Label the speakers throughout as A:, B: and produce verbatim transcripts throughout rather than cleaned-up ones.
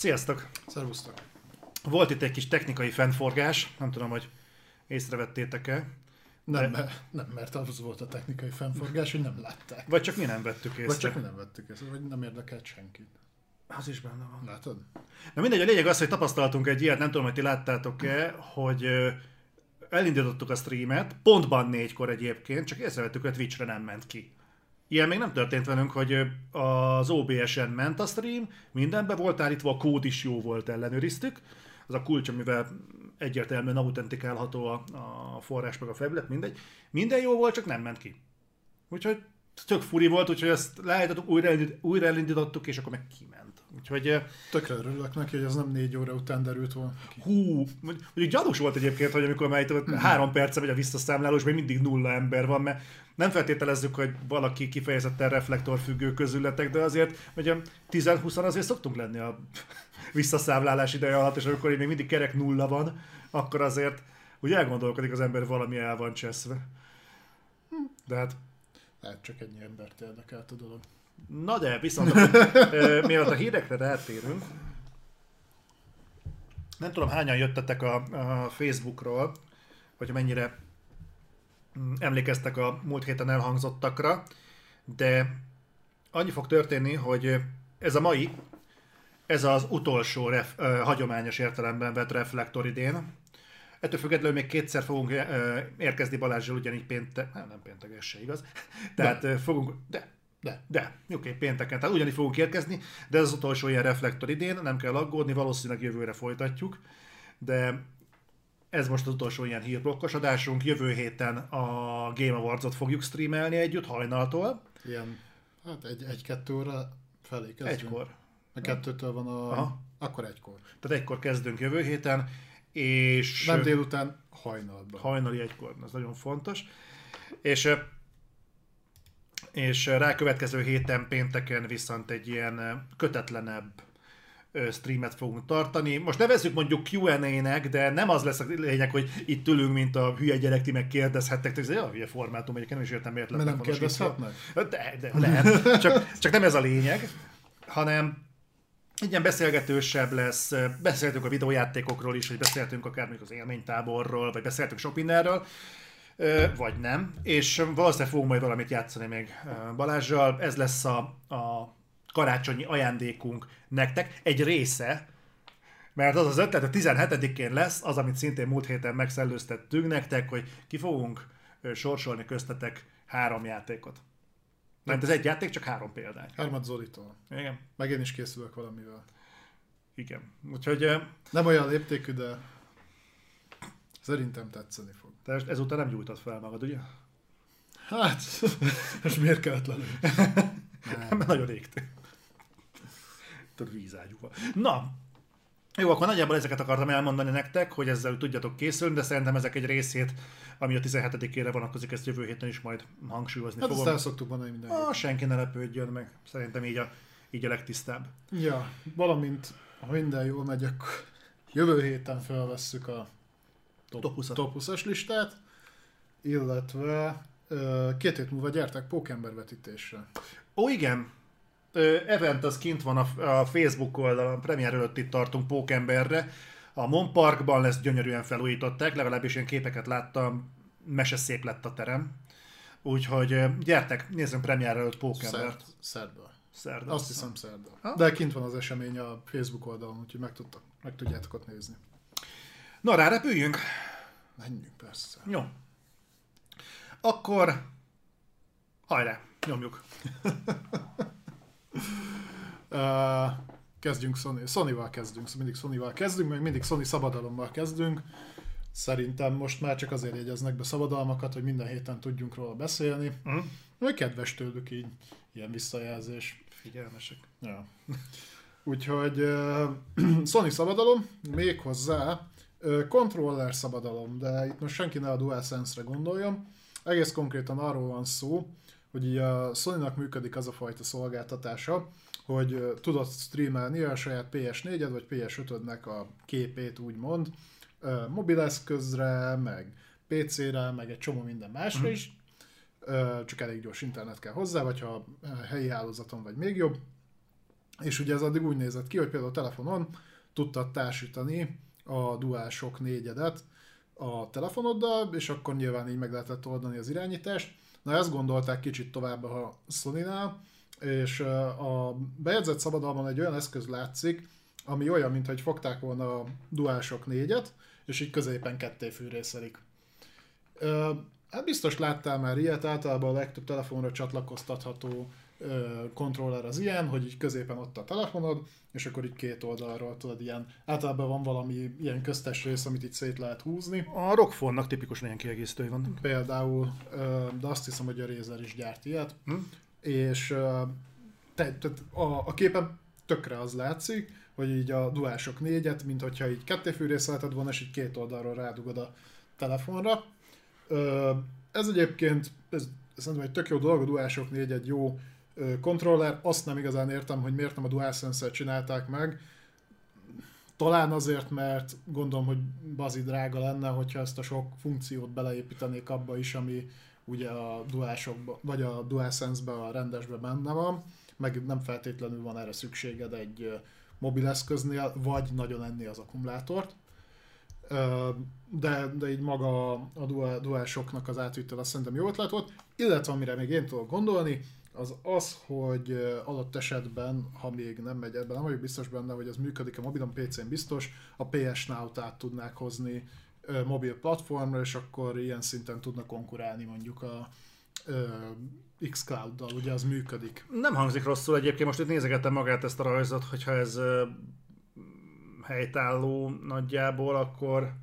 A: Sziasztok!
B: Szervusztok!
A: Volt itt egy kis technikai fennforgás, nem tudom, hogy észrevettétek-e.
B: Nem, de... nem, mert az volt a technikai fennforgás, hogy nem látták.
A: Vagy csak mi nem vettük észre.
B: Vagy csak mi nem vettük észre, vagy nem érdekelt senkit.
A: Az is benne van.
B: Látod?
A: Na mindegy, a lényeg az, hogy tapasztaltunk egy ilyet, nem tudom, hogy ti láttátok-e, hogy elindítottuk a streamet, pontban négykor egyébként, csak észrevettük, hogy a Twitchre nem ment ki. Ilyen még nem történt velünk, hogy az o bé es-en ment a stream, mindenben volt állítva, a kód is jó volt, ellenőriztük. Az a kulcs, amivel egyértelműen autentikálható a, a forrás meg a felület, mindegy. Minden jó volt, csak nem ment ki. Úgyhogy tök furi volt, úgyhogy ezt leállítottuk, újra, újra elindítottuk, és akkor meg kiment. Úgyhogy...
B: Tökre örülök neki, hogy ez nem négy óra után derült volna ki.
A: Hú, mondjuk gyanús volt egyébként, hogy amikor már itt három perce megy a visszaszámlálós, még mindig nulla ember van, mert nem feltételezzük, hogy valaki kifejezetten reflektorfüggő közületek, de azért, hogy tíz-húszan azért szoktunk lenni a visszaszámlálás ideje alatt, és amikor még mindig kerek nulla van, akkor azért úgy elgondolkodik az ember, valami el van cseszve. De hát...
B: Hát csak ennyi embert érdekelt a dolog.
A: Na de, viszont mielőtt a hírekre rátérünk, nem tudom, hányan jöttetek a, a Facebookról, vagy mennyire emlékeztek a múlt héten elhangzottakra, de annyi fog történni, hogy ez a mai, ez az utolsó ref, uh, hagyományos értelemben vett reflektor idén. Ettől függetlenül még kétszer fogunk uh, érkezni Balázsral, ugyanígy péntek, nem, nem péntek, ez se igaz. Tehát de. Uh, fogunk, de, de, de, oké, okay, pénteken, tehát ugyanígy fogunk érkezni, de ez az utolsó ilyen reflektor idén, nem kell aggódni, valószínűleg jövőre folytatjuk, de ez most az utolsó ilyen hírblokkos adásunk, jövő héten a Game Awards-ot fogjuk streamelni együtt hajnaltól.
B: Ilyen, hát egy, egy-kettő óra felé kezdünk.
A: Egykor.
B: A kettőtől van a... Aha. Akkor egykor.
A: Tehát egykor kezdünk jövő héten, és...
B: Nem délután, hajnalban.
A: Hajnali egykor, ez nagyon fontos. És, és rákövetkező héten pénteken viszont egy ilyen kötetlenebb streamet fogunk tartani. Most nevezzük mondjuk Q and A-nek, de nem az lesz a lényeg, hogy itt ülünk, mint a hülye gyerek, ti meg kérdezhettek. Ez egy olyan hülye formátum, egyébként nem is értem, miért lett.
B: Mert nem kérdezhetnek?
A: De, de lehet. Csak, csak nem ez a lényeg, hanem egy ilyen beszélgetősebb lesz. Beszéltünk a videójátékokról is, vagy beszéltünk akár mondjuk az élménytáborról, vagy beszéltünk sok mindenről, vagy nem. És valószínűleg fogunk majd valamit játszani még Balázsral. Ez lesz a, a karácsonyi ajándékunk nektek, egy része, mert az az ötlet, a tizenhetedikén lesz, az, amit szintén múlt héten megszellőztettünk nektek, hogy ki fogunk sorsolni köztetek három játékot. Mert ez egy játék, csak három példány.
B: Hármat Zolitól.
A: Igen.
B: Meg én is készülök valamivel.
A: Igen. Úgyhogy...
B: Nem olyan léptékű, de szerintem tetszeni fog.
A: Te ezúttal nem gyújtod fel magad, ugye?
B: Hát, most miért kellett lelőni?
A: Mert nagyon égtél. Tudod, vízágyúval. Na, jó, akkor nagyjából ezeket akartam elmondani nektek, hogy ezzel tudjatok készülni, de szerintem ezek egy részét, ami a tizenhetedikére vonatkozik, ezt jövő héten is majd hangsúlyozni
B: hát
A: fogom.
B: Hát ezt el szoktuk mondani minden
A: ah, senki ne lepődjön meg. Szerintem így a, így a legtisztább.
B: Ja, valamint, ha minden jól megy, akkor jövő héten felvesszük a top húszas listát, illetve két hét múlva gyertek Pókember vetítésre.
A: Ó, igen. Event az kint van a, a Facebook oldalon, a premier előtt itt tartunk Pókemberre. A Mon Parkban lesz, gyönyörűen felújították, legalábbis én képeket láttam, mese szép lett a terem. Úgyhogy gyertek, nézzünk premier előtt Pókembert.
B: Szerda.
A: Szerda.
B: Azt hiszem szerda. Ha? De kint van az esemény a Facebook oldalon, úgyhogy meg, tudtak, meg tudjátok ott nézni.
A: Na, rárepüljünk?
B: Menjünk persze.
A: Jó. Akkor hajrá, nyomjuk.
B: uh, kezdjünk Sony. Sony-val kezdünk, mindig Sony-val kezdünk, meg mindig Sony szabadalommal kezdünk. Szerintem most már csak azért jegyeznek be szabadalmakat, hogy minden héten tudjunk róla beszélni. Mm. Vagy kedves tőlük így, ilyen visszajelzés.
A: Figyelmesek.
B: Ja. Úgyhogy uh, Sony szabadalom, méghozzá uh, controller szabadalom, de itt most senki ne a DualSense-re gondoljon. Egész konkrétan arról van szó, hogy így a Sony-nak működik az a fajta szolgáltatása, hogy uh, tudod streamelni a saját P S négyed vagy P S ötödnek a képét úgymond, uh, mobileszközre, meg pé cére, meg egy csomó minden másra mm. is, uh, csak elég gyors internet kell hozzá, vagy ha helyi hálózaton vagy még jobb. És ugye ez addig úgy nézett ki, hogy például a telefonon tudtad társítani a DualShock négyedet a telefonoddal, és akkor nyilván így meg lehetett oldani az irányítást. Na ezt gondolták kicsit tovább a Sony-nál, és a bejegyzett szabadalmon egy olyan eszköz látszik, ami olyan, mintha fogták volna a DualShock négyet, és így középen ketté fűrészelik. Hát biztos láttál már ilyet, általában a legtöbb telefonra csatlakoztatható kontroller az ilyen, hogy így középen ott a telefonod, és akkor így két oldalról tudod ilyen, általában van valami ilyen köztes rész, amit itt szét lehet húzni.
A: A Rockphone-nak tipikusan ilyen kiegészítői vannak.
B: Például, de azt hiszem, hogy a Razer is gyárt ilyet, hm? És te, te, a, a képen tökre az látszik, hogy így a DualShock négyet, mint hogyha így kettéfűrészelted volna, és így két oldalról rádugod a telefonra. Ez egyébként, ez szerintem egy tök jó dolog, a DualShock négy egy jó kontroller, azt nem igazán értem, hogy miért nem a DualSense-el csinálták meg. Talán azért, mert gondolom, hogy bazi drága lenne, hogyha ezt a sok funkciót beleépítenék abba is, ami ugye a DualShock-ba, vagy a DualSense-be, a rendesbe benne van, meg nem feltétlenül van erre szükséged egy mobileszköznél, vagy nagyon enni az akkumulátort. De, de így maga a DualShock-nak az átvitel azt szerintem jó ötlet volt, illetve amire még én tudok gondolni, az az, hogy adott esetben, ha még nem megy ebben, nem vagyok biztos benne, hogy ez működik a mobilon, pé cén biztos, a pé es Now-t át tudnák hozni mobil platformra, és akkor ilyen szinten tudnak konkurálni mondjuk a xCloud-dal, ugye az működik.
A: Nem hangzik rosszul egyébként, most itt nézegettem magát ezt a rajzot, hogyha ez helytálló nagyjából, akkor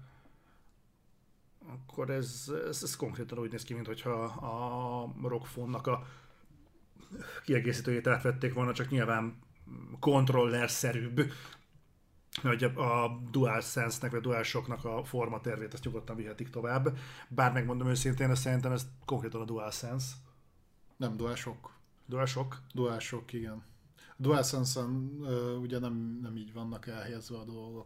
A: akkor ez, ez, ez konkrétan úgy néz ki, mintha a Rockphone-nak a kiegészítőjét átvették volna, csak nyilván kontroller-szerűbb, hogy a DualSense-nek vagy a DualShock-nak a formatervét ezt nyugodtan vihetik tovább. Bár megmondom őszintén, ezt szerintem ez konkrétan a DualSense.
B: Nem DualShock.
A: DualShock?
B: DualShock, igen. A DualSense-en uh, ugye nem, nem így vannak elhelyezve a dolgok.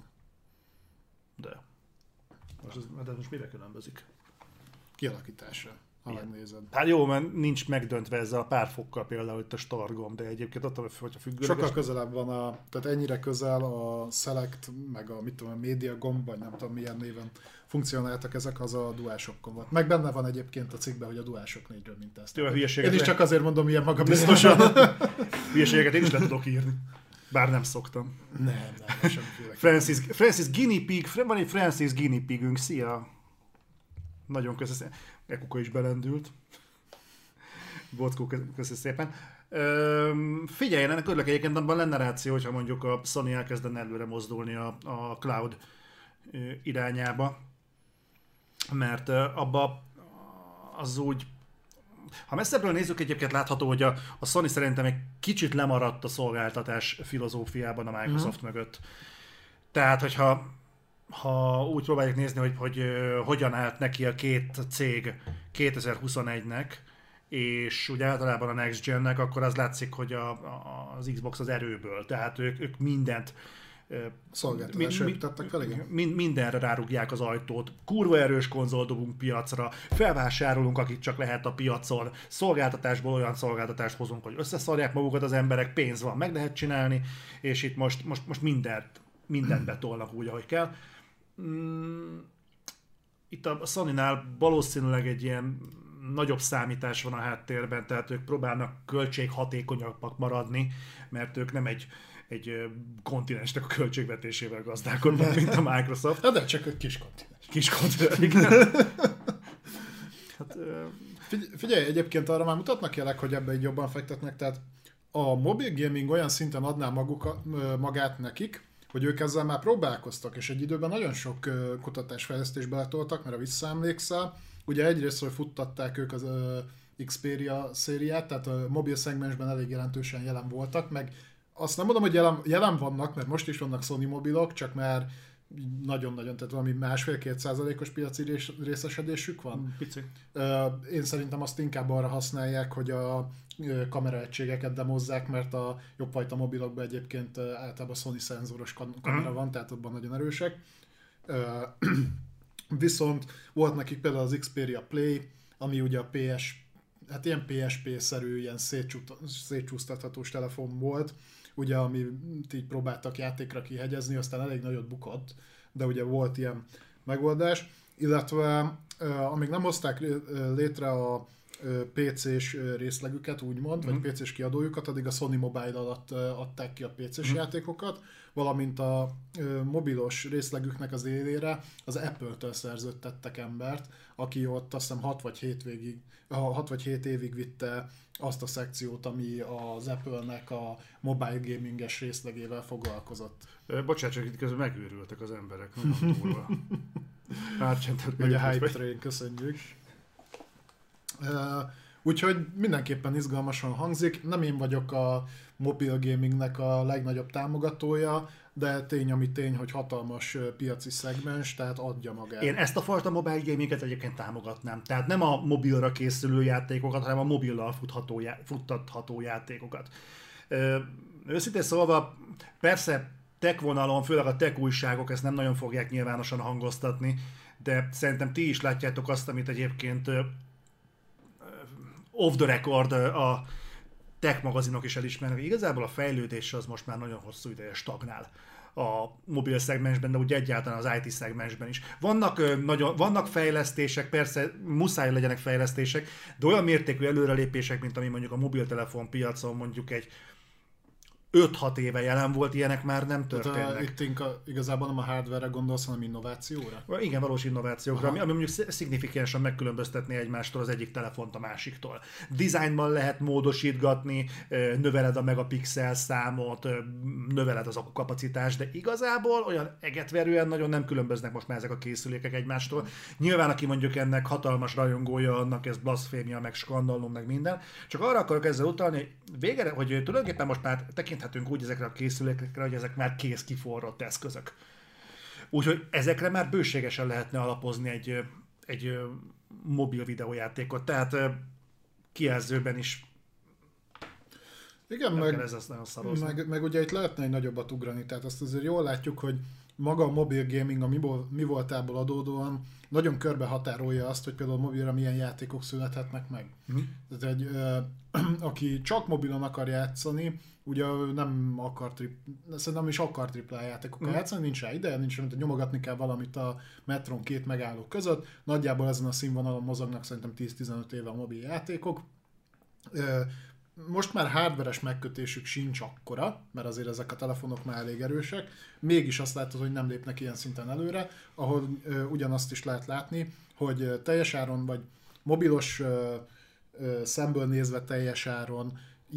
A: De. Most, ez, de most mire különbözik?
B: Kialakításra, ha megnézed.
A: Hát jó, mert nincs megdöntve ezzel a pár fokkal például itt a stargomb, de egyébként ott, hogyha függőleges...
B: Sokkal közelebb van a, tehát ennyire közel a Select, meg a mit tudom, a Media gomb, vagy nem tudom milyen néven funkcionáltak ezek, az a DualShock-on volt. Meg benne van egyébként a cikkben, hogy a DualShock négyről mint ezt.
A: Jó, a én
B: is le... csak azért mondom ilyen magabiztosan.
A: Hülyeségeket én is le tudok írni. Bár nem szoktam.
B: Nem, nem, semmiféle.
A: Francis, Francis Guinea Pig, van egy Francis Guinea Pigünk, szia! Nagyon köszönöm. Ekuka is belendült. Bockó, köszönöm szépen. Üm, figyelj, ennek örülök egyébként, abban lenne ráció, hogyha mondjuk a Sony elkezdene előre mozdulni a, a cloud irányába. Mert abba az úgy, ha messzebbről nézzük, egyébként látható, hogy a, a Sony szerintem egy kicsit lemaradt a szolgáltatás filozófiában a Microsoft mm-hmm. mögött. Tehát, hogyha ha úgy próbáljuk nézni, hogy, hogy uh, hogyan állt neki a két cég kétezer-huszonegynek, és úgy általában a Next Gen-nek, akkor az látszik, hogy a, a, az Xbox az erőből. Tehát ők, ők mindent
B: szolgáltatásra mi, tettek fel, igen.
A: Mind, mindenre rárugják az ajtót. Kurva erős konzol dobunk piacra, felvásárolunk, akit csak lehet a piacon, szolgáltatásból olyan szolgáltatást hozunk, hogy összeszarják magukat az emberek, pénz van, meg lehet csinálni, és itt most, most, most mindent, mindent betolnak úgy, ahogy kell. Itt a Sony-nál valószínűleg egy ilyen nagyobb számítás van a háttérben, tehát ők próbálnak költséghatékonyabbak maradni, mert ők nem egy egy kontinensnek a költségvetésével gazdálkodnak, mint a Microsoft.
B: Hát de csak egy kis kontinens.
A: Kis kontinens, igen.
B: Hát, figyelj, egyébként arra már mutatnak jelek, hogy ebbe így jobban fektetnek, tehát a mobil gaming olyan szinten adná magukat, magát nekik, hogy ők ezzel már próbálkoztak, és egy időben nagyon sok kutatásfejlesztésbe letoltak, mert ha visszaemlékszel, ugye egyrészt, hogy futtatták ők az Xperia szériát, tehát a mobil szegmensben elég jelentősen jelen voltak, meg azt nem mondom, hogy jelen, jelen vannak, mert most is vannak Sony mobilok, csak már nagyon-nagyon, tehát valami másfél-két százalékos piaci részesedésük van.
A: Pici.
B: Én szerintem azt inkább arra használják, hogy a kameraegységeket demozzák, mert a jobbfajta mobilokban egyébként általában Sony szenzoros kamera uh-huh. van, tehát abban nagyon erősek. Viszont volt nekik például az Xperia Play, ami ugye a pé es, hát ilyen pé es pé-szerű, ilyen szétcsúsztathatós telefon volt, ugye amit így próbáltak játékra kihegyezni, aztán elég nagyot bukott, de ugye volt ilyen megoldás, illetve amíg nem hozták létre a pé cés részlegüket, úgymond, mm-hmm. vagy pé cés kiadójukat, addig a Sony Mobile alatt adták ki a pé cés mm-hmm. játékokat, valamint a mobilos részlegüknek az élére az Apple-től szerződtettek embert, aki ott azt hiszem hat vagy hét végig, hat vagy hét évig vitte azt a szekciót, ami az Apple-nek a mobile gaminges részlegével foglalkozott.
A: Bocsánat, csak itt közben megőrültek az emberek. Túlva.
B: Vagy a Hype Train, köszönjük. Uh, úgyhogy mindenképpen izgalmasan hangzik. Nem én vagyok a mobile gamingnek a legnagyobb támogatója, de tény, ami tény, hogy hatalmas piaci szegmens, tehát adja magát.
A: Én ezt a fajta mobile gaminget egyébként támogatnám. Tehát nem a mobilra készülő játékokat, hanem a mobillal futható, futtatható játékokat. Ö, őszintén szólva, persze tech vonalon, főleg a tech újságok ezt nem nagyon fogják nyilvánosan hangoztatni, de szerintem ti is látjátok azt, amit egyébként off the record a tech magazinok is elismernek. Igazából a fejlődés az most már nagyon hosszú ideje stagnál a mobil szegmensben, de úgy egyáltalán az i té szegmensben is. Vannak, nagyon, vannak fejlesztések, persze muszáj legyenek fejlesztések, de olyan mértékű előrelépések, mint ami mondjuk a mobiltelefon piacon mondjuk egy öt-hat éve jelen volt, ilyenek már nem történnek.
B: Tehát itt inka, igazából nem a hardware-re gondolsz, hanem innovációra?
A: Igen, valós innovációkra, ami, ami mondjuk szignifikánsan megkülönböztetni egymástól az egyik telefont a másiktól. Designban lehet módosítgatni, növeled a megapixel számot, növeled az akkukapacitást, de igazából olyan egetverően nagyon nem különböznek most már ezek a készülékek egymástól. Nyilván, aki mondjuk ennek hatalmas rajongója, annak ez blaszfémia, meg skandalum, meg minden. Csak arra akarok ezzel utalni, hogy végre, hogy tulajdonképpen most már tekinthetünk úgy ezekre a készülékekre, hogy ezek már kész kiforrott eszközök. Úgyhogy ezekre már bőségesen lehetne alapozni egy, egy mobil videójátékot, tehát kijelzőben is
B: igen, meg, meg, meg ugye itt lehetne egy nagyobbat ugrani, tehát azt azért jól látjuk, hogy maga a mobil gaming a mi, mi voltából adódóan nagyon körbe határolja azt, hogy például mobilra milyen játékok születhetnek meg. Mm. Tehát egy, ö, aki csak mobilon akar játszani, ugye nem akar, tri, szerintem is akar triplá játékokkal mm. játszani, nincs rá ideje, nincs rá, mint nyomogatni kell valamit a metron két megálló között. Nagyjából ezen a színvonalon mozognak szerintem tíz-tizenöt éve a mobil játékok. Ö, Most már hardveres megkötésük sincs akkora, mert azért ezek a telefonok már elég erősek, mégis azt látod, hogy nem lépnek ilyen szinten előre, ahol ö, ugyanazt is lehet látni, hogy ö, teljes áron, vagy mobilos ö, ö, szemből nézve teljes áron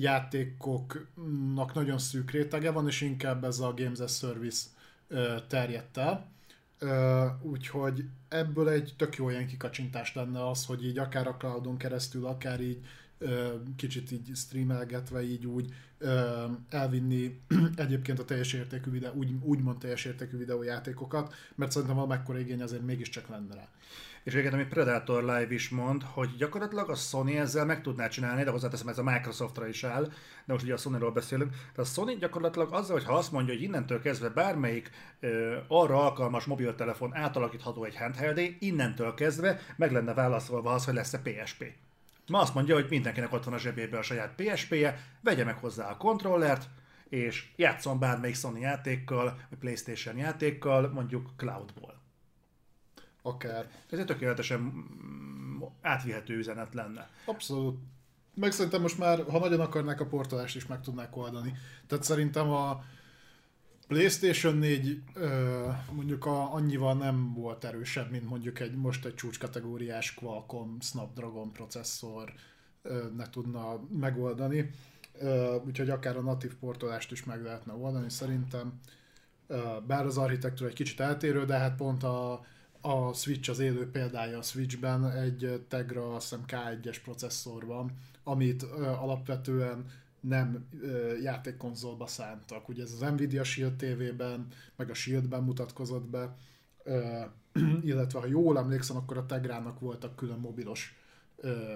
B: játékoknak nagyon szűk rétege van, és inkább ez a Games as Service ö, terjedt el. Ö, úgyhogy ebből egy tök jó ilyen kikacsintás lenne az, hogy így akár a cloudon keresztül, akár így kicsit így streamelgetve így úgy elvinni egyébként a teljes értékű videó, úgy, úgymond teljes értékű videójátékokat, mert szerintem a mekkora igény azért mégiscsak lenne rá.
A: És egyébként, amit Predator Live is mond, hogy gyakorlatilag a Sony ezzel meg tudná csinálni, de hozzáteszem, ez a Microsoftra is áll, de most ugye a Sonyról beszélünk, de a Sony gyakorlatilag azzal, hogy ha azt mondja, hogy innentől kezdve bármelyik ö, arra alkalmas mobiltelefon átalakítható egy handheldé, innentől kezdve meg lenne válaszolva az, hogy lesz-e pé es pé. Ma azt mondja, hogy mindenkinek ott van a zsebében a saját pé es pé-je, vegye meg hozzá a kontrollert, és játszon bármelyik Sony játékkal, vagy PlayStation játékkal, mondjuk cloudból.
B: Akár.
A: Ez egy tökéletesen átvihető üzenet lenne.
B: Abszolút. Meg szerintem most már, ha nagyon akarnák, a portolást is meg tudnák oldani. Tehát szerintem a PlayStation négy mondjuk a, annyival nem volt erősebb, mint mondjuk egy, most egy csúcskategóriás Qualcomm Snapdragon processzor ne tudna megoldani. Úgyhogy akár a natív portolást is meg lehetne oldani szerintem. Bár az architektúra egy kicsit eltérő, de hát pont a, a Switch az élő példája a Switchben egy Tegra, azt hiszem ká egyes processzor van, amit alapvetően nem ö, játékkonzolba szántak. Ugye ez az Nvidia Shield té vében, meg a Shieldben mutatkozott be, ö, illetve ha jól emlékszem, akkor a Tegrának voltak külön mobilos ö,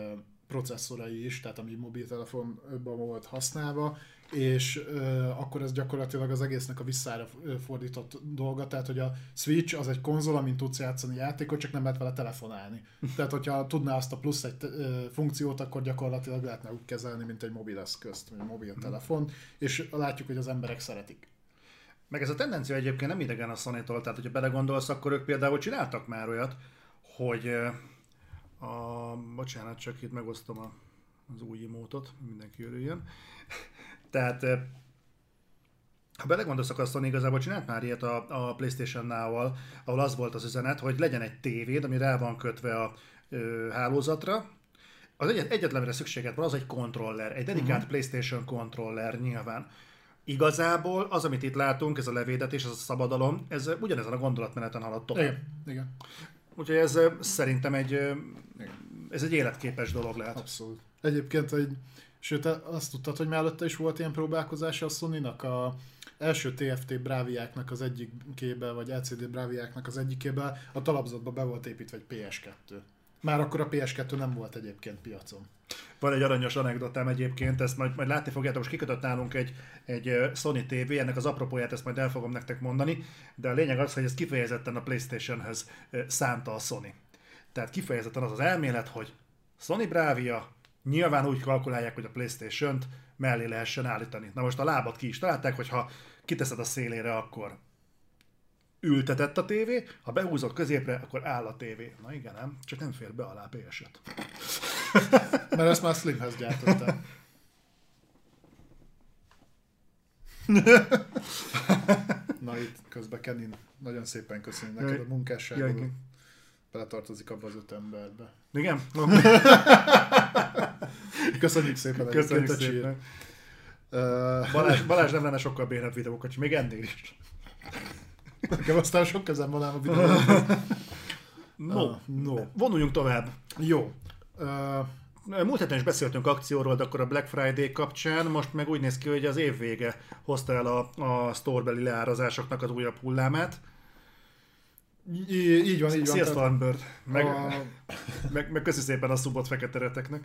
B: processzorai is, tehát ami mobiltelefonban volt használva, és uh, akkor ez gyakorlatilag az egésznek a visszára fordított dolga, tehát hogy a Switch az egy konzol, amin tudsz játszani játékot, csak nem lehet vele telefonálni. Tehát hogyha tudná azt a plusz egy uh, funkciót, akkor gyakorlatilag lehetne úgy kezelni, mint egy mobileszközt, vagy egy mobiltelefon, és látjuk, hogy az emberek szeretik.
A: Meg ez a tendencia egyébként nem idegen a Sony-tól, tehát hogyha belegondolsz, akkor ők például csináltak már olyat, hogy a... bocsánat, csak itt megosztom a, az új emótot, mindenki örüljön. Tehát ha belegondolsz, akkor a Sony igazából csinált már ilyet a, a PlayStation Now-val, ahol az volt az üzenet, hogy legyen egy tévéd, ami rá van kötve a ö, hálózatra. Az egyet, egyetlenre szükséged van, az egy kontroller, egy dedikált uh-huh. PlayStation kontroller nyilván. Igazából az, amit itt látunk, ez a levédetés, ez a szabadalom, ez ugyanezen a gondolatmeneten halad tovább.
B: Igen, igen.
A: Úgyhogy ez szerintem egy, ez egy életképes dolog lehet.
B: Abszolút. Egyébként, egy, sőt azt tudtad, hogy mellette is volt ilyen próbálkozása a Sony-nak, a első té ef té Braviáknak az egyikébe, vagy el cé dé Braviáknak az egyikébe, a talapzatba be volt építve egy pé es kettő. Már akkor a pé es kettő nem volt egyébként piacon.
A: Van egy aranyos anekdotám egyébként, ezt majd, majd látni fogjátok, most kikötött nálunk egy, egy Sony té vé, ennek az apropóját ezt majd el fogom nektek mondani, de a lényeg az, hogy ez kifejezetten a PlayStation-höz szánta a Sony. Tehát kifejezetten az az elmélet, hogy Sony Bravia nyilván úgy kalkulálják, hogy a PlayStation-t mellé lehessen állítani. Na most a lábat ki is találták, hogy ha kiteszed a szélére, akkor ültetett a tévé, ha behúzod középre, akkor áll a tévé. Na igen, nem? Csak nem fér be alá pé es öt.
B: Mert ezt már Slimhez gyártották. Na itt közben Kenin, nagyon szépen köszönöm neked a munkásságot. Beletartozik abba az öt emberbe.
A: Igen?
B: Köszönjük szépen.
A: Köszönjük szépen. Uh... Balázs, Balázs nem lenne sokkal bénebb videókat, még ennél is.
B: Nekem aztán sok kezem van ám a videóban.
A: No, uh, no. Vonuljunk tovább.
B: Jó. Uh,
A: Múlt héten is beszéltünk akcióról, de akkor a Black Friday kapcsán, most meg úgy néz ki, hogy az év vége hozta el a, a store-beli leárazásoknak az újabb hullámát.
B: Í- így van, így van.
A: Szia Stormbird! Meg, a... meg, meg köszi szépen a szubot fekete reteknek.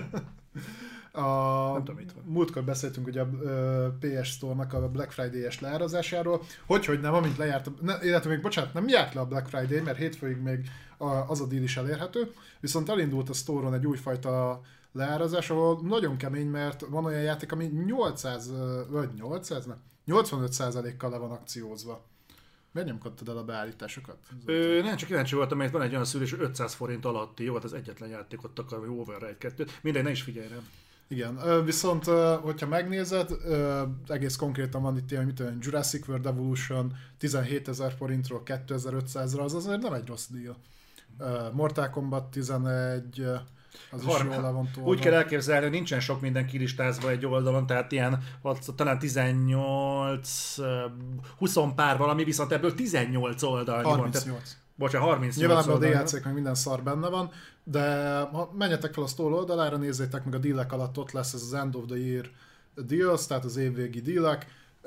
B: A múltkor beszéltünk ugye a pé es Store-nak a Black Friday-es leárazásáról, hogyhogy nem, amint lejárt, a, ne, illetve még bocsánat, nem járt le a Black Friday, mert hétfőig még a, az a deal is elérhető, viszont elindult a Store-on egy újfajta leárazás, ahol nagyon kemény, mert van olyan játék, ami nyolcszáz, vagy nyolcszáz, nem, nyolcvanöt százalékkal le van akciózva. Miért nem kaptad el a beállításokat?
A: Ö, nem, csak kíváncsi voltam, mert van egy olyan szűrés, hogy ötszáz forint alatti, jó, hát az egyetlen játékot akar, hogy Override kettő. Mindegy, ne is figyelj rám.
B: Igen, viszont hogyha megnézed, egész konkrétan van itt ilyen, mit tudom, Jurassic World Evolution tizenhétezer forintról kétezer-ötszázra, az azért nem egy rossz deal. Mortal Kombat tizenegy, az is jól le van tolva.
A: Úgy kell elképzelni, hogy nincsen sok minden kilistázva egy oldalon, tehát ilyen talán tizennyolc, húsz pár valami, viszont ebből tizennyolc oldal.
B: harmincnyolc.
A: Bocsánat, harmincnyolc
B: nyilván ebben a dé el cé-k meg minden szar benne van, de ha menjetek fel a Store oldalára, nézzétek meg a dealek alatt, ott lesz ez az End of the Year deals, tehát az évvégi dealek.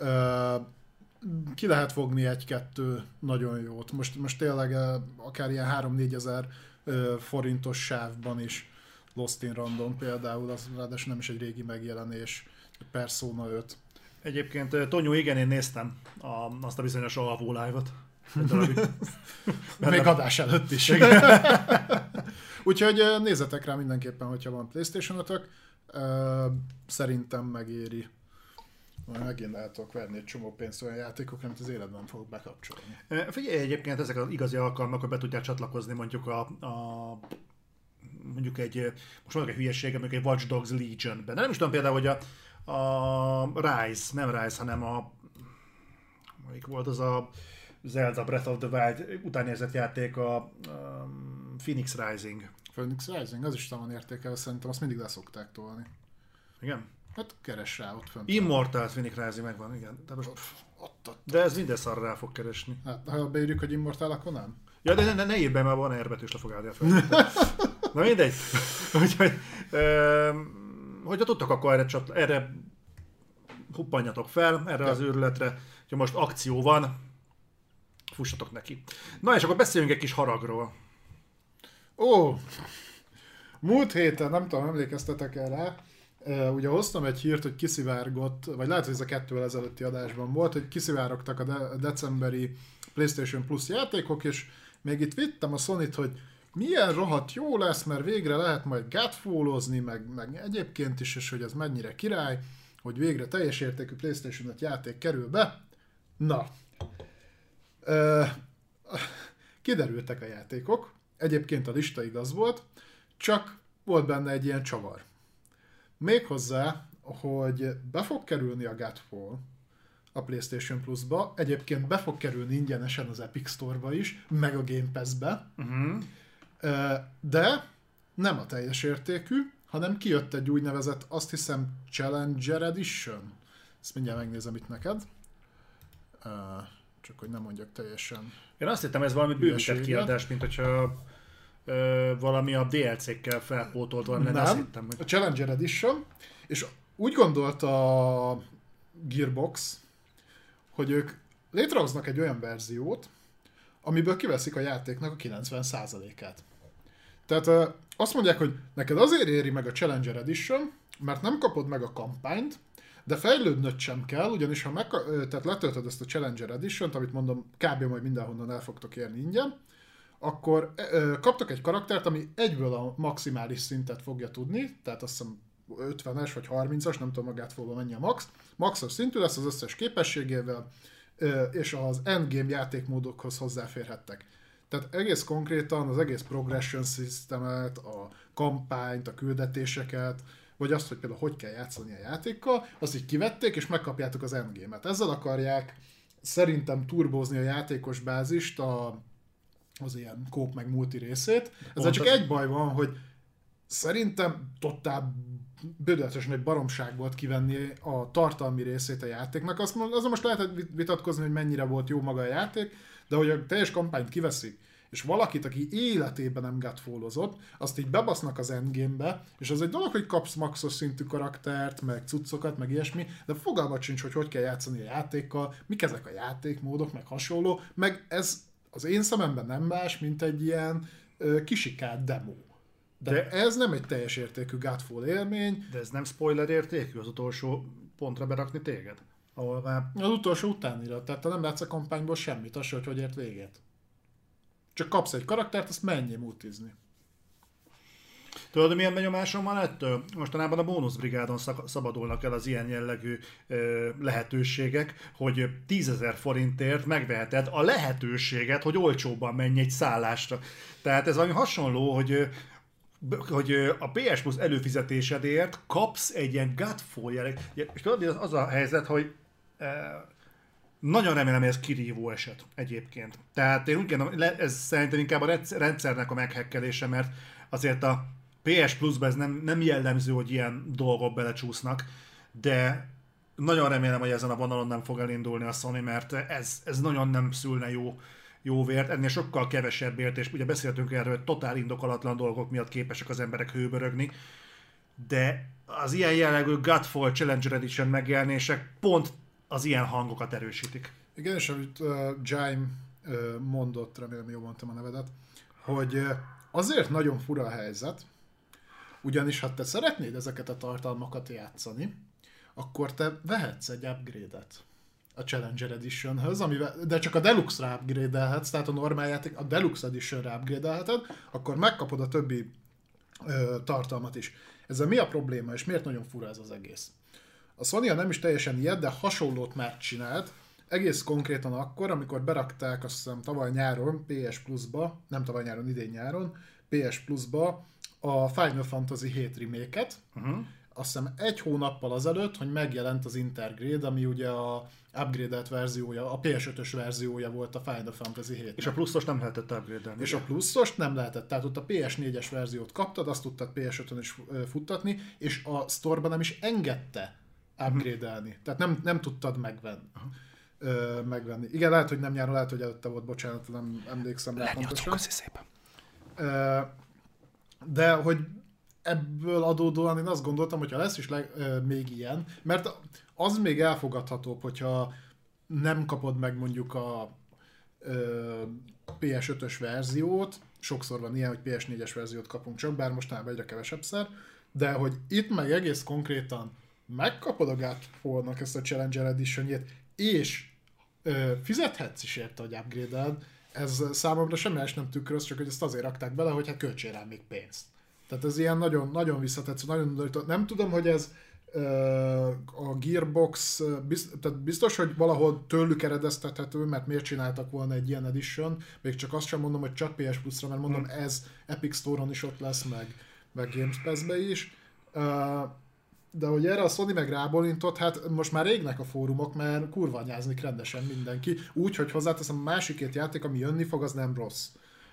B: Ki lehet fogni egy-kettő nagyon jót. Most, most tényleg akár ilyen három-négy ezer forintos sávban is Lost in Random például, az ráadásul nem is egy régi megjelenés, Persona öt.
A: Egyébként Tonyó, igen, én néztem a, azt a bizonyos alvó live-ot.
B: Még adás előtt is. Úgyhogy nézzetek rá mindenképpen, hogyha van PlayStation ötök. Szerintem megéri. Majd megint el tudok verni egy csomó pénzt olyan játékokra, amit az életben fogok bekapcsolni.
A: Figyelj, egyébként ezek az igazi alkalmak, hogy be tudják csatlakozni mondjuk a, a mondjuk egy, most mondok egy hülyeségem, mondjuk egy Watch Dogs Legion-ben. De nem is tudom például, hogy a, a Rise, nem Rise, hanem a melyik volt az a Zelda Breath of the Wild után érzett játék, a, a Phoenix Rising.
B: Phoenix Rising, az is talán értékelve, szerintem azt mindig leszokták tolni.
A: Igen?
B: Hát keres rá ott fönt.
A: Immortal Phoenix Rising megvan, igen. De, most,
B: ott, ott,
A: de ez minden szarra rá fog keresni.
B: Hát, ha beírjuk, hogy Immortal, akkor nem?
A: Ja, de ne, ne, ne írd be, mert van R betűs, le fog állni a fel. Na mindegy. Úgyhogy, hogyha tudtok, akkor erre, csatla, erre huppanjatok fel, erre ja. az őrületre. Ha most akció van, fussatok neki. Na és akkor beszéljünk egy kis haragról.
B: Ó, múlt héten, nem tudom, emlékeztetek erre, Uh, ugye hoztam egy hírt, hogy kiszivárgott, vagy lehet, hogy ez a kettővel ezelőtti adásban volt, hogy kiszivárogtak a de- decemberi PlayStation Plus játékok, és még itt vittem a Sony-t, hogy milyen rohadt jó lesz, mert végre lehet majd Godfall-ozni, meg, meg egyébként is, és hogy ez mennyire király, hogy végre teljes értékű PlayStation öt játék kerül be. Na, uh, kiderültek a játékok, egyébként a lista igaz volt, csak volt benne egy ilyen csavar. Méghozzá, hogy be fog kerülni a Godfall a PlayStation Plus-ba, egyébként be fog kerülni ingyenesen az Epic Store-ba is, meg a Game Pass-be, uh-huh. de nem a teljes értékű, hanem kijött egy úgynevezett, azt hiszem, Challenger Edition. Ezt mindjárt megnézem itt neked. Csak hogy nem mondjak teljesen.
A: Én azt hittem, ez valami bővített kiadás, mint hogyha Ö, valami a dé el cé-kkel felpótolt valami,
B: nem,
A: azt hittem, hogy...
B: a Challenger Edition, és úgy gondolta a Gearbox, hogy ők létrehoznak egy olyan verziót, amiből kiveszik a játéknak a kilencven százalékát. Tehát ö, azt mondják, hogy neked azért éri meg a Challenger Edition, mert nem kapod meg a kampányt, de fejlődnöd sem kell, ugyanis ha meg, tehát letöltöd ezt a Challenger Edition-t, amit mondom, kb. Majd mindenhonnan el fogtok érni ingyen, akkor ö, kaptok egy karaktert, ami egyből a maximális szintet fogja tudni, tehát azt hiszem ötvenes vagy harmincas, nem tudom magát fogva mennyi a max. Maxos szintű lesz az összes képességével, ö, és az endgame játékmódokhoz hozzáférhettek. Tehát egész konkrétan az egész progression systemet, a kampányt, a küldetéseket, vagy azt, hogy például hogy kell játszani a játékkal, azt így kivették, és megkapjátok az endgame-et. Ezzel akarják szerintem turbózni a játékos bázist, a az ilyen kóp meg multi részét. Ezzel csak egy baj van, hogy szerintem totál bődöltösen egy baromság volt kivenni a tartalmi részét a játéknak. Azt, azon most lehet vitatkozni, hogy mennyire volt jó maga a játék, de hogy a teljes kampányt kiveszik, és valakit, aki életében nem godfallozott, azt így bebasznak az endgame-be, és az egy dolog, hogy kapsz maxos szintű karaktert, meg cuccokat, meg ilyesmi, de fogalmat sincs, hogy hogy kell játszani a játékkal, mik ezek a játékmódok, meg hasonló, meg ez az én szememben nem más, mint egy ilyen ö, kisikált demo. De, de ez nem egy teljes értékű Godfall élmény.
A: De ez nem spoiler értékű az utolsó pontra berakni téged? Ahol már...
B: Az utolsó utánira, tehát te nem látsz a kampányból semmit, az, hogy hogy ért véget. Csak kapsz egy karaktert, azt menjél multizni.
A: Tudod, milyen benyomásom van ettől? Mostanában a bónuszbrigádon szabadulnak el az ilyen jellegű ö, lehetőségek, hogy tízezer forintért megveheted a lehetőséget, hogy olcsóbban menj egy szállásra. Tehát ez valami hasonló, hogy, hogy a pé es Plus előfizetésedért kapsz egy ilyen Godfall jelleg. És tudod, az a helyzet, hogy ö, nagyon remélem, hogy ez kirívó eset egyébként. Tehát én úgy gondolom, ez szerintem inkább a rendszernek a meghekkelése, mert azért a pé es Plus-ban ez nem, nem jellemző, hogy ilyen dolgok belecsúsznak, de nagyon remélem, hogy ezen a vonalon nem fog elindulni a Sony, mert ez, ez nagyon nem szülne jó, jó vért, ennél sokkal kevesebbért, és ugye beszéltünk erről, hogy totál indokolatlan dolgok miatt képesek az emberek hőbörögni, de az ilyen jellegű Godfall Challenger Edition megjelenések pont az ilyen hangokat erősítik.
B: Igen, és amit uh, Jaime uh, mondott, remélem jól mondtam a nevedet, hogy uh, azért nagyon fura a helyzet, ugyanis ha te szeretnéd ezeket a tartalmakat játszani, akkor te vehetsz egy upgrade-et a Challenger Editionhöz, amivel, de csak a Deluxe-ra upgrade-elhetsz, tehát a normál játék a Deluxe Edition-re upgrade-elheted, akkor megkapod a többi ö, tartalmat is. Ezzel mi a probléma, és miért nagyon fura ez az egész? A Sony nem is teljesen ilyet, de hasonlót már csinált, egész konkrétan akkor, amikor berakták, azt hiszem tavaly nyáron pé es Plus-ba, nem tavaly nyáron, idén nyáron, pé es Plus-ba a Final Fantasy hét remake-et, uh-huh. azt hiszem egy hónappal azelőtt, hogy megjelent az Intergrade, ami ugye a upgrade-elt verziója, a pé es ötös verziója volt a Final Fantasy hét.
A: És a pluszos nem lehetett upgrade-elni.
B: És a pluszost nem lehetett, tehát ott a pé es négyes verziót kaptad, azt tudtad pé es ötön is futtatni, és a store-ban nem is engedte upgrade-elni. Uh-huh. Tehát nem, nem tudtad megvenni. Uh-huh. Ö, megvenni. Igen, lehet, hogy nem nyáron, lehet, hogy előtte volt, bocsánat, nem emlékszem rá pontosan.
A: Szépen.
B: Ö, de hogy ebből adódóan én azt gondoltam, hogyha lesz is le, ö, még ilyen, mert az még elfogadhatóbb, hogyha nem kapod meg mondjuk a ö, pé es ötös verziót, sokszor van ilyen, hogy pé es négyes verziót kapunk csak, bár mostanában egyre kevesebb szer, de hogy itt meg egész konkrétan megkapod a Godfall-nak ezt a Challenger Edition-jét, és ö, fizethetsz is érte, hogy upgrade-eld, ez számomra semmi más nem tükröz, csak hogy ezt azért rakták bele, hogy hát költsél rá még pénzt. Tehát ez ilyen nagyon, nagyon visszatetsző, nagyon undorító. Nem tudom, hogy ez ö, a Gearbox, biztos, tehát biztos, hogy valahol tőlük eredeztethető, mert miért csináltak volna egy ilyen edition, még csak azt sem mondom, hogy csak pé es Plus-ra, mert mondom, hmm. ez Epic Store-on is ott lesz, meg, meg Games Pass-be is. Uh, de hogy erre a Sony meg rábólintott, hát most már régnek a fórumok, mert kurva anyáznik rendesen mindenki. Úgy, hogy hozzáteszem, a másik két játék, ami jönni fog, az nem rossz.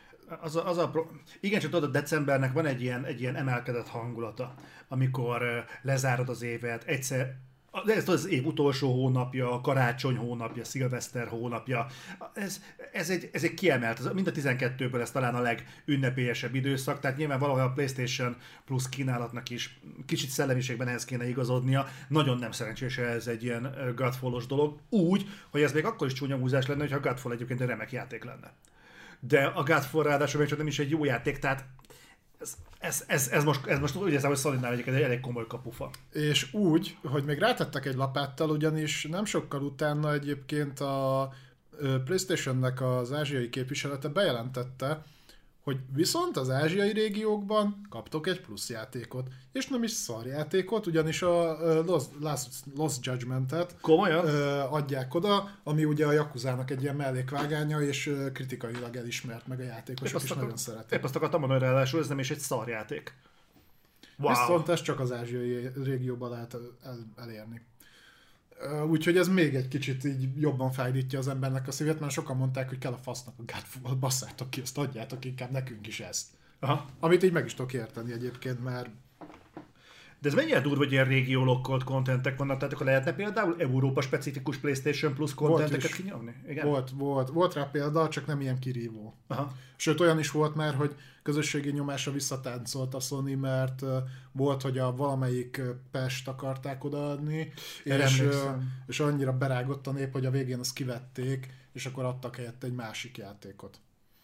A: Az a, az a pro... Igen, csak tudod, decembernek van egy ilyen, egy ilyen emelkedett hangulata, amikor uh, lezárod az évet, egyszer, de ez az év utolsó hónapja, karácsony hónapja, szilveszter hónapja, ez, ez, egy, ez egy kiemelt, mind a tizenkettőből ez talán a legünnepélyesebb időszak, tehát nyilván valahol a PlayStation Plus kínálatnak is kicsit szellemiségben ehhez kéne igazodnia, nagyon nem szerencsés ez egy ilyen Godfall-os dolog, úgy, hogy ez még akkor is csúnya húzás lenne, hogyha a Godfall egyébként egy remek játék lenne. De a Godfall ráadásul még csak nem is egy jó játék, tehát ez, ez, ez, ez most, ez most úgy érzem, hogy Sony-nál egyébként egy elég komoly kapufa.
B: És úgy, hogy még rátettek egy lapáttal, ugyanis nem sokkal utána egyébként a PlayStation-nek az ázsiai képviselete bejelentette, hogy viszont az ázsiai régiókban kaptok egy plusz játékot, és nem is szar játékot, ugyanis a Lost, Lost Judgment-et
A: komolyan
B: adják oda, ami ugye a Yakuzának egy ilyen mellékvágánya, és kritikailag elismert, meg a játékosok is akar, nagyon szeretik.
A: Épp azt akartam mondani, hogy ráadásul ez nem is egy szar játék.
B: Wow. Viszont ezt csak az ázsiai régióban lehet el, el, elérni. Úgyhogy ez még egy kicsit így jobban fájdítja az embernek a szívét, mert sokan mondták, hogy kell a fasznak a Godfall, basszátok ki, azt adjátok inkább nekünk is ezt. Aha. Amit így meg is tudok érteni egyébként, mert...
A: De ez mennyire durva, hogy ilyen régió lokkolt kontentek vannak, tehát akkor lehetne például Európa-specifikus PlayStation Plus kontenteket kinyomni?
B: Igen? Volt, volt, volt rá példa, csak nem ilyen kirívó. Aha. Sőt, olyan is volt már, hogy közösségi nyomásra visszatáncolt a Sony, mert uh, volt, hogy a valamelyik Pest akarták odaadni, és, uh, és annyira berágott a nép, hogy a végén azt kivették, és akkor adtak helyett egy másik játékot.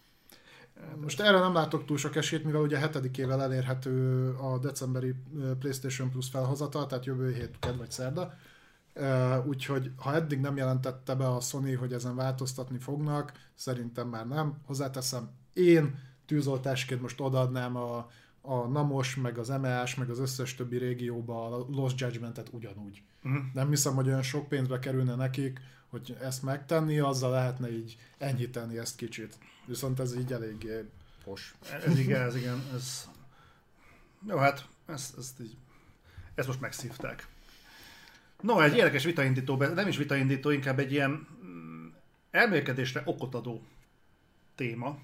B: Most erre nem látok túl sok esélyt, mivel ugye hetedikével elérhető a decemberi PlayStation Plus felhozatal, tehát jövő hét kedd vagy szerda. Úgyhogy ha eddig nem jelentette be a Sony, hogy ezen változtatni fognak, szerintem már nem. Hozzáteszem, én tűzoltásként most odaadnám a, a Namos, meg az em e á-s, meg az összes többi régióba a Lost Judgment-et ugyanúgy. Uh-huh. Nem hiszem, hogy olyan sok pénzbe kerülne nekik, hogy ezt megtenni, azzal lehetne így enyhíteni ezt kicsit. Viszont ez így eléggé fos.
A: Ez igen, ez igen. Ez... Jó, hát ezt, ezt, így... ezt most megszívták. No, egy érdekes vitaindító, nem is vitaindító, inkább egy ilyen elmélkedésre okot adó téma,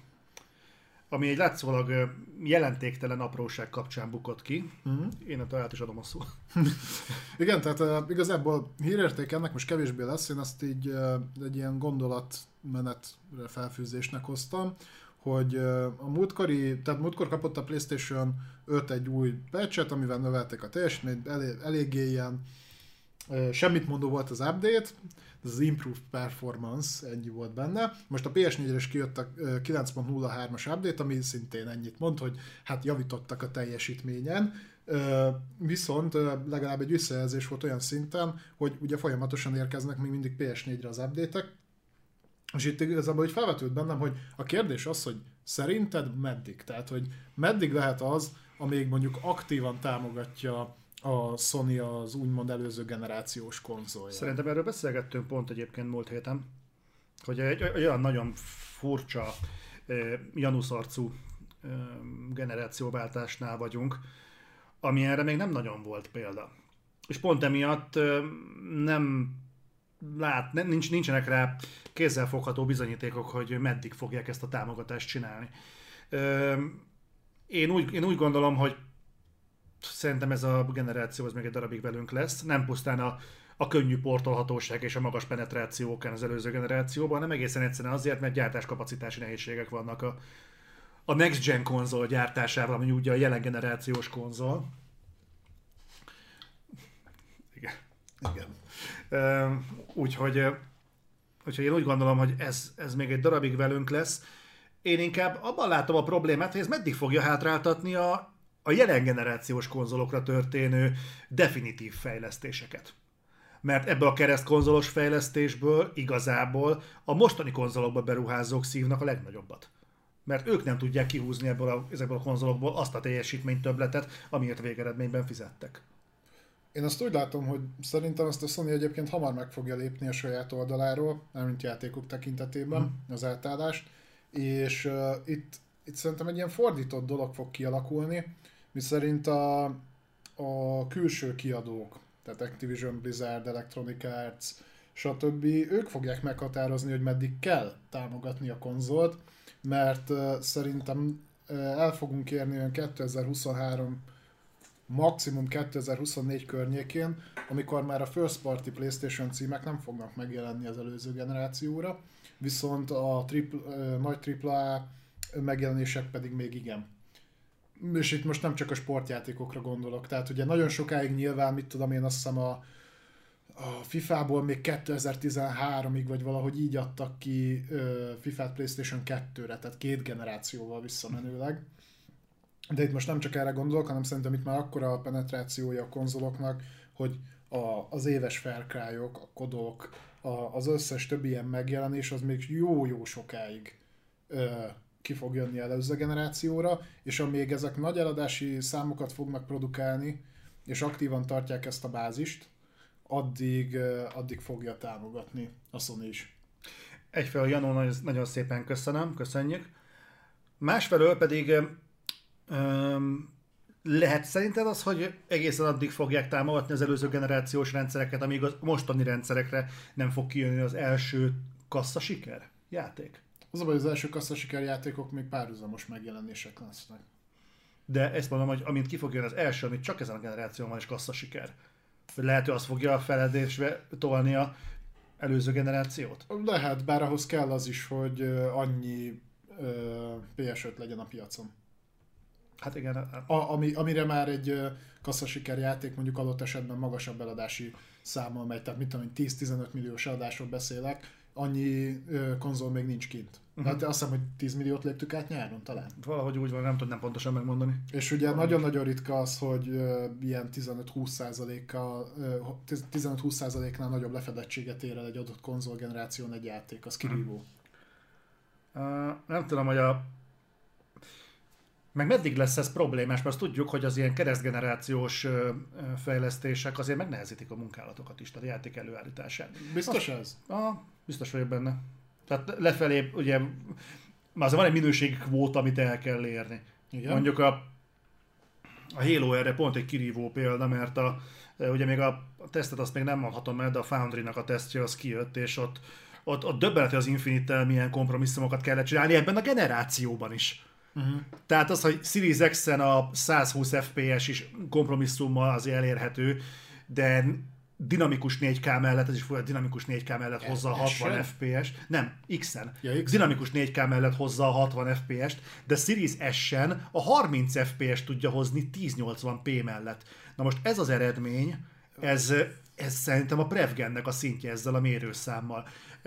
A: ami egy látszólag jelentéktelen apróság kapcsán bukott ki. Uh-huh. Én a talát is adom a szót.
B: Igen, tehát uh, igazából hírérték ennek most kevésbé lesz, én ezt így uh, egy ilyen gondolatmenetre felfűzésnek hoztam, hogy uh, a múltkori, tehát múltkor kapott a PlayStation öt egy új patchet, amivel növelték a teljesítményt, elég, eléggé ilyen uh, semmit mondó volt az update, ez az Improved Performance, ennyi volt benne. Most a pé es négyre is kijött a kilenc pont nulla hármas update, ami szintén ennyit mond, hogy hát javítottak a teljesítményen, viszont legalább egy visszajelzés volt olyan szinten, hogy ugye folyamatosan érkeznek még mindig pé es négyre az update-ek, és itt igazából így felvetült bennem, hogy a kérdés az, hogy szerinted meddig? Tehát, hogy meddig lehet az, amíg mondjuk aktívan támogatja a Sony az úgymond előző generációs konzolja.
A: Szerintem erről beszélgettünk pont egyébként múlt héten, hogy egy olyan nagyon furcsa, januszarcú generációváltásnál vagyunk, ami erre még nem nagyon volt példa. És pont emiatt nem lát, nincs, nincsenek rá kézzelfogható bizonyítékok, hogy meddig fogják ezt a támogatást csinálni. Én úgy, én úgy gondolom, hogy szerintem ez a generáció az még egy darabig velünk lesz. Nem pusztán a, a könnyű portolhatóság és a magas penetráció okán az előző generációban, hanem egészen egyszerűen azért, mert gyártáskapacitási nehézségek vannak a, a Next Gen konzol gyártásával, ami ugye a jelen generációs konzol. Igen.
B: Igen.
A: Úgyhogy, úgyhogy én úgy gondolom, hogy ez, ez még egy darabig velünk lesz. Én inkább abban látom a problémát, hogy ez meddig fogja hátráltatni a, a jelen generációs konzolokra történő definitív fejlesztéseket. Mert ebből a keresztkonzolos fejlesztésből igazából a mostani konzolokba beruházók szívnak a legnagyobbat. Mert ők nem tudják kihúzni ebből a, ezekből a konzolokból azt a teljesítménytöbbletet, amiért végeredményben fizettek.
B: Én azt úgy látom, hogy szerintem ezt a Sony egyébként hamar meg fogja lépni a saját oldaláról, mármint játékok tekintetében hmm. az átállást, és uh, itt, itt szerintem egy ilyen fordított dolog fog kialakulni, miszerint a, a külső kiadók, tehát Activision, Blizzard, Electronic Arts, stb. Ők fogják meghatározni, hogy meddig kell támogatni a konzolt, mert uh, szerintem uh, el fogunk érni olyan kétezer-huszonhárom, maximum kétezer-huszonnégy környékén, amikor már a first party PlayStation címek nem fognak megjelenni az előző generációra, viszont a tripl, uh, nagy tripla á megjelenések pedig még igen. És itt most nem csak a sportjátékokra gondolok, tehát ugye nagyon sokáig nyilván, mit tudom én, azt hiszem a, a fifából még kétezer-tizenháromig, vagy valahogy így adtak ki uh, fifát PlayStation kettőre, tehát két generációval visszamenőleg. De itt most nem csak erre gondolok, hanem szerintem itt már akkora a penetrációja a konzoloknak, hogy a, az éves Far Cry-ok, a kodok, a, az összes többi ilyen megjelenés, az még jó-jó sokáig uh, ki fog jönni előző generációra, és amíg ezek nagy eladási számokat fognak produkálni, és aktívan tartják ezt a bázist, addig, addig fogja támogatni a Sony is.
A: Egyfelől Janó, nagyon szépen köszönöm, köszönjük. Másfelől pedig öm, lehet szerinted az, hogy egészen addig fogják támogatni az előző generációs rendszereket, amíg a mostani rendszerekre nem fog kijönni az első kassza siker játék?
B: Az a baj, az első kassza sikerjátékok még párhuzamos megjelenések lesznek.
A: De ezt mondom, hogy amint ki fog jönni az első, amit csak ezen a generáción van is kassza siker. Lehet, hogy az fogja a feledésbe tolni a előző generációt?
B: Lehet, bár ahhoz kell az is, hogy annyi uh, pé es öt legyen a piacon.
A: Hát igen.
B: A, ami, amire már egy kassza sikerjáték mondjuk adott esetben magasabb eladási számmal megy, tehát mit tudom, tíz-tizenöt milliós eladásról beszélek, annyi ö, konzol még nincs kint. Uh-huh. Hát azt hiszem, hogy tíz milliót léptük át nyáron talán.
A: Valahogy úgy van, nem tudnám pontosan megmondani.
B: És ugye Valahogy. nagyon-nagyon ritka az, hogy ö, ilyen tizenöt-húsz százalékkal, ö, tizenöt-húsz százaléknál nagyobb lefedettséget ér el egy adott konzolgeneráción egy játék, az kirívó.
A: Uh, nem tudom, hogy a... Meg meddig lesz ez problémás, mert azt tudjuk, hogy az ilyen keresztgenerációs fejlesztések azért megnehezítik a munkálatokat is, tehát a játék előállítását.
B: Biztos ez?
A: Ah, biztos vagyok benne. Tehát lefelé, ugye, már azért van egy minőségi kvóta, amit el kell érni. Igen? Mondjuk a, a Halo erre pont egy kirívó példa, mert a, ugye még a tesztet azt még nem mondhatom el, de a Foundry-nak a tesztje az kijött, és ott, ott, ott döbbeneti az Infinite-tel milyen kompromisszumokat kellett csinálni ebben a generációban is. Uh-huh. Tehát az, hogy Series X-en a százhúsz ef pé es is kompromisszummal azért elérhető, de dinamikus négy ká mellett, ez is folyam, dinamikus négy ká mellett hozza a hatvan ef pé es, nem, X-en, ja, X-en. Dinamikus négy ká mellett hozza a hatvan ef pé est, de Series S-en a harminc ef pé es tudja hozni ezernyolcvan pé mellett. Na most ez az eredmény, ez, ez szerintem a Prevgennek a szintje ezzel a mérőszámmal.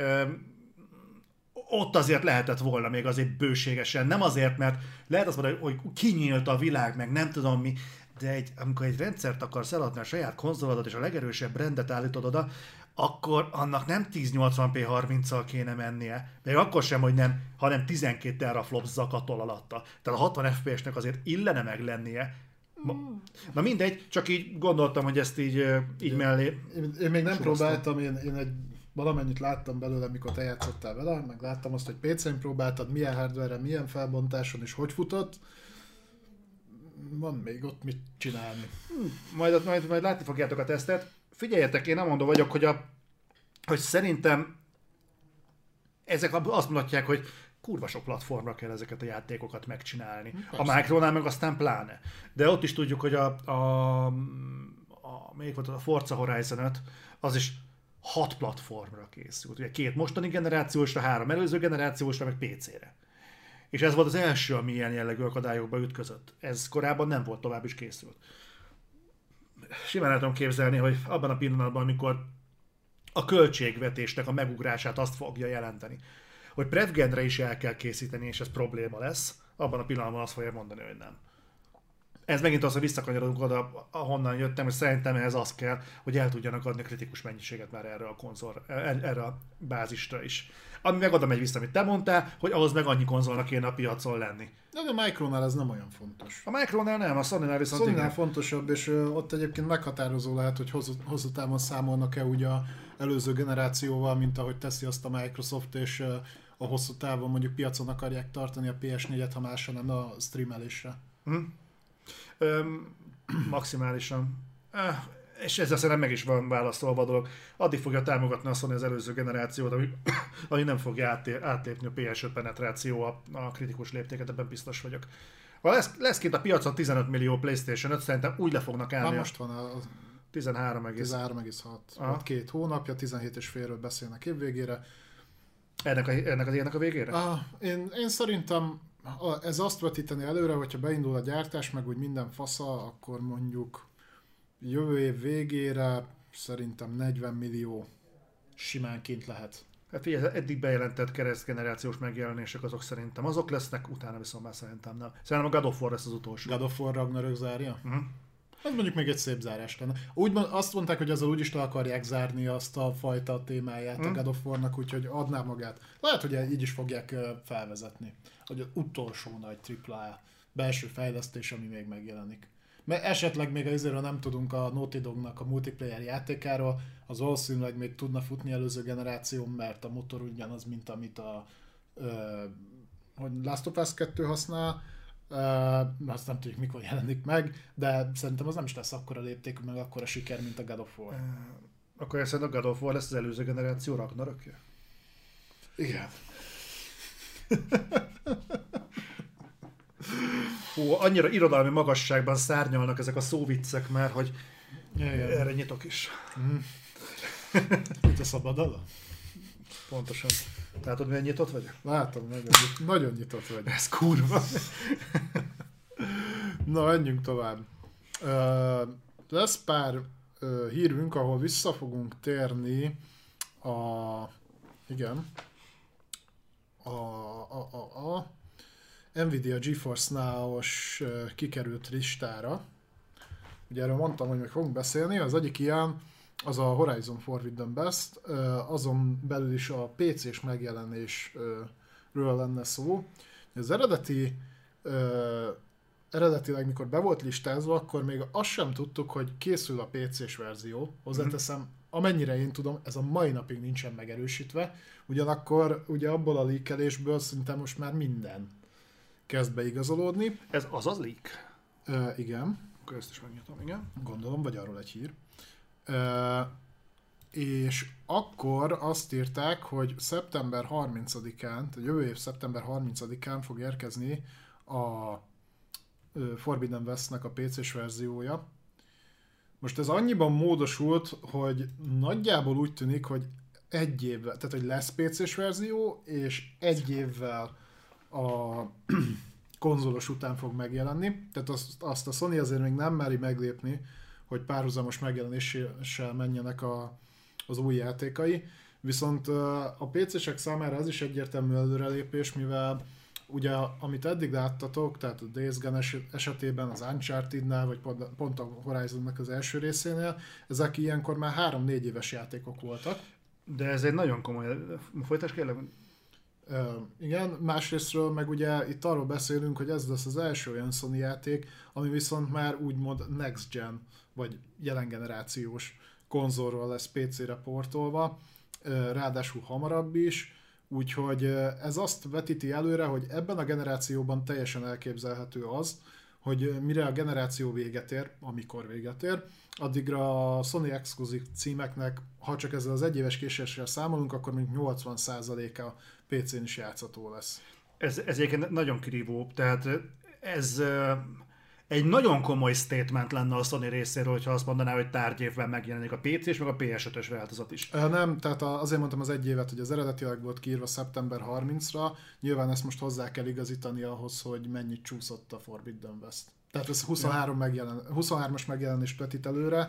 A: Ott azért lehetett volna még azért bőségesen, nem azért, mert lehet azt mondani, hogy kinyílt a világ, meg nem tudom mi, de egy, amikor egy rendszert akarsz eladni a saját konzolodat, és a legerősebb rendet állítod oda, akkor annak nem ezernyolcvan pé harminccal kéne mennie, még akkor sem, hogy nem, hanem tizenkét teraflops zakatol alatta. Tehát a hatvan ef pé esnek azért illene meg lennie. Na mindegy, csak így gondoltam, hogy ezt így, így mellé...
B: Én, én még nem próbáltam, én, én egy valamennyit láttam belőle, mikor te játszottál vele, meg láttam azt, hogy pé cén próbáltad, milyen hardware-re, milyen felbontáson és hogy futott. Van még ott mit csinálni.
A: Hm, majd, majd, majd látni fogjátok a tesztet. Figyeljetek, én nem mondom vagyok, hogy, a, hogy szerintem ezek azt mondhatják, hogy kurva sok platformra kell ezeket a játékokat megcsinálni. Persze. A Micronál meg aztán pláne. De ott is tudjuk, hogy a, a, a, még volt a Forza Horizon öt, az is hat platformra készült. Ugye két mostani generációsra, három előző generációsra, meg pé cére. És ez volt az első, ami ilyen jellegű akadályokba ütközött. Ez korábban nem volt, tovább is készült. Simán el tudom képzelni, hogy abban a pillanatban, amikor a költségvetésnek a megugrását azt fogja jelenteni, hogy Prevgenre is el kell készíteni, és ez probléma lesz, abban a pillanatban azt fogja mondani, hogy nem. Ez megint az, hogy visszakanyarodunk oda, ahonnan jöttem, hogy szerintem ehhez az kell, hogy el tudjanak adni kritikus mennyiséget már erre a konzol, erre a bázisra is. Ami meg oda megy vissza, amit te mondtál, hogy ahhoz meg annyi konzolnak kéne a piacon lenni.
B: De a Micronál ez nem olyan fontos.
A: A Micronál nem, a Sonynál viszont
B: Sonynál
A: igen.
B: fontosabb, és ott egyébként meghatározó lehet, hogy hosszú, hosszú távon számolnak-e ugye a előző generációval, mint ahogy teszi azt a Microsoft, és a hosszú távon mondjuk piacon akarják tartani a pé es négyet, ha más nem a streamelésre.
A: Hm. Öm, maximálisan. Eh, és ezzel szerintem meg is van válaszolva a dolog. Addig fogja támogatni a Sony az előző generációt, ami, ami nem fogja átlé, átlépni a pé es öt penetráció a, a kritikus léptéket, ebben biztos vagyok. Ha lesz, lesz két a piacon tizenöt millió PlayStation öt, szerintem úgy le fognak állni.
B: Már most van a
A: tizenhárom egész
B: hat. Ott két hónapja, tizenhét és félről beszélnek évvégére.
A: Ennek, a, ennek az évnek a végére?
B: Ah, én, én szerintem ez azt vetíteni előre, hogyha beindul a gyártás, meg úgy minden fasza, akkor mondjuk jövő év végére szerintem negyven millió simánként lehet.
A: Hát figyelj, eddig bejelentett keresztgenerációs megjelenések azok szerintem azok lesznek, utána viszont már szerintem nem. Szerintem a God of War lesz az utolsó.
B: God of War Ragnarök zárja?
A: Uh-huh.
B: Ez mondjuk még egy szép zárás lenne. Úgy, azt mondták, hogy ezzel úgyis le akarják zárni azt a fajta témáját hmm. a God of War-nak, úgyhogy adná magát. Lehet, hogy így is fogják felvezetni. Hogy az utolsó nagy tripla á belső fejlesztés, ami még megjelenik. Mert esetleg még azért, nem tudunk a Naughty Dognak a multiplayer játékáról, az valószínűleg még tudna futni előző generáción, mert a motor ugyanaz, mint amit a ö, hogy Last of Us kettő használ. Uh, azt nem tudjuk, mikor jelenik meg, de szerintem az nem is lesz akkora léptékű, meg akkora siker, mint a God of War. Uh,
A: akkor ezt a God of War lesz az előző generáció Ragnarökje?
B: Igen.
A: Hú, annyira irodalmi magasságban szárnyalnak ezek a szóviccek már, hogy
B: igen.
A: Erre nyitok is.
B: Mm. Mint a szabadalom?
A: Pontosan. Látod, milyen nyitott vagyok?
B: Látom, nagyon, nagyon nyitott vagy.
A: Ez kurva.
B: Na, menjünk tovább. Uh, lesz pár uh, hírünk, ahol vissza fogunk térni a... Igen. A, a, a, a Nvidia GeForce Now-os uh, kikerült listára. Ugye erről mondtam, hogy meg fogunk beszélni. Az egyik ilyen az a Horizon Forbidden West, azon belül is a pé cés megjelenésről lenne szó. Az eredeti, eredetileg mikor be volt listázva, akkor még azt sem tudtuk, hogy készül a pé cés verzió. Hozzáteszem, amennyire én tudom, ez a mai napig nincsen megerősítve. Ugyanakkor ugye abból a leakelésből szinte most már minden kezd beigazolódni.
A: Ez az az leak?
B: Uh, igen.
A: Akkor ezt is megnyitom, igen.
B: Gondolom, vagy arról egy hír. Uh, és akkor azt írták, hogy szeptember harmincadikán, tehát jövő év szeptember harmincadikán fog érkezni a uh, Forbidden Westnek a pé cés verziója. Most ez annyiban módosult, hogy nagyjából úgy tűnik, hogy egy évvel, tehát hogy lesz pé cés verzió, és egy évvel a konzolos után fog megjelenni. Tehát azt, azt a Sony azért még nem meri meglépni, hogy párhuzamos megjelenéssel menjenek a, az új játékai. Viszont a pé cések számára ez is egyértelmű előrelépés, mivel ugye amit eddig láttatok, tehát a Days Gone esetében, az Uncharted-nál, vagy pont a Horizonnak az első részénél, ezek ilyenkor már három-négy éves játékok voltak.
A: De ez egy nagyon komoly... Folytás kérlek?
B: Uh, igen, másrésztről meg ugye itt arról beszélünk, hogy ez lesz az első olyan Sony játék, ami viszont már úgymond next gen, vagy jelen generációs konzolról lesz pé cére portolva, uh, ráadásul hamarabb is, úgyhogy uh, ez azt vetíti előre, hogy ebben a generációban teljesen elképzelhető az, hogy mire a generáció véget ér, amikor véget ér, addigra a Sony exkluzív címeknek, ha csak ezzel az egyéves késéssel számolunk, akkor még nyolcvan százaléka pé cén is játszható lesz.
A: Ez, ez egyébként nagyon kirívó, tehát ez egy nagyon komoly statement lenne a Sony részéről, hogyha azt mondaná, hogy tárgyévben megjelenik a pé cés, meg a pé es ötös változat is.
B: Nem, tehát azért mondtam az egy évet, hogy az eredetileg volt kiírva szeptember harmincadikra, nyilván ezt most hozzá kell igazítani ahhoz, hogy mennyit csúszott a Forbidden West. Tehát ez huszonhárom megjelen, huszonhármas megjelenést vetít előre,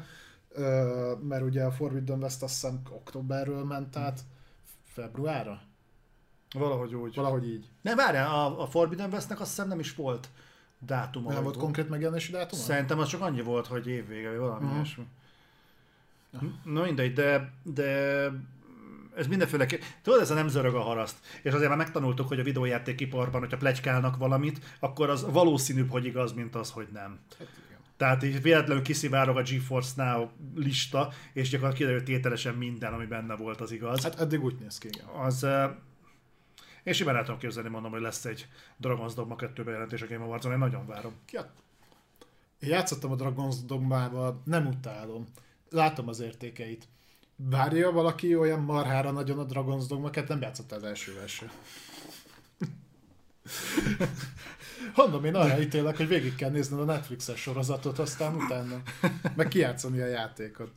B: mert ugye a Forbidden West azt hiszem októberről ment át februárra.
A: Valahogy úgy.
B: Valahogy így.
A: Nem, várjál, a, a Forbidden Westnek azt hiszem nem is volt dátuma.
B: Nem volt konkrét megjelenési dátuma?
A: Szerintem az csak annyi volt, hogy évvége, vagy valami
B: Uh-huh.
A: ilyesmi. No mindegy, de, de ez mindenféle... Tudod, ez a nem zörög a haraszt. És azért már megtanultuk, hogy a videójátékiparban, hogyha pletykálnak valamit, akkor az valószínűbb, hogy igaz, mint az, hogy nem.
B: Hát igen.
A: Tehát így véletlenül kiszivárog a GeForce Now lista, és gyakorlatilag kiderül tételesen minden, ami benne volt, az igaz.
B: Hát eddig úgy néz ki, igen.
A: Az... Uh, én simán el tudom képzelni, mondom, hogy lesz egy Dragon's Dogma kettő bejelentés a Game Awards-on, én nagyon várom.
B: Ja. Én játszottam a Dragon's Dogmával, nem utálom. Látom az értékeit. Várja valaki olyan marhára nagyon a Dragon's Dogma-ket, nem játszott az elsővel se. Mondom, én arra ítélek, hogy végig kell nézned a Netflixes sorozatot, aztán utána meg kijátszani a játékot.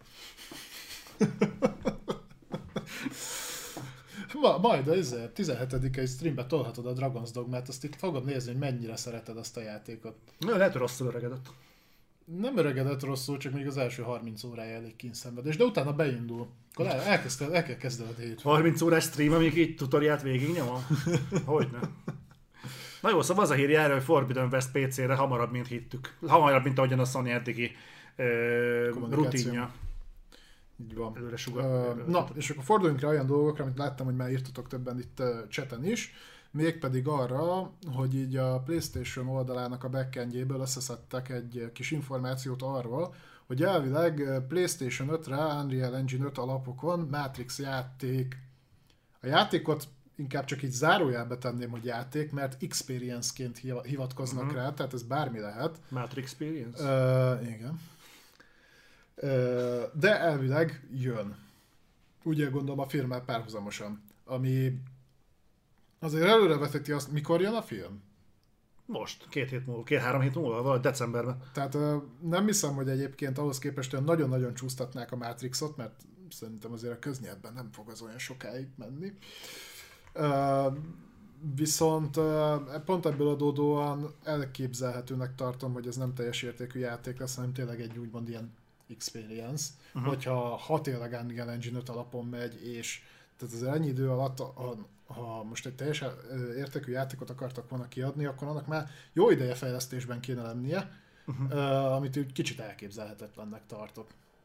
B: Ma, majd a tizenhetedikei streambe tolhatod a Dragon's Dogmát, azt itt fogod nézni, hogy mennyire szereted azt a játékot.
A: Na, lehet, hogy rosszul öregedett.
B: Nem öregedett rosszul, csak még az első harminc órája elég kínszenvedés, de utána beindul. Akkor el, elkezdted, el kell kezdened a hétfőn.
A: harminc órás stream, amíg így tutoriát végignyomom? Hogyne. Na jó, szóval az a hír jár, hogy Forbidden West pé cére hamarabb, mint hittük. Hamarabb, mint ahogyan a Sony eddigi ö, rutinja.
B: Így van.
A: Előre sugar.
B: Uh, na, és akkor forduljunk rá olyan dolgokra, amit láttam, hogy már írtatok többen itt uh, chaten is, mégpedig arra, hogy így a PlayStation oldalának a backendjéből összeszedtek egy kis információt arról, hogy elvileg PlayStation ötre Unreal Engine öt alapokon Matrix játék. A játékot inkább csak így zárójelbe tenném, hogy játék, mert experience-ként hivatkoznak uh-huh. rá, tehát ez bármi lehet.
A: Matrix Experience?
B: Uh, igen. Uh, de elvileg jön. Ugye gondolom a filmmel párhuzamosan. Ami azért előreveteti azt, mikor jön a film?
A: Most, két hét múlva, két-három hét múlva, vagy decemberben.
B: Tehát uh, nem hiszem, hogy egyébként ahhoz képest olyan nagyon-nagyon csúsztatnák a Matrixot, mert szerintem azért a köznyelvben nem fog az olyan sokáig menni. Uh, viszont uh, pont ebből adódóan elképzelhetőnek tartom, hogy ez nem teljes értékű játék lesz, hanem tényleg egy úgymond ilyen experience, uh-huh. hogyha ha tényleg Unreal Engine öt alapon megy, és tehát az ennyi idő alatt, ha, ha most egy teljes értékű játékot akartak volna kiadni, akkor annak már jó ideje fejlesztésben kéne lennie, uh-huh. uh, amit úgy kicsit elképzelhetetlennek tartok.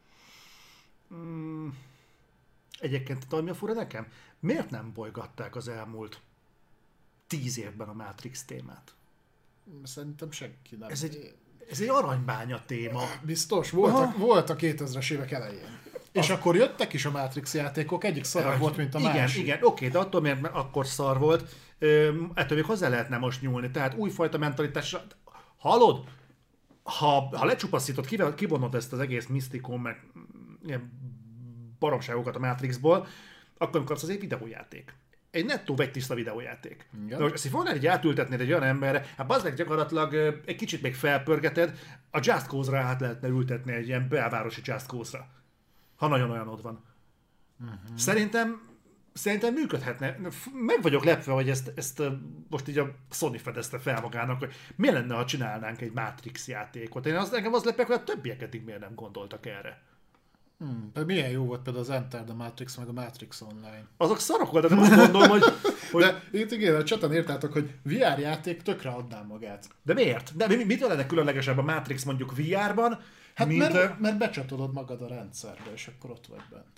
A: Mm. Egyébként tudod, mi a fura nekem? Miért nem bolygatták az elmúlt tíz évben a Matrix témát?
B: Szerintem senki nem.
A: Ez egy, ez egy aranybánya téma.
B: Biztos, voltak, volt a kétezres évek elején. És a... akkor jöttek is a Matrix játékok, egyik szarabb volt, mint a
A: igen,
B: másik.
A: Igen, igen, oké, de attól miért akkor szar volt, ettől még hozzá lehetne most nyúlni. Tehát újfajta mentalitás. Hallod? Ha, ha lecsupaszítod, kivonod ezt az egész misztikon, meg ilyen baromságokat a Matrixból, akkor kapsz az egy videójáték. Egy nettó vegytiszta videójáték. De most ezt volna egy átültetnéd egy olyan emberre, hát bazd meg gyakorlatilag egy kicsit még felpörgeted, a Just Cause-ra át lehetne ültetni egy ilyen belvárosi Just Cause-ra. Ha nagyon olyanod van. Uh-huh. Szerintem, szerintem működhetne. Meg vagyok lepve, hogy ezt, ezt most így a Sony fedezte fel magának, hogy mi lenne, ha csinálnánk egy Matrix játékot. Én az, nekem az lepek, hogy a többiek eddig miért nem gondoltak erre.
B: Hmm, milyen jó volt például az Enter the Matrix, meg a Matrix Online.
A: Azok szarok voltak, de most gondolom, hogy... hogy...
B: De itt igen, a csatan írtátok, hogy vé er játék tökre adná magát.
A: De miért? De mi, mitől lenne különlegesebb a Matrix mondjuk vé er-ban?
B: Hát
A: mint...
B: mert, mert becsatolod magad a rendszerbe, és akkor ott vagy bent.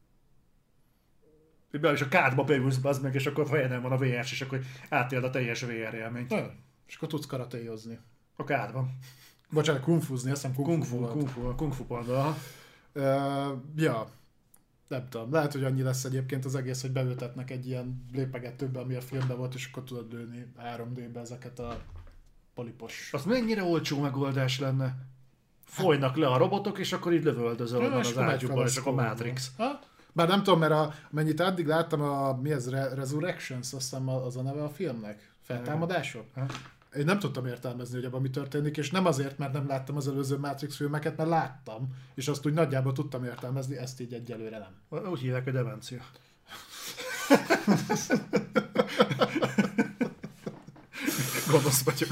A: Be is a kádba beülsz, bazd meg, és akkor fejeden van a vé er-s, és akkor átéld a teljes vé er élményt.
B: Na, és akkor tudsz karatéjozni.
A: A kádban.
B: Bocsánat, kungfuzni, azt hiszem kungfu
A: volt. Kungfu, kungfu panda.
B: Uh, ja, nem tudom, lehet, hogy annyi lesz egyébként az egész, hogy beültetnek egy ilyen lépegetőbe, ami a filmben volt, és akkor tudod lőni három dé-be ezeket a polipos...
A: Az mennyire olcsó megoldás lenne? Folynak le a robotok, és akkor így lövöldözöl ja, az ágyúból, és akkor a Matrix.
B: Ha? Bár nem tudom, mert a, mennyit addig láttam, a, mi ez, Re- Resurrections, azt hiszem az a neve a filmnek? Feltámadások? Ha? Én nem tudtam értelmezni, hogy abban mi történik, és nem azért, mert nem láttam az előző Matrix filmeket, mert láttam, és azt úgy nagyjából tudtam értelmezni, ezt így egyelőre nem.
A: Úgy hívják, hogy demencia. Gonosz vagyok.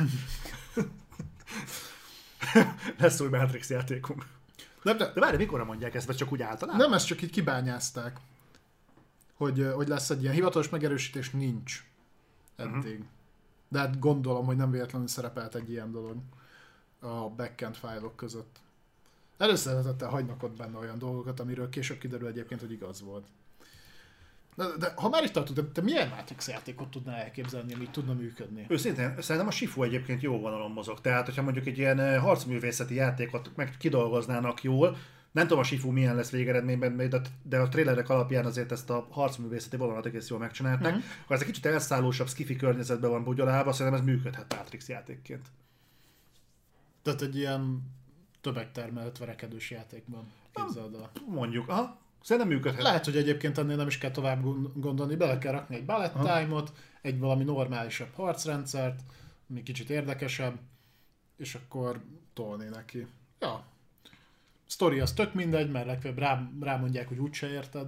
A: Lesz új Matrix játékunk.
B: Nem, de,
A: de várj, mikorra mondják ezt, vagy csak úgy általában?
B: Nem, ezt csak így kibányázták. hogy, hogy lesz egy ilyen hivatalos megerősítés, nincs eddig. Uh-huh. De hát gondolom, hogy nem véletlenül szerepelt egy ilyen dolog a backend fájlok között. Előszeretettel hagynak ott benne olyan dolgokat, amiről később kiderül egyébként, hogy igaz volt. De, de ha már itt tartunk, te, te milyen Matrix játékot tudnál elképzelni, ami tudna működni?
A: Őszintén, szerintem a Sifu egyébként jó vonalon mozog. Tehát, hogyha mondjuk egy ilyen harcművészeti játékot meg kidolgoznának jól, nem tudom a Sifu milyen lesz végeredményben, de, de a trailerek alapján azért ezt a harcművészeti vonalat egész jól megcsinálták. Mm-hmm. Ha ez egy kicsit elszállósabb, skifi környezetben van bugyolálva, szerintem ez működhet Matrix játékként.
B: Tehát egy ilyen tömegtermelt verekedős játékban képzeld el.
A: Mondjuk, aha. Szerintem működhet.
B: Lehet, hogy egyébként ennél nem is kell tovább gondolni, bele kell rakni egy bullet time-ot, egy valami normálisabb harcrendszert, ami kicsit érdekesebb, és akkor tolni neki. Ja. Sztori az tök mindegy, mert legfeljebb rá, rámondják, hogy úgyse érted.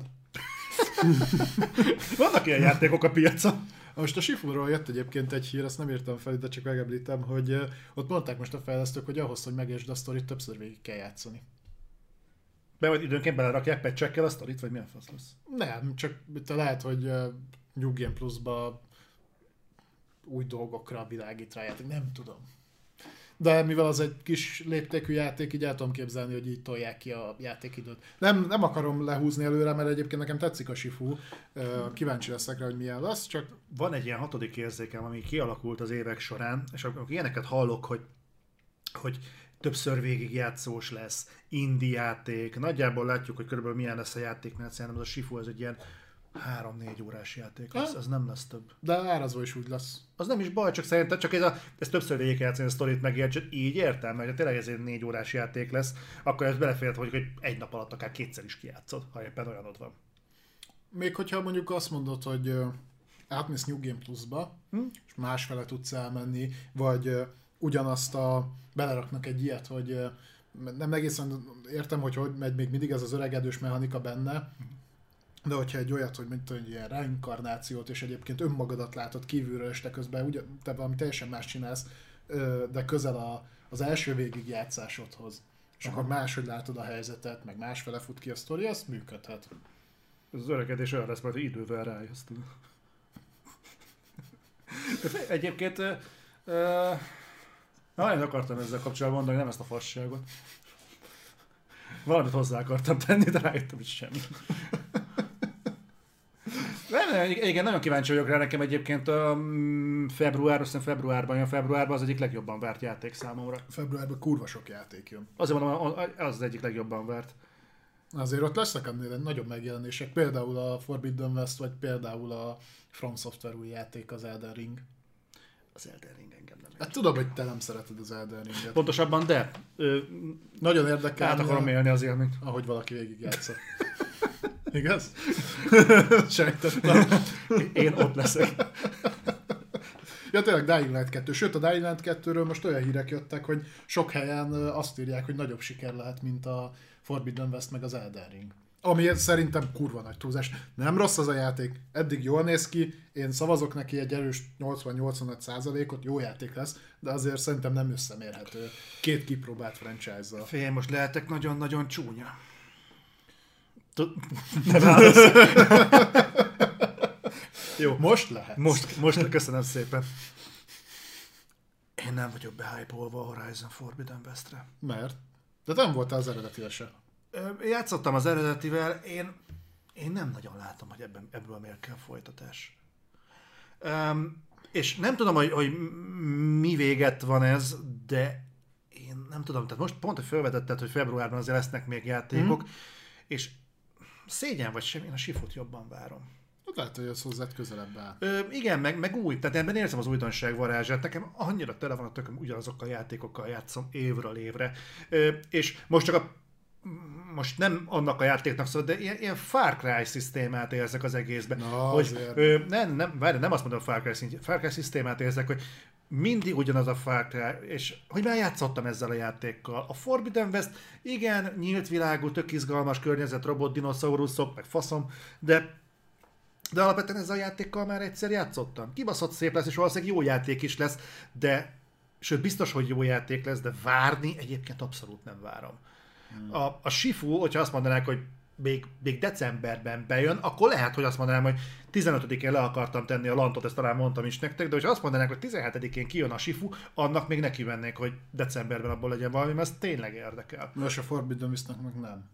A: Vannak ilyen játékok a piacon.
B: Most a Shifuról jött egyébként egy hír, azt nem írtam fel, de csak megemlítem, hogy ott mondták most a fejlesztők, hogy ahhoz, hogy megértsd a sztorit, többször végig kell játszani.
A: Be vagy időnként belerakják patch-ekkel a sztorit, vagy milyen fasz lesz?
B: Nem, csak lehet, hogy New Game Plus-ba új dolgokra világít rá játék, nem tudom. De mivel az egy kis léptékű játék, így el tudom képzelni, hogy így tolják ki a játékidőt. Nem, nem akarom lehúzni előre, mert egyébként nekem tetszik a Shifu. Kíváncsi leszek rá, hogy milyen lesz, csak...
A: Van egy ilyen hatodik érzékem, ami kialakult az évek során, és amikor ilyeneket hallok, hogy, hogy többször végigjátszós lesz, indie játék, nagyjából látjuk, hogy körülbelül milyen lesz a játék, mert szerintem az a Shifu ez egy ilyen három-négy órás játék lesz, ha? Ez nem lesz több.
B: De árazva is úgy lesz.
A: Az nem is baj, csak szerintem csak ez, a, ez többször végig kell játszani a sztorit megértsd, így értem, mert ha tényleg ez egy négy órás játék lesz, akkor ez beleférhet, hogy egy nap alatt akár kétszer is kijátszod, ha éppen olyanod van.
B: Még hogyha mondjuk azt mondod, hogy uh, átmész New Game Plus-ba, hm? és másfele tudsz elmenni, vagy uh, ugyanazt a, beleraknak egy ilyet, hogy uh, nem egészen értem, hogy hogy megy még mindig ez az öregedős mechanika benne, de hogyha egy olyat, hogy mint egy ilyen reinkarnációt, és egyébként önmagadat látod kívülről, és te közben ugye, te valami teljesen más csinálsz, de közel a, az első végigjátszásodhoz, és aha, akkor máshogy látod a helyzetet, meg másfele fut ki a sztori, az működhet.
A: Ez az öregedés olyan lesz, majd idővel rájössz. Egyébként uh, uh, na, én akartam ezzel kapcsolatban mondani, nem ezt a fasságot. Valamit hozzá akartam tenni, de rájöttem, hogy semmi. Nem, igen, nagyon kíváncsi vagyok rá, nekem egyébként a február, azt hiszem februárban jön, februárban az egyik legjobban várt játék számomra.
B: Februárban kurva sok játék jön.
A: Azért mondom, az az egyik legjobban várt.
B: Azért ott lesznek ennél nagyobb megjelenések, például a Forbidden West, vagy például a From Software új játék, az Elden Ring.
A: Az Elden Ring engem nem.
B: Hát tudom, hogy te nem szereted az Elden Ringet.
A: Pontosabban, de ö,
B: nagyon érdekel.
A: Át akarom élni az élményt.
B: Ahogy valaki végigjátszott. Igaz? Sejtettem.
A: Én ott leszek.
B: Ja, tényleg Dying Light kettő. Sőt, a Dying Light kettőről most olyan hírek jöttek, hogy sok helyen azt írják, hogy nagyobb siker lehet, mint a Forbidden West meg az Elden Ring. Ami szerintem kurva nagy túlzás. Nem rossz az a játék, eddig jól néz ki, én szavazok neki egy erős nyolcvan-nyolcvanöt százalékot, jó játék lesz, de azért szerintem nem összemérhető két kipróbált franchise-zal.
A: Fél, most lehetek nagyon-nagyon csúnya. Ne válasz.
B: Jó, most lehet.
A: Most, most köszönöm szépen. Én nem vagyok behypolva a Horizon Forbidden Westre.
B: Mert? De nem voltál az eredetivel se.
A: Játszottam az eredetivel, én, én nem nagyon látom, hogy ebben, ebből miért kell folytatás. Um, és nem tudom, hogy, hogy mi véget van ez, de én nem tudom, tehát most pont, hogy felvetetted, hogy februárban azért lesznek még játékok, mm. és szégyen vagy sem, én a Shifut jobban várom.
B: Lehet, hogy az hozzád közelebb áll.
A: Ö, igen, meg, meg új, tehát ebben érzem az újdonság varázsát, nekem annyira tele van a tököm, ugyanazokkal a játékokkal játszom évről évre. Ö, és most csak a most nem annak a játéknak szól, de ilyen, ilyen Far Cry szisztémát érzek az egészben.
B: Na,
A: hogy, ö, nem, nem, várj, nem azt mondom Far Cry szintjén, Far Cry szisztémát érzek, hogy mindig ugyanaz a Far Cry, és hogy már játszottam ezzel a játékkal. A Forbidden West, igen, nyílt világú, tök izgalmas környezet, robot, dinoszauruszok, meg faszom, de de alapvetően ezzel a játékkal már egyszer játszottam. Kibaszott szép lesz, és valószínűleg jó játék is lesz, de sőt, biztos, hogy jó játék lesz, de várni egyébként abszolút nem várom. Hmm. A, a Shifu, hogyha azt mondanák, hogy még, még decemberben bejön, akkor lehet, hogy azt mondanám, hogy tizenötödikén le akartam tenni a lantot, ezt talán mondtam is nektek, de hogyha azt mondanák, hogy tizenhetedikén kijön a Sifu, annak még neki mennék, hogy decemberben abból legyen valami, mert ez tényleg érdekel.
B: Most a Forbidden Westnek meg nem.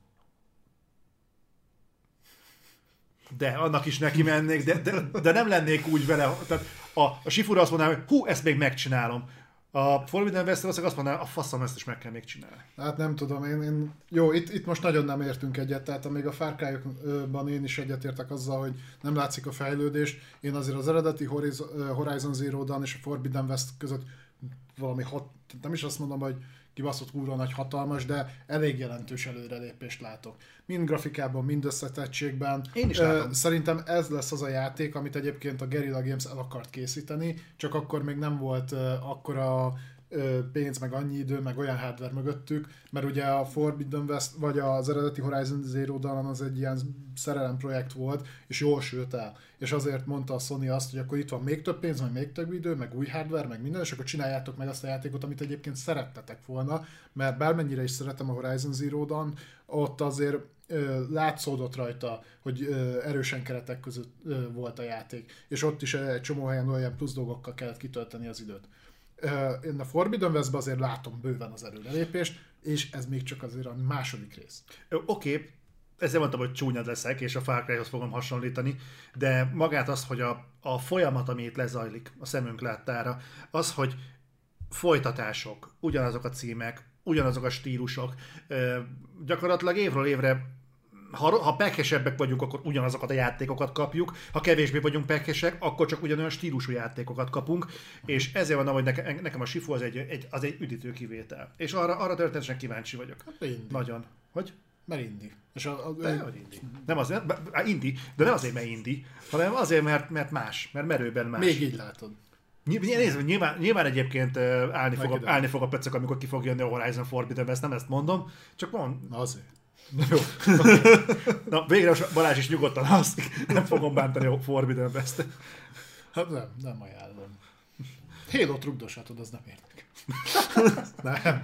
A: De, annak is neki mennék, de, de, de nem lennék úgy vele. Tehát a, a Shifura azt mondanám, hogy hú, ezt még megcsinálom. A Forbidden West azt mondanám, a faszom, ezt is meg kell még csinálni.
B: Hát nem tudom, én, én jó, itt, itt most nagyon nem értünk egyet, tehát amíg a Far Cry-ban én is egyetértek azzal, hogy nem látszik a fejlődés, én azért az eredeti Horizon Zero Dawn és a Forbidden West között valami hat, nem is azt mondom, hogy kibaszott kurva nagy hatalmas, de elég jelentős előrelépést látok. Mind grafikában, mind összetettségben.
A: Én is látom.
B: Szerintem ez lesz az a játék, amit egyébként a Guerrilla Games el akart készíteni, csak akkor még nem volt akkora pénz, meg annyi idő, meg olyan hardware mögöttük, mert ugye a Forbidden West, vagy az eredeti Horizon Zero Dawn az egy ilyen szerelem projekt volt, és jól sült el. És azért mondta a Sony azt, hogy akkor itt van még több pénz, meg még több idő, meg új hardware, meg minden, és akkor csináljátok meg azt a játékot, amit egyébként szerettetek volna, mert bármennyire is szeretem a Horizon Zero Dawn, ott azért ö, látszódott rajta, hogy ö, erősen keretek között ö, volt a játék, és ott is egy csomó helyen olyan plusz dolgokkal kellett kitölteni az időt. Én a Forbidden Westben azért látom bőven az előrelépést, és ez még csak azért a második rész.
A: Oké, okay. Ezzel mondtam, hogy csúnyad leszek, és a Far Cryhoz fogom hasonlítani, de magát az, hogy a, a folyamat, ami itt lezajlik a szemünk láttára, az, hogy folytatások, ugyanazok a címek, ugyanazok a stílusok, gyakorlatilag évről évre Ha, ha pekhesebbek vagyunk, akkor ugyanazokat a játékokat kapjuk, ha kevésbé vagyunk pekesek, akkor csak ugyanolyan stílusú játékokat kapunk, és ezért van, hogy nekem, nekem a Sifu az egy, egy, az egy üdítő kivétel. És arra, arra történetesen kíváncsi vagyok.
B: Hát indi.
A: Nagyon. Hogy?
B: Mert indi. És a, a,
A: de, hogy indi. Nem azért, b- indi, de nem azért, mert indi, hanem azért, mert, mert más, mert merőben más.
B: Még így látod.
A: Nézd, nyilván, nyilván egyébként állni fog, a, állni fog a pöcök, amikor ki fog jönni a Horizon Forbidden West, nem ezt mondom, csak mond.
B: Na azért.
A: Jó. Na, végre Balázs is nyugodtan alszik, nem fogom bántani a Forbidden West-et.
B: Hát nem, nem ajánlom. Halo-t rugdoshatod, az nem értek. nem.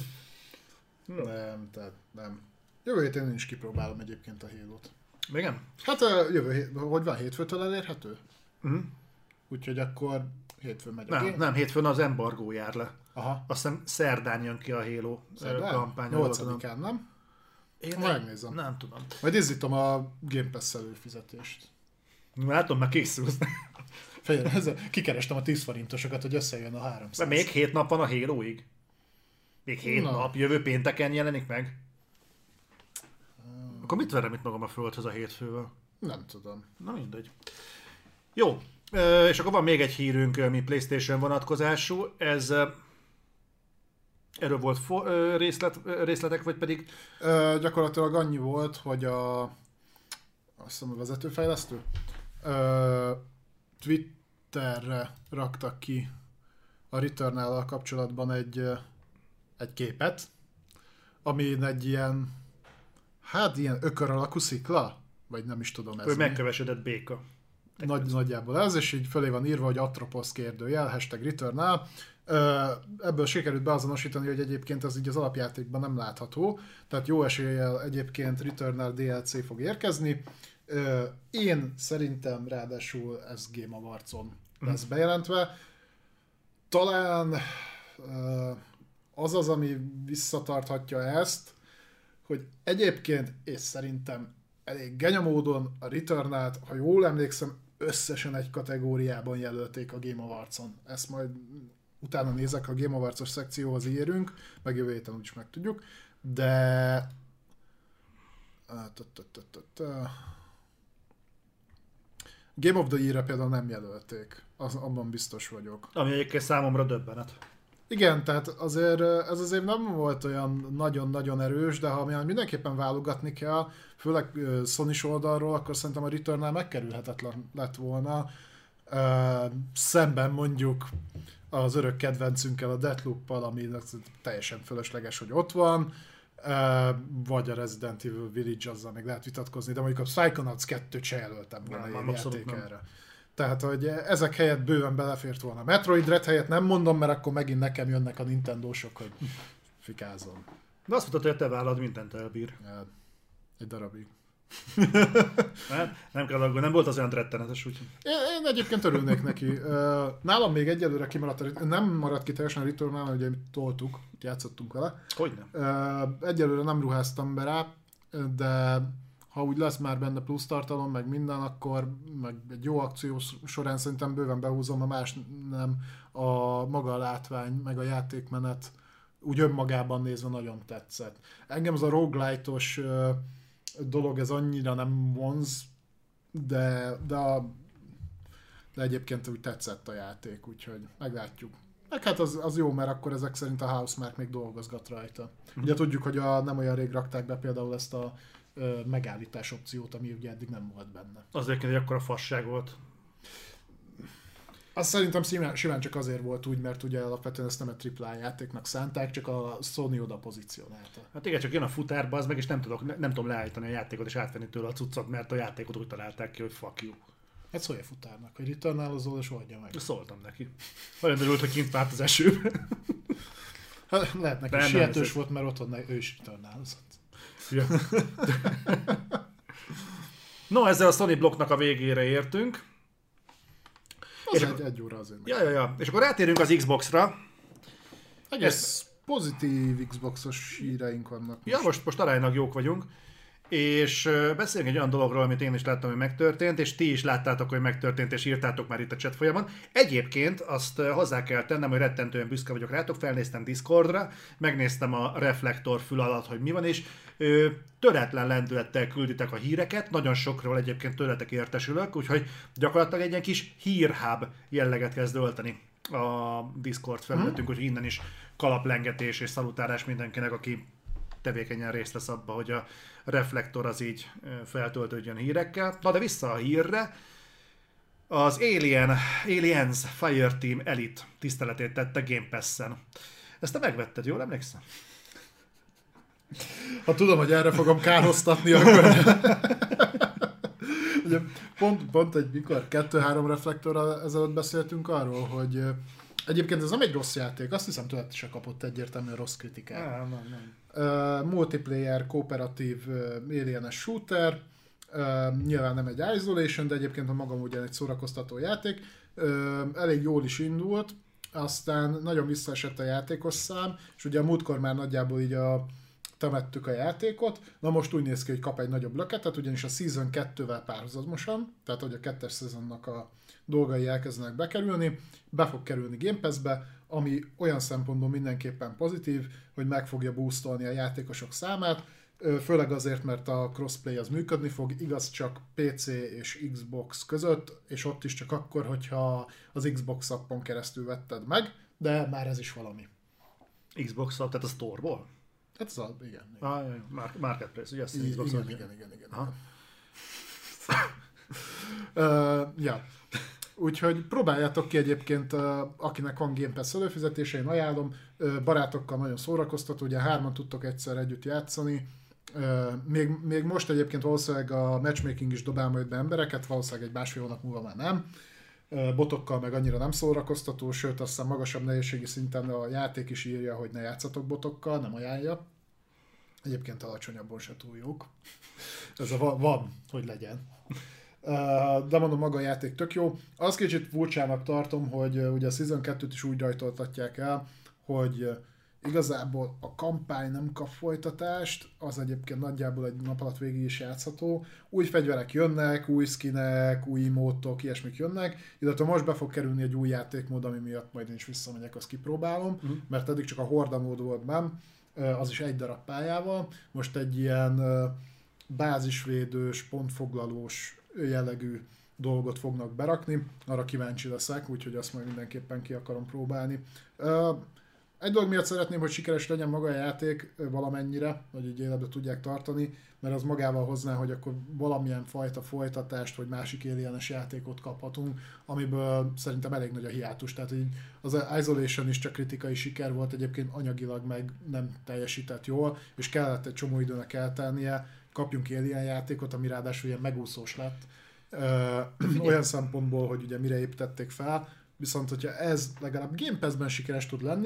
B: Nem, tehát nem. Jövő héten én is kipróbálom egyébként a Halo-t.
A: Még nem?
B: Hát jövő hét, hogy van, hétfőtől elérhető?
A: Uh-huh.
B: Úgyhogy akkor hétfőn megy a
A: Nem,
B: game.
A: nem, hétfőn az embargó jár le.
B: Aha.
A: Azt hiszem szerdán jön ki a Halo
B: Szerdán?
A: kampány.
B: nyolcadikán, nem?
A: Én
B: megnézem.
A: Nem tudom.
B: Majd izzítom a Game Pass előfizetést.
A: Látom, már készülsz.
B: Fejjel, ezzel kikerestem a tíz forintosokat, hogy összejön a háromszáz.
A: Még hét nap van a Haloig? Még hét
B: Na.
A: nap? Jövő pénteken jelenik meg? Akkor mit verem itt magam a földhöz a hétfővel?
B: Nem tudom.
A: Na mindegy. Jó, és akkor van még egy hírünk, ami PlayStation vonatkozású. Ez erről volt fo- részlet, részletek, vagy pedig...
B: Ö, gyakorlatilag annyi volt, hogy a azt hiszem a vezetőfejlesztő ö, Twitterre raktak ki a Returnal-al kapcsolatban egy, egy képet, amin egy ilyen hát ilyen ökör alakú szikla, vagy nem is tudom ez
A: Ő
B: mi.
A: megkövesedett béka.
B: Nagy, nagyjából ez, és így fölé van írva, hogy Atropos kérdőjel, hashtag Returnal. Ebből sikerült beazonosítani, hogy egyébként ez így az alapjátékban nem látható, tehát jó eséllyel egyébként Returnal dé el cé fog érkezni. Én szerintem ráadásul ez Game Awards-on lesz bejelentve. Talán az az, ami visszatarthatja ezt, hogy egyébként, és szerintem elég genyamódon a Returnalt, ha jól emlékszem, összesen egy kategóriában jelölték a Game Awards-on. Ezt majd utána nézek, ha a Game Awards-os szekcióhoz érünk, meg jövő héten úgyis megtudjuk, de Game of the Year-re például nem jelölték, az, abban biztos vagyok.
A: Ami egyébként számomra döbbenet.
B: Igen, tehát azért ez azért nem volt olyan nagyon-nagyon erős, de ha mindenképpen válogatni kell, főleg Sony-s oldalról, akkor szerintem a Returnal megkerülhetetlen lett volna. Szemben mondjuk az örök kedvencünkkel, a Deathloop-pal, ami teljesen fölösleges, hogy ott van, vagy a Resident Evil Village, azzal még lehet vitatkozni, de mondjuk a Psychonauts kettőt se jelöltem volna ilyen játék erre. Tehát, hogy ezek helyett bőven belefért volna. Metroid Dread helyett nem mondom, mert akkor megint nekem jönnek a Nintendo-sok, hogy fikázom.
A: De azt mondtad, hogy a te vállad mindent elbír.
B: Ja, egy darabig.
A: Hát, nem kell aggódni, nem volt az olyan rettenetes, úgyhogy.
B: Én, én egyébként örülnék neki. Nálam még egyelőre kimaradt, nem maradt ki teljesen a Returnal, mert ugye mi toltuk, játszottunk vele.
A: Hogy nem?
B: Egyelőre nem ruháztam be rá, de ha úgy lesz már benne plusz tartalom, meg minden, akkor meg egy jó akció során szerintem bőven behúzom, a más nem, a maga a látvány, meg a játékmenet úgy önmagában nézve nagyon tetszett. Engem ez a roguelite-os dolog, ez annyira nem vonz, de, de, a, de egyébként úgy tetszett a játék, úgyhogy meglátjuk. Meg hát az, az jó, mert akkor ezek szerint a Housemarque még dolgozgat rajta. Mm-hmm. Ugye tudjuk, hogy a, nem olyan rég rakták be például ezt a ö, megállítás opciót, ami ugye eddig nem volt benne.
A: Az egyébként egy akkora fasság volt.
B: Azt szerintem simán, simán csak azért volt úgy, mert ugye alapvetően ezt nem egy á á á játéknak szánták, csak a Sony oda pozícionálta.
A: Hát igen, csak jön a futárba, az meg, és nem, tudok, nem, nem tudom leállítani a játékot és átvenni tőle a cuccot, mert a játékot úgy találták ki, hogy fuck you.
B: Hát szólj a futárnak, hogy returnálozol és oldja meg.
A: Szóltam neki. Nagyon örült, hogy kint várt az eső.
B: Hát, lehet neki
A: nem,
B: sietős nem, volt, mert otthon ő is returnálozott.
A: Ja. No, ezzel a Sony blokknak a végére értünk.
B: Az egy, egy óra azért.
A: Ja, ja, ja. És akkor rátérünk az Xbox-ra.
B: Egész Ez... pozitív Xbox-os híreink vannak. Most.
A: Ja, most, most aránylag jók vagyunk. És beszélünk egy olyan dologról, amit én is láttam, hogy megtörtént, és ti is láttátok, hogy megtörtént, és írtátok már itt a chat folyamon. Egyébként azt hozzá kell tennem, hogy rettentően büszke vagyok rátok, felnéztem Discordra, megnéztem a reflektor fül alatt, hogy mi van, és ö, töretlen lendülettel külditek a híreket, nagyon sokról egyébként tőletek értesülök, úgyhogy gyakorlatilag egy ilyen kis hírhub jelleget kezd ölteni a Discord felületünk, hmm. úgyhogy innen is kalaplengetés és szalutálás mindenkinek, aki tevékenyen részt vesz abba, hogy a reflektor az így feltöltődjön hírekkel. Na de vissza a hírre. Az Alien, Aliens Fireteam Elite tiszteletét tette Game Pass-en. Ezt te megvetted, jól emlékszem?
B: Ha tudom, hogy erre fogom kárhoztatni, akkor... Ugye, pont, pont egy mikor, kettő-három reflektorral ezelőtt beszéltünk arról, hogy egyébként ez nem egy rossz játék, azt hiszem tőled se kapott egyértelműen rossz kritikát.
A: Nem, nem, nem.
B: Uh, multiplayer, kooperatív uh, alienes shooter, uh, nyilván nem egy isolation, de egyébként a magam ugyan egy szórakoztató játék. Uh, elég jól is indult, aztán nagyon visszaesett a játékos szám, és ugye a múltkor már nagyjából így a, temettük a játékot, na most úgy néz ki, hogy kap egy nagyobb löketet, ugyanis a Season kettővel párhuzamosan, tehát hogy a kettes szezonnak a dolgai elkezdenek bekerülni, be fog kerülni Game Pass-be, ami olyan szempontból mindenképpen pozitív, hogy meg fogja boostolni a játékosok számát, főleg azért, mert a crossplay az működni fog, igaz csak pé cé és Xbox között, és ott is csak akkor, hogyha az Xbox appon keresztül vetted meg, de már ez is valami.
A: Xbox app, tehát a store-ból?
B: Hát ez a, igen. igen.
A: Ah, Marketplace, ugye azt
B: I-
A: Xbox
B: igen,
A: app.
B: igen, igen, igen, igen. uh, ja. Úgyhogy próbáljátok ki egyébként, akinek van Game Pass előfizetése, én ajánlom, barátokkal nagyon szórakoztató, ugye hárman tudtok egyszer együtt játszani, még, még most egyébként valószínűleg a matchmaking is dobál majd be embereket, valószínűleg egy másfél hónap múlva már nem, botokkal meg annyira nem szórakoztató, sőt azt hiszem magasabb nehézségi szinten a játék is írja, hogy ne játszatok botokkal, nem ajánlja. Egyébként alacsonyabban se túl jók. Ez a van, van hogy legyen. De mondom, maga a játék tök jó. Az kicsit furcsának tartom, hogy ugye a Season kettőt is úgy rajtoltatják el, hogy igazából a kampány nem kap folytatást, az egyébként nagyjából egy nap alatt végig is játszható. Új fegyverek jönnek, új skinek, új emótok, ilyesmik jönnek, illetve most be fog kerülni egy új játékmód, ami miatt majd én is visszamegyek, azt kipróbálom, uh-huh. mert eddig csak a Horda mód volt benn, az is egy darab pályával. Most egy ilyen bázisvédős, pontfoglalós jellegű dolgot fognak berakni, arra kíváncsi leszek, úgyhogy azt majd mindenképpen ki akarom próbálni. Egy dolog miatt szeretném, hogy sikeres legyen maga a játék valamennyire, hogy így életbe tudják tartani, mert az magával hozná, hogy akkor valamilyen fajta folytatást, vagy másik alienes játékot kaphatunk, amiből szerintem elég nagy a hiátus. Tehát így az Isolation is csak kritikai siker volt, egyébként anyagilag meg nem teljesített jól, és kellett egy csomó időnek eltelnie, kapjunk alien játékot, ami ráadásul ilyen megúszós lett. Ö, olyan szempontból, hogy ugye mire építették fel, viszont hogyha ez legalább Game Pass-ben sikeres tud lenni,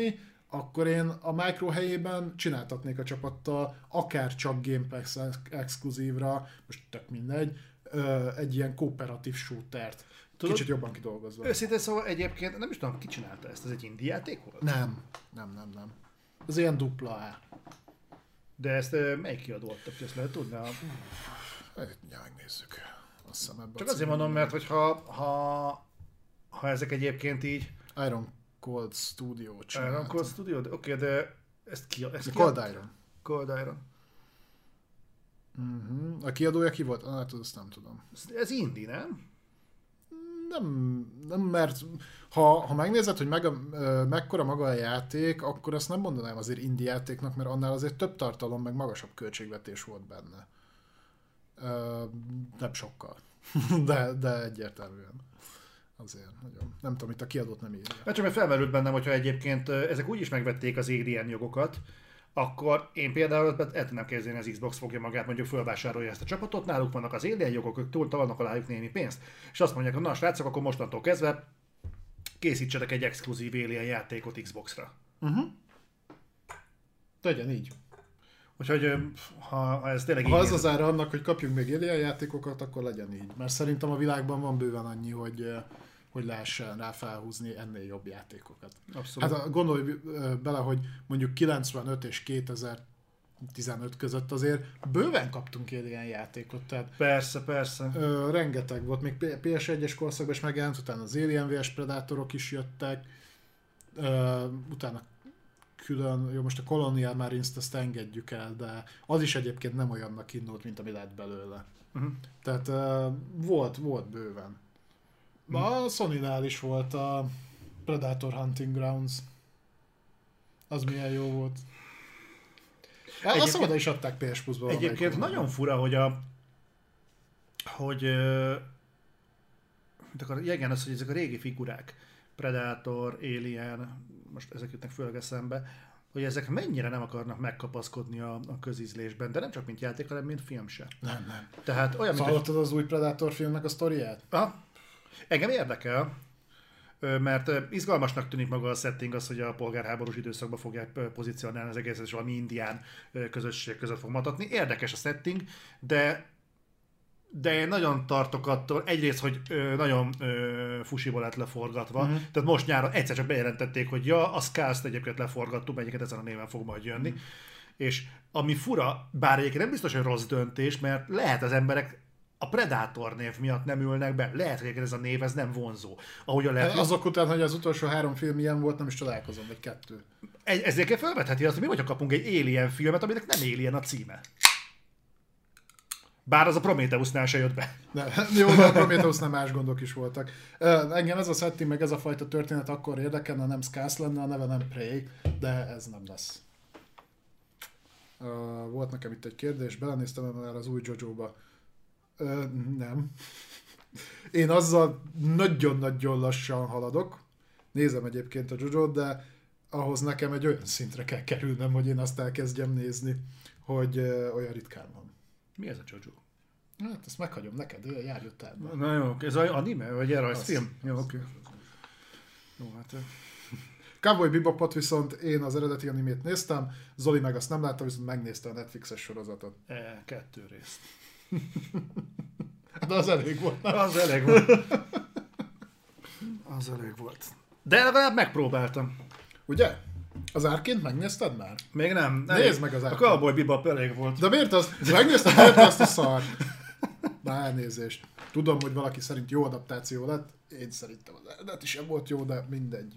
B: akkor én a Micro helyében csináltatnék a csapattal, akár csak Game Pass exkluzívra, most tök mindegy, egy ilyen kooperatív shootert. Tudod, kicsit jobban kidolgozva.
A: Őszintén szóval egyébként nem is tudom, ki csinálta ezt, ez egy indie játék volt?
B: Nem, nem, nem, nem. Ez ilyen dupla A.
A: De ezt melyik kiadó adta ki, ezt lehet tudni? A...
B: Ja, megnézzük. Azt hiszem, ebben
A: csak azért mondom, mert hogyha ha, ha ezek egyébként így...
B: Iron Cold Studio csinálta.
A: Iron Cold Studio? Oké, okay, de ezt ki... Ezt
B: Cold ki Iron.
A: Cold Iron.
B: Uh-huh. A kiadója ki volt? Hát azt nem tudom.
A: Ez indie, nem?
B: Nem, nem mert ha, ha megnézed, hogy meg, mekkora maga a játék, akkor azt nem mondanám azért indie játéknak, mert annál azért több tartalom, meg magasabb költségvetés volt benne. Nem sokkal, de, de egyértelműen. Azért nagyon. Nem tudom, itt a kiadót nem írja.
A: Mert csak mert felmerült bennem, hogyha egyébként ezek úgy is megvették az Alien jogokat, akkor én például el tudnám képzelni, az Xbox fogja magát, mondjuk fölvásárolja ezt a csapatot, náluk vannak az Alien jogok, ők túl vannak alájuk némi pénzt, és azt mondják, hogy na srácok, akkor mostantól kezdve készítsetek egy exkluzív Alien játékot Xboxra.
B: Uh-huh. Tegyen így.
A: Úgyhogy ha, ha ez tényleg
B: ha az az ára annak, hogy kapjunk még Alien játékokat, akkor legyen így. Mert szerintem a világban van bőven annyi, hogy hogy lehessen rá felhúzni ennél jobb játékokat.
A: Abszolút.
B: Hát gondolj bele, hogy mondjuk kilencvenöt és kétezer-tizenöt között azért bőven kaptunk ilyen játékot. Tehát
A: persze, persze.
B: Ö, rengeteg volt, még pé es egyes korszakban is megjelent, utána az Alien vé es Predatorok is jöttek, ö, utána külön, jó most a Colonial Marines-t ezt engedjük el, de az is egyébként nem olyannak indult, mint ami lett belőle. Uh-huh. Tehát ö, volt, volt bőven. A Sony-nál is volt a Predator Hunting Grounds. Az milyen jó volt. Azt hiszem, oda is adták pé es Plus-ba.
A: Egyébként nagyon fura, hogy a... hogy... Uh, igen, az, hogy ezek a régi figurák, Predator, Alien, most ezek jutnak főleg eszembe, hogy ezek mennyire nem akarnak megkapaszkodni a, a közízlésben, de nem csak mint játék, hanem mint film se.
B: Nem, nem.
A: Tehát olyan, mint...
B: Hallottad az új Predator filmnek a sztoriát?
A: Aha. Engem érdekel, mert izgalmasnak tűnik maga a setting, az, hogy a polgárháborús időszakban fogják pozícionálni az egészet, és valami indián közösség között fog matatni. Érdekes a setting, de, de én nagyon tartok attól, egyrészt, hogy nagyon fusiból lett leforgatva, uh-huh. tehát most nyáron egyszer csak bejelentették, hogy ja, a Scars-t egyébként leforgattuk, melyiket ezen a néven fog majd jönni. Uh-huh. És ami fura, bár egyébként nem biztos, hogy rossz döntés, mert lehet az emberek a Predator név miatt nem ülnek be. Lehet, hogy ez a név ez nem vonzó. Ahogyan lehet,
B: azok után, hogy az utolsó három film ilyen volt, nem is csodálkozom, vagy kettő.
A: Ezért felvetheti azt, hogy mi, hogyha kapunk egy Alien filmet, aminek nem Alien a címe. Bár az a Prometheusnál se jött be.
B: Ne, jó, de a Prometheusnál más gondok is voltak. Engem ez a setting, meg ez a fajta történet akkor érdekelne, nem Scars lenne, a neve nem Prey, de ez nem lesz. Volt nekem itt egy kérdés, belenéztem már az új Jojo-ba. Ö, nem. Én azzal nagyon-nagyon lassan haladok. Nézem egyébként a Jojo-t, de ahhoz nekem egy olyan szintre kell kerülnem, hogy én azt elkezdjem nézni, hogy ö, olyan ritkán van.
A: Mi ez a Jojo?
B: Hát ezt meghagyom neked, járj utána.
A: Na jó, ez az anime, vagy erre az film? Jó, oké. Okay. Jó, hát...
B: Cowboy Bebopot viszont én az eredeti animét néztem, Zoli meg azt nem látta, viszont megnézte a Netflixes sorozatot.
A: E, kettő részt.
B: De az elég volt. Nem?
A: Az elég volt. Az elég volt. De legalább megpróbáltam.
B: Ugye? Az Árként megnézted már?
A: Még nem.
B: Nézd meg az Árként.
A: A Cowboy Bebop elég volt.
B: De miért az? Megnézted miért azt a szar? Már elnézést. Tudom, hogy valaki szerint jó adaptáció lett. Én szerintem az eredeti sem volt jó, de mindegy.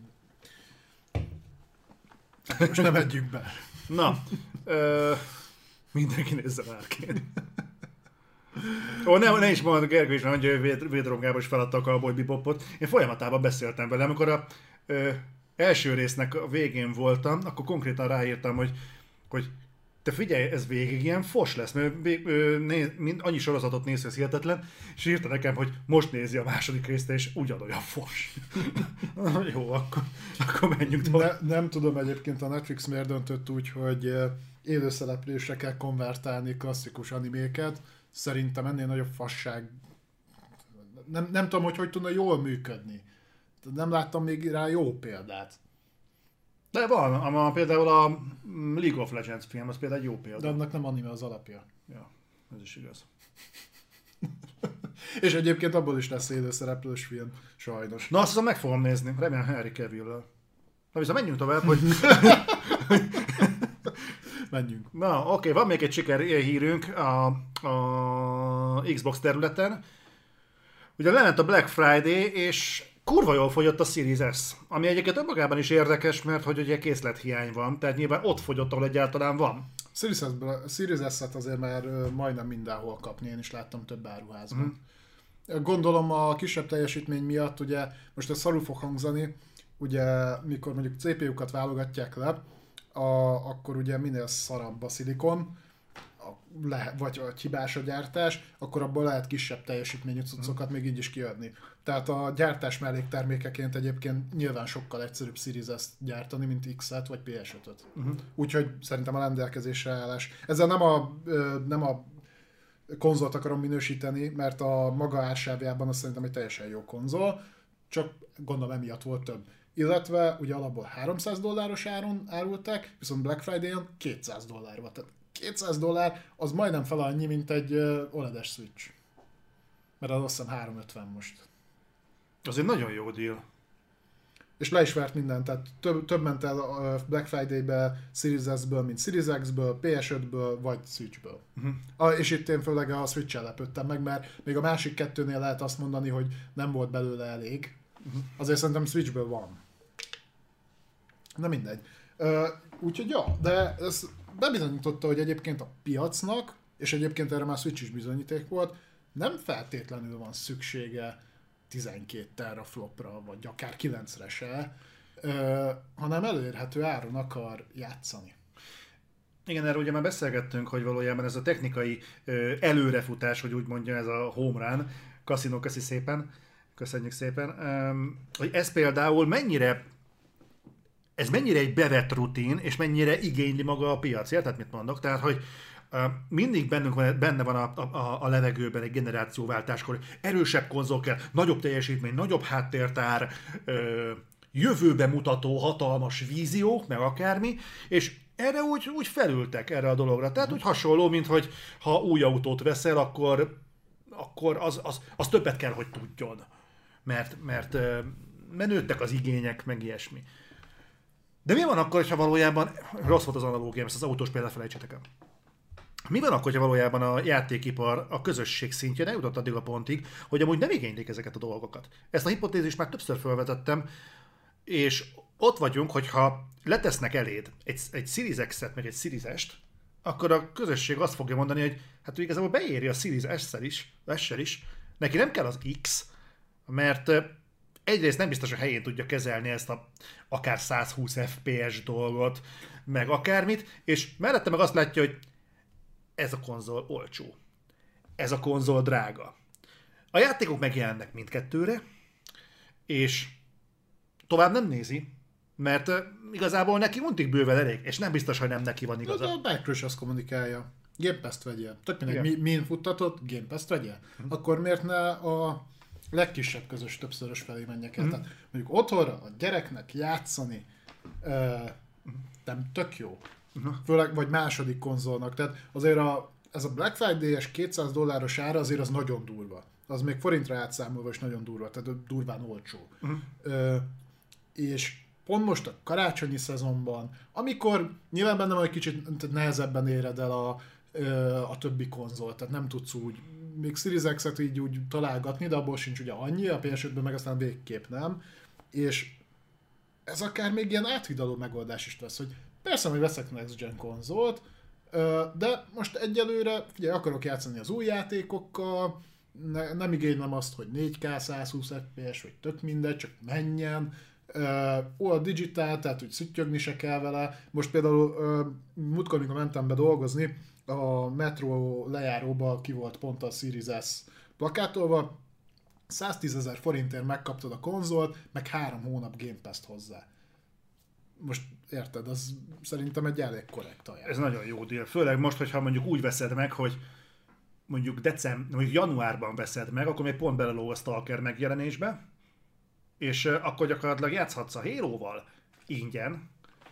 B: Most nem edjük be.
A: Na. Ö, mindenki nézze Árként. Ó, ne, ne is mondod, Gergő is mondja, hogy Védron Gábor is feladta a Cowboy Bebopot. Én folyamatában beszéltem vele, amikor a ö, első résznek a végén voltam, akkor konkrétan ráírtam, hogy, hogy te figyelj, ez végig ilyen fos lesz, mert ö, néz, mind, annyi sorozatot néz, ez hihetetlen, és írta nekem, hogy most nézi a második részt, és ugyanolyan fos. Jó, akkor, akkor menjünk tovább.
B: Ne, nem tudom egyébként a Netflix miért döntött úgy, hogy élőszereplésre kell konvertálni klasszikus animéket. Szerintem ennél nagyobb fasság. Nem, nem tudom, hogy hogy tudna jól működni. Nem láttam még rá jó példát.
A: De van, ama például a League of Legends film, az például egy jó példa.
B: De annak nem anime az alapja.
A: Ja, ez is igaz.
B: És egyébként abból is lesz élőszereplős film, sajnos.
A: Na, azt hiszem meg fogom nézni, remélem Henry Cavill-lel. Na viszont menjünk tovább, hogy...
B: Menjünk.
A: Na, oké, van még egy siker hírünk a, a Xbox területen. Ugye lement a Black Friday, és kurva jól fogyott a Series S, ami egyébként önmagában is érdekes, mert hogy ugye készlethiány van, tehát nyilván ott fogyott, ahol egyáltalán van.
B: Series S-et azért már majdnem mindenhol kapni, én is láttam több áruházban. Mm. Gondolom a kisebb teljesítmény miatt, ugye most ez szarul fog hangzani, ugye mikor mondjuk cé pé u-kat válogatják le, a, akkor ugye minél szarabb a szilikon, a, le, vagy a hibás a gyártás, akkor abból lehet kisebb teljesítményű cuccokat mm. még így is kiadni. Tehát a gyártás melléktermékeként egyébként nyilván sokkal egyszerűbb Series S-t gyártani, mint X-et vagy pé es ötöt. Uh-huh. Úgyhogy szerintem a rendelkezésre állás. Ezzel nem a, nem a konzolt akarom minősíteni, mert a maga ársávjában azt szerintem egy teljesen jó konzol, csak gondolom emiatt volt több. Illetve ugye alapból háromszáz dolláros áron árulták, viszont Black Friday-on kétszáz dollár volt. Tehát kétszáz dollár az majdnem fel annyi, mint egy o el é des Switch. Mert az azt hiszem háromszázötven most.
A: Az egy nagyon jó deal.
B: És le is vert mindent, tehát több, több ment el a Black Friday-be Series S-ből, mint Series X-ből, pé es ötből, vagy Switch-ből. Uh-huh. A, és itt én főleg a Switch-el lepődtem meg, mert még a másik kettőnél lehet azt mondani, hogy nem volt belőle elég. Uh-huh. Azért szerintem Switch-ből van. Na mindegy. Uh, úgyhogy ja, de ez bebizonyította, hogy egyébként a piacnak, és egyébként erre már Switch is bizonyíték volt, nem feltétlenül van szüksége tizenkét teraflopra, vagy akár kilencre se, ö, hanem elérhető áron akar játszani.
A: Igen, erről ugye már beszélgettünk, hogy valójában ez a technikai ö, előrefutás, hogy úgy mondja, ez a home run, Casino, köszi szépen, köszönjük szépen, ö, hogy ez például mennyire, ez mennyire egy bevett rutin, és mennyire igényli maga a piac, érted, mit mondok? Tehát, hogy mindig bennünk van, benne van a, a, a levegőben egy generációváltáskor, erősebb konzol kell, nagyobb teljesítmény, nagyobb háttértár, ö, jövőbe mutató hatalmas víziók, meg akármi, és erre úgy, úgy felültek erre a dologra. Tehát úgy hasonló, mint hogy ha új autót veszel, akkor, akkor az, az, az többet kell, hogy tudjon. Mert, mert, mert nőttek az igények, meg ilyesmi. De mi van akkor, ha valójában, rossz volt az analógia, ezt az autós példát felejtsetek el. Mi van akkor, ha valójában a játékipar a közösség szintjén eljutott addig a pontig, hogy amúgy nem igénylik ezeket a dolgokat? Ezt a hipotézist már többször felvetettem, és ott vagyunk, hogyha letesznek eléd egy, egy Series X-et, meg egy Series S-t, akkor a közösség azt fogja mondani, hogy hát ő igazából beéri a Series S-szel is, S-sel is, neki nem kell az X, mert egyrészt nem biztos, hogy helyén tudja kezelni ezt a akár százhúsz ef pé es dolgot, meg akármit, és mellette meg azt látja, hogy ez a konzol olcsó. Ez a konzol drága. A játékok megjelennek mindkettőre, és tovább nem nézi, mert uh, igazából neki untig bőven elég, és nem biztos, hogy nem neki van igaza.
B: De a Microsoft azt kommunikálja. Game Pass-t vegyél. Tök mindegy, mi, min futtatott, Game Pass-t vegyél. Hmm. Akkor miért ne a legkisebb közös többszörös felé menjek el? Hmm. Tehát mondjuk otthonra a gyereknek játszani uh, nem tök jó. Uh-huh. Főleg, vagy második konzolnak. Tehát azért a, ez a Black Friday-es kétszáz dolláros ára azért az nagyon durva. Az még forintra átszámolva is nagyon durva, tehát durván olcsó. Uh-huh. Ö, és pont most a karácsonyi szezonban, amikor nyilván benne van egy kicsit nehezebben éred el a, a többi konzolt, tehát nem tudsz úgy, még Series X-et így úgy találgatni, de abból sincs ugye annyi, a pé es ötben meg aztán végképp nem. És ez akár még ilyen áthidaló megoldás is lesz, hogy persze, hogy veszek Next Gen konzolt, de most egyelőre, figyelj, akarok játszani az új játékokkal, ne, nem igénylem azt, hogy négy ká százhúsz ef pé es, vagy tök mindegy, csak menjen. Ó, a digitál, tehát hogy szüttyögni se kell vele. Most például múltkor, amikor mentem be dolgozni, a metró lejáróba ki volt pont a Series S plakátolva, száztízezer forintért megkaptad a konzolt, meg három hónap Game Pass-t hozzá. Most érted, az szerintem egy elég korrekt ajánlás.
A: Ez nagyon jó deal. Főleg most, hogyha mondjuk úgy veszed meg, hogy mondjuk december, mondjuk januárban veszed meg, akkor még pont belelóg a Stalker megjelenésbe, és uh, akkor gyakorlatilag játszhatsz a Halo-val ingyen,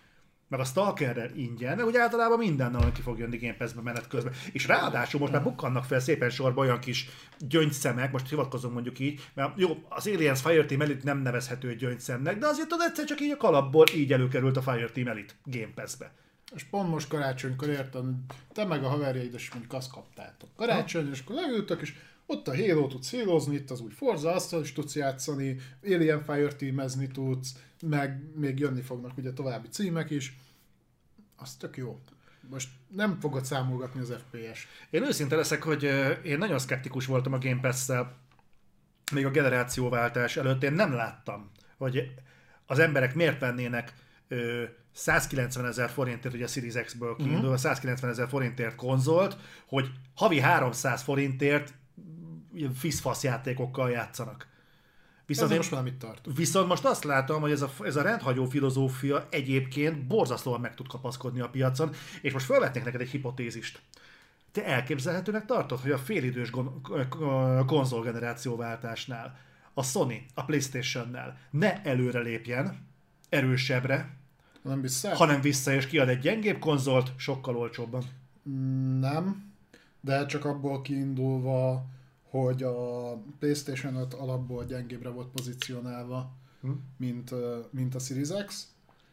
A: Meg a Stalkerrel ingyen, mert ugye általában mindennel ki fog jönni Game Pass-be menet közben. És ráadásul most már bukkannak fel szépen sorba olyan kis gyöngyszemek, most hivatkozom mondjuk így, mert jó, az Aliens Fireteam Elite nem nevezhető gyöngyszemnek, de azért tudod, egyszer csak így a kalapból így előkerült a Fireteam Elite Game Pass-be.
B: És pont most karácsonykor értem, te meg a haverjaid is mondjuk azt kaptátok. Karácsony, ha? És akkor leültök, és ott a Halo tudsz hílozni, itt az új Forza, azt is tudsz játszani, Alien Fireteam-ezni tudsz, meg még jönni fognak ugye további címek is. Az tök jó. Most nem fogod számolgatni az ef pé es.
A: Én őszinte leszek, hogy én nagyon szkeptikus voltam a Game Pass-szel, még a generációváltás előtt. Én nem láttam, hogy az emberek miért vennének százkilencven ezer forintért, ugye a Series X-ből kiindul, uh-huh. százkilencven ezer forintért konzolt, hogy havi háromszáz forintért fiszfasz játékokkal játszanak. Viszont,
B: most már mit tart?
A: Viszont most azt látom, hogy ez a, ez a rendhagyó filozófia egyébként borzasztóan meg tud kapaszkodni a piacon, és most felvetnék neked egy hipotézist. Te elképzelhetőnek tartod, hogy a félidős konzolgenerációváltásnál a Sony a PlayStation-nál ne előre lépjen, erősebbre,
B: hanem vissza?
A: hanem vissza, és kiad egy gyengébb konzolt sokkal olcsóbban.
B: Nem, de csak abból kiindulva, hogy a PlayStation öt alapból gyengébbre volt pozícionálva, hm. mint, mint a Series X.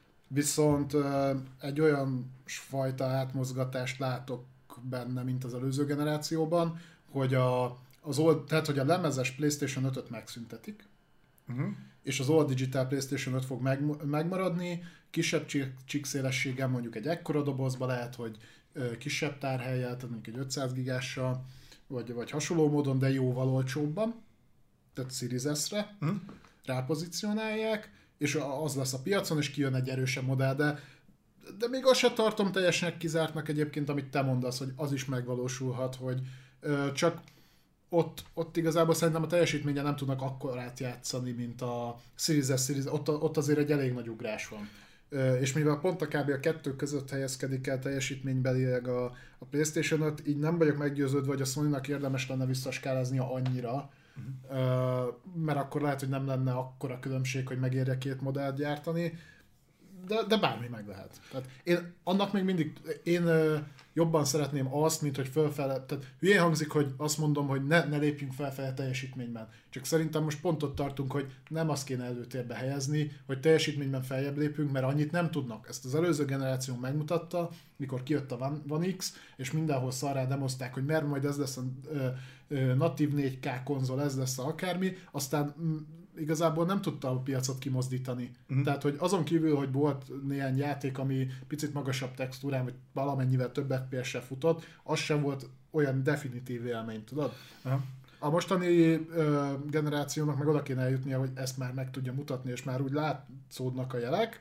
B: Viszont egy olyan fajta átmozgatást látok benne, mint az előző generációban, hogy a, az old, tehát, hogy a lemezes PlayStation ötöt megszüntetik, uh-huh. és az All Digital PlayStation öt fog meg, megmaradni, kisebb csíkszélességgel, mondjuk egy ekkora dobozba lehet, hogy kisebb tárhellyel, tehát mondjuk egy ötszáz gigással, vagy, vagy hasonló módon, de jóval olcsóbban, tehát Series S-re uh-huh. rápozícionálják, és az lesz a piacon, és kijön egy erősebb modell, de, de még azt sem tartom teljesen kizártnak egyébként, amit te mondasz, hogy az is megvalósulhat, hogy ö, csak ott, ott igazából szerintem a teljesítményen nem tudnak akkorát játszani, mint a Series S, Series, ott, ott azért egy elég nagy ugrás van. Ö, és mivel pont a kb. A kettő között helyezkedik el teljesítménybelileg a, a PlayStation öt, így nem vagyok meggyőződve, hogy a Sony-nak érdemes lenne visszaskáláznia annyira, uh-huh. mert akkor lehet, hogy nem lenne akkora különbség, hogy megérje két modellt gyártani, de, de bármi meg lehet. Tehát én annak még mindig, én jobban szeretném azt, mint hogy fölfele, tehát hülyén hangzik, hogy azt mondom, hogy ne, ne lépjünk felfele teljesítményben. Csak szerintem most pont ott tartunk, hogy nem azt kéne előtérbe helyezni, hogy teljesítményben feljebb lépünk, mert annyit nem tudnak. Ezt az előző generáció megmutatta, mikor kijött a One, One X, és mindenhol szarrá demozták, hogy mert majd ez lesz a ö, ö, natív négy ká konzol, ez lesz a akármi, aztán m, igazából nem tudta a piacot kimozdítani. Uh-huh. Tehát, hogy azon kívül, hogy volt néhány játék, ami picit magasabb textúrán, vagy valamennyivel több ef pé es-sel futott, az sem volt olyan definitív élmény, tudod? Uh-huh. A mostani ö, generációnak meg oda kéne eljutnia, hogy ezt már meg tudja mutatni, és már úgy látszódnak a jelek.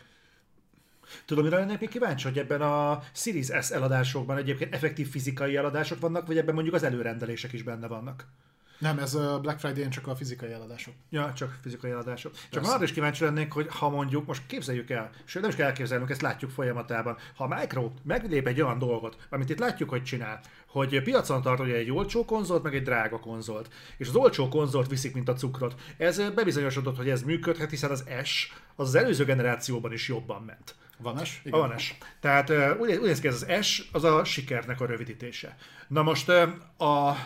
A: Tudom, mire lennék még kíváncsi, hogy ebben a Series S eladásokban egyébként effektív fizikai eladások vannak, vagy ebben mondjuk az előrendelések is benne vannak?
B: Nem, ez a Black Friday-en csak a fizikai eladások.
A: Ja, csak fizikai eladások. Csak már arra is kíváncsi lennék, hogy ha mondjuk, most képzeljük el, sőt nem is kell elképzelnünk, ezt látjuk folyamatában, ha a Micro meglép egy olyan dolgot, amit itt látjuk, hogy csinál, hogy piacon tart ugye egy olcsó konzolt, meg egy drága konzolt, és az olcsó konzolt viszik, mint a cukrot. Ez bebizonyosodott, hogy ez működhet, hiszen az S az, az előző generációban is jobban ment.
B: Vanes?
A: A Vanes. Tehát uh, úgy, úgy néz ki, ez az S, az a sikernek a rövidítése. Na most uh, a...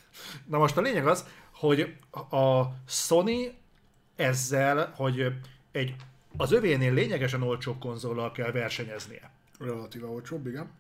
A: Na most a lényeg az, hogy a Sony ezzel, hogy egy az övénél lényegesen olcsóbb konzollal kell versenyeznie.
B: Relatíve olcsóbb, igen.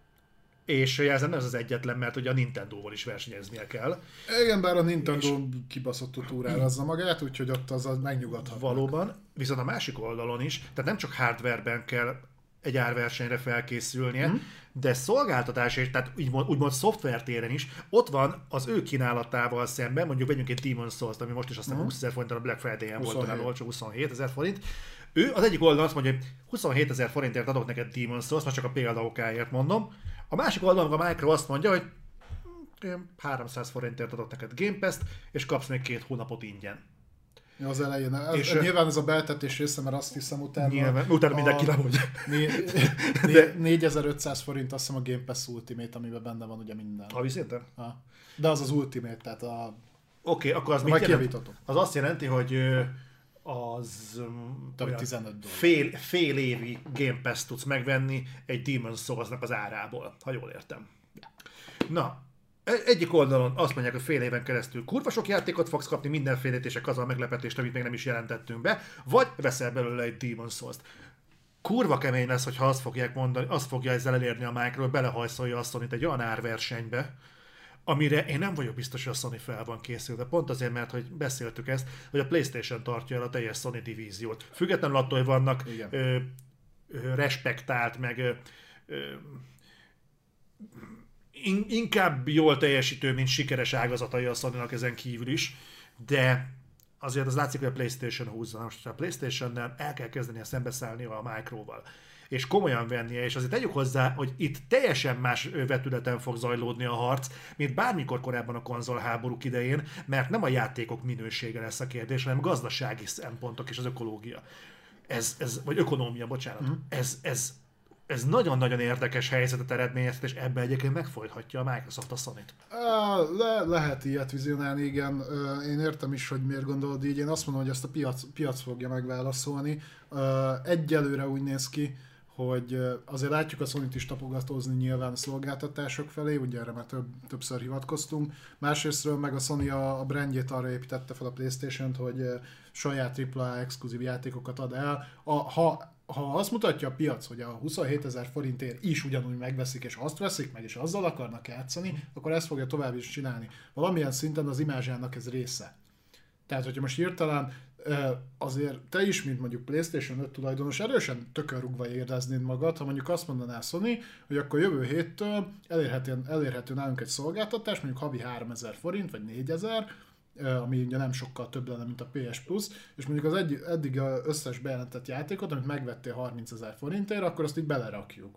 A: És ez nem ez az egyetlen, mert ugye a Nintendo-val is versenyeznie kell.
B: Igen, bár a Nintendo és... kibaszott túrálazza magát, úgyhogy ott az, az megnyugodhat.
A: Valóban, viszont a másik oldalon is, tehát nem csak hardwareben kell egy árversenyre felkészülnie, hmm. de szolgáltatás és tehát úgymond, úgymond szoftvertéren is ott van az ő kínálatával szemben, mondjuk vegyünk egy Demon's Souls-t, ami most is aztán hmm. húszezer forinton a Black Friday-en volt talán olcsó, huszonhétezer forint. Ő az egyik oldalon azt mondja, hogy huszonhétezer forintért adok neked Demon's Souls, most csak a példa okáért mondom. A másik oldalon a Micro azt mondja, hogy háromszáz forintért adok neked Game Pass-t, és kapsz még két hónapot ingyen.
B: Ja, az elején. Ez, és nyilván ez a beltetés része, mert azt hiszem utána...
A: Nyilván, utána mindenki lemondja.
B: négyezer-ötszáz forint azt hiszem a Game Pass Ultimate, amiben benne van ugye minden.
A: Havi szinten?
B: Ha. De az az Ultimate, tehát a...
A: Oké, okay, akkor az mit jelent? Az azt jelenti, hogy az
B: tizenöt dollár.
A: Fél, fél évi Game Pass tudsz megvenni egy Demon's Souls-nak az árából, ha jól értem. Na, egyik oldalon azt mondják, hogy fél éven keresztül kurva sok játékot fogsz kapni, mindenfélét és az a meglepetést, amit még nem is jelentettünk be, vagy veszel belőle egy Demon's Souls-t. Kurva kemény lesz, hogyha azt fogják mondani, azt fogja ezzel elérni a Micro, hogy belehajszolja a Sony-t egy olyan árversenybe, amire én nem vagyok biztos, hogy a Sony fel van készülve. Pont azért, mert hogy beszéltük ezt, hogy a PlayStation tartja el a teljes Sony divíziót. Függetlenül attól, hogy vannak ö, ö, respektált, meg ö, ö, in, inkább jól teljesítő, mint sikeres ágazatai a Sony-nak ezen kívül is, de azért az látszik, hogy a PlayStation húzza. Most a PlayStation-nel el kell kezdeni a szembeszállni a Microval, és komolyan vennie, és azért tegyük hozzá, hogy itt teljesen más vetületen fog zajlódni a harc, mint bármikor korábban a konzolháborúk idején, mert nem a játékok minősége lesz a kérdés, hanem gazdasági szempontok és az ökológia. Ez, ez vagy ökonómia, bocsánat. Mm. Ez, ez, ez nagyon-nagyon érdekes helyzetet eredményezhet, és ebbe egyébként megfojthatja a Microsoft a Sony-t.
B: Le, lehet ilyet vizionálni, igen. Én értem is, hogy miért gondolod így. Én azt mondom, hogy ezt a piac, piac fogja megválaszolni. Egyelőre úgy néz ki, hogy azért látjuk a Sony-t is tapogatózni nyilván a szolgáltatások felé, ugye erre már több, többször hivatkoztunk. Másrésztről meg a Sony a, a brandjét arra építette fel a PlayStation-t, hogy saját tripla á exkluzív játékokat ad el. A, ha, ha azt mutatja a piac, hogy a huszonhétezer forintért is ugyanúgy megveszik, és azt veszik meg, és azzal akarnak játszani, akkor ezt fogja tovább is csinálni. Valamilyen szinten az imázsának ez része. Tehát, hogyha most hirtelen azért te is, mint mondjuk PlayStation öt tulajdonos, erősen tökörrugva éreznéd magad, ha mondjuk azt mondaná Sony, hogy akkor jövő héttől elérhető, elérhető nálunk egy szolgáltatás, mondjuk havi háromezer forint, vagy négyezer, ami ugye nem sokkal több lenne, mint a pé es Plus, és mondjuk az egy, eddig az összes bejelentett játékot, amit megvettél harmincezer forintért, akkor azt így belerakjuk.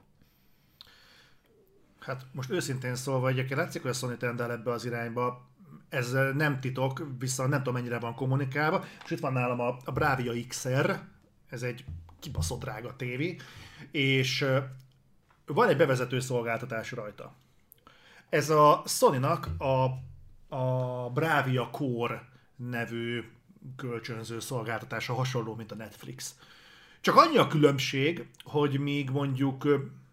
A: Hát most őszintén szólva, egyébként látszik, hogy a Sony tendál ebbe az irányba. Ez nem titok, viszont nem tudom mennyire van kommunikálva. És itt van nálam a, a Bravia iksz er, ez egy kibaszott drága tévé, és van egy bevezető szolgáltatás rajta. Ez a Sony-nak a, a Bravia Core nevű kölcsönző szolgáltatása, hasonló, mint a Netflix. Csak annyi a különbség, hogy míg mondjuk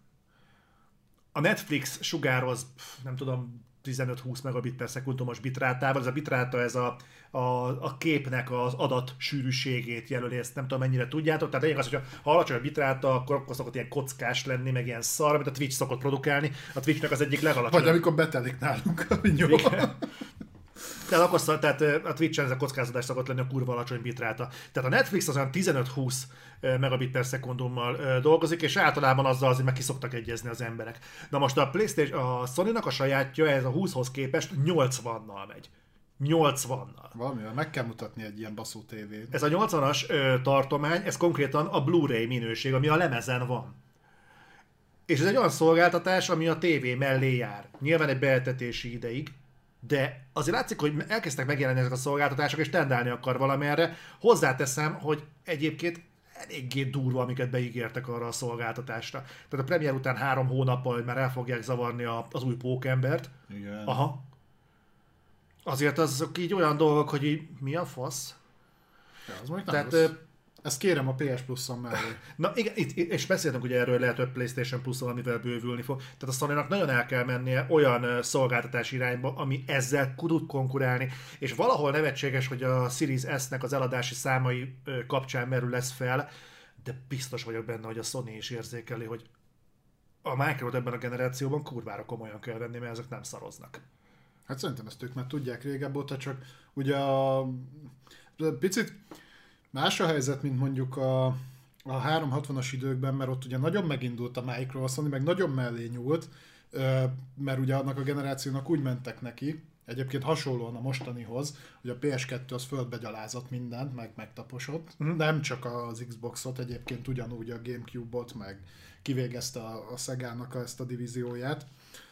A: a Netflix sugároz, nem tudom, tizenöt-húsz megabit per szekundumos bitrátával. Ez a bitráta, ez a, a, a képnek az adat sűrűségét jelöli, ezt nem tudom mennyire tudjátok. Tehát lényeg az, hogy ha alacsony a bitráta, akkor, akkor szokott ilyen kockás lenni, meg ilyen szar, amit a Twitch szokott produkálni. A Twitchnek az egyik legalacsonyabb.
B: Vagy amikor betelik nálunk a vinyó.
A: Tehát, akkor, tehát a Twitch-en ez a kockázatás szokott lenni a kurva alacsony bitráta. Tehát a Netflix az olyan tizenöt-húsz megabit per szekundummal dolgozik, és általában azzal azért meg ki szoktak egyezni az emberek. Na most a PlayStation, a Sony-nak a sajátja, ez a húszhoz képest nyolcvannal megy. nyolcvannal.
B: Valamivel meg kell mutatni egy ilyen baszó tévét.
A: Ez a nyolcvanas ö, tartomány, ez konkrétan a Blu-ray minőség, ami a lemezen van. És ez egy olyan szolgáltatás, ami a tévé mellé jár. Nyilván egy beeltetési ideig, de azért látszik, hogy elkezdtek megjelenni ezek a szolgáltatások, és tendálni akar valamerre. Hozzáteszem, hogy egyébként eléggé durva, amiket beígértek arra a szolgáltatásra. Tehát a premier után három hónappal, hogy már el fogják zavarni a, az új pókembert.
B: Igen.
A: Aha. Azért azok így olyan dolgok, hogy így, mi a fasz?
B: Ja, az mondjuk
A: Tehát,
B: nem rossz. Ezt kérem a pé es Plus-on mellé.
A: Na igen, itt, itt, és beszéltünk ugye erről, lehet, hogy PlayStation Plus-on, amivel bővülni fog. Tehát a Sony-nak nagyon el kell mennie olyan uh, szolgáltatás irányba, ami ezzel tud konkurálni, és valahol nevetséges, hogy a Series S-nek az eladási számai uh, kapcsán merül lesz fel, de biztos vagyok benne, hogy a Sony is érzékeli, hogy a Microsoft ebben a generációban kurvára komolyan kell venni, mert ezek nem szaroznak.
B: Hát szerintem ezt ők már tudják régebb óta, csak ugye a picit más a helyzet, mint mondjuk a, a háromszázhatvanas időkben, mert ott ugye nagyon megindult a Micro, a Sony meg nagyon mellé nyúlt, mert ugye annak a generációnak úgy mentek neki, egyébként hasonlóan a mostanihoz, hogy a pé es kettő az földbe gyalázott mindent, meg megtaposott, uh-huh. Nem csak az Xboxot, egyébként ugyanúgy a Gamecube-ot, meg kivégezte a, a Sega-nak ezt a divízióját.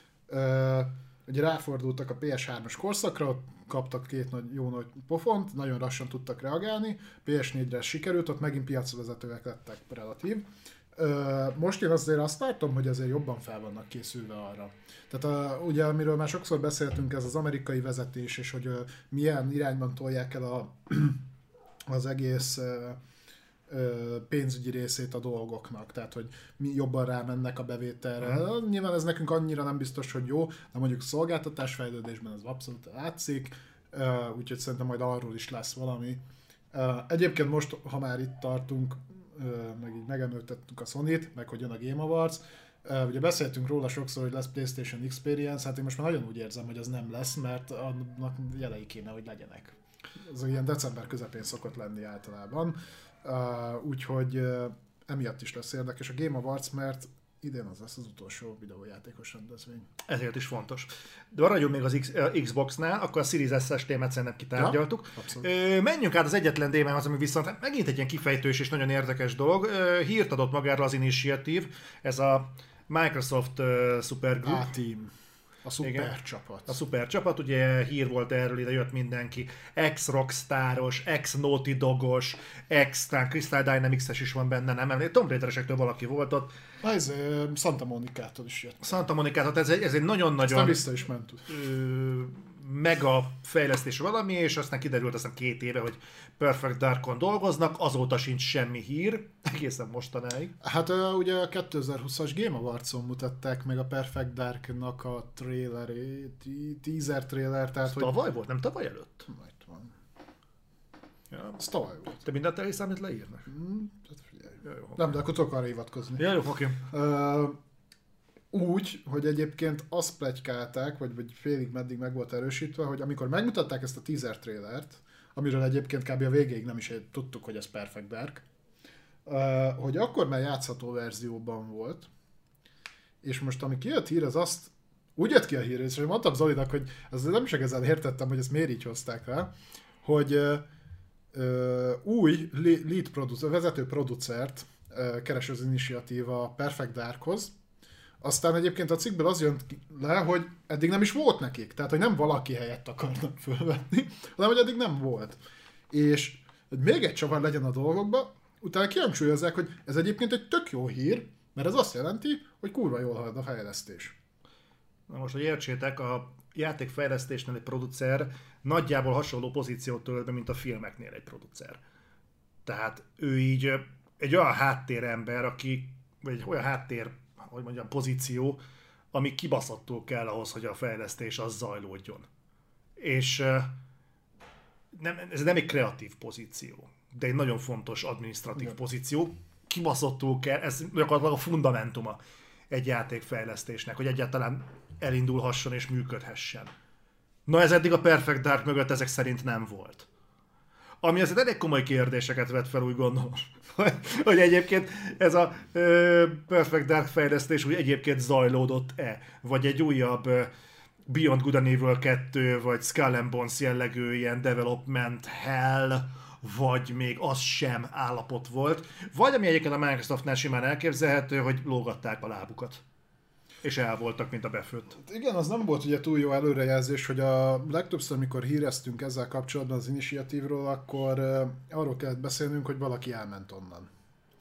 B: Ugye ráfordultak a pé es hármas korszakra, kaptak két nagy, jó nagy pofont, nagyon lassan tudtak reagálni, pé es négyre sikerült, ott megint piacvezetőek lettek relatív. Most én azért azt látom, hogy azért jobban fel vannak készülve arra. Tehát a, ugye, amiről már sokszor beszéltünk, ez az amerikai vezetés, és hogy milyen irányban tolják el a, az egész ö, ö, pénzügyi részét a dolgoknak, tehát hogy mi jobban rámennek a bevételre. Mm. Nyilván ez nekünk annyira nem biztos, hogy jó, de mondjuk szolgáltatásfejlődésben ez abszolút látszik, ö, úgyhogy szerintem majd arról is lesz valami. Ö, egyébként most, ha már itt tartunk, ö, meg így megemlítettük a Sony-t, meg hogy jön a Game Awards, Uh, ugye beszéltünk róla sokszor, hogy lesz PlayStation Experience, hát én most már nagyon úgy érzem, hogy az nem lesz, mert annak jelei kéne, hogy legyenek. Ez ilyen december közepén szokott lenni általában, uh, úgyhogy uh, emiatt is lesz érdekes a Game Awards, mert idén az lesz az utolsó videójátékos rendezvény.
A: Ezért is fontos. De maradjunk még az X, uh, Xbox-nál, akkor a Series S-es témát szerintem kitárgyaltuk.
B: Ja,
A: uh, menjünk át az egyetlen témához, ami viszont megint egy ilyen kifejtős és nagyon érdekes dolog. Uh, hírt adott magáról az Initiative, ez a Microsoft uh, Supergroup.
B: A-team. A szuper csapat.
A: A szuper csapat, ugye hír volt erről, ide jött mindenki. Ex-Rockstaros, ex-Naughty Dogos, ex-tán Crystal Dynamics-es is van benne, nem emlékszem. Tomb Raider-esektől valaki volt ott.
B: Na ez uh, Santa Monicától is jött.
A: Santa Monicától, ez egy, ez egy nagyon-nagyon...
B: Aztán vissza is ment.
A: Ö, mega fejlesztés valami, és aztán kiderült aztán két éve, hogy Perfect Darkon dolgoznak, azóta sincs semmi hír, egészen mostanáig.
B: Hát ugye a kétezer-húszas Game Awards-on mutatták meg a Perfect Darknak a trailerét, teaser trailer, tehát
A: hogy... Tavaly volt, nem tavaly előtt?
B: Majd van.
A: Ja.
B: Ez tavaly volt.
A: Te mindent elhiszem, amit leírnak?
B: Mm, hát figyelj.
A: Ja, jó,
B: nem, de akkor tudok arra hivatkozni.
A: Ja, jó, oké.
B: Uh, Úgy, hogy egyébként azt pletykálták, vagy, vagy félig meddig meg volt erősítve, hogy amikor megmutatták ezt a teaser trailert, amiről egyébként kb. A végéig nem is tudtuk, hogy ez Perfect Dark, uh, hogy akkor már játszható verzióban volt, és most ami kijött hír, az azt úgy jött ki a hír, és mondtam Zolinak, hogy ez nem is egészen értettem, hogy ezt miért így hozták rá, hogy uh, uh, új lead producer, vezető producert uh, keres az Initiative a Perfect Darkhoz. Aztán egyébként a cikkből az jön le, hogy eddig nem is volt nekik. Tehát, hogy nem valaki helyett akarnak fölvenni, hanem, hogy eddig nem volt. És hogy még egy csavar legyen a dolgokban, utána kihangsúlyozzák, hogy ez egyébként egy tök jó hír, mert ez azt jelenti, hogy kurva jól halad a fejlesztés.
A: Na most, hogy értsétek, a játékfejlesztésnél egy producer nagyjából hasonló pozíciót tölt be, mint a filmeknél egy producer. Tehát ő így egy olyan háttérember, aki, vagy egy olyan háttér, hogy mondjam, pozíció, ami kibaszottul kell ahhoz, hogy a fejlesztés az zajlódjon. És nem, ez nem egy kreatív pozíció, de egy nagyon fontos adminisztratív pozíció. Kibaszottul kell, ez gyakorlatilag a fundamentuma egy játékfejlesztésnek, hogy egyáltalán elindulhasson és működhessen. Na ez eddig a Perfect Dark mögött ezek szerint nem volt. Ami azért elég komoly kérdéseket vet fel, úgy gondolom, hogy egyébként ez a ö, Perfect Dark fejlesztés úgy egyébként zajlódott-e, vagy egy újabb ö, Beyond Good and Evil kettő, vagy Skull and Bones jellegű ilyen development hell, vagy még az sem állapot volt, vagy ami egyébként a Microsoftnál simán elképzelhető, hogy lógatták a lábukat. És el voltak, mint a befőtt.
B: Igen, az nem volt ugye túl jó előrejelzés, hogy a legtöbbször, amikor híreztünk ezzel kapcsolatban az Initiative-ról, akkor uh, arról kellett beszélnünk, hogy valaki elment onnan.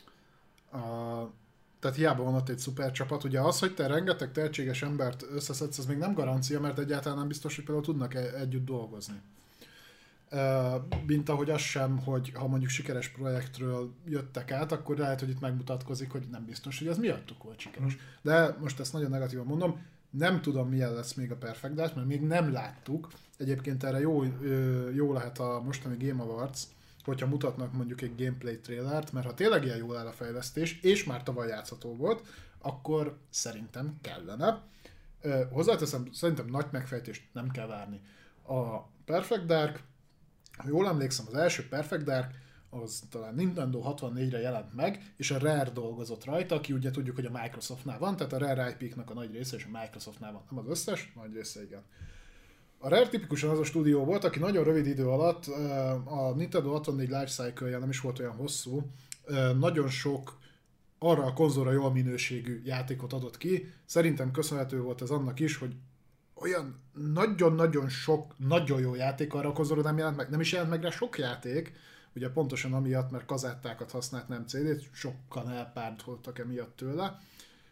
B: Uh, tehát hiába van ott egy szuper csapat. Ugye az, hogy te rengeteg tehetséges embert összeszedsz, ez még nem garancia, mert egyáltalán nem biztos, hogy például tudnak e- együtt dolgozni. Uh, mint ahogy az sem, hogy ha mondjuk sikeres projektről jöttek át, akkor lehet, hogy itt megmutatkozik, hogy nem biztos, hogy ez miattuk volt sikeres. Mm. De most ezt nagyon negatívan mondom, nem tudom, milyen lesz még a Perfect Dark, mert még nem láttuk. Egyébként erre jó, jó lehet a mostani Game Awards, hogyha mutatnak mondjuk egy gameplay trailert, mert ha tényleg ilyen jól áll a fejlesztés, és már tavaly játszható volt, akkor szerintem kellene. Uh, hozzáteszem, szerintem nagy megfejtést nem kell várni. A Perfect Dark, ha jól emlékszem, az első Perfect Dark az talán Nintendo hatvannégyre jelent meg, és a Rare dolgozott rajta, aki ugye tudjuk, hogy a Microsoftnál van, tehát a Rare i pé-knak a nagy része, és a Microsoftnál van, nem az összes, nagy része igen. A Rare tipikusan az a stúdió volt, aki nagyon rövid idő alatt, a Nintendo hatvannégy lifecycle-je nem is volt olyan hosszú, nagyon sok arra a konzolra jól minőségű játékot adott ki. Szerintem köszönhető volt ez annak is, hogy olyan nagyon-nagyon sok, nagyon jó játék arra a konzolra nem jelent meg, nem is jelent meg rá sok játék, ugye pontosan amiatt, mert kazettákat használt, nem cé dét, sokan elpártoltak emiatt tőle.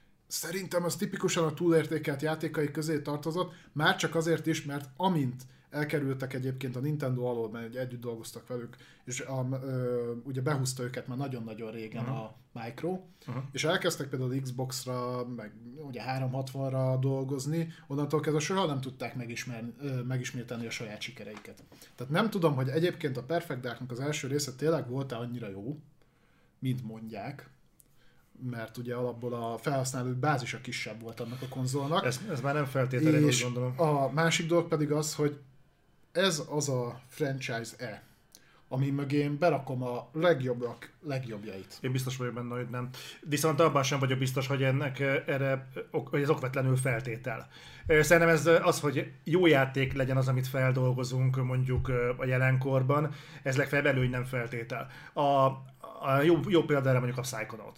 B: Szerintem az tipikusan a túlértékelt játékai közé tartozott, már csak azért is, mert amint elkerültek egyébként a Nintendo alól, mert együtt dolgoztak velük, és a, ö, ugye behúzta őket már nagyon-nagyon régen uh-huh. a Micro, uh-huh. és elkezdtek például Xbox-ra, meg ugye háromszázhatvanra dolgozni, onnantól kezdve soha nem tudták megismerni, ö, megismételni a saját sikereiket. Tehát nem tudom, hogy egyébként a Perfect Darknak az első része tényleg volt-e annyira jó, mint mondják, mert ugye alapból a felhasználói bázisa kisebb volt annak a konzolnak.
A: Ez, ez már nem feltétlenül, úgy gondolom.
B: A másik dolog pedig az, hogy ez az a franchise-e, ami mögé én berakom a legjobbak legjobbjait.
A: Én biztos vagyok benne, hogy nem. Viszont abban sem vagyok biztos, hogy ennek erre, hogy ez okvetlenül feltétel. Szerintem ez az, hogy jó játék legyen az, amit feldolgozunk mondjuk a jelenkorban, ez legfeljebb előny, nem feltétel. A, a jó, jó példa erre mondjuk a Psychonauts.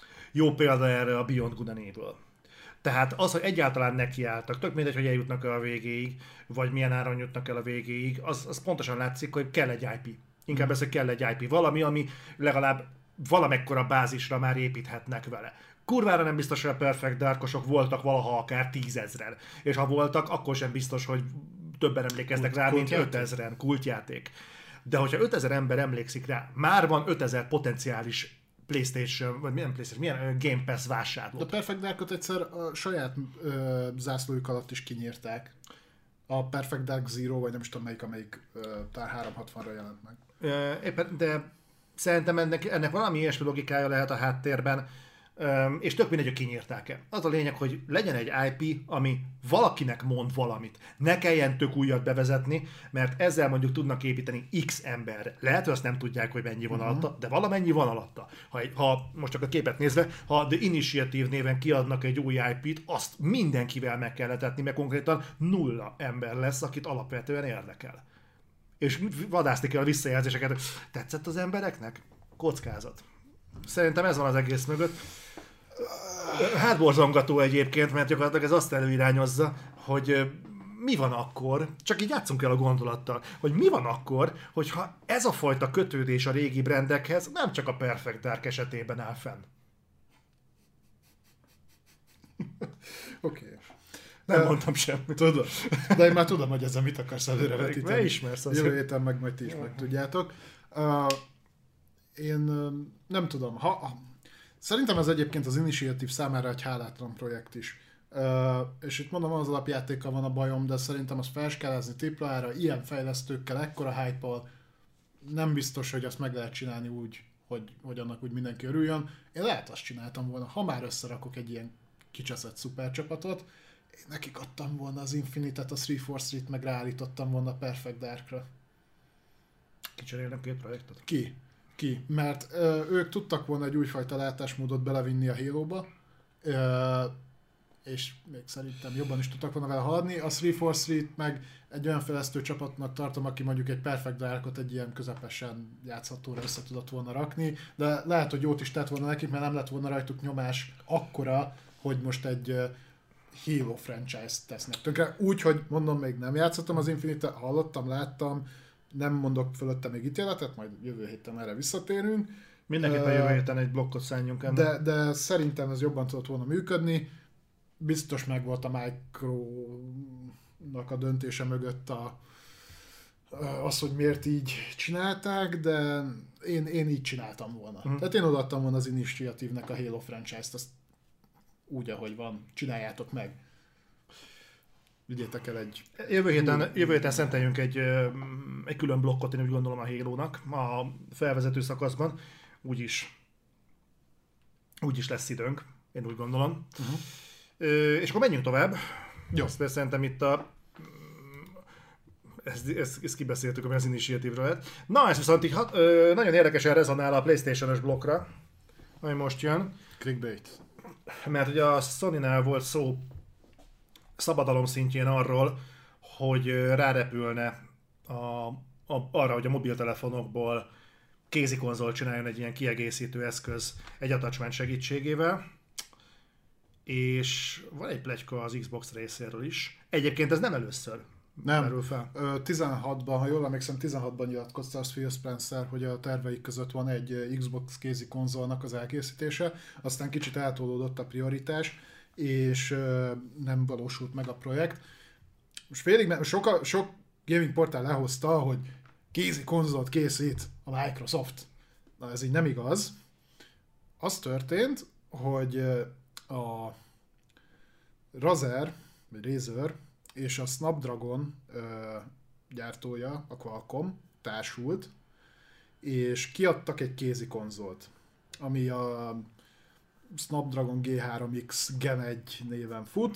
A: Jó példa erre a Beyond Good and Evil. Tehát az, hogy egyáltalán nekiálltak, tök mindegy, hogy eljutnak el a végéig, vagy milyen áron jutnak el a végéig, az, az pontosan látszik, hogy kell egy i pé. Inkább ez, hogy kell egy i pé. Valami, ami legalább valamekkora bázisra már építhetnek vele. Kurvára nem biztos, hogy a Perfect Darkosok voltak valaha akár tízezren. És ha voltak, akkor sem biztos, hogy többen emlékeznek rá, mint ötezren. Kultjáték. De hogyha ötezer ember emlékszik rá, már van ötezer potenciális PlayStation, vagy milyen PlayStation, milyen Game Pass vásárló.
B: A Perfect Darkot egyszer a saját ö, zászlójuk alatt is kinyírták. A Perfect Dark Zero, vagy nem is tudom melyik, amelyik ö, tár háromszázhatvanra jelent meg.
A: Éppen, de szerintem ennek, ennek valami ilyesmi logikája lehet a háttérben, és tök mindegy, hogy kinyírták-e. Az a lényeg, hogy legyen egy i pé, ami valakinek mond valamit. Ne kelljen tök újat bevezetni, mert ezzel mondjuk tudnak építeni X ember. Lehet, hogy azt nem tudják, hogy mennyi van uh-huh. alatta, de valamennyi van alatta. Ha, ha most csak a képet nézve, ha The Initiative néven kiadnak egy új i pét, azt mindenkivel meg kell etetni, mert konkrétan nulla ember lesz, akit alapvetően érdekel. És vadászni kell a visszajelzéseket. Tetszett az embereknek? Kockázat. Szerintem ez van az egész mögött. Hátborzongató egyébként, mert gyakorlatilag ez azt előirányozza, hogy mi van akkor, csak így játszunk el a gondolattal, hogy mi van akkor, hogyha ez a fajta kötődés a régi brandekhez nem csak a Perfect Dark esetében áll fenn.
B: Oké. Okay.
A: Nem uh, mondtam semmit.
B: Tudom. De én már tudom, hogy ezzel mit akarsz előrevetíteni.
A: Mert ismersz az.
B: Jövő héten meg majd ti is meg tudjátok. Uh, én uh, nem tudom. Ha, ha, szerintem ez egyébként az Initiative számára egy hálátlan projekt is. Uh, és itt mondom, az alapjátékkal van a bajom, de szerintem azt felskálázni triplára, ilyen fejlesztőkkel, ekkora hype-al, nem biztos, hogy azt meg lehet csinálni úgy, hogy, hogy annak úgy mindenki örüljön. Én lehet azt csináltam volna, ha már összerakok egy ilyen kicseszett szupercsapatot, én nekik adtam volna az Infinite-et, a három Four Street, meg ráállítottam volna a Perfect Darkra.
A: Kicserélnek két projektet?
B: Ki? Ki? Mert ö, ők tudtak volna egy újfajta látásmódot belevinni a Halo-ba, ö, és még szerintem jobban is tudtak volna vele haladni. A három Four Street meg egy olyan fejlesztő csapatnak tartom, aki mondjuk egy Perfect Darkot egy ilyen közepesen játszhatóra össze tudott volna rakni, de lehet, hogy jót is tett volna nekik, mert nem lett volna rajtuk nyomás akkora, hogy most egy Halo franchise-t tesznek tönkre. Úgy, hogy mondom, még nem játszottam az Infinite-t, hallottam, láttam, nem mondok fölötte még ítéletet, majd jövő héten erre visszatérünk.
A: Mindenképpen jövő héten egy blokkot szálljunk ennek.
B: De, de szerintem ez jobban tudott volna működni. Biztos meg volt a Micro-nak a döntése mögött a, az, hogy miért így csinálták, de én, én így csináltam volna. Uh-huh. Tehát én odaadtam volna az Initiative-nek a Halo franchise-t, azt úgy, ahogy van, csináljátok meg. Vigyétek el egy...
A: Jövő héten, jövő héten szenteljünk egy, egy külön blokkot, én úgy gondolom a Halo-nak, a felvezető szakaszban. Úgyis, úgyis lesz időnk, én úgy gondolom. Uh-huh. És akkor menjünk tovább.
B: Jó.
A: Azt szerintem itt a... Ezt, ezt, ezt kibeszéltük, ami az Initiative-ről lett. Na, ez viszont így, hat, ö, nagyon érdekesen rezonál a PlayStation-os blokkra, ami most jön.
B: Clickbait.
A: Mert ugye a Sony-nál volt szó szabadalom szintjén arról, hogy rárepülne a, a, arra, hogy a mobiltelefonokból kézikonzol csináljon egy ilyen kiegészítő eszköz egy attachment segítségével. És van egy pletyka az Xbox részéről is. Egyébként ez nem először
B: nem.
A: merül fel.
B: tizenhatban, ha jól emlékszem, tizenhatban nyilatkozta az Phil Spencer, hogy a terveik között van egy Xbox kézi konzolnak az elkészítése, aztán kicsit eltolódott a prioritás, és nem valósult meg a projekt. Most félig, sok, sok gaming portál lehozta, hogy kézi konzolt készít a Microsoft. Na ez így nem igaz. Az történt, hogy a Razer, vagy Razer és a Snapdragon gyártója, a Qualcomm társult, és kiadtak egy kézi konzolt, ami a Snapdragon gé három iksz Gen egy néven fut,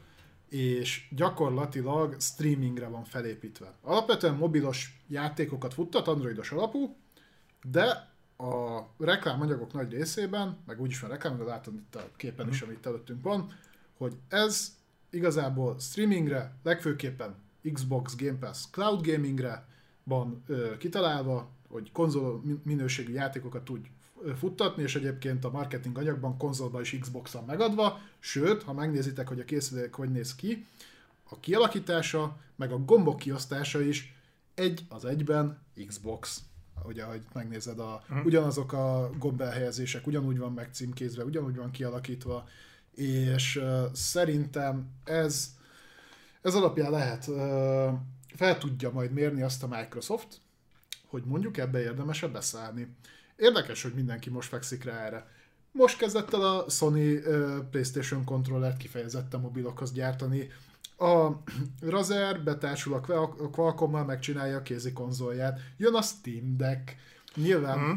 B: és gyakorlatilag streamingre van felépítve. Alapvetően mobilos játékokat futtat, androidos alapú, de a reklámanyagok nagy részében, meg úgyis van reklám, de látod itt a képen is, amit előttünk van, hogy ez igazából streamingre, legfőképpen Xbox Game Pass Cloud Gamingre van ö, kitalálva, hogy konzol minőségű játékokat tud futtatni, és egyébként a marketing anyagban konzolban is Xbox-on megadva, sőt, ha megnézitek, hogy a készülék hogy néz ki, a kialakítása, meg a gombok kiosztása is egy az egyben Xbox. Ugye, ahogy megnézed, a, uh-huh. ugyanazok a gombelhelyezések, ugyanúgy van megcímkézve, ugyanúgy van kialakítva, és uh, szerintem ez, ez alapján lehet, uh, fel tudja majd mérni azt a Microsoft, hogy mondjuk ebbe érdemesebb beszállni. Érdekes, hogy mindenki most fekszik rá erre. Most kezdett el a Sony uh, PlayStation kontrollert kifejezetten mobilokhoz gyártani. A Razer betársul a Qualcomm-mal, megcsinálja a kézi konzolját. Jön a Steam Deck. Nyilván mm.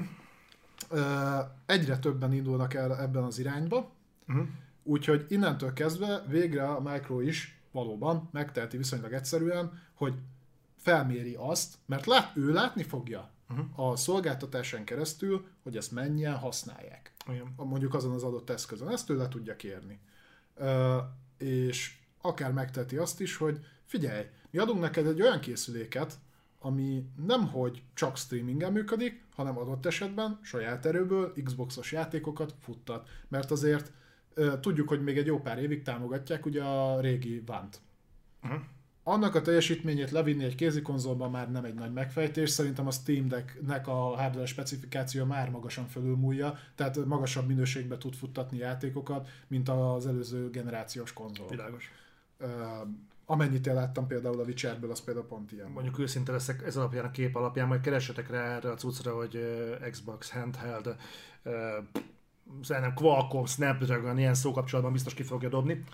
B: uh, egyre többen indulnak el ebben az irányba. Mm. Úgyhogy innentől kezdve végre a Micro is valóban megteheti viszonylag egyszerűen, hogy felméri azt, mert lát, ő látni fogja uh-huh. a szolgáltatásán keresztül, hogy ezt mennyien használják. Igen. Mondjuk azon az adott eszközön. Ezt ő le tudja kérni. Uh, és akár megteheti azt is, hogy figyelj, mi adunk neked egy olyan készüléket, ami nemhogy csak streamingen működik, hanem adott esetben saját erőből Xboxos játékokat futtat. Mert azért uh, tudjuk, hogy még egy jó pár évig támogatják ugye a régi vánt. Uh-huh. Annak a teljesítményét levinni egy kézikonzolban már nem egy nagy megfejtés, szerintem a Steam Deck-nek a hardware specifikáció már magasan fölülmúlja, tehát magasabb minőségben tud futtatni játékokat, mint az előző generációs konzol.
A: Világos.
B: Uh, amennyit én láttam például a Witcherből, az például pont ilyen.
A: Mondjuk őszinte leszek, ez alapján a kép alapján, majd keressetek rá erre a cuccra, hogy uh, Xbox handheld, uh, szerintem Qualcomm, Snapdragon, ilyen szókapcsolatban biztos ki fogja dobni.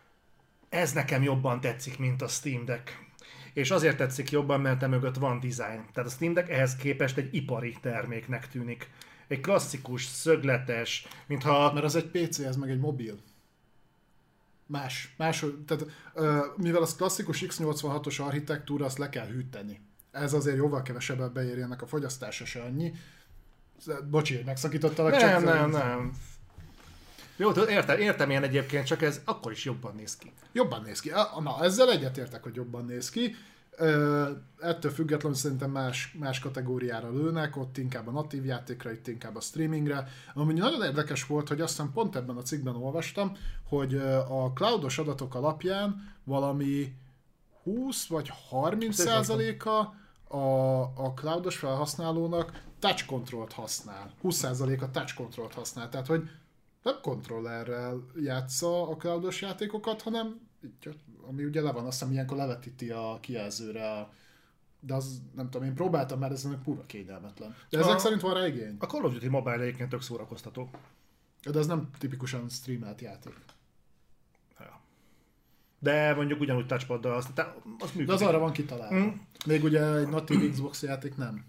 A: Ez nekem jobban tetszik, mint a Steam Deck. És azért tetszik jobban, mert emögött van design. Tehát a Steam Deck ehhez képest egy ipari terméknek tűnik. Egy klasszikus, szögletes, mintha...
B: Mert az egy pé cé, ez meg egy mobil. Más. Más tehát, mivel az klasszikus iksz nyolcvanhatos architektúra, azt le kell hűteni. Ez azért jóval kevesebben beéri, ennek a fogyasztása se annyi. Bocsi, megszakítottalak.
A: Nem,
B: csak
A: nem, nem. Jó, értem, értem én egyébként, csak ez akkor is jobban néz ki.
B: Jobban néz ki. Na, ezzel egyetértek, hogy jobban néz ki. Uh, ettől függetlenül szerintem más, más kategóriára lőnek, ott inkább a natív játékra, itt inkább a streamingre. Ami nagyon érdekes volt, hogy aztán pont ebben a cikkben olvastam, hogy a cloudos adatok alapján valami húsz vagy harminc százaléka a, a cloudos felhasználónak touch controlt használ. húsz százaléka touch controlt használ, tehát hogy nem kontrollerrel játsza a cloudos játékokat, hanem ami ugye le van, azt hiszem ilyenkor levetíti a kijelzőre, a... de az nem tudom, én próbáltam már, ez ennek pura kényelmetlen. De ezek a, szerint van rá igény.
A: A Call of Duty Mobile egyébként tök szórakoztató.
B: De ez nem tipikusan streamelt játék.
A: Ja. De mondjuk ugyanúgy touchpaddal, azt, az működik.
B: De az arra van kitalálva. Mm. Még ugye egy natív Xbox játék nem.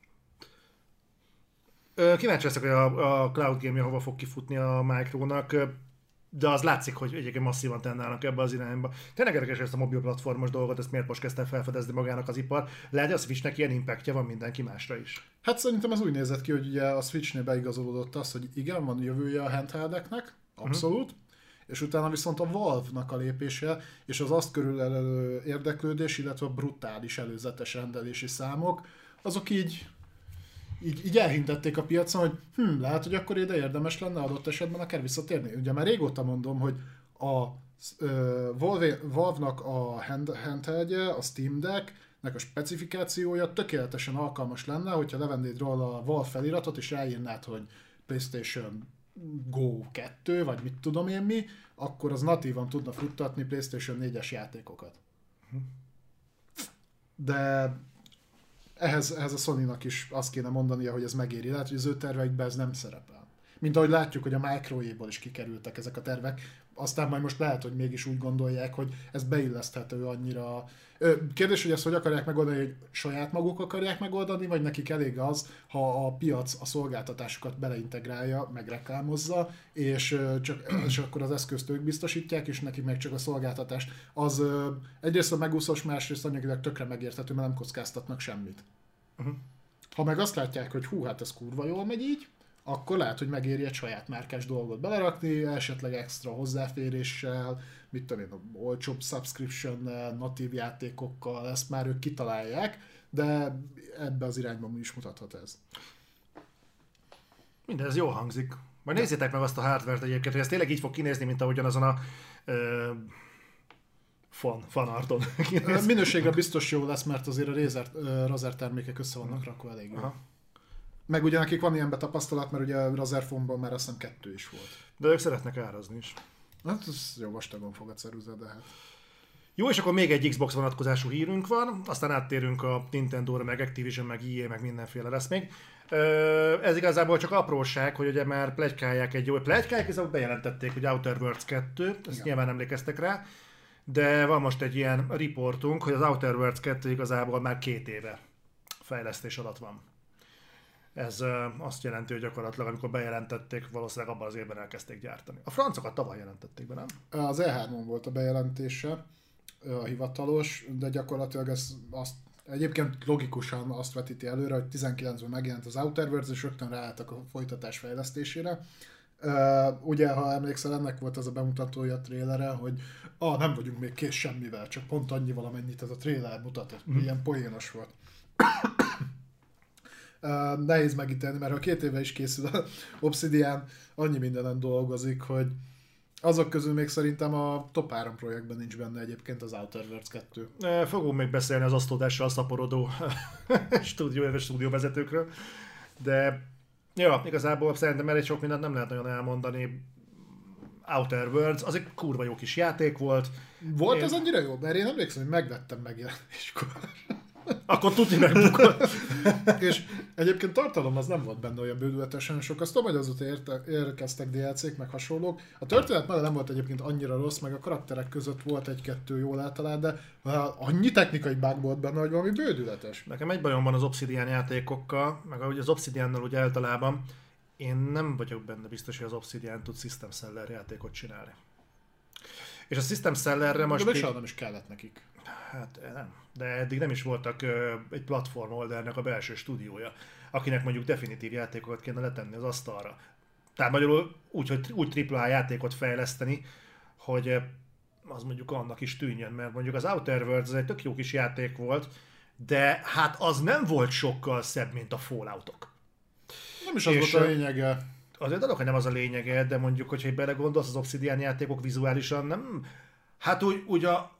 A: Kíváncsi leszek, hogy a, a Cloud Game-ja hova fog kifutni a Micronak, de az látszik, hogy egyébként masszívan tennának ebbe az irányba. Tényleg érdekes ezt a mobil platformos dolgot, ezt miért most kezdte felfedezni magának az ipar. Lehet, hogy a Switchnek ilyen impactja van mindenki másra is.
B: Hát szerintem ez úgy nézett ki, hogy ugye a Switchnél beigazolódott az, hogy igen, van jövője a handheldeknek, abszolút, uh-huh. és utána viszont a Valve-nak a lépése, és az azt körülelő érdeklődés, illetve a brutális előzetes rendelési számok, azok így Így, így elhintették a piacon, hogy hm, lehet, hogy akkor ide érdemes lenne adott esetben akár visszatérni. Ugye már régóta mondom, hogy a uh, Valve-nak a hand, handheldje, a Steam Deck-nek a specifikációja tökéletesen alkalmas lenne, hogyha levennéd róla a Valve feliratot, és ráírnád, hogy PlayStation Go kettő, vagy mit tudom én mi, akkor az natívan tudna futtatni PlayStation négyes játékokat. de ehhez, ehhez a Sony-nak is azt kéne mondania, hogy ez megéri. Lehet, hogy az ő terveikben ez nem szerepel. Mint ahogy látjuk, hogy a Microéból is kikerültek ezek a tervek, aztán majd most lehet, hogy mégis úgy gondolják, hogy ez beilleszthető annyira. Kérdés, hogy ezt hogy akarják megoldani, hogy saját maguk akarják megoldani, vagy nekik elég az, ha a piac a szolgáltatásokat beleintegrálja, megreklámozza, és, csak, és akkor az eszközt ők biztosítják, és nekik meg csak a szolgáltatást. Az egyrészt a megúszós, másrészt anyagilag tökre megérthető, mert nem kockáztatnak semmit. Uh-huh. Ha meg azt látják, hogy hú, hát ez kurva jól megy így, akkor lehet, hogy megéri egy saját márkás dolgot belerakni, esetleg extra hozzáféréssel, mit tudom én, olcsóbb subscriptionnel, natív játékokkal, ezt már ők kitalálják, de ebbe az irányban is mutathat ez.
A: Mindez jól hangzik. Majd ja. Nézzétek meg azt a hardware-t egyébként, hogy ez tényleg így fog kinézni, mint ahogyan azon a ö, fan, fanarton.
B: Minőségre biztos jó lesz, mert azért a Razer, Razer termékek össze vannak rakva elég jól. Meg ugye nekik van ilyen betapasztalat, mert ugye a Razer Phone-ban már azt hiszem kettő is volt.
A: De ők szeretnek árazni is.
B: Hát ez jó vastagon fog a ceruza, de hát...
A: Jó, és akkor még egy Xbox vonatkozású hírünk van, aztán áttérünk a Nintendo-ra, meg Activision, meg í á, meg mindenféle lesz még. Ez igazából csak apróság, hogy ugye már pletykálják egy jó... Pletykálják, és bejelentették, hogy Outer Worlds kettő, ezt igen. Nyilván emlékeztek rá, de van most egy ilyen riportunk, hogy az Outer Worlds kettő igazából már két éve fejlesztés alatt van. Ez azt jelenti, hogy gyakorlatilag amikor bejelentették, valószínűleg abban az évben elkezdték gyártani. A francokat tavaly jelentették be, nem?
B: Az E három volt a bejelentése, a hivatalos, de gyakorlatilag ez azt, egyébként logikusan azt vetíti előre, hogy tizenkilencben megjelent az Outer Worlds, és rögtön ráálltak a folytatás fejlesztésére. Uh, ugye, ha emlékszel, ennek volt az a bemutatója a trélere, hogy ah, nem vagyunk még kész semmivel, csak pont annyi valamennyit ez a tréler mutatott. Mm. Ilyen poénos volt. Uh, nehéz megítélni, mert ha két éve is készül a Obsidian, annyi mindenen dolgozik, hogy azok közül még szerintem a top három projektben nincs benne egyébként az Outer Worlds kettő.
A: Fogunk még beszélni az asztódással szaporodó stúdió, stúdióvezetőkről, de ja, igazából szerintem elég sok mindent nem lehet nagyon elmondani. Outer Worlds, az egy kurva jó kis játék volt.
B: Volt én... az annyira jó? Mert én emlékszem, hogy megvettem megjelenéskor.
A: Akkor tudni megbukott.
B: És egyébként tartalom az nem volt benne olyan bődületesen sok. Azt tudom, hogy azóta érte, érkeztek dé el cék, meg hasonlók. A történet maga nem volt egyébként annyira rossz, meg a karakterek között volt egy-kettő jól általán, de annyi technikai bug volt benne, hogy valami bődületes.
A: Nekem egy bajom van az Obsidian játékokkal, meg az Obsidiannal úgy általában. Én nem vagyok benne biztos, hogy az Obsidian tud System Seller játékot csinálni. És a System Sellerre most...
B: De így... nem is kellett nekik.
A: Hát nem. De eddig nem is voltak ö, egy platform holdernek a belső stúdiója, akinek mondjuk definitív játékokat kéne letenni az asztalra. Tehát magyarul úgy, hogy úgy á á á játékot fejleszteni, hogy az mondjuk annak is tűnjön, mert mondjuk az Outer Worlds az egy tök jó kis játék volt, de hát az nem volt sokkal szebb, mint a Falloutok.
B: Nem is az és volt a lényege.
A: Azért adok, hogy nem az a lényege, de mondjuk, hogyha belegondolsz, az Obsidian játékok vizuálisan nem... Hát úgy, úgy a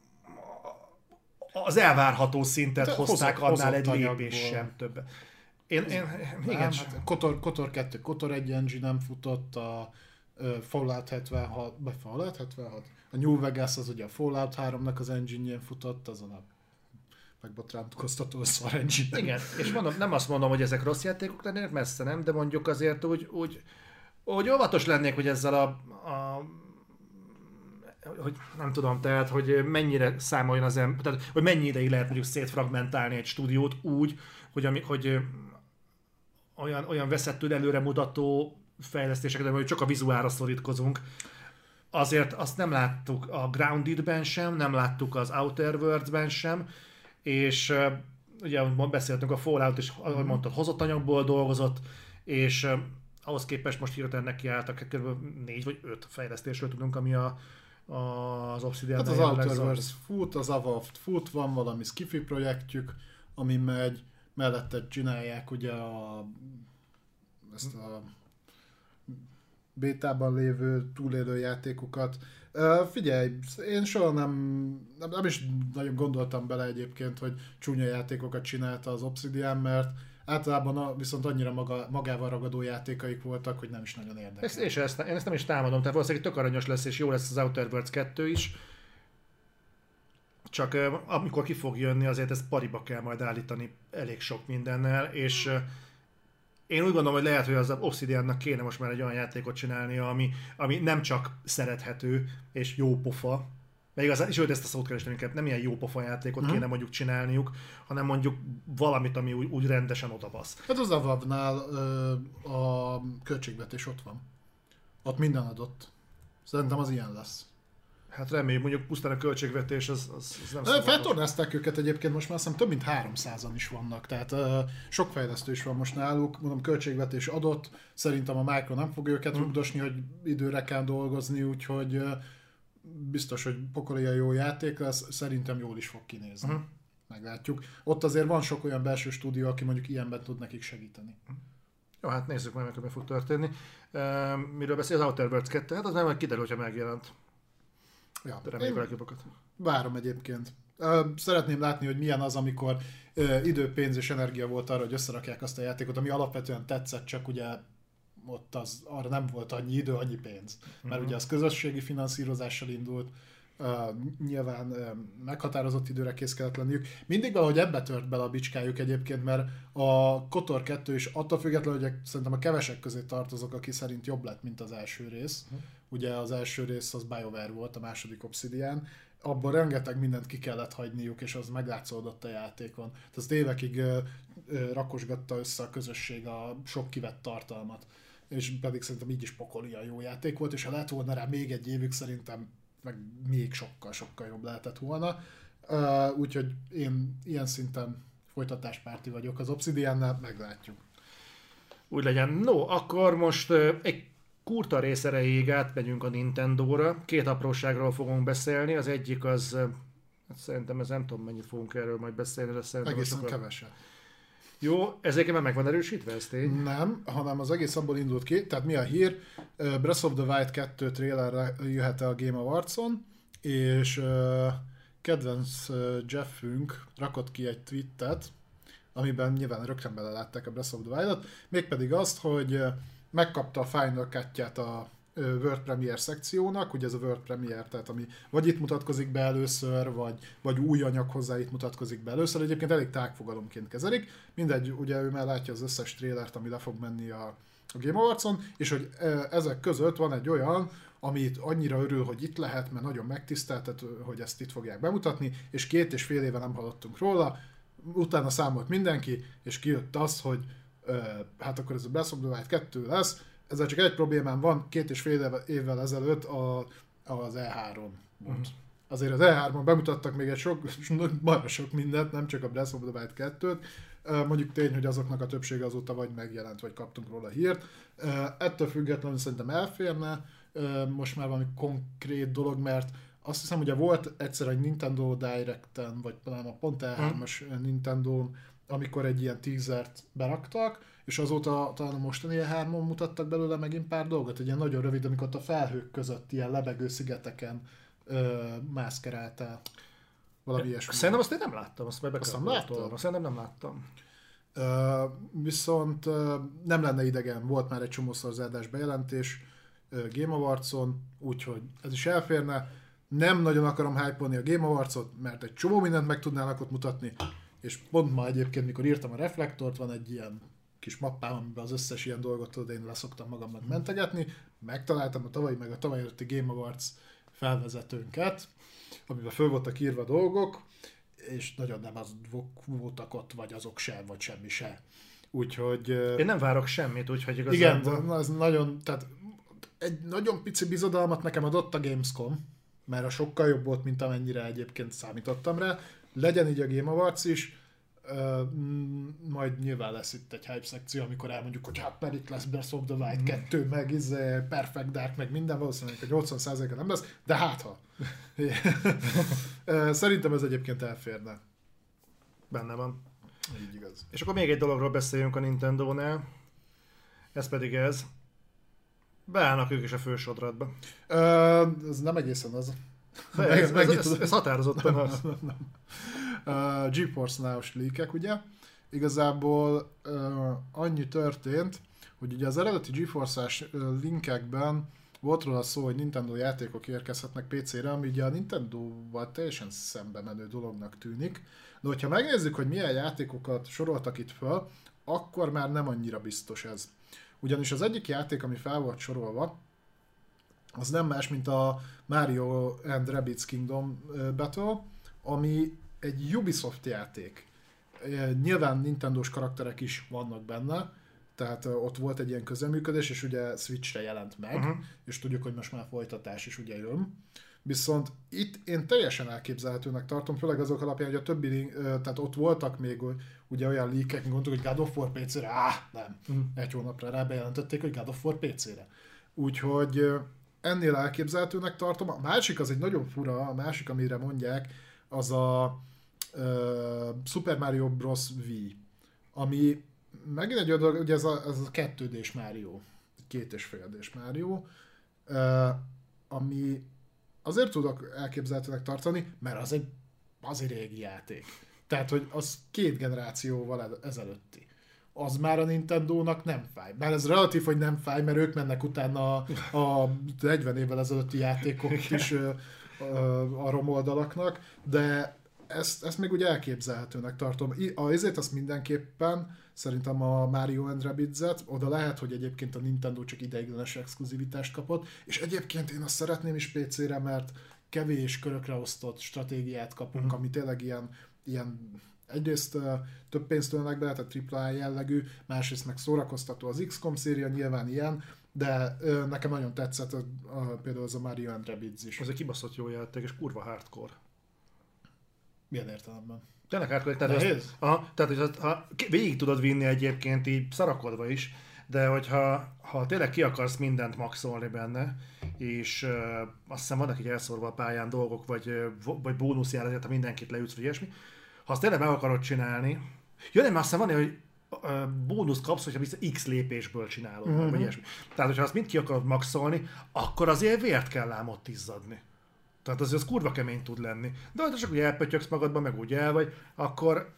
A: az elvárható szintet de hozták hozott, annál hozott egy lépés sem több. Én, én, igen, nem, hát
B: Kotor, Kotor kettő, Kotor egy engine nem futott, a uh, Fallout hetvenhat, vagy Fallout hetvenhat? A New Vegas az ugye a Fallout háromnak az engine-jén futott, azon a megbotránkoztató szar engine.
A: Igen, és mondom, nem azt mondom, hogy ezek rossz játékok lennének, messze nem, de mondjuk azért úgy, úgy, úgy óvatos lennék, hogy ezzel a, a hogy nem tudom, tehát, hogy mennyire számoljon az ember, tehát, hogy mennyi ideig lehet mondjuk szétfragmentálni egy stúdiót úgy, hogy, ami, hogy olyan, olyan veszettől előre mutató fejlesztéseket, hogy csak a vizuálra szorítkozunk. Azért azt nem láttuk a Grounded-ben sem, nem láttuk az Outer Worlds-ben sem, és ugye, ahogy beszéltünk, a Fallout is, ahogy mondtad, hozott anyagból dolgozott, és ahhoz képest most hirtelen nekiálltak, kb. négy vagy öt fejlesztésről tudunk, ami a az Obsidian.
B: Hát az Outer Worlds fut, az Avowed fut, van valami skifi projektjük, ami megy, mellette csinálják ugye a, ezt a bétában lévő túlélő játékokat. Uh, figyelj, én soha nem, nem, nem is nagyon gondoltam bele egyébként, hogy csúnya játékokat csinálta az Obsidian, mert általában a, viszont annyira maga, magával ragadó játékaik voltak, hogy nem is nagyon érdekel.
A: Ezt, és ezt, én ezt nem is támadom, tehát valószínűleg tök aranyos lesz, és jó lesz az Outer Worlds kettő is. csak amikor ki fog jönni, azért ezt pariba kell majd állítani elég sok mindennel, és én úgy gondolom, hogy lehet, hogy az Obsidiannak kéne most már egy olyan játékot csinálnia, ami, ami nem csak szerethető és jó pofa, mert igazán, és ezt a szót kerestem inkább, nem ilyen jó pofa játékot hmm. kéne mondjuk csinálniuk, hanem mondjuk valamit, ami úgy, úgy rendesen odabasz.
B: Hát az a WoW-nál a költségvetés ott van. Ott minden adott. Szerintem az ilyen lesz.
A: Hát reméljük, mondjuk pusztán a költségvetés, az, az, az nem szabad.
B: Feltornázták őket egyébként, most már azt hiszem több mint háromszázan is vannak, tehát uh, sok fejlesztő is van most náluk, mondom költségvetés adott, szerintem a Micro nem fog őket hmm. rugdosni, hogy időre kell dolgozni, úgyhogy uh, biztos, hogy pokolja jó játék lesz, szerintem jól is fog kinézni. Hmm. Meglátjuk. Ott azért van sok olyan belső stúdió, aki mondjuk ilyenben tud nekik segíteni.
A: Jó, hát nézzük meg, hogy mi fog történni. Uh, miről beszél az Outer Worlds kettő? Hát az nem kiderül, hogyha megjelent.
B: Ja,
A: reméljük a legjobbakat.
B: Várom egyébként. Szeretném látni, hogy milyen az, amikor idő, pénz és energia volt arra, hogy összerakják azt a játékot, ami alapvetően tetszett, csak ugye ott az, arra nem volt annyi idő, annyi pénz. Mert uh-huh. ugye az közösségi finanszírozással indult, Uh, nyilván uh, meghatározott időre kész kellett lenniük. Mindig valahogy ebbe tört bele a bicskájuk egyébként, mert a KOTOR kettő is attól függetlenül, hogy szerintem a kevesek közé tartozok, aki szerint jobb lett, mint az első rész. Uh-huh. Ugye az első rész az BioWare volt, a második Obsidian. Abban rengeteg mindent ki kellett hagyniuk, és az meglátszódott a játékon. Tehát az évekig uh, uh, rakosgatta össze a közösség a sok kivett tartalmat. És pedig szerintem így is pokoli a jó játék volt, és ha lett volna rá még egy évük, szerintem meg még sokkal-sokkal jobb lehetett volna. Uh, úgyhogy én ilyen szinten folytatáspárti vagyok az Obsidiannál, meglátjuk.
A: Úgy legyen. No, akkor most uh, egy kurta rész erejéig átmegyünk a Nintendóra. Két apróságról fogunk beszélni. Az egyik az, uh, hát szerintem ez nem tudom mennyit fogunk erről majd beszélni, de szerintem
B: egészen
A: sokkal...
B: keveset.
A: Jó, ezeket már meg van erősítve, ez tény?
B: Nem, hanem az egész abból indult ki. Tehát mi a hír? Breath of the Wild kettő trailerre jöhet el a Game Awards-on, és uh, kedvenc uh, Jeffünk rakott ki egy tweetet, amiben nyilván rögtön belelátták a Breath of the Wild-ot, mégpedig azt, hogy uh, megkapta a Final Cut-ját a uh, World Premiere szekciónak, ugye ez a World Premiere, tehát ami vagy itt mutatkozik be először, vagy, vagy új anyag hozzá itt mutatkozik be először, egyébként elég tágfogalomként kezelik, mindegy, ugye ő már látja az összes trélert, ami le fog menni a, a Game Awards-on, és hogy uh, ezek között van egy olyan, amit annyira örül, hogy itt lehet, mert nagyon megtiszteltető, hogy ezt itt fogják bemutatni, és két és fél éve nem hallottunk róla, utána számolt mindenki, és kijött az, hogy uh, hát akkor ez a Breath of the Wild kettő lesz. Ezzel csak egy problémám van, két és fél évvel ezelőtt a, az E három volt. Uh-huh. Azért az E háromon bemutattak még egy sok, nagyon sok mindent, nem csak a Breath of the Wild kettőt. Uh, mondjuk tény, hogy azoknak a többsége azóta vagy megjelent, vagy kaptunk róla hírt. Uh, ettől függetlenül szerintem elférne uh, most már valami konkrét dolog, mert azt hiszem, ugye volt egyszer egy Nintendo Direct-en, vagy talán a pont E hármas hmm. Nintendo-n, amikor egy ilyen teasert beraktak, és azóta talán a mostani E háromon mutattak belőle megint pár dolgot, egy ilyen nagyon rövid, amikor ott a felhők között ilyen lebegő szigeteken ö, mászkeráltál. Valami ilyesmi.
A: Szerintem azt én nem láttam, azt meg be
B: azt nem láttam.
A: Szerintem nem láttam.
B: Uh, viszont uh, nem lenne idegen, volt már egy csomószor Zeldás bejelentés uh, Game Awards-on, úgyhogy ez is elférne. Nem nagyon akarom hype-olni a Game Awards-ot, mert egy csomó mindent meg tudnának ott mutatni, és pont ma egyébként, mikor írtam a Reflektort, van egy ilyen kis mappám, amiben az összes ilyen dolgot tudod, én leszoktam magamnak mentegetni, megtaláltam a tavalyi meg a tavaly előtti Game Awards felvezetőnket, amiben föl voltak írva dolgok, és nagyon nem azok voltak ott, vagy azok sem, vagy semmi se. Úgyhogy...
A: Én nem várok semmit, úgyhogy igazából...
B: Igen, az nagyon, tehát egy nagyon pici bizodalmat nekem adott a Gamescom, mert a sokkal jobb volt, mint amennyire egyébként számítottam rá. Legyen így a Game Awards is, Uh, majd nyilván lesz itt egy hype szekció, amikor elmondjuk, hogy hát pedig lesz Breath of the Wild kettő, meg izé, Perfect Dark, meg minden, valószínűleg a nyolcvan százaléka nem lesz, de hát ha. uh, szerintem ez egyébként elférne.
A: Benne van.
B: Így igaz.
A: És akkor még egy dologról beszéljünk a Nintendo-nál. Ez pedig ez. Beállnak ők is a fősodratba.
B: Uh, ez nem egészen az.
A: Ez, ez, ez, ez határozottan az.
B: Nem, nem, nem. Uh, GeForce Now-os leakek, ugye? Igazából uh, annyi történt, hogy ugye az eredeti GeForce-ás uh, linkekben volt róla szó, hogy Nintendo játékok érkezhetnek pé cére, ami ugye a Nintendo-val teljesen szembe menő dolognak tűnik. De hogyha megnézzük, hogy milyen játékokat soroltak itt föl, akkor már nem annyira biztos ez. Ugyanis az egyik játék, ami fel volt sorolva, az nem más, mint a Mario and Rabbids Kingdom Battle, ami egy Ubisoft játék. Nyilván Nintendós karakterek is vannak benne, tehát ott volt egy ilyen közeműködés, és ugye Switchre jelent meg, uh-huh. és tudjuk, hogy most már folytatás is ugye jön. Viszont itt én teljesen elképzelhetőnek tartom, főleg azok alapján, hogy a többi, tehát ott voltak még ugye olyan leakek, gondoltuk, hogy God of War pé cére, áh, nem. Uh-huh. Egy hónapra rá bejelentették, hogy God of War pé cére. Úgyhogy ennél elképzelhetőnek tartom. A másik az egy nagyon fura, a másik, amire mondják, az a uh, Super Mario Bros. Wii, ami megint egy olyan, ugye ez a, ez a kettő dés Mario, két és fél dés Mario, uh, ami azért tudok elképzelhetőnek tartani, mert az egy, az egy régi játék. Tehát, hogy az két generációval ezelőtti. Az már a Nintendónak nem fáj. Bár ez relatív, hogy nem fáj, mert ők mennek utána a, a negyven évvel ezelőtti játékok is ö, ö, a romoldalaknak, de ezt, ezt még úgy elképzelhetőnek tartom. Ezért azt mindenképpen szerintem a Mario and Rabbids-et, oda lehet, hogy egyébként a Nintendo csak ideiglenes exkluzivitást kapott, és egyébként én azt szeretném is pé cére, mert kevés körökre osztott stratégiát kapunk, mm. ami tényleg ilyen, ilyen egyrészt uh, több pénzt ölnek be, tehát á á á jellegű, másrészt meg szórakoztató az iksz kom széria, nyilván ilyen, de uh, nekem nagyon tetszett a, a, például az a Mario and Rabbids is.
A: Ez egy kibaszott jó játék, és kurva hardcore.
B: Milyen értelemben?
A: Tényleg hardcore, tehát, az, aha, tehát hogy az, ha végig tudod vinni egyébként így szarakodva is, de hogyha ha tényleg ki akarsz mindent maxolni benne, és uh, azt hiszem vannak így elszórva a pályán dolgok, vagy, uh, vagy bónuszjárat, ha mindenkit leütsz, vagy ilyesmi, ha azt tényleg meg akarod csinálni, ja nem, azt hiszem van, hogy uh, bónusz kapsz, hogyha vissza X lépésből csinálod, uh-huh. vagy ilyesmi. Tehát, hogyha azt mind ki akarod maxolni, akkor azért vért kell ám ott izzadni. Tehát azért az kurva kemény tud lenni. De ha csak úgy elpötyöksz magadban, meg úgy el vagy, akkor,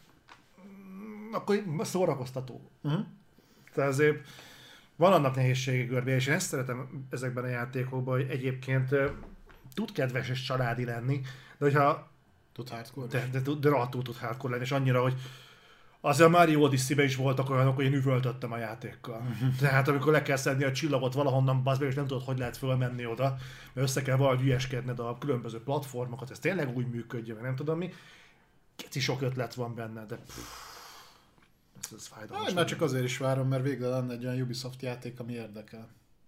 A: akkor szórakoztató. Uh-huh. Tehát azért van annak nehézségi görbe, és én ezt szeretem ezekben a játékokban, hogy egyébként uh, tud kedves és családi lenni, de hogyha
B: tud hardcore
A: de, de, de, de rohadtul tud hardcore lenni, és annyira, hogy azért a Mario Odyssey-ben is voltak olyanok, hogy én üvöltöttem a játékkal. Uh-huh. Tehát amikor le kell szedni a csillagot valahonnan, bazd meg, és nem tudod, hogy lehet fölmenni oda, mert össze kell valahogy ügyeskedned a különböző platformokat, ez tényleg úgy működjön, meg nem tudom mi. Keci sok ötlet van benne, de pff, ez, ez fájdalmas.
B: Ah, már csak azért is várom, mert végre lenne egy olyan Ubisoft játék, ami érdekel.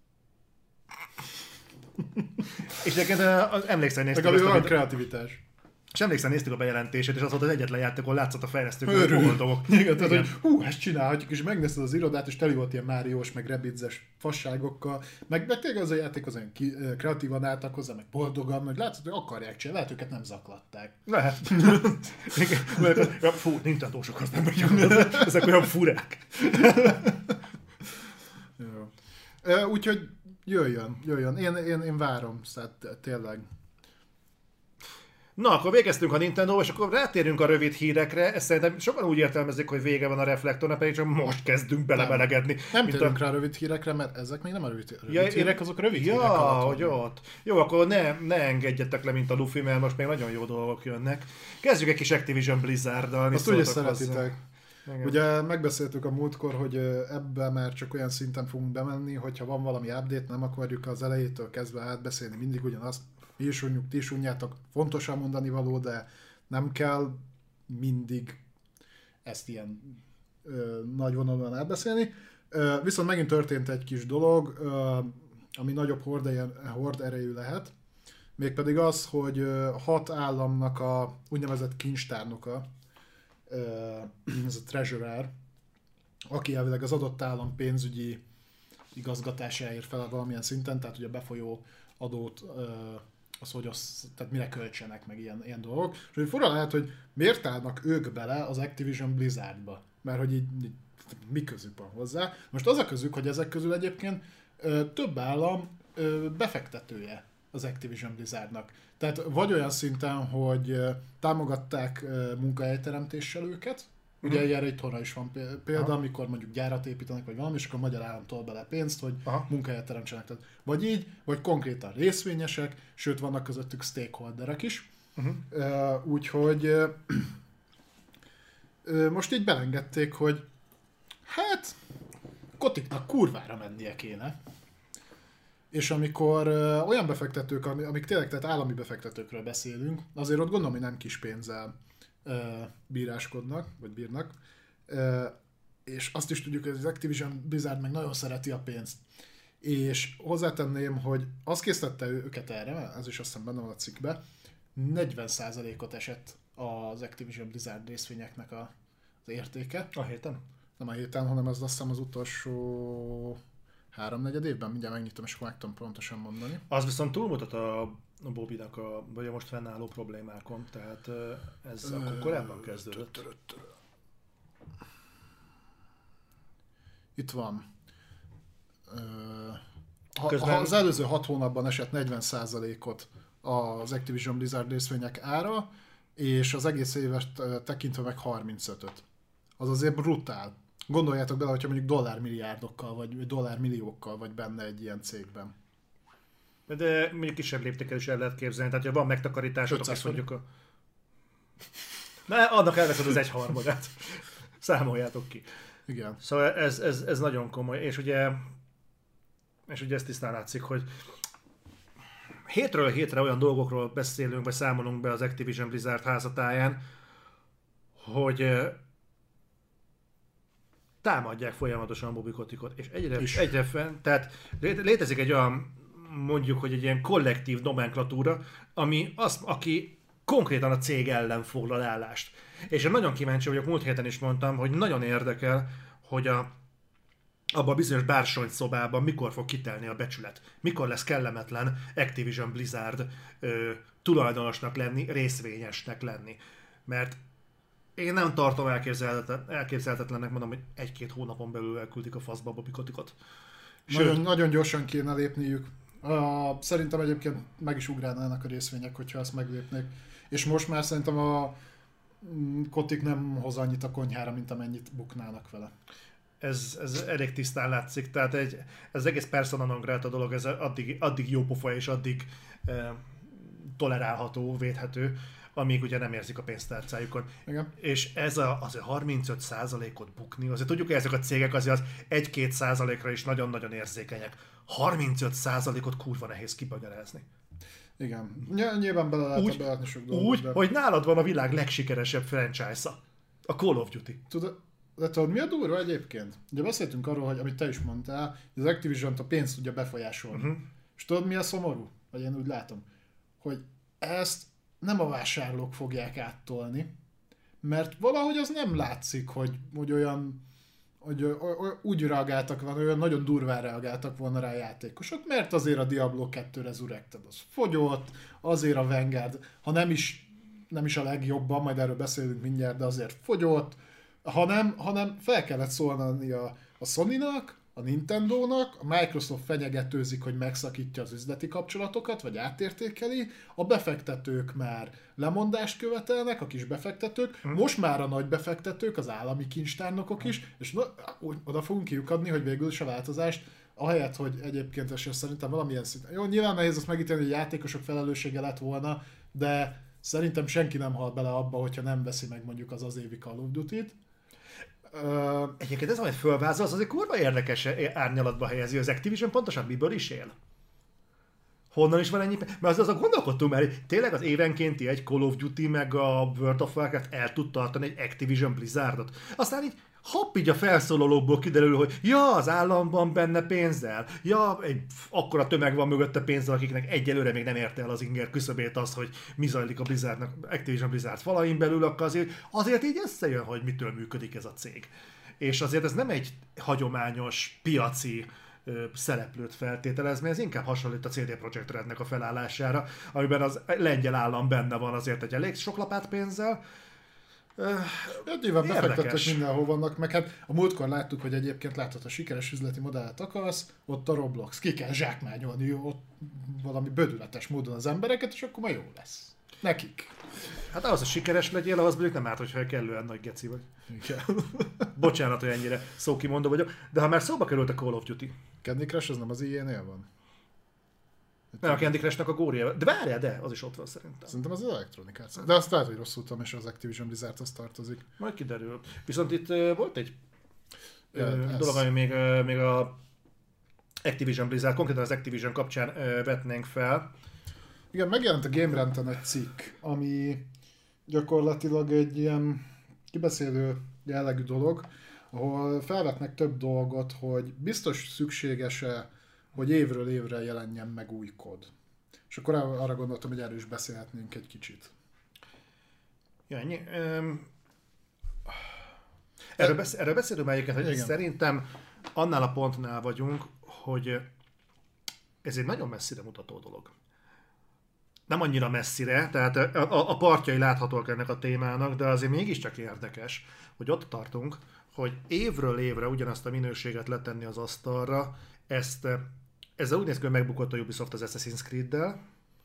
A: És egyébként emlékszel, néztük
B: meg a kreativitás.
A: És emlékszel, néztük a bejelentését, és az volt az egyetlen játék, ahol látszott a fejlesztők, hogy boldogok.
B: Igen, tehát, hogy hú, ezt csinálhatjuk, és megnézted az irodát, és teli volt ilyen Máriós, meg Rabbids-es fasságokkal, meg, meg tényleg az a játék az olyan ki, kreatívan álltak hozzá, meg boldogan, meg látszott, hogy akarják csinálni, lehet őket nem zaklatták.
A: Lehet. Fú, Nintendo-sok azt nem vagyok, ezek olyan furák.
B: Úgyhogy jöjjön, jöjjön. Én, én, én várom, szóval tényleg.
A: Na, akkor végeztünk a Nintendo, és akkor rátérünk a rövid hírekre. Ezt szerintem sokan úgy értelmezik, hogy vége van a reflektornak, pedig csak most kezdünk belemelegedni.
B: Nem, nem térünk a... rá a rövid hírekre, mert ezek még nem a rövid, rövid ja, hírek, azok a rövid ja, hírek alatt.
A: Hogy ott. Jó, akkor ne, ne engedjetek le, mint a Luffy, mert most még nagyon jó dolgok jönnek. Kezdjük egy kis Activision Blizzard-dal.
B: Azt ugye szeretitek. Ugye megbeszéltük a múltkor, hogy ebben már csak olyan szinten fogunk bemenni, hogyha van valami update, nem akarjuk az elejétől kezdve átbeszélni mindig ugyanazt. Mi is unjuk, ti is unjátok, fontosan mondani való, de nem kell mindig ezt ilyen ö, nagy vonalon átbeszélni. Ö, viszont megint történt egy kis dolog, ö, ami nagyobb hord, hord erejű lehet, mégpedig az, hogy ö, hat államnak a úgynevezett kincstárnoka, ö, ez a treasurer, aki elvileg az adott állam pénzügyi igazgatásáért felel valamilyen szinten, tehát ugye befolyó adót, ö, az, hogy az, tehát mire költsenek, meg ilyen, ilyen dolgok. És hogy fura lehet, hogy miért állnak ők bele az Activision Blizzardba, mert hogy így, így mi közük van hozzá. Most az a közük, hogy ezek közül egyébként ö, több állam ö, befektetője az Activision Blizzardnak. Tehát vagy olyan szinten, hogy ö, támogatták ö, munkahelyteremtéssel őket, Ugye hmm. erre itthonra is van példa, aha. amikor mondjuk gyárat építenek, vagy valami, és akkor a magyar állam tol bele pénzt, hogy aha. munkahelyet teremtsenek. Tehát vagy így, vagy konkrétan részvényesek, sőt vannak közöttük stakeholderek is. Uh-huh. Uh, úgyhogy uh, uh, most így belengedték, hogy hát Kotiknak kurvára mennie kéne. És amikor uh, olyan befektetők, amik tényleg tehát állami befektetőkről beszélünk, azért ott gondolom, hogy nem kis pénzzel uh, bíráskodnak, vagy bírnak. Uh, és azt is tudjuk, hogy az Activision Blizzard meg nagyon szereti a pénzt. És hozzátenném, hogy az készítette őket erre, ez is azt hiszem benne van a cikkben, negyven százalékot esett az Activision Blizzard részvényeknek a, az értéke.
A: A héten?
B: Nem a héten, hanem ez azt hiszem az utolsó háromnegyed évben, mindjárt megnyitom, és akkor meg tudom pontosan mondani.
A: Az viszont túlmutat a Bobbynak a, vagy a most fennálló problémákon, tehát ez Ö... akkor korábban kezdődött.
B: Itt van. Ha, Közben... ha az előző hat hónapban esett negyven százalékot az Activision Blizzard részvények ára, és az egész évet tekintve meg harmincötöt. Az azért brutál. Gondoljátok bele, hogyha mondjuk dollármilliárdokkal, vagy dollármilliókkal vagy benne egy ilyen cégben.
A: De mondjuk kisebb léptékkel is el lehet képzelni, tehát ha van megtakarításod, azt mondjuk a... Na, annak elveszed az egyharmadát. Számoljátok ki.
B: Igen.
A: Szóval ez, ez, ez nagyon komoly, és ugye, és ugye ez tisztán látszik, hogy hétről hétre olyan dolgokról beszélünk, vagy számolunk be az Activision Blizzard házatáján, hogy támadják folyamatosan a Bobby-Kotickot, és egyre, egyre fenn, tehát létezik egy olyan, mondjuk, hogy egy ilyen kollektív nomenklatúra, ami az, aki konkrétan a cég ellen foglal állást. És én nagyon kíváncsi vagyok, múlt héten is mondtam, hogy nagyon érdekel, hogy a, abban a bizonyos bársony szobában mikor fog kitelni a becsület. Mikor lesz kellemetlen Activision Blizzard ö, tulajdonosnak lenni, részvényesnek lenni. Mert én nem tartom elképzelhetetlen, elképzelhetetlennek, mondom, hogy egy-két hónapon belül elküldik a faszba a Bobby-Kotickot.
B: Nagyon, nagyon gyorsan kéne lépniük. Uh, szerintem egyébként meg is ugrálnának a részvények, hogyha ezt meglépnék. És most már szerintem a Kotick nem hoz annyit a konyhára, mint amennyit buknának vele.
A: Ez, ez elég tisztán látszik, tehát egy, ez az egész persona non grata dolog, ez addig, addig jó pofa és addig eh, tolerálható, védhető, amíg ugye nem érzik a pénztárcájukon.
B: Igen.
A: És ez a, azért harmincöt százalékot bukni, azért tudjuk, hogy ezek a cégek azért az egy-két százalékra is nagyon-nagyon érzékenyek. harmincöt százalékot kurva nehéz kibagyarázni.
B: Igen. Nyilván bele lehet
A: úgy,
B: beletni sok dolgot.
A: Úgy,
B: de...
A: hogy nálad van a világ legsikeresebb franchise-a. A Call of Duty.
B: Tudod, de tudod, mi a durva egyébként? Ugye beszéltünk arról, hogy amit te is mondtál, hogy az Activision-t a pénzt tudja befolyásolni. Uh-huh. És tudod, mi a szomorú? Vagy én úgy látom, hogy ezt nem a vásárlók fogják áttolni, mert valahogy az nem látszik, hogy, hogy olyan hogy úgy reagáltak volna, olyan nagyon durván reagáltak volna rá a játékosok, mert azért a Diablo kettő Resurrected az fogyott, azért a Vanguard, ha nem is, nem is a legjobban, majd erről beszélünk mindjárt, de azért fogyott, hanem, hanem fel kellett szólni a, a Sony-nak, a Nintendónak, a Microsoft fenyegetőzik, hogy megszakítja az üzleti kapcsolatokat, vagy átértékeli, a befektetők már lemondást követelnek, a kis befektetők, hmm. most már a nagy befektetők, az állami kincstárnokok is, és no, oda fogunk kiukadni, hogy végül is a változást, ahelyett, hogy egyébként és szerintem valamilyen szinten. Jó, nyilván nehéz azt megítélni, hogy a játékosok felelőssége lett volna, de szerintem senki nem hal bele abba, hogyha nem veszi meg mondjuk az az évi Call of Duty-t.
A: Uh, Egyébként ez, amit fölvázol, az azért kurva érdekes árnyalatba helyezi, az Activision pontosan miből is él? Honnan is van ennyi? Mert az azon gondolkodtunk már, hogy tényleg az évenkénti egy Call of Duty meg a World of Warcraft el tud tartani egy Activision Blizzardot. Aztán így hopp, így a felszólalókból kiderül, hogy ja, az államban benne pénzzel, ja, egy akkora tömeg van mögötte pénzzel, akiknek egyelőre még nem érte el az inger küszöbét az, hogy mi zajlik a Blizzardnak, Activision Blizzard falain belül, akkor azért, azért így összejön, hogy mitől működik ez a cég. És azért ez nem egy hagyományos piaci ö, szereplőt feltételez, mert ez inkább hasonlít a cé dé Projekt Rednek a felállására, amiben az lengyel állam benne van azért egy elég sok lapát pénzzel.
B: Hát nyilván befektettek mindenhol vannak, meg hát a múltkor láttuk, hogy egyébként látod, ha sikeres üzleti modellt akarsz, ott a Roblox, ki kell zsákmányolni ott valami bődületes módon az embereket, és akkor majd jó lesz. Nekik.
A: Hát ahhoz, hogy sikeres legyél, ahhoz mondjuk nem árt, hogyha kellően nagy geci vagy.
B: Igen.
A: Bocsánat, hogy ennyire szókimondó vagyok, de ha már szóba került a Call of Duty.
B: Candy Crush az nem az i á-nél van?
A: Nem, a Candy Crush-nak a gória. De várjál, de az is ott van szerintem.
B: Szerintem az az Electronic Arts. De azt lehet, hogy rosszul tudom, és az Activision Blizzardhoz tartozik.
A: Majd kiderül. Viszont itt uh, volt egy
B: Ja,
A: uh, dolog, ami még, uh, még a Activision Blizzard, konkrétan az Activision kapcsán uh, vetnénk fel.
B: Igen, megjelent a Game Rant-en egy cikk, ami gyakorlatilag egy ilyen kibeszélő jellegű dolog, ahol felvetnek több dolgot, hogy biztos szükséges-e, hogy évről évre jelenjen meg új kód. És akkor arra gondoltam, hogy erről is beszélhetnénk egy kicsit.
A: Ja, ennyi. Um, erről, besz- erről beszélünk már egyébként, hogy
B: igen.
A: Szerintem annál a pontnál vagyunk, hogy ez egy nagyon messzire mutató dolog. Nem annyira messzire, tehát a, a partjai láthatóak ennek a témának, de azért mégiscsak érdekes, hogy ott tartunk, hogy évről évre ugyanazt a minőséget letenni az asztalra, ezt, ezzel úgy néz ki, hogy megbukott a Ubisoft az Assassin's Creed-del,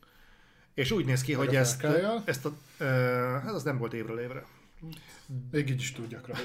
A: és úgy néz ki,
B: Meg
A: hogy
B: a
A: ezt,
B: Far Cry-jal.
A: ezt a, uh, hát az nem volt évről évre.
B: Még így is tudjak rá.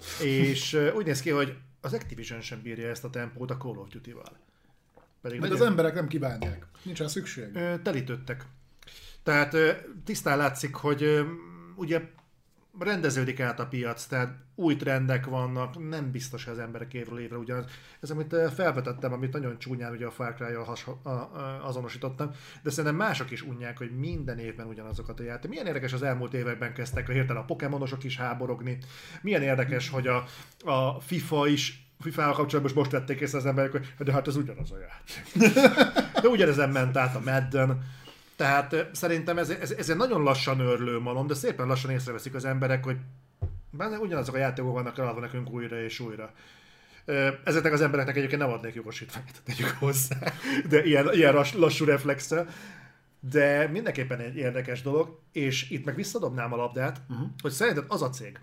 A: És uh, úgy néz ki, hogy az Activision sem bírja ezt a tempót a Call of Duty-val. Pedig
B: Meg az emberek nem kívánják. Nincs rá szükség.
A: uh, telítődtek. Tehát uh, tisztán látszik, hogy uh, ugye rendeződik át a piac, tehát új trendek vannak, nem biztos, hogy az emberek évről évre ugyanaz. Ez, amit felvetettem, amit nagyon csúnyán ugye a Far Cry-jal has- a- a- azonosítottam, de szerintem mások is unják, hogy minden évben ugyanazokat a játék. Milyen érdekes, az elmúlt években kezdtek a hirtelen a Pokémonosok is háborogni. Milyen érdekes, hogy a, a FIFA is FIFA-val kapcsolatban most vették észre az emberek, hogy de hát ez ugyanaz a játék. De ugyanezen ment át a Madden. Tehát szerintem ez, ez, ez egy nagyon lassan örlő malom, de szépen lassan észreveszik az emberek, hogy bár ugyanazok a játékok vannak eladva nekünk újra és újra. Ezeknek az embereknek egyébként nem adnék jogosítványt, tegyük hozzá, de ilyen, ilyen lassú reflexel. De mindenképpen egy érdekes dolog, és itt meg visszadobnám a labdát, uh-huh. hogy szerinted az a cég,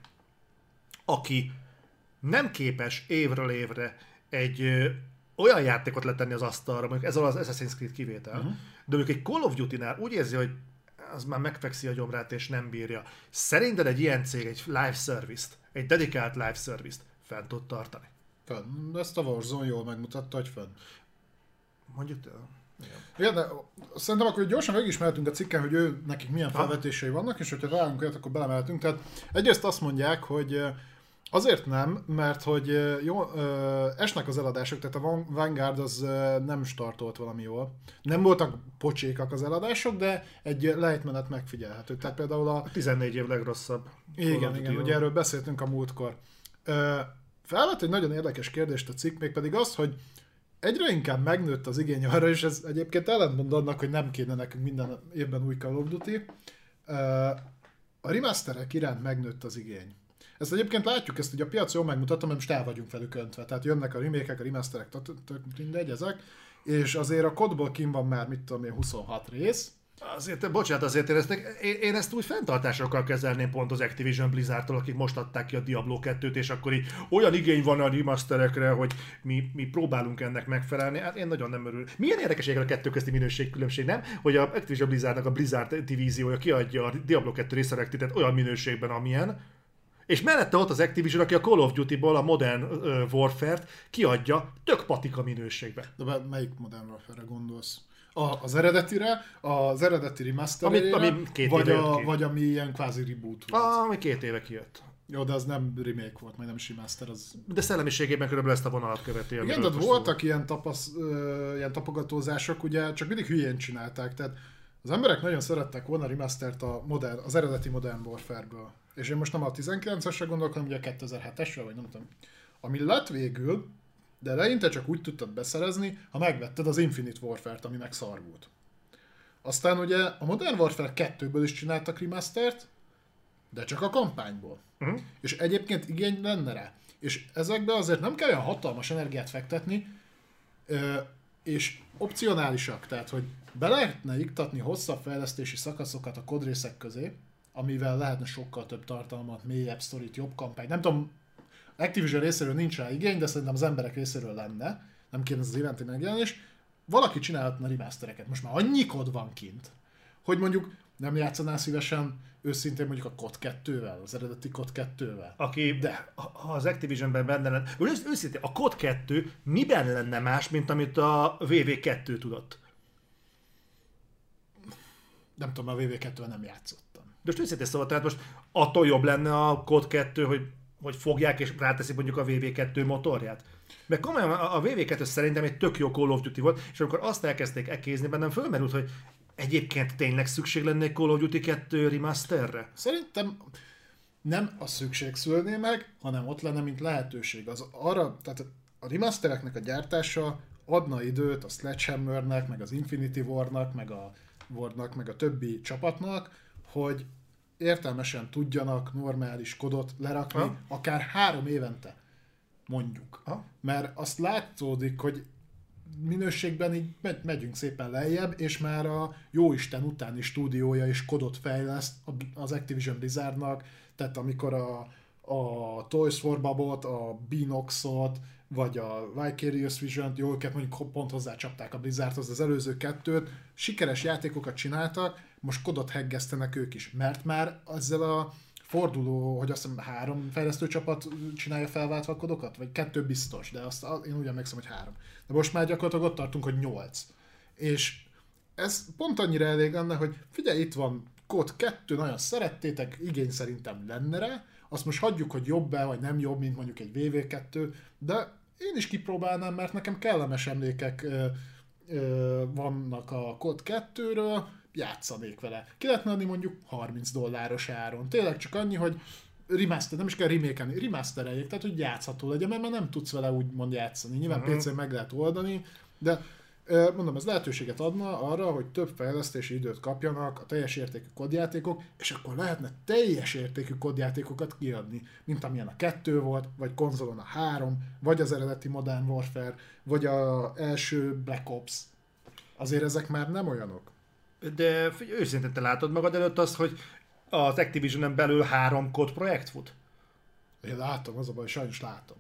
A: aki nem képes évről évre egy ö, olyan játékot letenni az asztalra, mondjuk ez az Assassin's Creed kivétel, uh-huh. de mondjuk egy Call of Duty-nál úgy érzi, hogy az már megfekszi a gyomrát és nem bírja. Szerinted egy ilyen cég egy live service-t, egy dedikált live service-t fenn tud tartani?
B: Fönn. Ezt a Warzone jól megmutatta, hogy fönn.
A: Mondjuk te.
B: Igen, de szerintem akkor gyorsan megismertünk a cikken, hogy ő, nekik milyen felvetései vannak, és hogyha találunk olyat, akkor belemeltünk. Tehát egyrészt azt mondják, hogy azért nem, mert hogy jó, esnek az eladások, tehát a Vanguard az nem startolt valami jól. Nem voltak pocsékak az eladások, de egy lejtmenet megfigyelhető. Tehát például a...
A: a tizennégy év legrosszabb.
B: Igen, igen, ugye erről beszéltünk a múltkor. Felvett egy nagyon érdekes kérdést a cikk, mégpedig az, hogy egyre inkább megnőtt az igény arra, és ez egyébként ellentmond annak, hogy nem kéne nekünk minden évben új Call of Duty. A remasterek iránt megnőtt az igény. Ezt egyébként látjuk, ezt ugye a piac jól megmutatta, mert most el vagyunk velük öntve. Tehát jönnek a remake-ek, a remasterek, tök mindegy ezek, és azért a kodból kim van már, mit tudom én, huszonhat rész.
A: Azért, bocsánat, azért én ezt, én, én ezt úgy fenntartásokkal kezelném pont az Activision Blizzardtól, akik most adták ki a Diablo kettőt, és akkor így olyan igény van a remasterekre, hogy mi, mi próbálunk ennek megfelelni. Hát én nagyon nem örül. Milyen érdekes a kettő közti minőségkülönbség, nem? Hogy a Activision Blizzardnak a Blizzard divíziója kiadja a Diablo kettő Resurrected-et olyan minőségben, amilyen, és mellette ott az Activision, aki a Call of Duty-ból a Modern uh, Warfare-t kiadja tök patika minőségben.
B: De melyik Modern Warfare-re gondolsz? A, az eredetire, az eredeti remasterére,
A: ami, ami két
B: vagy,
A: éve
B: a, vagy ami ilyen kvázi reboot volt?
A: Ah, ami két éve kijött.
B: Jó, de az nem remake volt, majd nem is remaster, az...
A: De szellemiségében körülbelül ezt a vonalat követi.
B: Igen, de voltak ilyen, tapasz, ö, ilyen tapogatózások, ugye csak mindig hülyén csinálták, tehát az emberek nagyon szerettek volna remastert a modern, az eredeti Modern Warfare-ből. És én most nem a tizenkilencesre gondolok, hanem ugye a kétezer-hetesre, vagy nem tudom. Ami lett végül, de eleinte csak úgy tudtad beszerezni, ha megvetted az Infinite Warfare-t, ami meg szar volt. Aztán ugye a Modern Warfare kettőből is csináltak remastert, de csak a kampányból. Uh-huh. És egyébként igény lenne rá. És ezekbe azért nem kell olyan hatalmas energiát fektetni, és opcionálisak, tehát hogy be lehetne iktatni hosszabb fejlesztési szakaszokat a kodrészek közé, amivel lehetne sokkal több tartalmat, mélyebb sztorit, jobb kampány. Nem tudom, Activision részéről nincs rá igény, de szerintem az emberek részéről lenne, nem kéne ez az eventi megjelenés. Valaki csinálhatna remastereket. Most már annyi kod van kint, hogy mondjuk Nem játszanál szívesen őszintén mondjuk a kod kettővel, az eredeti kod kettővel?
A: Aki, de ha az Activisionben benne lenne, ősz, őszintén, a kod kettő miben lenne más, mint amit a vé vé kettő tudott?
B: Nem tudom, a vé vé kettővel nem játszottam.
A: De most őszintén szóval, tehát most attól jobb lenne a kod kettő, hogy, hogy fogják és ráteszik mondjuk a vé vé kettő motorját. Mert komolyan a vé vé kettő szerintem egy tök jó Call of Duty volt, és amikor azt elkezdték ekézni, bennem fölmerült, hogy egyébként tényleg szükség lenne egy Call of Duty kettő remasterre?
B: Szerintem nem a szükség szülné meg, hanem ott lenne, mint lehetőség. Az arra, tehát a remastereknek a gyártása adna időt a Sledgehammernek, meg az Infinity Warnak, meg a Wardnak, meg a többi csapatnak, hogy értelmesen tudjanak normális kodot lerakni, ha? akár három évente, mondjuk. Ha? Mert azt látszódik, hogy minőségben így megyünk szépen lejjebb, és már a jóisten utáni stúdiója is kodot fejleszt az Activision Blizzardnak, tehát amikor a, a Toys for Bob-ot, a Beanoxot, vagy a Vicarious Vision-t, jó, őket mondjuk pont hozzácsapták a Blizzardhoz, az előző kettőt, sikeres játékokat csináltak, most kodot heggesztenek ők is, mert már ezzel a forduló, hogy azt hiszem három fejlesztő csapat csinálja felváltva a kodokat, vagy kettő biztos, de azt én úgy emlékszem, hogy három. De most már gyakorlatilag ott tartunk, hogy nyolc. És ez pont annyira elég lenne, hogy figyelj, itt van kod kettő, nagyon szerettétek, igény szerintem lenne rá, azt most hagyjuk, hogy jobb-e, vagy nem jobb, mint mondjuk egy vé vé kettő, de én is kipróbálnám, mert nekem kellemes emlékek ö, ö, vannak a kod kettőről, játszanék vele. Ki lehetne adni mondjuk harminc dolláros áron. Tényleg csak annyi, hogy remaster, nem is kell remake-elni, remastereljék, tehát hogy játszható legyen, mert már nem tudsz vele úgymond játszani. Nyilván uh-huh. pé cén meg lehet oldani, de mondom, ez lehetőséget adna arra, hogy több fejlesztési időt kapjanak a teljes értékű kodjátékok, és akkor lehetne teljes értékű kodjátékokat kiadni, mint amilyen a kettő volt, vagy konzolon a három, vagy az eredeti Modern Warfare, vagy az első Black Ops. Azért ezek már nem olyanok.
A: De figyelj, őszintén te látod magad előtt azt, hogy az Activisionen belül három kod projekt fut?
B: Én látom, az a baj, sajnos látom.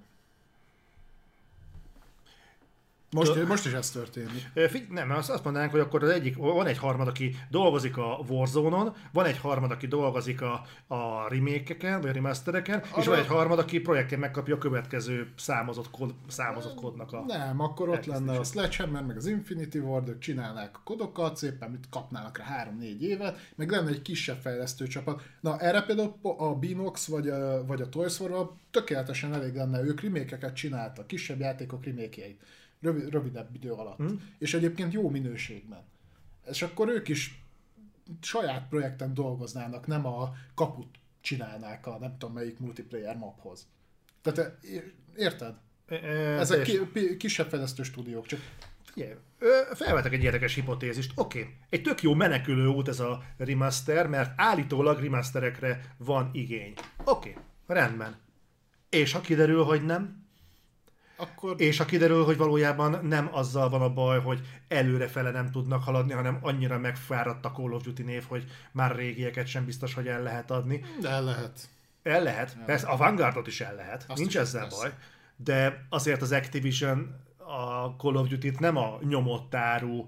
B: Most, Ö... most is ez történik.
A: Figy- nem, azt, azt mondanánk, hogy akkor az egyik, van egy harmad, aki dolgozik a Warzone-on, van egy harmad, aki dolgozik a, a remake-eken, vagy a remastereken, arra... és van egy harmad, aki projektén megkapja a következő számozott, kod, számozott kodnak a...
B: Nem, akkor ott lenne a Sledgehammer, meg az Infinity Ward, ők csinálnák a kodokat, szépen mit kapnának rá három-négy évet, meg lenne egy kisebb fejlesztő csapat. Na erre például a Beanox vagy a, vagy a Toys for Bob tökéletesen elég lenne, ők remake-eket csináltak, kisebb játékok remake-jeit. Rövid, rövidebb idő alatt. Mm. És egyébként jó minőségben. És akkor ők is saját projekten dolgoznának, nem a kaput csinálnák a nem tudom melyik multiplayer maphoz. Tehát érted? E, e, Ezek ki, kisebb fejlesztő stúdiók, csak...
A: Figyelj, felvetek egy érdekes hipotézist. Oké, okay. Egy tök jó menekülő út ez a remaster, mert állítólag remasterekre van igény. Oké, okay. Rendben. És ha kiderül, hogy nem? Akkor... És ha kiderül, hogy valójában nem azzal van a baj, hogy előrefele nem tudnak haladni, hanem annyira megfáradt a Call of Duty név, hogy már régieket sem biztos, hogy el lehet adni.
B: De el lehet.
A: El lehet. El Persze, a Vanguardot is el lehet. Azt Nincs ezzel lesz. Baj. De azért az Activision a Call of Duty-t nem a nyomott áru,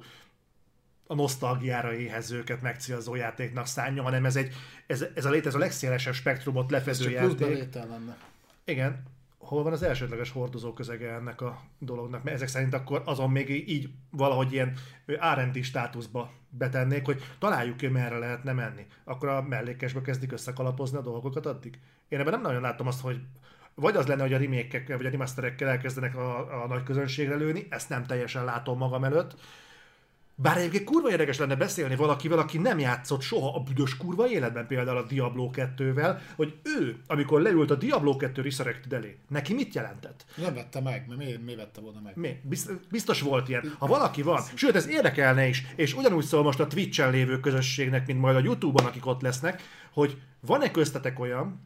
A: a nosztalgiára éhezőket megcélzó játéknak szánja, hanem ez, egy, ez, ez a lét, ez a legszélesebb spektrumot lefedő ez játék.
B: Lenne.
A: Igen. Hol van az elsődleges hordozó közege ennek a dolognak? Mert ezek szerint akkor azon még így valahogy ilyen er end dé státuszba betennék, hogy találjuk ki, merre lehetne menni. Akkor a mellékesbe kezdik összekalapozni a dolgokat addig. Én ebben nem nagyon látom azt, hogy vagy az lenne, hogy a remake-ekkel vagy a remasterekkel elkezdenek a, a nagy közönségre lőni, ezt nem teljesen látom magam előtt. Bár egyébként kurva érdekes lenne beszélni valakivel, aki nem játszott soha a büdös kurva életben, például a Diablo kettővel, hogy ő, amikor leült a Diablo kettő Resurrected elé, neki mit jelentett?
B: Nem vette meg, mert miért, miért vette volna meg?
A: Mi? Biztos volt ilyen. Ha valaki van, sőt ez érdekelne is, és ugyanúgy szól most a Twitch-en lévő közösségnek, mint majd a YouTube-on, akik ott lesznek, hogy van-e köztetek olyan,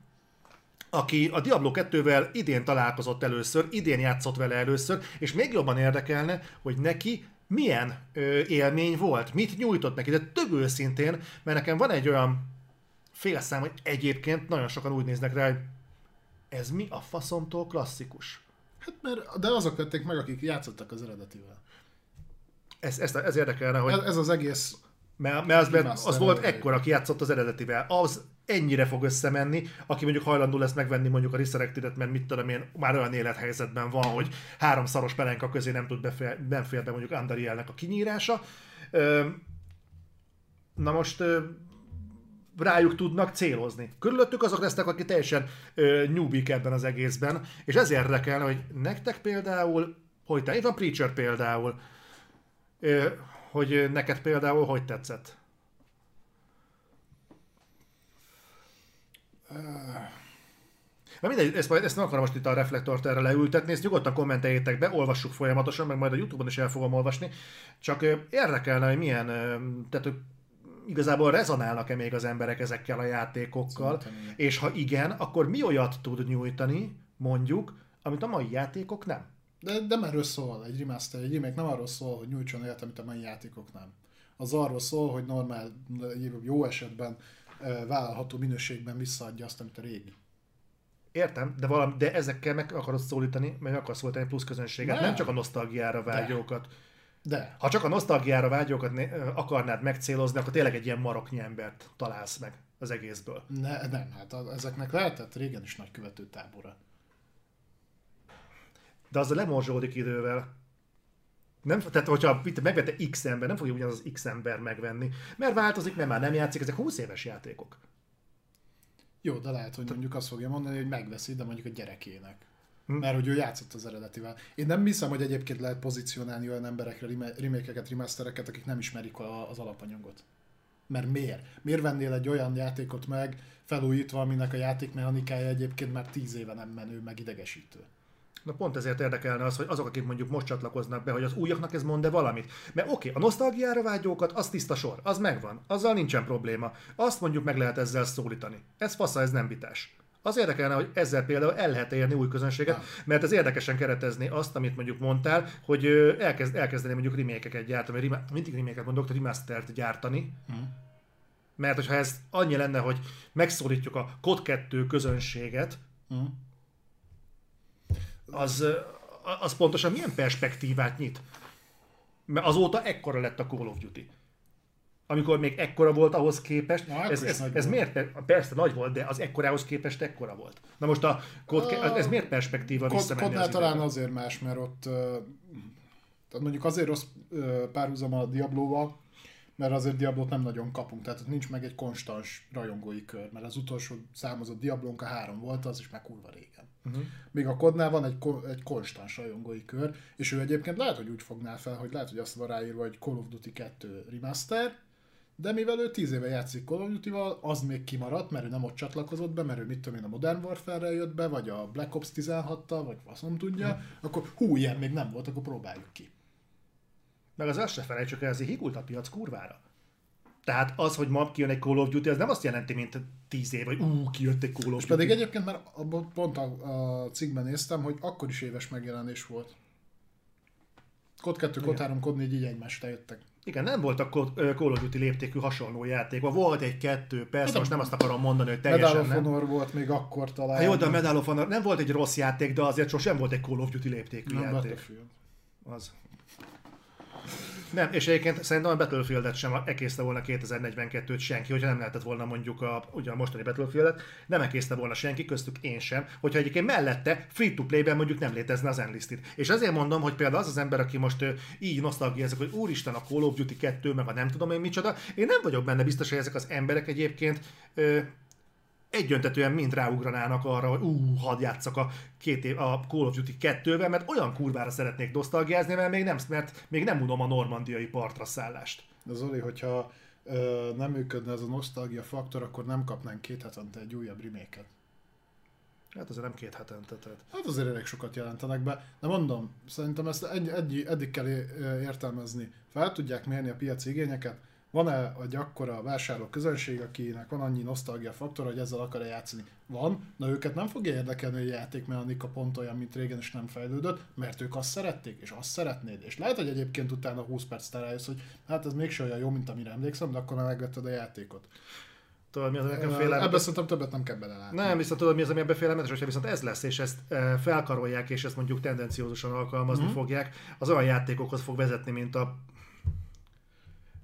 A: aki a Diablo kettővel idén találkozott először, idén játszott vele először, és még jobban érdekelne, hogy neki milyen ö, élmény volt, mit nyújtott neki, de tök őszintén, mert nekem van egy olyan félszám, hogy egyébként nagyon sokan úgy néznek rá, hogy ez mi a faszomtól klasszikus.
B: Hát mert, de azok vették meg, akik játszottak az eredetivel.
A: Ez, ez, ez érdekelne, hogy...
B: Ez, ez az egész
A: Mert, mert az, mert az volt ekkora, aki játszott az eredetivel. Az ennyire fog összemenni, aki mondjuk hajlandó lesz megvenni mondjuk a Resurrected-et, mert mit tudom én, már olyan élethelyzetben van, hogy három szaros pelenka közé nem tud befér, nem fér be mondjuk Andarielnek a kinyírása. Na most rájuk tudnak célozni. Körülöttük azok lesznek, akik teljesen newbie ebben az egészben, és ezért érdekelne, hogy nektek például, hogy te, itt van Preacher például, hogy neked például hogy tetszett? Na mindegy, ezt, ezt nem akarom most itt a reflektort erre leültetni, ezt nyugodtan kommenteljétek be, olvassuk folyamatosan, meg majd a YouTube-on is el fogom olvasni. Csak érdekelne, hogy milyen, tehát hogy igazából rezonálnak-e még az emberek ezekkel a játékokkal, szerintem, és ha igen, akkor mi olyat tud nyújtani, mondjuk, amit a mai játékok nem?
B: De nem erről szól egy remaster, egy remake nem arról szól, hogy nyújtson olyat, amit a mai játékok nem. Az arról szól, hogy normál, jó esetben vállalható minőségben visszaadja azt, amit a régi.
A: Értem, de, valami, de ezekkel meg akarod szólítani, meg akarsz szólítani plusz közönséget, nem, nem csak a nosztalgiára vágyókat.
B: De. De.
A: Ha csak a nosztalgiára vágyókat akarnád megcélozni, akkor tényleg egy ilyen maroknyi embert találsz meg az egészből.
B: Ne, nem, hát a, ezeknek lehetett régen is nagy követőtábora.
A: De az a lemorzsolódik idővel. Nem, tehát, hogyha megvette X ember, nem fogja ugyanaz az X ember megvenni. Mert változik, mert már nem játszik, ezek húsz éves játékok.
B: Jó, de lehet, hogy mondjuk azt fogja mondani, hogy megveszi, de mondjuk a gyerekének. Hm. Mert hogy ő játszott az eredetivel. Én nem hiszem, hogy egyébként lehet pozícionálni olyan emberekre remake-eket, remastereket, akik nem ismerik az alapanyagot. Mert miért? Miért vennél egy olyan játékot meg, felújítva, aminek a játékmechanikája egyébként már tíz éve nem menő, meg idegesítő?
A: Na pont ezért érdekelne az, hogy azok, akik mondjuk most csatlakoznak be, hogy az újaknak ez mond-e valamit. Mert oké, okay, a nosztalgiára vágyókat, az tiszta sor, az megvan, azzal nincsen probléma. Azt mondjuk meg lehet ezzel szólítani. Ez fasza, ez nem vitás. Az érdekelne, hogy ezzel például el lehet érni új közönséget, ja. Mert ez érdekesen keretezni azt, amit mondjuk mondtál, hogy elkezd, elkezdeni mondjuk remake-eket gyártani, rima, mindig remake-eket mondok, hogy remastert gyártani. Hmm. Mert hogyha ez annyi lenne, hogy megszólítjuk a kod kettő közönséget, hmm. Az, az pontosan milyen perspektívát nyit? Mert azóta ekkora lett a Call of Duty. Amikor még ekkora volt ahhoz képest, na, ez, ez, ez miért, persze nagy volt, de az ekkorához képest ekkora volt. Na most a kod, ez miért perspektíva visszamenni
B: Kodnál az talán azért más, mert ott tehát mondjuk azért rossz párhuzam a Diablóval, mert azért Diablót nem nagyon kapunk, tehát ott nincs meg egy konstans rajongói kör, mert az utolsó számozott Diablónk a három volt, az is már kurva régen. Uh-huh. Még a kodnál van egy, egy konstans rajongói kör, és ő egyébként lehet, hogy úgy fognál fel, hogy lehet, hogy azt van ráírva, hogy Call of Duty kettő remaster, de mivel ő tíz éve játszik Call of Duty-val, az még kimaradt, mert ő nem ott csatlakozott be, mert ő mit tudom én a Modern Warfare-rel jött be, vagy a Black Ops tizenhattal, vagy azt nem tudja, uh-huh. Akkor hú, ilyen még nem volt, akkor próbáljuk ki.
A: Meg az azt se felejtsük el, ezért higult a piac kurvára. Tehát az, hogy ma kijön egy Call of Duty, az nem azt jelenti, mint tíz év, vagy ú, kijött egy Call of Duty.
B: Pedig egyébként már pont a, a cikkben néztem, hogy akkor is éves megjelenés volt. kod kettő, kod három, kod négy így egymást jöttek.
A: Igen, nem voltak Call of Duty léptékű hasonló játék. Volt egy-kettő, persze, most nem azt akarom mondani, hogy teljesen
B: Medal of Honor volt még akkor talán.
A: Hát jó, de a Medal of Honor nem volt egy rossz játék, de azért sosem volt egy Call of Duty léptékű
B: nem
A: játék.
B: Battlefield.
A: Az. Nem, és egyébként szerintem a Battlefieldet sem ekészte volna kétezer-negyvenkettőt senki, hogyha nem lehetett volna mondjuk a, ugye a mostani Battlefieldet, nem ekészte volna senki, köztük én sem, hogyha egyébként mellette free-to-play-ben mondjuk nem létezne az Enlisted. És azért mondom, hogy például az az ember, aki most így nosztalgiázik, hogy úristen a Call of Duty kettő, meg a nem tudom én micsoda, én nem vagyok benne biztos, hogy ezek az emberek egyébként ö, egyöntetően mind ráugranának arra, hogy ú, hadd játsszak a, két év, a Call of Duty kettővel, mert olyan kurvára szeretnék nosztalgiázni, mert még nem, mert még nem unom a normandiai partra szállást.
B: De Zoli, hogyha ö, nem működne ez a nosztalgia faktor, akkor nem kapnánk két hetente egy újabb remake-et.
A: Hát azért nem két hetente. Tehát.
B: Hát azért elég sokat jelentenek be. De mondom, szerintem ezt egy, egy, eddig kell értelmezni. Fel tudják mérni a piaci igényeket, van-e egy akkora vásárló közönség, akinek van annyi nosztalgia faktor, hogy ezzel akar játszani? Van, de őket nem fogja érdekelni, hogy a játékmechanika pont olyan, mint régen, és nem fejlődött, mert ők azt szerették, és azt szeretnéd. És lehet, hogy egyébként utána húsz perc rájössz, hogy hát ez mégsem olyan jó, mint amire emlékszem, de akkor már megvetted a játékot.
A: Tudod, mi az, nekem félelmetes?
B: Ebben szerintem többet nem kell belelátni.
A: Nem, viszont tudod, mi az, ami ebben félelmetes, hogyha viszont ez lesz, és ezt e, felkarolják, és ezt mondjuk tendenciózusan alkalmazni mm-hmm. fogják, az olyan játékokhoz fog vezetni, mint a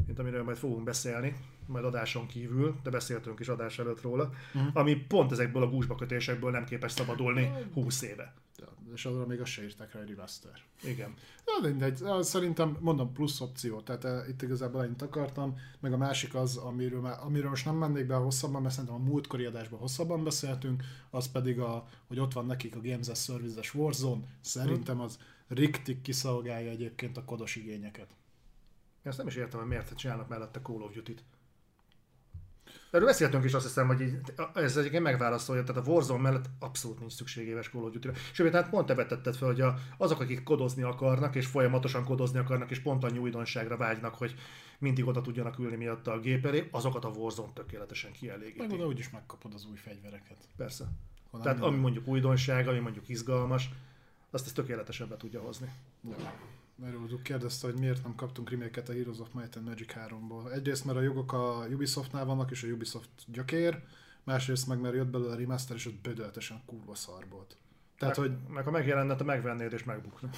A: mint amiről majd fogunk beszélni, majd adáson kívül, de beszéltünk is adás előtt róla,
B: Mhm.
A: ami pont ezekből a gúzsbakötésekből nem képes szabadulni húsz éve.
B: Ja, és arra még azt se írták rá, hogy remaster.
A: Igen.
B: Na mindegy, szerintem mondom plusz opció, tehát uh, itt igazából ennyit akartam, meg a másik az, amiről, már, amiről most nem mennék be hosszabban, mert szerintem a múltkori adásban hosszabban beszéltünk, az pedig, a, hogy ott van nekik a Games as Service-es Warzone, szerintem az riktig kiszolgálja egyébként a kodos igényeket.
A: Én azt nem is értem, hogy miért csinálnak mellette Call of Duty-t. Erről beszéltünk is, azt hiszem, hogy így, ez egyébként megválaszolja, tehát a Warzone mellett abszolút nincs szükség éves Call of Duty-ra. Sőt, tehát pont te vetetted fel, hogy a, azok, akik kodozni akarnak, és folyamatosan kodozni akarnak, és pont annyi újdonságra vágynak, hogy mindig oda tudjanak ülni miatt a gép elé, azokat a Warzone tökéletesen kielégíti.
B: Meg oda úgyis megkapod az új fegyvereket.
A: Persze.
B: Hanem
A: Tehát
B: minden-
A: ami mondjuk újdonság, ami mondjuk izgalmas, azt ezt tökéletesen be tudja hozni.
B: Ja. Merültük kérdezte, hogy miért nem kaptunk remake-et a Heroes of Might and Magic háromból. Egyrészt, mert a jogok a Ubisoftnál vannak, és a Ubisoft gyökér, másrészt meg, mert jött belőle a remaster, és ott bődöltesen kurva szar volt. Tehát,
A: meg,
B: hogy
A: meg ha megjelenne, te megvennéd és megbukna.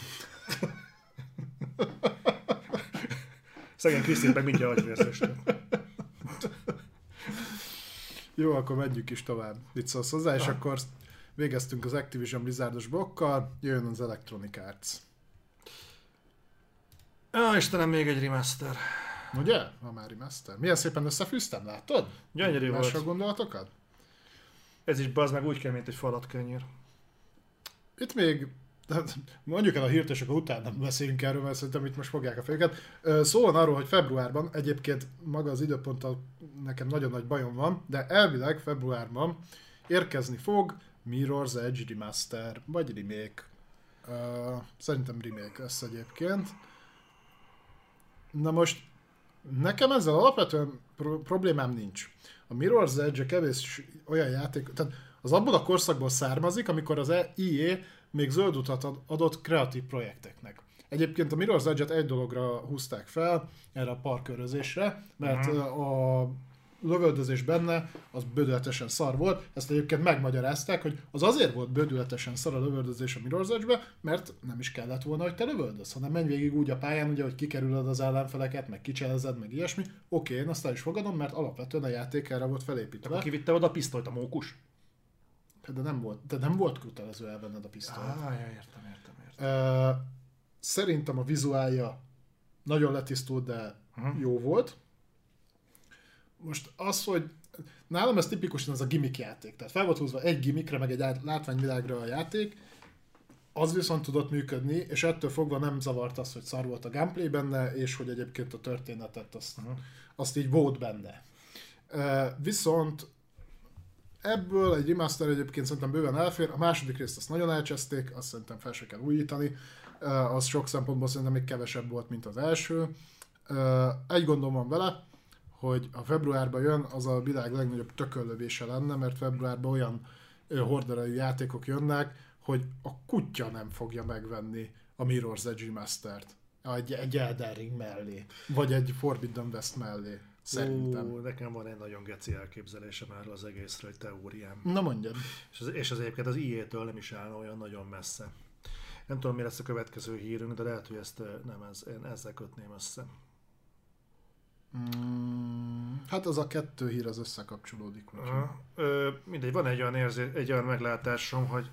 A: Szegény Krisztin meg mindjárt agyvérzésre.
B: jó, akkor menjünk is tovább. Mit szólsz hozzá, és
A: Ha.
B: akkor végeztünk az Activision Blizzardos blokkal, jöjjön az Electronic Arts.
A: Á, Istenem, még egy remaster.
B: Ugye? Ma már remaster. Milyen szépen összefűztem, látod?
A: Gyönyörű
B: Másra
A: volt.
B: gondolatokat?
A: Ez is bazd meg úgy kell, mint egy falatkenyér.
B: Itt még, hát mondjuk el a hírt, és akkor utána beszélünk erről, mert szerintem itt most fogják a fejüket. Ö, Szó van arról, hogy februárban, egyébként maga az időponttal nekem nagyon nagy bajom van, de elvileg februárban érkezni fog Mirror's Edge Remaster, vagy remake. Ö, Szerintem remake lesz egyébként. Na most, nekem ezzel alapvetően pro- problémám nincs. A Mirror's Edge kevés olyan játék, tehát az abból a korszakból származik, amikor az i á még zöld utat ad- adott kreatív projekteknek. Egyébként a Mirror's Edge-et egy dologra húzták fel, erre a parkörözésre, mert
A: Mhm.
B: a lövöldözés benne az bődületesen szar volt. Ezt egyébként megmagyarázták, hogy az azért volt bődületesen szar a lövöldözés a Mirror's Edge-be, mert nem is kellett volna, hogy te lövöldöz, hanem menj végig úgy a pályán, ugye, hogy kikerülöd az ellenfeleket, meg kicselezed, meg ilyesmi. Oké, én azt el is fogadom, mert alapvetően a játék erre volt felépítve.
A: Akkor kivitte oda a pisztolyt a mókus?
B: De nem volt, de nem volt kötelező elvenned a pisztolyt.
A: Ah, ja, értem, értem, értem.
B: Uh, szerintem a vizuálja nagyon letisztult, de
A: Mhm.
B: jó volt. Most az, hogy nálam ez tipikusan ez a gimmick játék. Tehát fel volt húzva egy gimmickre, meg egy át- látványvilágra a játék, az viszont tudott működni, és ettől fogva nem zavart az, hogy szar volt a gameplay benne, és hogy egyébként a történetet azt,
A: Mhm.
B: azt így volt benne. Uh, viszont ebből egy remaster egyébként szerintem bőven elfér, a második részt azt nagyon elcseszték, azt szerintem fel se kell újítani, uh, az sok szempontból szerintem még kevesebb volt, mint az első. Uh, egy gondom van vele, hogy ha februárban jön, az a világ legnagyobb tököllövése lenne, mert februárban olyan uh, horderejű játékok jönnek, hogy a kutya nem fogja megvenni a Mirror's Edge Remastert. Egy, egy Elden Ring mellé, vagy egy Forbidden West mellé. Szerintem.
A: Ú, nekem van egy nagyon geci elképzelésem erről az egészről, egy teóriám.
B: Na mondjad.
A: És az, és az egyébként az i á-től nem is állna olyan nagyon messze. Nem tudom, mi lesz a következő hírünk, de lehet, hogy ezt eh, nem, ez, én ezzel kötném össze.
B: Mm, hát az a kettő hír az összekapcsolódik. úgyhogy-
A: Aha. Ö, mindegy, van egy olyan, érzé, egy olyan meglátásom, hogy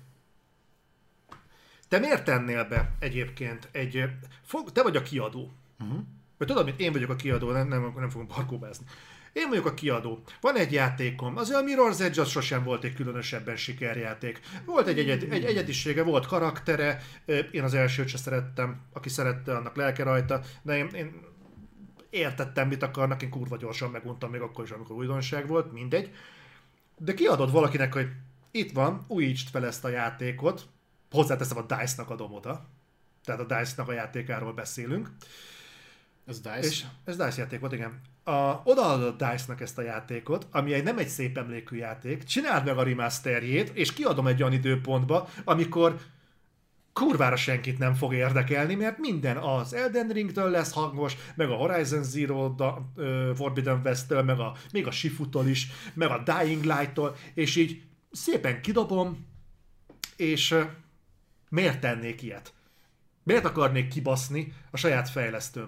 A: te miért tennél be egyébként egy... Fog, te vagy a kiadó.
B: Uh-huh.
A: Vagy tudod, mint én vagyok a kiadó, nem, nem, nem fogunk parkóbázni. Én vagyok a kiadó. Van egy játékom. Azért a Mirror's Edge az sosem volt egy különösebben sikerjáték. Volt egy, egyed, egy egyedisége, volt karaktere. Én az elsőt se szerettem. Aki szerette, annak lelke rajta. De én, én értettem, mit akarnak. Én kurva gyorsan meguntam még akkor is, amikor újdonság volt. Mindegy. De kiadod valakinek, hogy itt van, újítsd fel ezt a játékot. Hozzáteszem, a dice-nak adom oda. Tehát a dice-nak a játékáról beszélünk.
B: Ez DICE?
A: És ez DICE játék volt, igen. A, odaadod a DICE-nak ezt a játékot, ami egy nem egy szép emlékű játék, csináld meg a remasterjét, és kiadom egy olyan időpontba, amikor kurvára senkit nem fog érdekelni, mert minden az Elden Ringtől lesz hangos, meg a Horizon Zero da, uh, Forbidden West-től, meg a, még a Shifu-tól is, meg a Dying Light-tól, és így szépen kidobom, és uh, miért tennék ilyet? Miért akarnék kibaszni a saját fejlesztőmmel?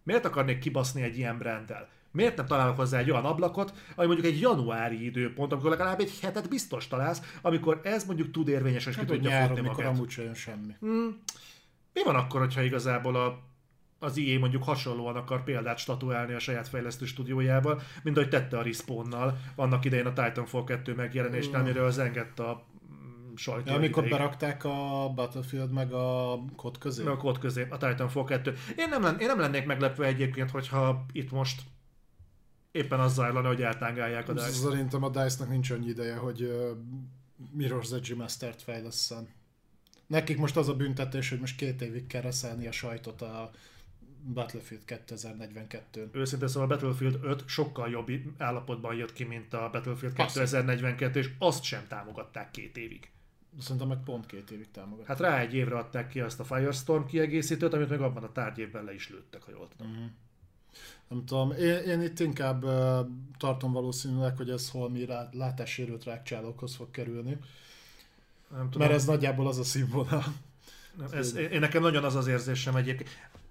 A: Miért akarnék kibaszni egy ilyen branddel? Miért nem találok hozzá egy olyan ablakot, ami mondjuk egy januári időpont, amikor legalább egy hetet biztos találsz, amikor ez mondjuk tud érvényes, és ki
B: Hát,
A: tudja
B: nyáron,
A: futni
B: mikor
A: magát.
B: amúgy se jön semmi.
A: Hmm. Mi van akkor, hogyha igazából a, az i á mondjuk hasonlóan akar példát statuálni a saját fejlesztő stúdiójával, mint ahogy tette a Respawn-nal, annak idején a Titanfall kettő megjelenésnél,
B: Mm.
A: amiről zengett a sajtó.
B: Ja, amikor
A: ideig.
B: berakták a Battlefield meg a kod közé.
A: Meg a kód közé, a Titanfall kettő. Én nem, lenn, én nem lennék meglepve egyébként, hogyha itt most éppen az zajlana, hogy eltángálják a DICE.
B: Szerintem a DICE-nak nincs annyi ideje, hogy uh, Mirror's Edge Remastered fejlesszen. Nekik most az a büntetés, hogy most két évig kell reszelni a sajtot a Battlefield kétezer-negyvenkettőn.
A: Őszintén szóval a Battlefield öt sokkal jobb állapotban jött ki, mint a Battlefield
B: Persze.
A: kétezer-negyvenkettő, és azt sem támogatták két évig.
B: Szerintem meg pont két évig támogat.
A: Hát rá egy évre adták ki azt a Firestorm kiegészítőt, amit meg abban a tárgyévben le is lőttek, ha jól tudom.
B: Mm. Nem tudom, én, én itt inkább uh, tartom valószínűleg, hogy ez holmi rá, látássérült rákcsálókhoz fog kerülni.
A: Nem tudom.
B: Mert ez nagyjából az a színvonal.
A: Ez, én nekem nagyon az az érzésem egyébként.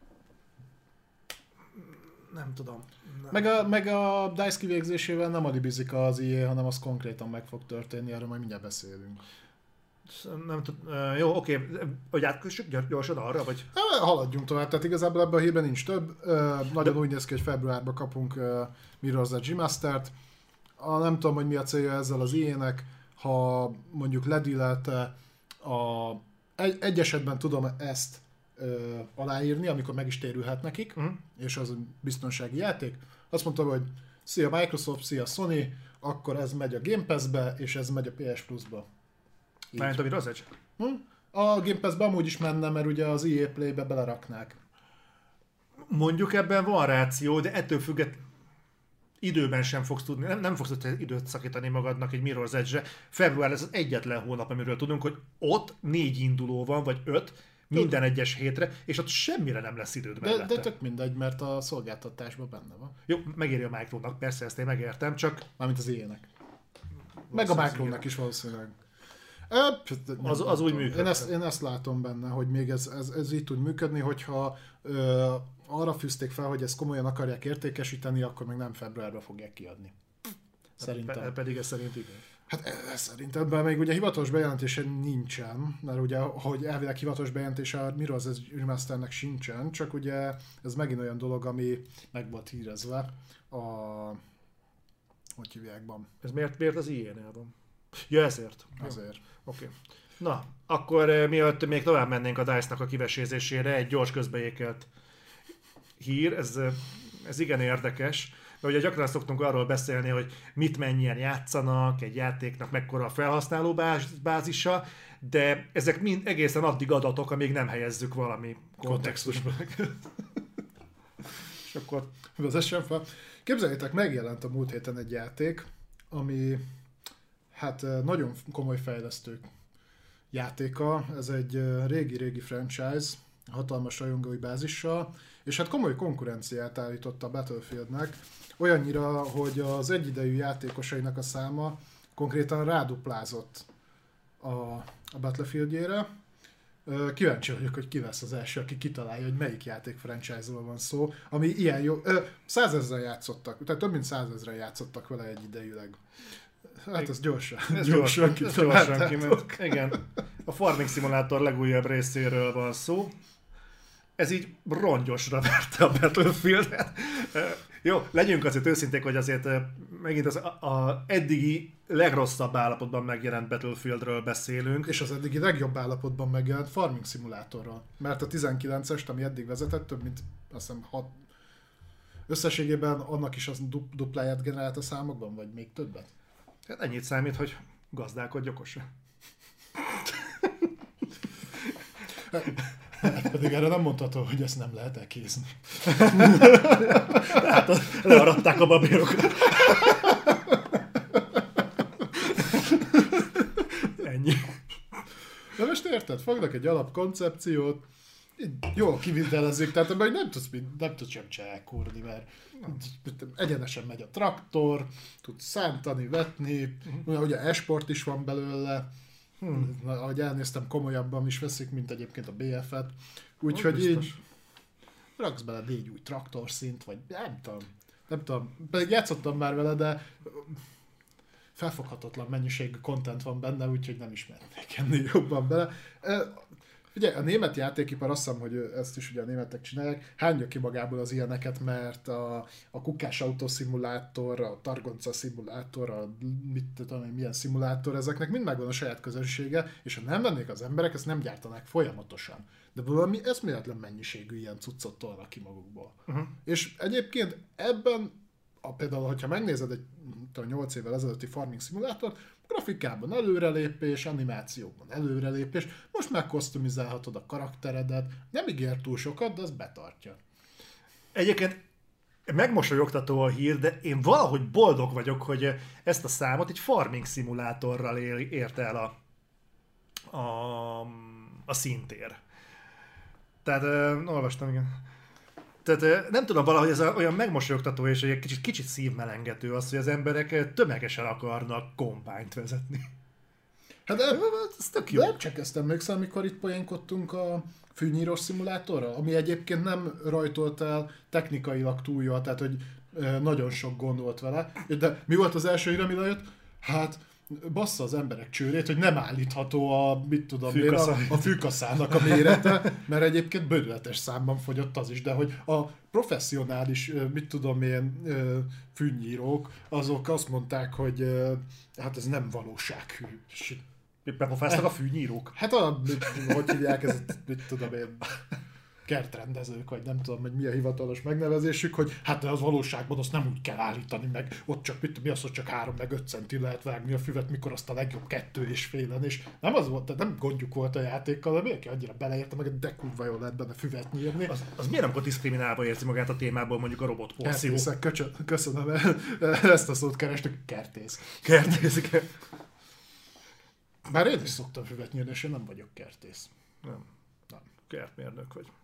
A: Nem tudom. Nem.
B: Meg a, meg a DICE kivégzésével nem alibizik az i á, hanem az konkrétan meg fog történni, erről majd mindjárt beszélünk.
A: Nem tudom. Jó, oké. Hogy átkössük gyorsan arra, vagy?
B: Hát, haladjunk tovább, tehát igazából ebben a hírben nincs több. Nagyon De... úgy néz ki, hogy februárban kapunk Mirror's Edge Remastered. Nem tudom, hogy mi a célja ezzel az i á-nek, ha mondjuk ledílelte a... Egy, egy esetben tudom ezt ö, aláírni, amikor meg is térülhet nekik, uh-huh. és az biztonsági játék. Azt mondtam, hogy szia Microsoft, szia Sony, akkor ez megy a Game Pass-be, és ez megy a pé es Plus-ba.
A: Mármint a Mirror's Edge?
B: Hm? A Game Pass-be amúgy is menne, mert ugye az i á Play-be beleraknák.
A: Mondjuk ebben van ráció, de ettől függet időben sem fogsz tudni, nem, nem fogsz tudni időt szakítani magadnak egy Mirror's Edge-re. Február ez az egyetlen hónap, amiről tudunk, hogy ott négy induló van, vagy öt, minden egyes hétre, és ott semmire nem lesz időd mellette.
B: De, de tök mindegy, mert a szolgáltatásban benne van.
A: Jó, megéri a Micronak, persze, ezt én megértem, csak...
B: Mármint az i á-nek. Meg a Micronak is valószínűleg.
A: Az, az úgy működik.
B: Én ezt, én ezt látom benne, hogy még ez, ez, ez így tud működni, hogyha ö, arra fűzték fel, hogy ezt komolyan akarják értékesíteni, akkor meg nem februárban fogják kiadni. Szerintem.
A: Pe, pedig ez szerint igen.
B: Hát ez szerintem, de még ugye hivatalos bejelentése nincsen, mert ugye, hogy elvileg hivatalos bejelentése a Mirror's Edge Remasternek sincsen, csak ugye ez megint olyan dolog, ami meg volt hírezve a... hogy hívják ban.
A: Ez miért, miért az i á-nél van? Ja, ezért.
B: Azért.
A: Oké. Okay. Na, akkor eh, mielőtt még tovább mennénk a DICE-nak a kivesézésére, egy gyors közbeékelt hír, ez, ez igen érdekes, mert ugye gyakran szoktunk arról beszélni, hogy mit mennyien játszanak, egy játéknak mekkora a felhasználó bázisa, de ezek mind egészen addig adatok, amíg nem helyezzük valami kontextusba. És akkor
B: vezessen fel. Képzeljétek, megjelent a múlt héten egy játék, ami hát nagyon komoly fejlesztők játéka. Ez egy régi-régi franchise, hatalmas rajongói bázissal, és hát komoly konkurenciát állított a Battlefieldnek, olyannyira, hogy az egyidejű játékosainak a száma konkrétan ráduplázott a, a Battlefieldjére. Kíváncsi vagyok, hogy ki lesz az első, aki kitalálja, hogy melyik játék franchise-ról van szó, ami ilyen jó... Százezren játszottak, tehát több mint százezren játszottak vele egyidejűleg. Hát ez gyorsan,
A: ez
B: gyorsan,
A: gyorsan, gyorsan kiment. Igen. A Farming Simulator legújabb részéről van szó. Ez így rongyosra verte a Battlefield-et. Jó, legyünk azért őszinték, hogy azért megint az a, a eddigi legrosszabb állapotban megjelent Battlefieldről beszélünk.
B: És az eddigi legjobb állapotban megjelent Farming Simulatorral. Mert a tizenkilencest, ami eddig vezetett, több mint azt hiszem hat... Összességében annak is az du- dupláját generált a számokban, vagy még többet?
A: Hát ennyit számít, hogy gazdálkodj okosan.
B: Hát pedig erre nem mondható, hogy ezt nem lehet elkézni.
A: Hát learadták a babérokat. Ennyi.
B: De most érted, fognak egy alapkoncepciót, jól kivitelezik, tehát ebben nem tudsz, nem tudsz sem cselkurni, mert egyenesen megy a traktor, tudsz szántani, vetni, ugye e-sport is van belőle, hmm. ahogy elnéztem, komolyabban is veszik, mint egyébként a bé ef-et, úgyhogy így raksz bele négy új traktorszint, vagy nem tudom. Nem tudom, pedig játszottam már vele, de felfoghatatlan mennyiségű content van benne, úgyhogy nem is mennék ennél jobban bele. Ugye a német játékipar, azt hiszem, hogy ezt is ugye a németek csinálják, hányja ki magából az ilyeneket, mert a, a kukás autószimulátor, a targonca szimulátor, a mit tudom én, milyen szimulátor, ezeknek mind megvan a saját közönsége, és ha nem vennék az emberek, ezt nem gyártanák folyamatosan. De valami eszméletlen mennyiségű ilyen cuccot tolnak ki magukból. Uh-huh. És egyébként ebben, a, például, hogyha megnézed egy nyolc évvel ezelőtti farming szimulátort, grafikában előrelépés, animációkban előrelépés, most már kosztumizálhatod a karakteredet, nem ígér túl sokat, de az betartja.
A: Egyébként megmosolyogtató a hír, de én valahogy boldog vagyok, hogy ezt a számot egy farming szimulátorral ért el a, a, a szintér. Tehát, uh, olvastam, igen. Tehát nem tudom, valahogy ez olyan megmosolyogtató és egy kicsit, kicsit szívmelengető az, hogy az emberek tömegesen akarnak kombányt vezetni.
B: Hát de, ez tök jó. Nem csak ezt emlékszem, amikor itt poénkodtunk a fűnyírós szimulátorra, ami egyébként nem rajtolt el technikailag túl jól, tehát hogy nagyon sok gond volt vele. De mi volt az első hír, ami lejött? Hát bassza az emberek csőrét, hogy nem állítható a, mit tudom én, a, a fűkaszának a mérete, mert egyébként bődületes számban fogyott az is, de hogy a professzionális, mit tudom én, fűnyírók, azok azt mondták, hogy hát ez nem valósághű.
A: Bepofáztak a fűnyírók?
B: Hát a, hogy hívják ezt, mit tudom én, kertrendezők, vagy nem tudom, hogy mi a hivatalos megnevezésük, hogy hát az valóságban azt nem úgy kell állítani, meg ott csak, mit, mi az, hogy csak három meg öt centi lehet vágni a füvet, mikor azt a legjobb kettő és félen, és nem az volt, nem gondjuk volt a játékkal, de mindenki annyira beleérte meg, de kurva jól lehet benne füvet nyírni.
A: Az, az miért amikor diszkriminálva érzi magát a témából mondjuk a robot porszívó?
B: Kertészek, köszönöm, ezt a szót kerestük, kertész.
A: Kertész, igen.
B: Bár én is szoktam füvet nyírni, és én nem vagyok kertész.
A: Nem. Nem. Kertmérnök vagy.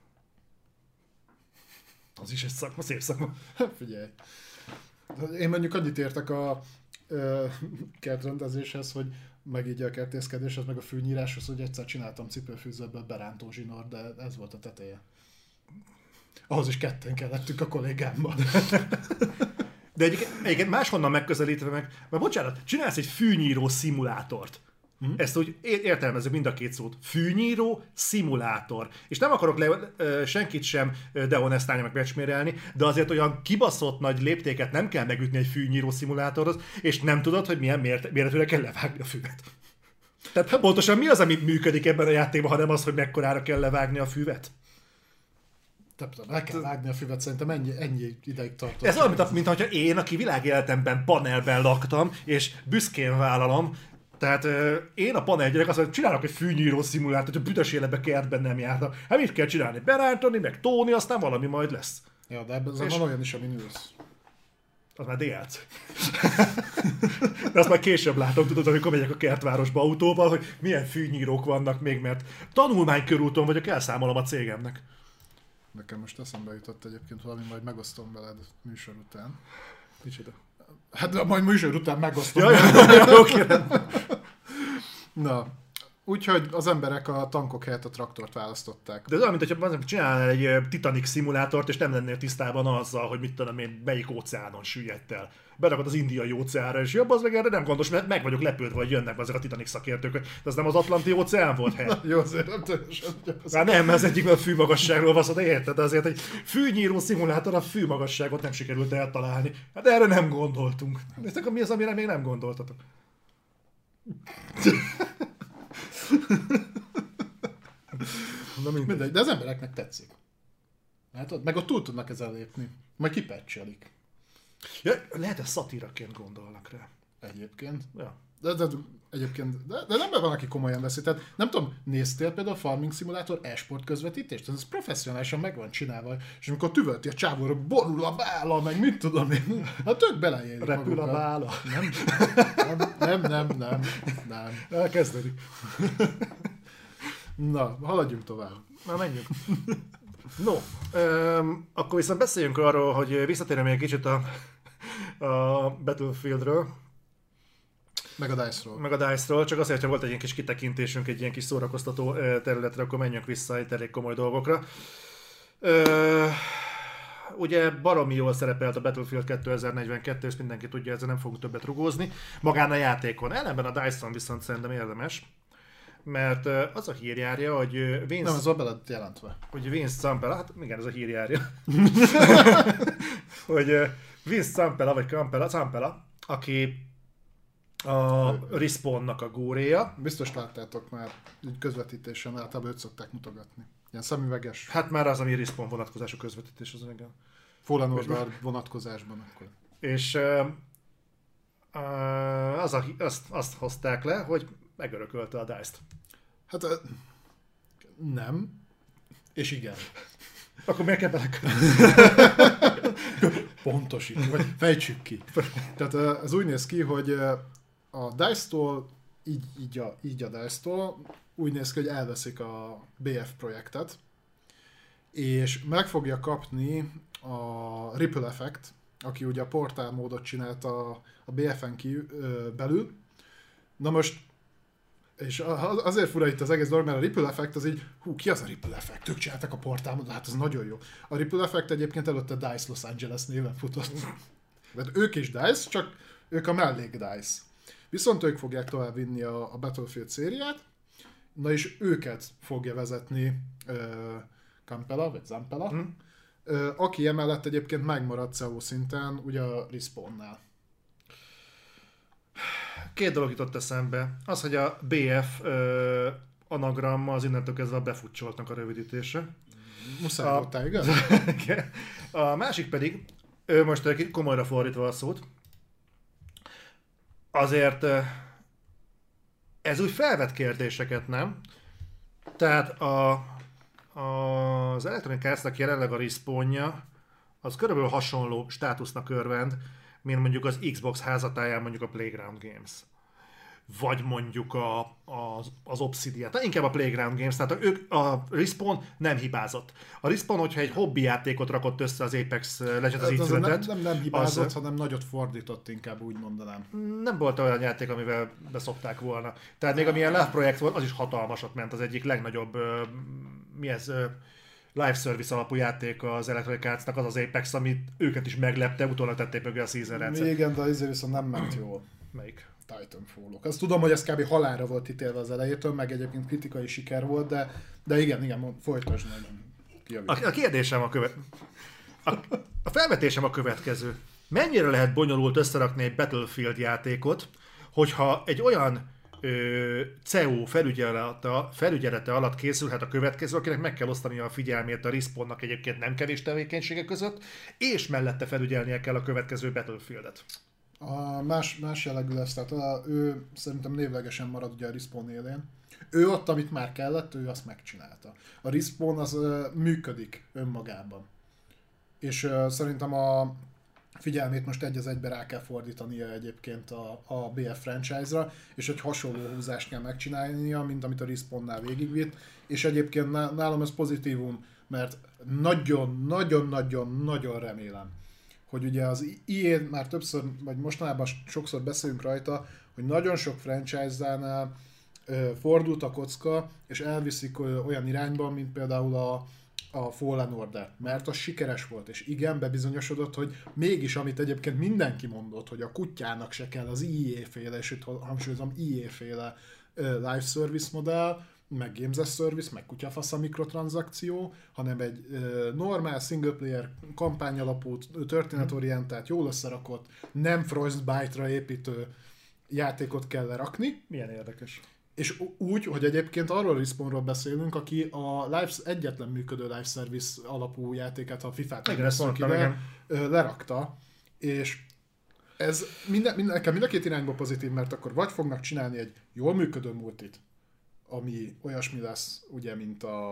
A: Az is egy szakma, szép szakma.
B: Figyelj. Én mondjuk annyit értek a ö, kertrendezéshez, hogy meg így a kertészkedéshez, meg a fűnyíráshoz, hogy egyszer csináltam cipőfűzőből berántó zsinór, de ez volt a teteje. Ahhoz is ketten kellettünk a kollégámmal.
A: De egyébként, egyébként máshonnan megközelítve meg, mert bocsánat, csinálsz egy fűnyíró szimulátort. Hmm. Ezt úgy értelmezzük mind a két szót. Fűnyíró, szimulátor. És nem akarok le, ö, senkit sem dehonestálni, meg becsmérelni, de azért olyan kibaszott nagy léptéket nem kell megütni egy fűnyíró szimulátorhoz, és nem tudod, hogy milyen méretűre kell levágni a füvet. Tehát pontosan mi az, ami működik ebben a játékban, ha nem az, hogy mekkorára kell levágni a füvet?
B: Le kell vágni a füvet, szerintem ennyi, ennyi ideig tartott.
A: Ez olyan, mint, mint hogyha én, aki világéletemben panelben laktam, és büszkén vállalom, tehát euh, én a panel gyerek azt mondom, csinálok egy fűnyíró szimulátort, hogy büdös életbe kertben nem jártam. Hát mit kell csinálni? Berántani, meg tóni, aztán valami majd lesz.
B: Ja, de ebben és... van olyan is, amin ülsz.
A: Az már dé el cé. De azt már később látom, tudod, amikor megyek a kertvárosba autóval, hogy milyen fűnyírók vannak még, mert tanulmánykörúton vagyok, elszámolom a cégemnek.
B: Nekem most eszembe jutott egyébként valami, majd megosztom veled műsor után.
A: Micsoda?
B: Hát majd műsor után megosztom.
A: Ja, ja, ja, oké.
B: Na, úgyhogy az emberek a tankok helyett a traktort választották.
A: De ez olyan, mint hogyha csinálnál egy Titanic szimulátort, és nem lennél tisztában azzal, hogy mit tudom én, melyik óceánon süllyedsz el. Berakod az Indiai óceánra, és jobb az meg erre nem gondos, mert meg vagyok lepődve, hogy jönnek azok a Titanic szakértők, de az nem az Atlanti óceán volt hely.
B: Jó, azért nem teljesen.
A: Hát nem, ez egyik a fűmagasságról van szó, de érted, de azért egy fűnyíró szimulátor a fűmagasságot nem sikerült eltalálni. Hát erre nem gondoltunk. És akkor mi az, amire még nem gondoltatok?
B: Na mindegy, de az embereknek tetszik. Látod? Meg ott túl tudnak ezzel lépni. Majd kipecselik.
A: Ja, lehet, ez szatíraként gondolnak rá.
B: Egyébként.
A: Ja.
B: De, de, egyébként, de, de nem van, aki komolyan veszi. Tehát nem tudom, néztél például a Farming Simulator e-sport közvetítést? Ez professzionálisan meg van csinálva. És amikor tüvölti a csávóra, borul a vála, meg mit tudom én. Hát tök beleérik
A: repül magukat. A vála.
B: Nem, nem, nem, nem, nem. nem.
A: Elkezdődik.
B: Na, haladjunk tovább.
A: Na, menjünk. No, um, akkor viszont beszéljünk arról, hogy visszatérünk még egy kicsit a, a Battlefieldről.
B: Meg a Dice-ról.
A: Meg a Dice-ról, csak azért, hogy volt egy ilyen kis kitekintésünk egy ilyen kis szórakoztató területre, akkor menjünk vissza egy elég komoly dolgokra. Ö, ugye baromi jól szerepelt a Battlefield kétezer-negyvenkettő, és mindenki tudja, ezzel nem fogunk többet rugózni. Magán a játékon. Ellenben a Dyson viszont szerintem érdemes, mert az a hírjárja, hogy Vince...
B: Nem, ez a belet jelentve.
A: Hogy Vince Zampella, hát igen, ez a hírjárja. hogy Vince Zampella, vagy Campella, Zampella, aki a Respawnnak a góréja.
B: Biztos láttátok már, így közvetítésen általában őt szokták mutogatni. Ilyen szemüveges.
A: Hát már az, ami Respawn vonatkozású közvetítés, az igen.
B: Fallen Order vonatkozásban akkor.
A: És uh, uh, az a, azt, azt hozták le, hogy megörökölte a DICE-t.
B: Hát uh, nem. És igen.
A: Akkor miért kell belekötni?
B: Pontosít, vagy fejtsük ki. Tehát uh, ez úgy néz ki, hogy uh, a DICE-tól, így, így, a, így a DICE-tól úgy néz ki, hogy elveszik a bé ef projektet, és meg fogja kapni a Ripple Effect, aki ugye a portál módot csinált a, a bé efen ki, ö, belül. Na most, és azért fura itt az egész dolog, mert a Ripple Effect az így, hú, ki az a Ripple Effect? Ők csináltak a portál módot, hát az nagyon jó. A Ripple Effect egyébként előtte DICE Los Angeles néven futott. Mert ők is DICE, csak ők a mellék DICE. Viszont ők fogják tovább vinni a, a Battlefield szériát, na és őket fogja vezetni uh, Campella, vagy Zampella, mm. uh, aki emellett egyébként megmaradt cé e o szinten, ugye a Respawnnál.
A: Két dolog jutott eszembe. Az, hogy a bé ef uh, anagramma az innentől kezdve a befutcsoltnak a rövidítése.
B: Muszáj voltál, igaz?
A: A másik pedig, ő most komolyra fordítva a szót, azért ez úgy felvet kérdéseket, nem? Tehát a, a, az Electronic Arts-nak jelenleg a respawnja az körülbelül hasonló státusznak örvend, mint mondjuk az Xbox házatáján mondjuk a Playground Games. Vagy mondjuk a, az, az Obsidian. Tehát inkább a Playground Games, tehát ők, a Respawn nem hibázott. A Respawn, hogyha egy hobbi játékot rakott össze az Apex Legends az
B: ígyszületet, nem, nem, nem hibázott,
A: az,
B: hanem nagyot fordított, inkább úgy mondanám.
A: Nem volt olyan játék, amivel beszokták volna. Tehát még amilyen Love projekt volt, az is hatalmasat ment, az egyik legnagyobb, uh, mi ez, uh, live service alapú játék az Electronic Arts-nak, az az Apex, amit őket is meglepte, utólag tették mögé a season rendszert.
B: Igen, de azért viszont nem ment jól.
A: Melyik?
B: Titanfall-ok. Azt tudom, hogy ez kb. Halálra volt ítélve az elejétől, meg egyébként kritikai siker volt, de, de igen, igen, folytasd meg.
A: A, a kérdésem a követ... A, a felvetésem a következő. Mennyire lehet bonyolult összerakni egy Battlefield játékot, hogyha egy olyan ö, cé e o felügyelete, felügyelete alatt készülhet a következő, akinek meg kell osztania a figyelmét a Respawnnak egyébként nem kevés tevékenysége között, és mellette felügyelnie kell a következő Battlefieldet.
B: A más, más jellegű lesz, tehát a, ő szerintem névlegesen marad ugye a Respawn élén. Ő ott, amit már kellett, ő azt megcsinálta. A Respawn az uh, működik önmagában. És uh, szerintem a figyelmét most egy az egybe rá kell fordítania egyébként a, a bé ef franchise-ra, és egy hasonló húzást kell megcsinálnia, mint amit a Respawnnál végigvitt. És egyébként nálam ez pozitívum, mert nagyon-nagyon-nagyon-nagyon remélem, hogy ugye az i á már többször, vagy mostanában sokszor beszélünk rajta, hogy nagyon sok franchise-nál fordult a kocka, és elviszik olyan irányba, mint például a, a Fallen Order, mert az sikeres volt, és igen, bebizonyosodott, hogy mégis, amit egyébként mindenki mondott, hogy a kutyának se kell az i á-féle, és itt hangsúlyozom, i á-féle live service modell, meg Games as Service, meg kutyafasz a mikrotranszakció, hanem egy uh, normál single player kampány alapú, történetorientált, jól összerakott, nem Frostbite-ra építő játékot kell lerakni.
A: Milyen érdekes.
B: És úgy, hogy egyébként arról Respawnról beszélünk, aki a live, egyetlen működő live service alapú játékát, a fifát lerakta, és ez minden, minden, nekem mind a két irányba pozitív, mert akkor vagy fognak csinálni egy jól működő multit, ami olyasmi lesz, ugye, mint a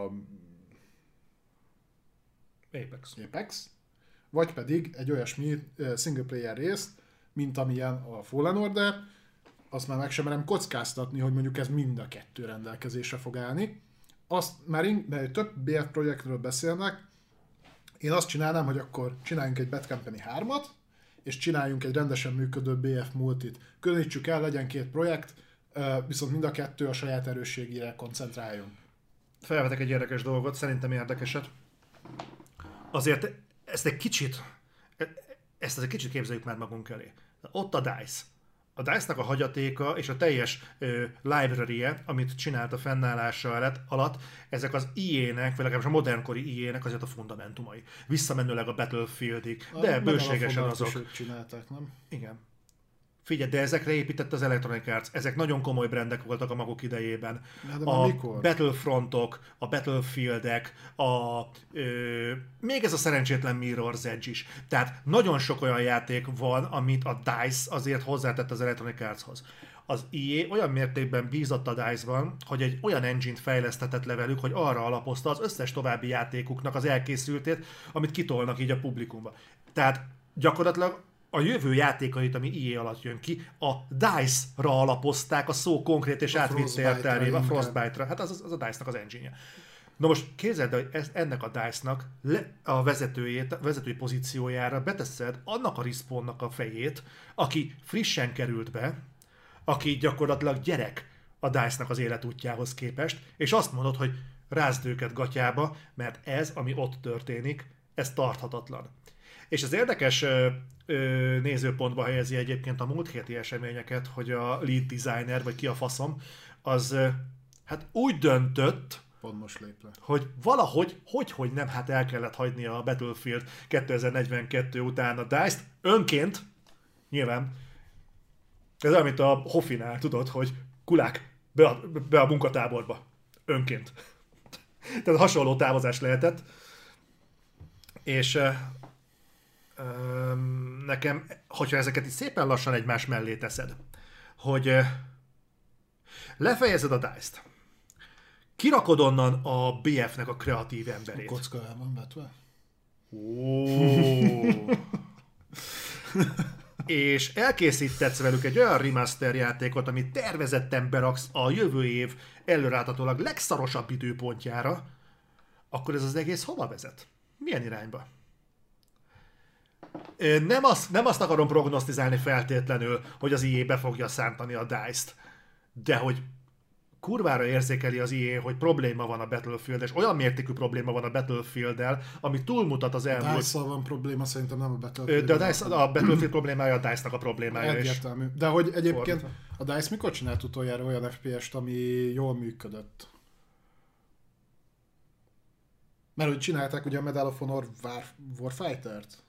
A: Apex.
B: Apex, vagy pedig egy olyasmi single player részt, mint amilyen a Fallen Order, azt már meg sem merem kockáztatni, hogy mondjuk ez mind a kettő rendelkezésre fog állni. Azt már in, több bé ef projektről beszélnek, én azt csinálnám, hogy akkor csináljunk egy Bad Company hármat, és csináljunk egy rendesen működő bé ef multit. Különítsük el, legyen két projekt, viszont mind a kettő a saját erősségére koncentráljon.
A: Felvetek egy érdekes dolgot, szerintem érdekeset. azért ezt egy kicsit, ezt egy kicsit képzeljük már magunk elé. Ott a DICE. A DICE-nak a hagyatéka és a teljes ö, library-je, amit csinált a fennállása alatt, alatt, ezek az í á-nek, vagy legalábbis a modernkori í á-nek azért a fundamentumai. Visszamenőleg a Battlefieldig, de
B: a
A: bőségesen azok.
B: Ők csinálták, nem?
A: Igen. Figyelj, de ezekre épített az Electronic Arts. Ezek nagyon komoly brandek voltak a maguk idejében.
B: A
A: mikor? Battlefrontok, a Battlefieldek, a, ö, még ez a szerencsétlen Mirror's Edge is. Tehát nagyon sok olyan játék van, amit a DICE azért hozzátett az Electronic Artshoz. Az í á olyan mértékben bízott a DICE-ban, hogy egy olyan engine-t fejlesztetett le velük, hogy arra alapozta az összes további játékuknak az elkészültét, amit kitolnak így a publikumba. Tehát gyakorlatilag a jövő játékait, ami í á alatt jön ki, a DICE-ra alapozták a szó konkrét és átvitt értelmével, a Frostbite-ra. Hát az, az a DICE-nak az engine-je. Na most képzeld, hogy ez, ennek a DICE-nak le, a vezetőjét, a vezetői pozíciójára beteszed annak a Respawnnak a fejét, aki frissen került be, aki gyakorlatilag gyerek a DICE-nak az életútjához képest, és azt mondod, hogy rázd őket gatyába, mert ez, ami ott történik, ez tarthatatlan. És az érdekes ö, ö, nézőpontba helyezi egyébként a múlt héti eseményeket, hogy a lead designer, vagy ki a faszom, az ö, hát úgy döntött,
B: pont most lép le,
A: hogy valahogy, hogy, hogy nem, hát el kellett hagyni a Battlefield kétezer-negyvenkettő után a DICE-t, önként, nyilván, ez olyan, mint a Hoffinál, tudod, hogy kulák, be a, be a munkatáborba, önként. Tehát hasonló távozás lehetett, és nekem, hogyha ezeket így szépen lassan egymás mellé teszed, hogy lefejezed a DICE-t, kirakod onnan a bé ef-nek a kreatív emberét.
B: A kocka el van vetve.
A: És elkészítetsz velük egy olyan remaster játékot, amit tervezetten beraksz a jövő év előreláthatólag legszarosabb időpontjára, akkor ez az egész hova vezet? Milyen irányba? Nem azt, nem azt akarom prognosztizálni feltétlenül, hogy az í á be fogja szántani a DICE-t, de hogy kurvára érzékeli az í á, hogy probléma van a Battlefield, és olyan mértékű probléma van a Battlefield-del, ami túlmutat az elmúlt...
B: A DICE-szal van probléma, szerintem nem a Battlefield.
A: De a, DICE, a Battlefield problémája a DICE-nak a problémája.
B: Egyértelmű. De hogy egyébként fordítva. A DICE mikor csinált utoljára olyan ef pé est, ami jól működött? Mert hogy csinálták ugye a Medal of Honor War, Warfighter-t?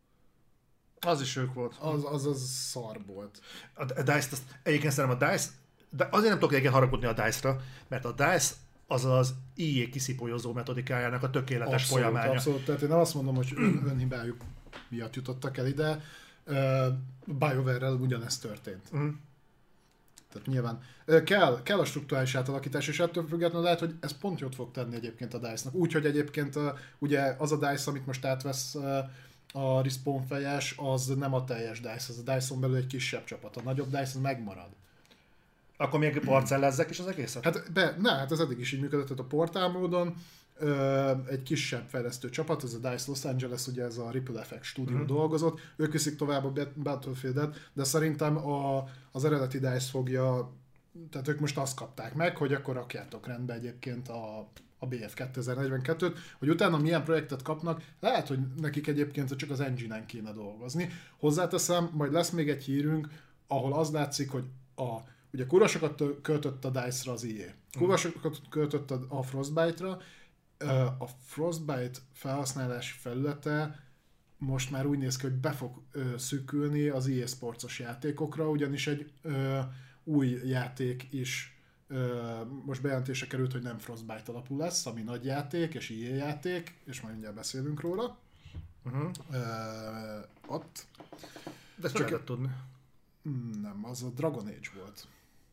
A: Az is ők volt.
B: Az az, az szar volt.
A: A DICE-t, azt, egyébként szerintem a DICE, de azért nem tudok egyébként haragudni a DICE-ra, mert a DICE az az í á kiszipolyozó metodikájának a tökéletes
B: abszolút,
A: folyamánya.
B: Abszolút, tehát én nem azt mondom, hogy ön, önhibájuk miatt jutottak el ide. Uh, BioWare-rel ugyanezt történt. Mm. Tehát nyilván uh, kell, kell a strukturális átalakítás, és ettől függetlenül lehet, hogy ez pont jót fog tenni egyébként a DICE-nak. Úgyhogy egyébként uh, ugye az a DICE, amit most átvesz uh, a Respawn fejes, az nem a teljes DICE, az a DICE-on belül egy kisebb csapat. A nagyobb DICE az megmarad.
A: Akkor még parcellezzek is az egészet?
B: Hát, be, ne, hát ez eddig is így működött, tehát a portál módon ö, egy kisebb fejlesztő csapat, ez a DICE Los Angeles, ugye ez a Ripple Effect stúdió mm. dolgozott, ők viszik tovább a Battlefield-et, de szerintem a, az eredeti DICE fogja, tehát ők most azt kapták meg, hogy akkor rakjátok rendbe egyébként a, a bé ef kétezer-negyvenkettőt, hogy utána milyen projektet kapnak, lehet, hogy nekik egyébként csak az engine-en kéne dolgozni. Hozzáteszem, majd lesz még egy hírünk, ahol az látszik, hogy a ugye kurva sokat költött a DICE-ra az í á. Kurva sokat költött a Frostbite-ra. A Frostbite felhasználási felülete most már úgy néz ki, hogy be fog szűkülni az í á Sports-os játékokra, ugyanis egy ö, új játék is ö, most bejelentése került, hogy nem Frostbite alapú lesz, ami nagy játék és í á játék, és majd mindjárt beszélünk róla. Uh-huh. Ö, ott.
A: De csak lehet tudni.
B: Nem, az a Dragon Age volt.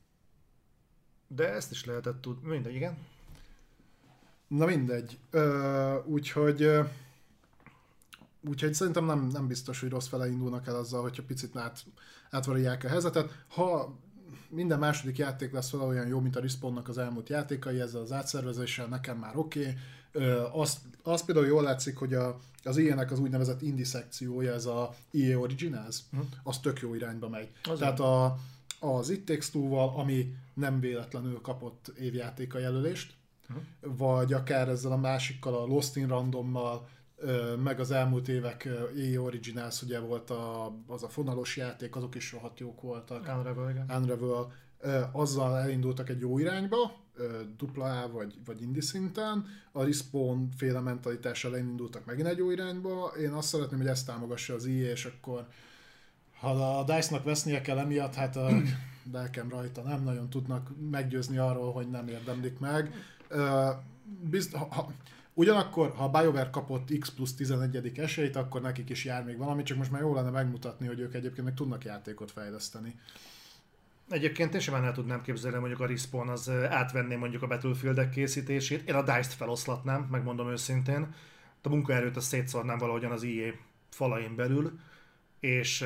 A: De ezt is lehetett tudni. Mindegy, igen.
B: Na mindegy. Ö, úgyhogy ö, úgyhogy szerintem nem, nem biztos, hogy rossz fele indulnak el azzal, hogyha picit át, átvariják a helyzetet. Ha minden második játék lesz vele olyan jó, mint a Respawnnak az elmúlt játékai, ezzel az átszervezéssel nekem már oké. Okay. Azt, azt például jól látszik, hogy a, az í á-nek az úgynevezett indie szekciója, ez a í á Originals, uh-huh. az tök jó irányba megy. Az Tehát a, az It Takes Two-val, ami nem véletlenül kapott évjátéka jelölést, uh-huh. vagy akár ezzel a másikkal, a Lost in Randommal, meg az elmúlt évek é á Originals, ugye volt a, az a fonalos játék, azok is rohadt jók voltak.
A: Unravel, igen.
B: Unravel. Azzal elindultak egy jó irányba, dupla A vagy, vagy indie szinten, a Respawn féle mentalitással elindultak megint egy jó irányba. Én azt szeretném, hogy ezt támogassa az í á, és akkor ha a DICE-nak vesznie kell emiatt, hát a lelkem rajta nem nagyon tudnak meggyőzni arról, hogy nem érdemlik meg. Bizt, ha, ha, ugyanakkor, ha a BioWare kapott X plusz tizenegyedik esélyt, akkor nekik is jár még valami, csak most már jó lenne megmutatni, hogy ők egyébként meg tudnak játékot fejleszteni.
A: Egyébként én sem el tudnám képzelni, mondjuk a Respawn az átvenné mondjuk a Battlefield-ek készítését. Én a dice-t feloszlatnám, megmondom őszintén. A munkaerőt azt szétszórnám valahogyan az í á falain belül, és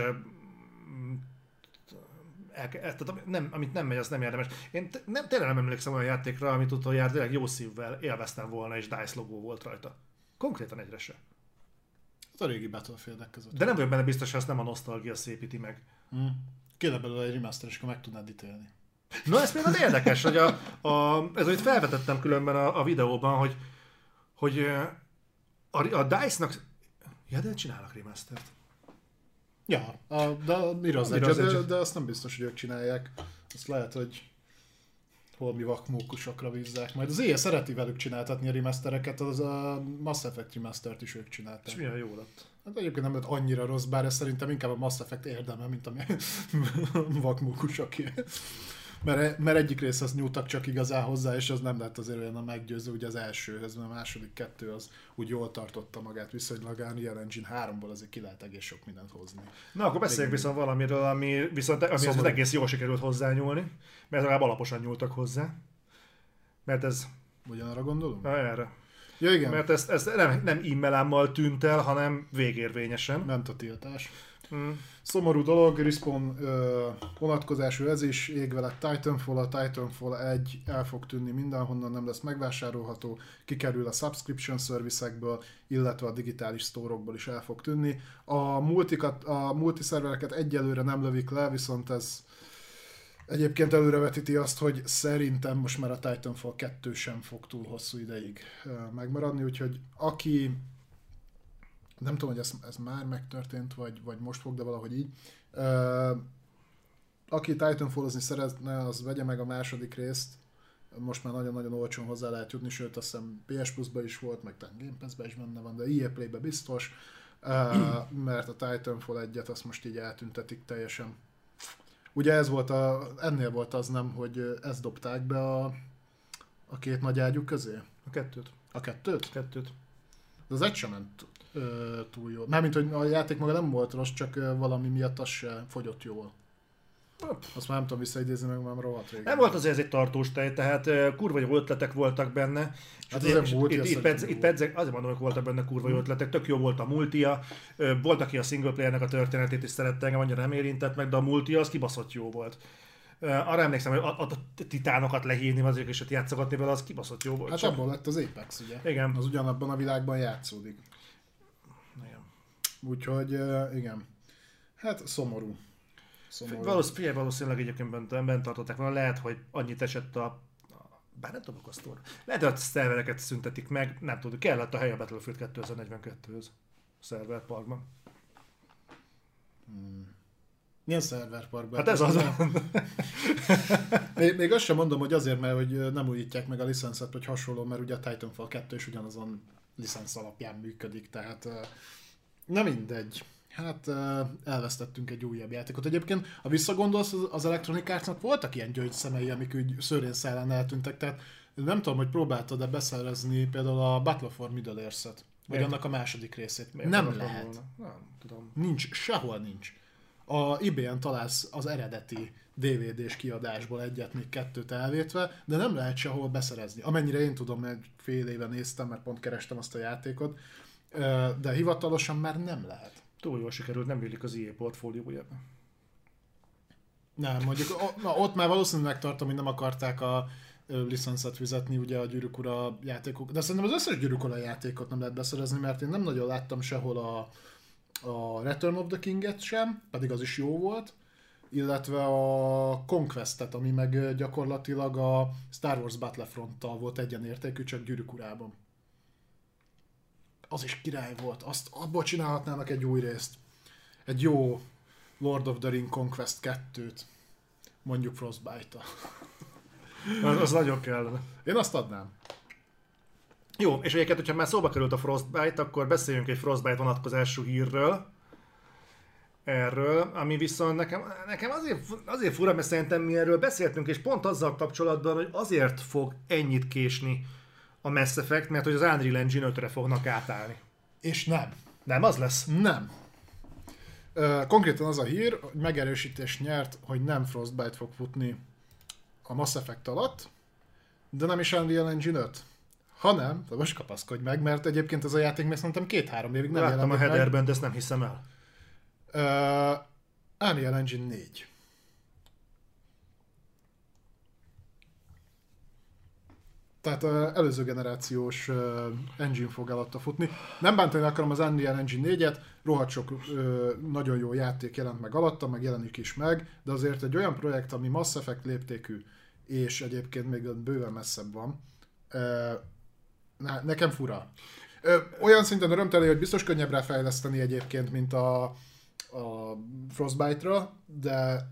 A: el, tehát nem, amit nem megy, az nem érdemes. Én t- nem, tényleg nem emlékszem olyan játékra, amit utoljára tényleg jó szívvel élveztem volna, és DICE logó volt rajta. Konkrétan egyre se.
B: Ez a régi Battlefield-ek között.
A: De nem vagyok benne biztos, hogy ezt nem a nosztalgia szépíti meg.
B: Mm. Kéne belőle egy remaster, és akkor meg tudnád ítélni.
A: Na ez például érdekes, hogy a, a, ez, amit felvetettem különben a, a videóban, hogy, hogy a, a DICE-nak... Ja, de csinálnak remastert.
B: Ja, a, de a Mirror's Edge, de, de azt nem biztos, hogy ők csinálják. Azt lehet, hogy holmi vakmókusokra bízzák. Majd az é á szereti velük csináltatni a remastereket, az a Mass Effect remastert is ők csinálták.
A: És milyen jó lett.
B: Hát egyébként nem lett annyira rossz, bár ez szerintem inkább a Mass Effect érdeme, mint ami vakmókusoké. Mert, mert egyik rész azt nyújtak csak igazán hozzá, és az nem lett azért olyan a meggyőző, ugye az elsőhöz, mert a második kettő az úgy jól tartotta magát viszonylag, a Unreal Engine háromból azért ki lehet egész sok mindent hozni.
A: Na akkor beszéljünk viszont valamiről, ami viszont ami szóval egész jól sikerült hozzányúlni, mert legalább alaposan nyúltak hozzá. Mert ez...
B: Ugyanarra gondolunk?
A: Na, erre.
B: Ja, igen.
A: Mert ez, ez nem, nem e-mailámmal tűnt el, hanem végérvényesen.
B: Ment a tiltás.
A: Mm.
B: Szomorú dolog, Respawn ö, vonatkozású ez is, égve lett Titanfall, a Titanfall egy el fog tűnni mindenhonnan, nem lesz megvásárolható, kikerül a subscription service-ekből, illetve a digitális sztórokból is el fog tűnni. A, multikat, a multiszervereket egyelőre nem lövik le, viszont ez egyébként előrevetíti azt, hogy szerintem most már a Titanfall kettő sem fog túl hosszú ideig megmaradni, úgyhogy aki, nem tudom, hogy ez, ez már megtörtént, vagy, vagy most fog, de valahogy így, aki Titanfallozni szeretne, az vegye meg a második részt, most már nagyon-nagyon olcsón hozzá lehet jutni, sőt azt hiszem pé es Plus-ba is volt, meg Game Pass-ba is benne van, de í á Play-be biztos, mert a Titanfall egyet azt most így eltüntetik teljesen. Ugye ez volt a, ennél volt az nem, hogy ezt dobták be a, a két nagy ágyuk közé?
A: A kettőt.
B: A kettőt?
A: Kettőt.
B: De az egy sem ment ö, túl jól. Mármint, hogy a játék maga nem volt rossz, csak ö, valami miatt az se fogyott jól. Azt már nem tudom visszaidézni, meg már rohadt régen.
A: Nem volt azért egy tartós tej, tehát uh, kurva jó ötletek voltak benne.
B: Hát azért multi,
A: itt, itt, pedz, itt pedzek, azért mondom, hogy voltak benne kurva jó ötletek, tök jó volt a multia, uh, volt, aki a single playernek a történetét is szerette, engem annyira nem érintett meg, de a multia az kibaszott jó volt. Uh, arra emlékszem, hogy a, a, a titánokat lehívni, azok és ott játszogatni vele, az kibaszott jó volt.
B: Hát csak abból lett az Apex, ugye?
A: Igen.
B: Az ugyanabban a világban játszódik.
A: Igen.
B: Úgyhogy uh, igen. Hát szomorú.
A: Valószínűleg, valószínűleg egyébként bent, bent tartották volna, lehet, hogy annyit esett a, a bár nem tudom, a lehet, hogy a szervereket szüntetik meg, nem tudom, kellett a hely a Battlefield kétezer-negyvenkettőhöz szerverparkban.
B: Hmm. Milyen szerverparkban?
A: Hát ez az.
B: még, még azt sem mondom, hogy azért, mert hogy nem újítják meg a licenszet, vagy hasonló, mert ugye a Titanfall kettő is ugyanazon licensz alapján működik, tehát nem mindegy. Hát elvesztettünk egy újabb játékot. Egyébként, ha visszagondolsz, az Electronic Arts-nak voltak ilyen gyöngyszemei, amik úgy szőrén szellen eltűntek, tehát nem tudom, hogy próbáltad-e beszerezni például a Battle for Middle-earth-et, vagy Miért? Annak a második részét.
A: Miért
B: nem lehet.
A: Volna? Nem tudom.
B: Nincs, sehol nincs. A eBay-en találsz az eredeti dé vé dés kiadásból egyet, még kettőt elvétve, de nem lehet sehol beszerezni. Amennyire én tudom, mert fél éve néztem, mert pont kerestem azt a játékot, de hivatalosan már nem lehet.
A: Túl jól sikerült, nem illik az í á portfóliójában.
B: Nem, mondjuk na, ott már valószínűleg tartom, hogy nem akarták a licenszet fizetni ugye a Gyűrűk Ura játékok, de szerintem az összes Gyűrűk Ura játékot nem lehet beszerezni, mert én nem nagyon láttam sehol a, a Return of the King-et sem, pedig az is jó volt, illetve a Conquest-et, ami meg gyakorlatilag a Star Wars Battlefront-tal volt egyenértékű, csak Gyűrűk Urában. az is király volt. Azt, abból csinálhatnának egy új részt. Egy jó Lord of the Ring Conquest kettőt. Mondjuk Frostbite-a.
A: Az, az nagyon kellene.
B: Én azt adnám.
A: Jó, és egyébként, hogyha már szóba került a Frostbite, akkor beszéljünk egy Frostbite vonatkozású hírről. Erről, ami viszont nekem, nekem azért, azért fura, mert szerintem mi erről beszéltünk, és pont azzal kapcsolatban, hogy azért fog ennyit késni a Mass Effect, mert hogy az Unreal Engine ötre fognak átállni.
B: És nem.
A: Nem, az lesz?
B: Nem. Konkrétan az a hír, hogy megerősítés nyert, hogy nem Frostbite fog futni a Mass Effect alatt, de nem is Unreal Engine öt. Hanem, de most kapaszkodj meg, mert egyébként ez a játék még szerintem két-három évig nem
A: Láttam
B: jelenik
A: a
B: meg.
A: headerben, de ezt nem hiszem el.
B: Uh, Unreal Engine négy. Tehát uh, előző generációs uh, engine fog alatta futni. Nem bántani akarom az Unreal Engine négyet, rohadt sok uh, nagyon jó játék jelent meg alatta, meg jelenik is meg, de azért egy olyan projekt, ami Mass Effect léptékű, és egyébként még bőven messzebb van, uh, ne, nekem fura. Uh, olyan szinten örömteli, hogy biztos könnyebb rá fejleszteni egyébként, mint a, a Frostbite-ra, de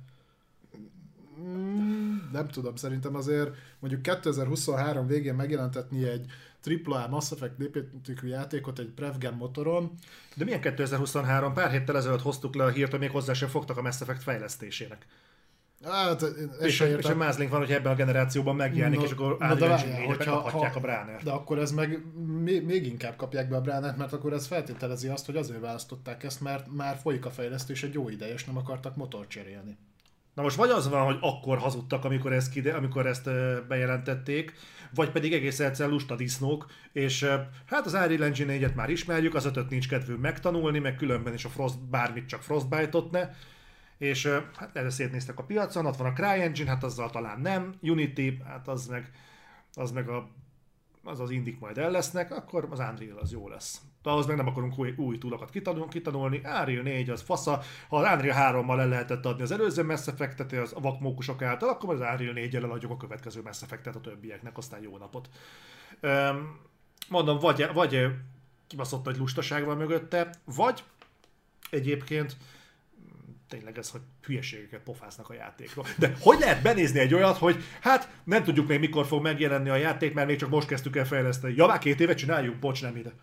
B: nem tudom, szerintem azért mondjuk kétezer-huszonhárom végén megjelentetni egy tripla A Mass Effect léptékű játékot egy Prevgen motoron.
A: De milyen kétezer-huszonhárom? Pár héttel ezelőtt hoztuk le a hírt, hogy még hozzá sem fogtak a Mass Effect fejlesztésének.
B: Hát,
A: és, és a mázlink van, hogy ebben a generációban megjelenik, no, és akkor Unreal Engine négyet megkaphatják a Bránert.
B: De akkor ez meg még, még inkább kapják be a Bránert, mert akkor ez feltételezi azt, hogy azért választották ezt, mert már folyik a fejlesztés egy jó ideje, és nem akartak motort cserélni.
A: Na most vagy az van, hogy akkor hazudtak, amikor ezt, kide, amikor ezt bejelentették, vagy pedig egész egyszerűen lusta disznók, és hát az Unreal Engine négyet már ismerjük, az ötöt nincs kedvünk megtanulni, meg különben is a Frost, bármit csak Frostbite-ot ne, és hát erre szétnéztek a piacon, ott van a CryEngine, hát azzal talán nem, Unity, hát az meg, az meg a, az, az indik majd el lesznek, akkor az Unreal az jó lesz. De ahhoz meg nem akarunk új, új túlokat kitanul, kitanulni. Unreal négy az fasza, ha az Unreal hárommal el lehetett adni az előző Mass Effect-et az a vakmókusok által, akkor az Unreal négyel eladjuk a következő Mass Effect-et a többieknek, aztán jó napot. Üm, mondom, vagy, vagy kibaszott nagy lustaság van mögötte, vagy egyébként tényleg ez, hogy hülyeségeket pofáznak a játékról. De hogy lehet benézni egy olyat, hogy hát nem tudjuk még mikor fog megjelenni a játék, mert még csak most kezdtük el fejleszteni. Ja, már két éve csináljuk, bocs, nem ide.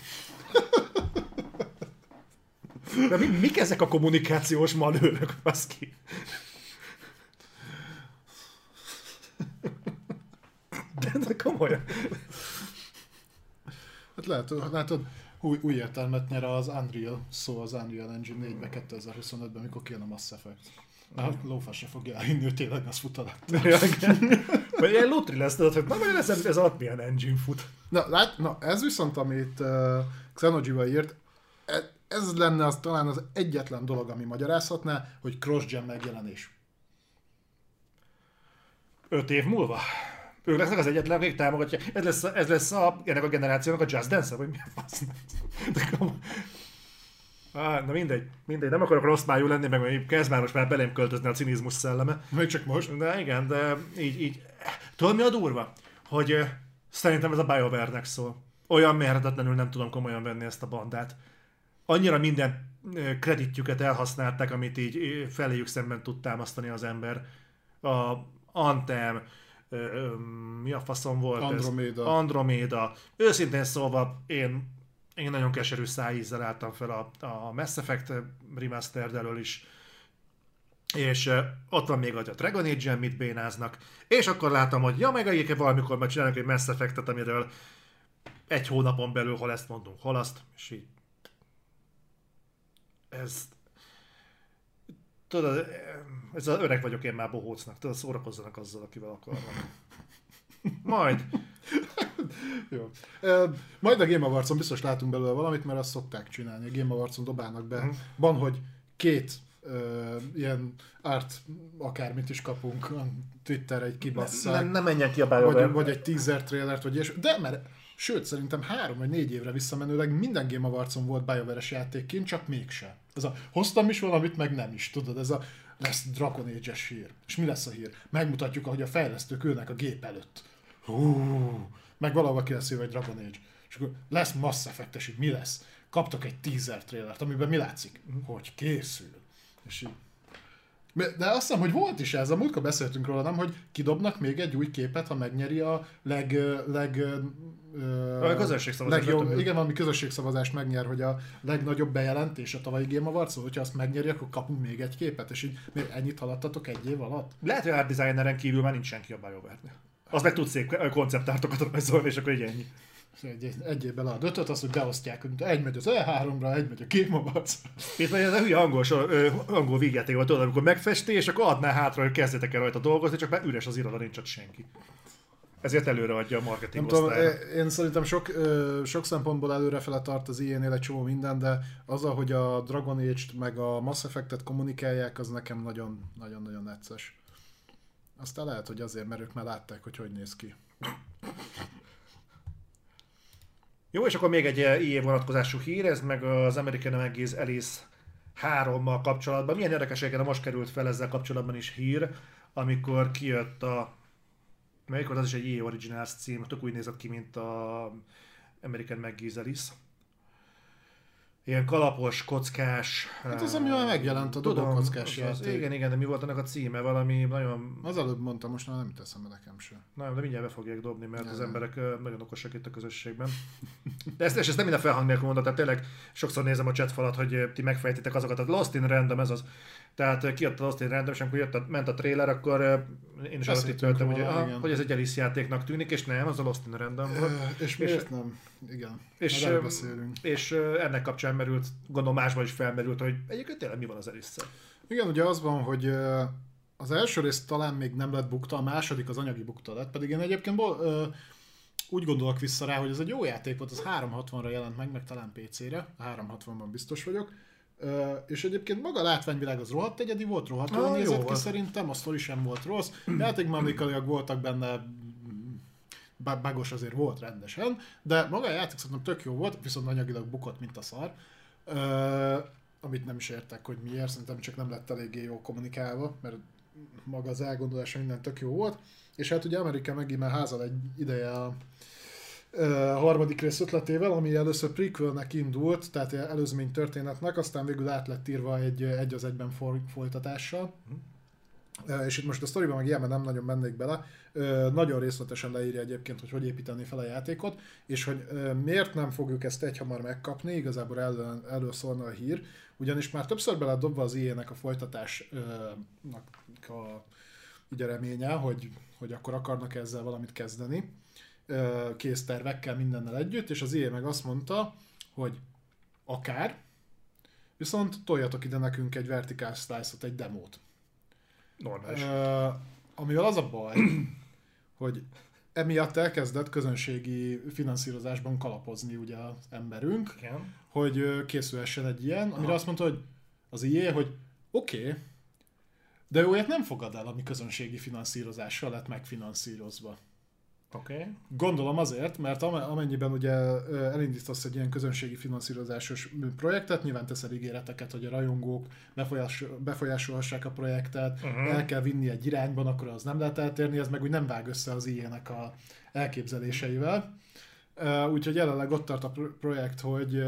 A: De mi, mik ezek a kommunikációs manőrök, baszki? De, de komolyan.
B: Hát lehet, látod, új, új értelmet nyer az Unreal szó az Unreal Engine négybe kétezer-huszonötben, mikor kijön a Mass Effect. Na, lófasz se fogja elhinni, hogy tényleg az fut alatt.
A: Vagy ilyen lotri lesz, tudod, hogy na, vagy ez, ez alatt milyen engine fut.
B: Na, lát, na ez viszont, amit uh, Xenojiva írt, ez lenne az, talán az egyetlen dolog, ami magyarázhatná, hogy cross-gen megjelenés.
A: Öt év múlva? Ők lesznek az egyetlen, akik támogatja. Ez lesz, ez lesz a, ennek a generációnak a Just Dance-e, vagy mi a fasz? Ah, na mindegy, mindegy, nem akarok rossz májú lenni, meg mert kezd már most már belém költözni a cinizmus szelleme.
B: Még csak most.
A: De igen, de így, így. Tudod mi a durva? Hogy uh, szerintem ez a BioWare-nek szól. Olyan mérhetetlenül nem tudom komolyan venni ezt a bandát. Annyira minden uh, kreditjüket elhasználták, amit így uh, feléjük szemben tud támasztani az ember. A Anthem, uh, um, mi a faszom volt
B: Andromeda.
A: ez? Andromeda. Őszintén szólva, én Én nagyon keserű szájízzel álltam fel a, a Mass Effect Remastered elől is, és uh, ott van még, hogy a Dragon Age-en mit bénáznak, és akkor láttam, hogy ja, meg egyébként valamikor majd csinálunk egy Mass Effect-et, amiről egy hónapon belül hol ezt mondunk, hol azt, és így ez tudod, ez az öreg vagyok én már bohócnak, tudod, szórakozzanak azzal, akivel akarnak. Majd.
B: Jó. E, majd a Game Awards-on biztos látunk belőle valamit, mert azt szokták csinálni. A Game Awards-on dobálnak be. Mm. Van, hogy két e, ilyen art akármit is kapunk a Twitterre, egy kibasszák.
A: Nem, nem menjen ki a BioWare.
B: Vagy, vagy egy teaser trailert, vagy ilyesmi. De mert, sőt, szerintem három vagy négy évre visszamenőleg minden Game Awards-on volt BioWare-es játékként, csak mégse. Ez a hoztam is valamit, meg nem is, tudod, ez a lesz Dragon Age-es hír. És mi lesz a hír? Megmutatjuk, ahogy a fejlesztők ülnek a gép előtt. Hú, meg valahol ki lesz írva egy Dragon Age. És akkor lesz Mass Effect-es, hogy mi lesz? Kaptak egy teaser trailert, amiben mi látszik? Hogy készül. És így. De azt hiszem, hogy volt is ez, a múltkor beszéltünk róla, nem, hogy kidobnak még egy új képet, ha megnyeri a leg... leg
A: a közösségszavazást.
B: Legjobb, igen, valami közösségszavazást megnyer, hogy a legnagyobb bejelentés a tavalyi Game Awards, szóval, hogyha azt megnyeri, akkor kapunk még egy képet, és így még ennyit haladtatok egy év alatt?
A: Lehet, hogy a art designeren kívül már nincs senki a BioWare-nél. Az meg tud szép konceptártokat rajzolni, és akkor így ennyi.
B: Egy, egy évben le a dötöt, azt, hogy beosztják, hogy egy megy az E háromra, egy megy a Game Awards.
A: Itt vagy ez a hülye angol, sor, angol vígjáték volt, tudod, amikor megfesti, és akkor adná hátra, hogy kezdjetek el rajta dolgozni, csak már üres az iroda, nincs ott senki. Ezért előre adja a marketing osztályra.
B: Én szerintem sok, sok szempontból előrefele tart az I A-nél egy csomó minden, de az, ahogy a Dragon Age-t meg a Mass Effect-et kommunikálják, az nekem nagyon-nagyon necces. Aztán lehet, hogy azért, mert ők már látták, hogy hogy néz ki.
A: Jó, és akkor még egy I A vonatkozású hír, ez meg az American Magazine Alice hárommal kapcsolatban. Milyen érdekességen most került fel ezzel kapcsolatban is hír, amikor kijött a... Melyik volt, az is egy I A Originals cím, tök úgy nézett ki, mint a American Magazine Alice. Ilyen kalapos, kockás...
B: Hát az, ami már megjelent a dobó kockás
A: játék. Igen, igen, de mi volt annak a címe? Valami nagyon...
B: Az előbb mondtam, most már nem teszem be nekem sem.
A: Nem, de mindjárt be fogják dobni, mert ja, az emberek nagyon okosak itt a közösségben. De ezt, és ezt nem minden felhang nélkül mondom, tehát tényleg sokszor nézem a chat falat, hogy ti megfejtitek azokat, a Lost in Random, ez az. Tehát kijött a Lost in Random, és amikor jött a, ment a trailer, akkor én is arra tippeltem, hogy, aha, hogy ez egy Alice játéknak tűnik, és nem, az a Lost in Random volt.
B: És, és miért nem? Igen,
A: és, és ennek kapcsán merült, gondolom másban is felmerült, hogy egyébként tényleg mi van az Alice-szel.
B: Igen, ugye az van, hogy az első rész talán még nem lett bukta, a második az anyagi bukta lett, pedig én egyébként úgy gondolok vissza rá, hogy ez egy jó játék volt, az háromszázhatvanra jelent meg, meg talán pé cére, a háromszázhatvanban biztos vagyok. Uh, és egyébként maga a látványvilág az rohadt egyedi volt, rohadt jól ah, nézett ki szerintem, a sztori sem volt rossz, játékmechanikaiak voltak benne, bugos azért volt rendesen, de maga a játék szerintem tök jó volt, viszont anyagilag bukott, mint a szar, uh, amit nem is értek, hogy miért, szerintem csak nem lett eléggé jó kommunikálva, mert maga az elgondolása minden tök jó volt, és hát ugye Amerika megint már házal egy ideje a Uh, harmadik rész ötletével, ami először prequelnek indult, tehát előzmény történetnek, aztán végül át lett írva egy, egy az egyben folytatással. Uh, és itt most a sztoriban meg ilyenben nem nagyon mennék bele. Uh, nagyon részletesen leírja egyébként, hogy hogy építeni fel a játékot, és hogy uh, miért nem fogjuk ezt egyhamar megkapni, igazából elő, elő szólna a hír, ugyanis már többször bele dobva az I A-nek a folytatásnak a, a reménye, hogy, hogy akkor akarnak ezzel valamit kezdeni, kész tervekkel, mindennel együtt, és az I A meg azt mondta, hogy akár, viszont toljatok ide nekünk egy vertical slice-ot, egy demót.
A: Normális.
B: Uh, amivel az a baj, hogy emiatt elkezdett közönségi finanszírozásban kalapozni ugye az emberünk,
A: igen,
B: hogy készülhessen egy ilyen, amire azt mondta, hogy az I A, hogy oké, okay, de olyat nem fogad el, ami közönségi finanszírozással lett megfinanszírozva.
A: Okay.
B: Gondolom azért, mert amennyiben ugye elindítasz egy ilyen közönségi finanszírozásos projektet, nyilván teszel ígéreteket, hogy a rajongók befolyásolhassák a projektet, uh-huh. el kell vinni egy irányban, akkor az nem lehet eltérni, ez meg úgy nem vág össze az I A-nek a elképzeléseivel. Úgyhogy jelenleg ott tart a projekt, hogy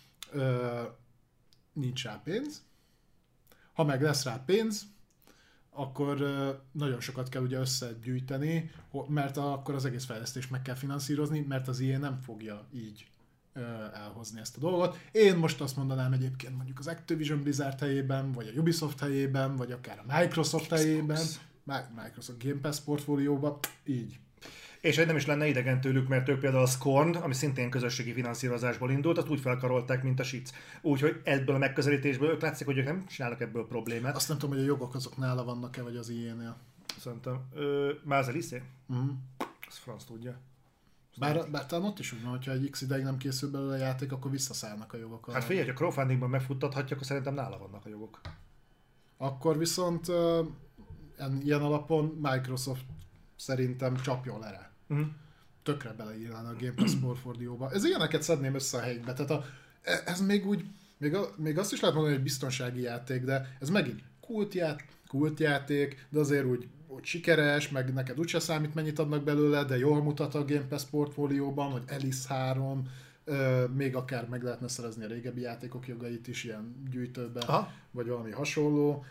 B: nincs rá pénz. Ha meg lesz rá pénz, akkor nagyon sokat kell ugye összegyűjteni, mert akkor az egész fejlesztést meg kell finanszírozni, mert az I A nem fogja így elhozni ezt a dolgot. Én most azt mondanám egyébként mondjuk az Activision Blizzard helyében, vagy a Ubisoft helyében, vagy akár a Microsoft helyében, Microsoft Game Pass portfólióban, így.
A: És egy nem is lenne idegen tőlük, mert ők például a Scorn, ami szintén közösségi finanszírozásból indult, azt úgy felkarolták, mint a Sheets. Úgyhogy ebből a megközelítésből ők látszik, hogy ők nem csinálnak ebből problémát.
B: Azt nem tudom, hogy a jogok azok nála vannak-e, vagy az I A-nél.
A: Szerintem. Ö, már az Alice?
B: Uh-huh.
A: Azt franc tudja.
B: Bár, bár talán ott is úgy van, hogyha egy X ideig nem készül belőle a játék, akkor visszaszállnak a jogok.
A: Hát figyelj, ha crowdfundingban megfuttathatja, akkor szerintem nála vannak a jogok.
B: Akkor viszont uh, ilyen alapon Microsoft szerintem csapjon le rá. Uh-huh. Tökre beleírnál a Game Pass portfólióba. Ez ilyeneket szedném össze a helyükbe. Tehát a, ez még úgy, még, a, még azt is lehet mondani, hogy biztonsági játék, de ez megint kultját, kultjáték, de azért úgy hogy sikeres, meg neked úgyse számít mennyit adnak belőle, de jól mutat a Game Pass portfólióban, vagy Alice három, még akár meg lehetne szerezni a régebbi játékok jogait is ilyen gyűjtőben, Aha. vagy valami hasonló.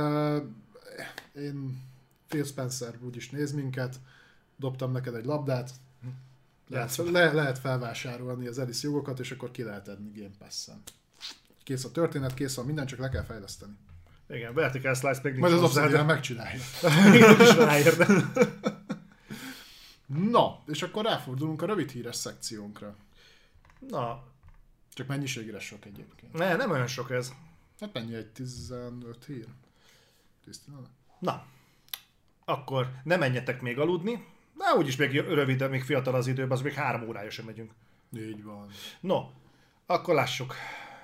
B: Én Phil Spencer úgyis néz minket, dobtam neked egy labdát, lehet, le, lehet felvásárolni az Alice jogokat, és akkor ki lehet adni Game Pass-en. Kész a történet, kész a minden, csak le kell fejleszteni.
A: Igen, Vertical Slice még nincs.
B: Majd az Obsidian megcsinálja.
A: is ráérde.
B: Na, és akkor ráfordulunk a rövid híres szekciónkra.
A: Na.
B: Csak mennyiségre sok egyébként.
A: Ne, nem olyan sok ez.
B: Hát mennyi egy tizenöt hír? tizenöt?
A: Na. Akkor ne menjetek még aludni. Na, úgyis még rövid, még fiatal az időben, az még három órája sem megyünk.
B: Így van.
A: No, akkor lássuk.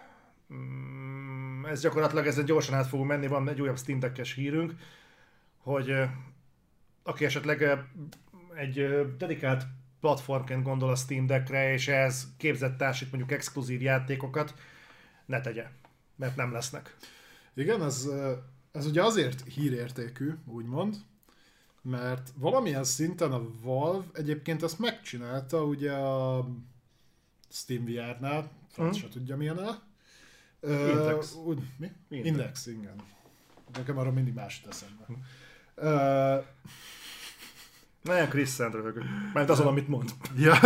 A: Ez gyakorlatilag ezen gyorsan át fogunk menni, van egy újabb Steam Deck-es hírünk, hogy aki esetleg egy dedikált platformként gondol a Steam Deckre, és ehhez képzett társít mondjuk exkluzív játékokat, ne tegye, mert nem lesznek.
B: Igen, ez, ez ugye azért hírértékű, úgymond, mert valamilyen szinten a Valve egyébként ezt megcsinálta ugye a Steam vé er-nál, franc hmm. se tudja milyen-el.
A: Index.
B: Uh, úgy, mi?
A: Index.
B: Index, igen. Nekem arra mindig más eszembe. Hmm. Uh,
A: Nagyon Chris Szent röhögök. Mert azon, amit mond.
B: Ja.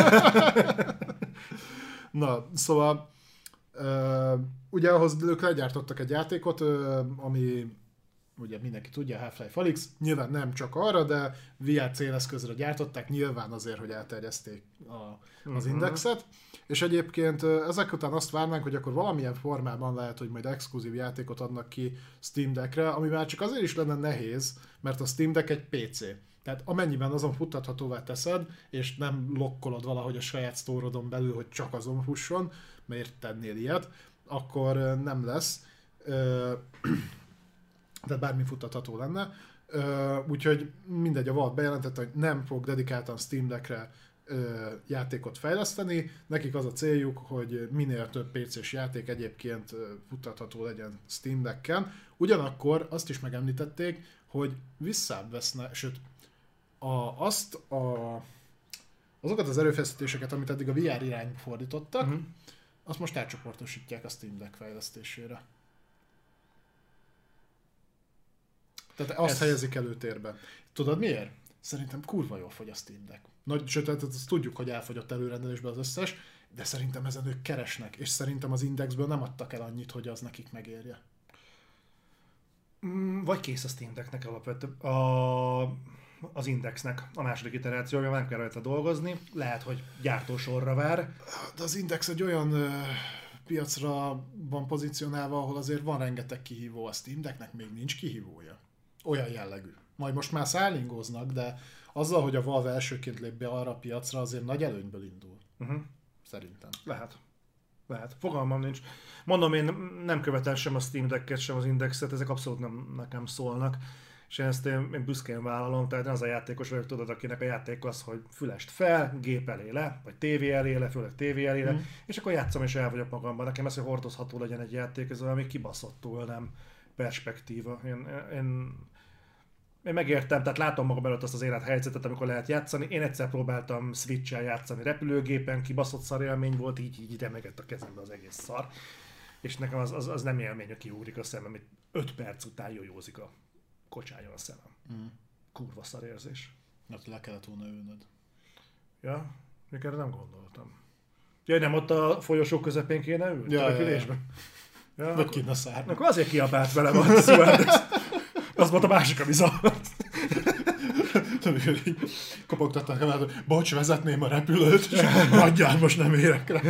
B: Na, szóval uh, ugye ahhoz ők legyártottak egy játékot, uh, ami ugye mindenki tudja, Half-Life Alyx, nyilván nem csak arra, de vé er céleszközre gyártották, nyilván azért, hogy elterjeszték a, az uh-huh. Indexet, és egyébként ezek után azt várnánk, hogy akkor valamilyen formában lehet, hogy majd exkluzív játékot adnak ki Steam Deckre, ami már csak azért is lenne nehéz, mert a Steam Deck egy pé cé. Tehát amennyiben azon futtathatóvá teszed, és nem lokkolod valahogy a saját sztórodon belül, hogy csak azon fusson, miért tennél ilyet, akkor nem lesz. Tehát bármi futtatható lenne. Úgyhogy mindegy, a Valve bejelentette, hogy nem fog dedikáltan Steam Deckre játékot fejleszteni. Nekik az a céljuk, hogy minél több pé cés játék egyébként futtatható legyen Steam Decken. Ugyanakkor azt is megemlítették, hogy visszavesznek, sőt, a, azt a, azokat az erőfeszítéseket, amit eddig a vé er irányba fordítottak, uh-huh. azt most átcsoportosítják a Steam Deck fejlesztésére. Tehát azt Ez... helyezik előtérbe. Tudod miért? Szerintem kurva jól fogy a Steam Deck. Nagy, sőt, azt tudjuk, hogy elfogyott előrendelésben az összes, de szerintem ezen ők keresnek, és szerintem az Indexből nem adtak el annyit, hogy az nekik megérje.
A: Vagy kész a Steam Decknek alapvetően. A... az Indexnek a második iterációja, nem kell rajta dolgozni. Lehet, hogy gyártósorra vár.
B: De az Index egy olyan ö, piacra van pozícionálva, ahol azért van rengeteg kihívó. A Steam Decknek még nincs kihívója. Olyan jellegű. Majd most már szállingóznak, de azzal, hogy a Valve elsőként lép be arra a piacra, azért nagy előnyből indul. Uh-huh. Szerintem.
A: Lehet. Lehet. Fogalmam nincs. Mondom, én nem követem sem a Steam Decket, sem az Indexet, ezek abszolút nem nekem szólnak. És én ezt én, én büszkén vállalom, tehát az a játékos vagyok, tudod, akinek a játék az, hogy fülest fel, gép elé le, vagy tévé elé le, főleg tévé elé le, mm. és akkor játszom és el vagyok magamban. Nekem ez, hogy hordozható legyen egy játék, ez valami kibaszottul nem perspektíva. Én, én, én megértem, tehát látom magam előtt azt az élethelyzetet, amikor lehet játszani. Én egyszer próbáltam Switch-el játszani repülőgépen, kibaszott szar élmény volt, így, így remegett a kezembe az egész szar. És nekem az, az, az nem élmény, hogy kiugrik a szemem, amit öt perc után jójózik a kocsájon a szemem. Mm. Kurva szar érzés.
B: Hát le kellett volna ülnöd.
A: Ja? Még erre nem gondoltam. Ja, nem ott a folyosó közepén kéne ülni?
B: Ja,
A: a
B: repülésben.
A: Ja, ja.
B: Vagy kint a szárny.
A: Akkor azért kiabált velem a stewardess. Az volt a másik, ami zavart.
B: Kopogtatták el, hogy bocs, vezetném a repülőt, és adjál, most nem érek rá.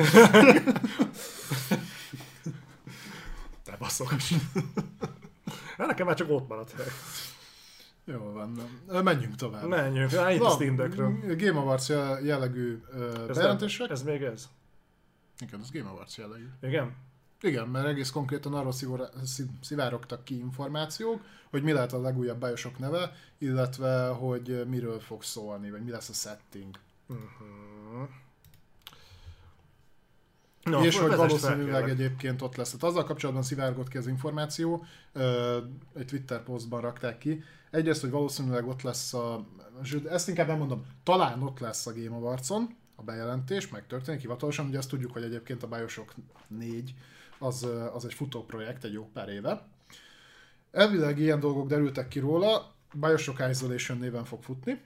A: Te baszok. Nekem már csak ott maradt hely.
B: Jó van, menjünk tovább.
A: Menjünk, itt a Steam Deckről.
B: Game Awards jellegű bejelentések.
A: Ez még ez?
B: Igen, ez Game Awards jellegű.
A: Igen?
B: Igen, mert egész konkrétan arról szivárogtak ki információk, hogy mi lehet a legújabb BioShock neve, illetve hogy miről fog szólni, vagy mi lesz a setting. Uh-huh. No, és hogy valószínűleg egyébként ott lesz. Tehát azzal kapcsolatban szivárgott ki az információ, egy Twitter posztban rakták ki. Egyrészt, hogy valószínűleg ott lesz a... Ezt inkább nem mondom, talán ott lesz a Game Awards-on a bejelentés, megtörténik hivatalosan. Ugye azt tudjuk, hogy egyébként a Bioshock négy az, az egy futó projekt egy jó pár éve. Elvileg ilyen dolgok derültek ki róla. Bioshock Isolation néven fog futni.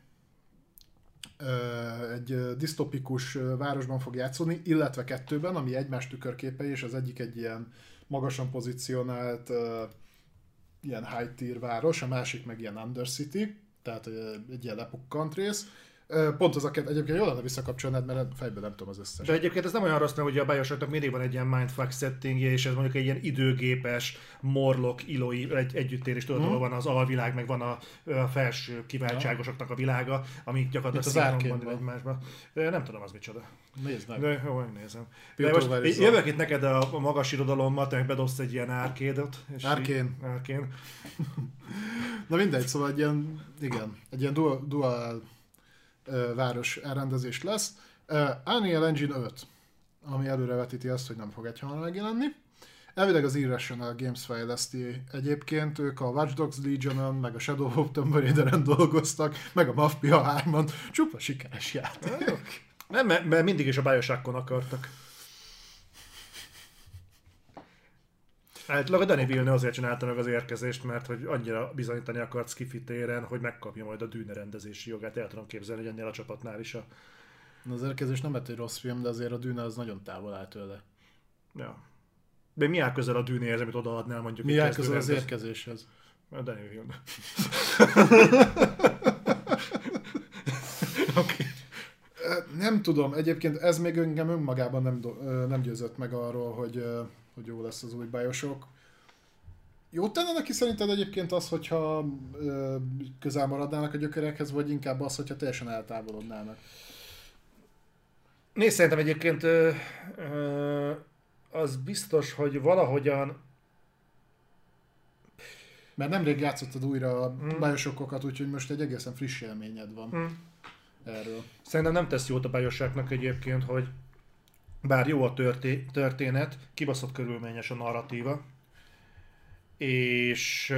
B: Egy disztopikus városban fog játszani, illetve kettőben, ami egymás tükörképei, és az egyik egy ilyen magasan pozícionált ilyen high tier város, a másik meg ilyen Undercity, tehát egy ilyen lepukkant rész. Pont az a kettő, egyébként jól lenne visszakapcsolnád, mert fejben nem tudom az összes.
A: De egyébként ez nem olyan rossz, hogy a Bioshocknak mindig van egy ilyen mindfuck settingje, és ez mondjuk egy ilyen időgépes, morlok, ilói egy, együttérés, tudod, ahol van az alvilág, meg van a, a felső kiváltságosoknak a világa, amik gyakorlatilag
B: szinkronban
A: egymásba. Nem tudom, az micsoda.
B: Nézd meg.
A: De jó, megnézem. De most jövök itt neked a magas irodalommal, te meg bedobsz egy ilyen arcade-ot.
B: Arkane.
A: Arkane.
B: Na mindegy, szóval egy ilyen, igen, egy ilyen dual, dual város elrendezés lesz. Uh, Unreal Engine öt, ami előrevetíti azt, hogy nem fog egyhamar megjelenni. Elvileg az Irrational Games fejleszti egyébként, ők a Watch Dogs Legion-on, meg a Shadow of Tomb Raider-en dolgoztak, meg a Mafia hármon, csupa sikeres játék.
A: Nem, mert mindig is a Bioshockon akartak. Általában a Danny Villeneuve azért csinálta meg az érkezést, mert hogy annyira bizonyítani akart Skiffy téren, hogy megkapja majd a Dűne rendezési jogát. El tudom képzelni, hogy ennél a csapatnál is a...
B: Az érkezés nem lett egy rossz film, de azért a Dűne az nagyon távol áll tőle.
A: Ja. De mi áll közel a Dűnéhez, amit odaadnál mondjuk?
B: Mi áll közel az érkezéshez?
A: A Danny Villeneuve.
B: Oké. Nem tudom, egyébként ez még engem önmagában nem, nem győzött meg arról, hogy, hogy jó lesz az új Bioshock. Jót tenne neki szerinted egyébként az, hogyha közel maradnának a gyökerekhez, vagy inkább az, hogyha teljesen eltávolodnának?
A: Nézd, szerintem egyébként ö, ö, az biztos, hogy valahogyan...
B: Mert nemrég játszottad újra a hmm. Bioshockokat, úgyhogy most egy egészen friss élményed van hmm. erről.
A: Szerintem nem tesz jót a Bioshocknak egyébként, hogy bár jó a történ- történet, kibaszott körülményes a narratíva, és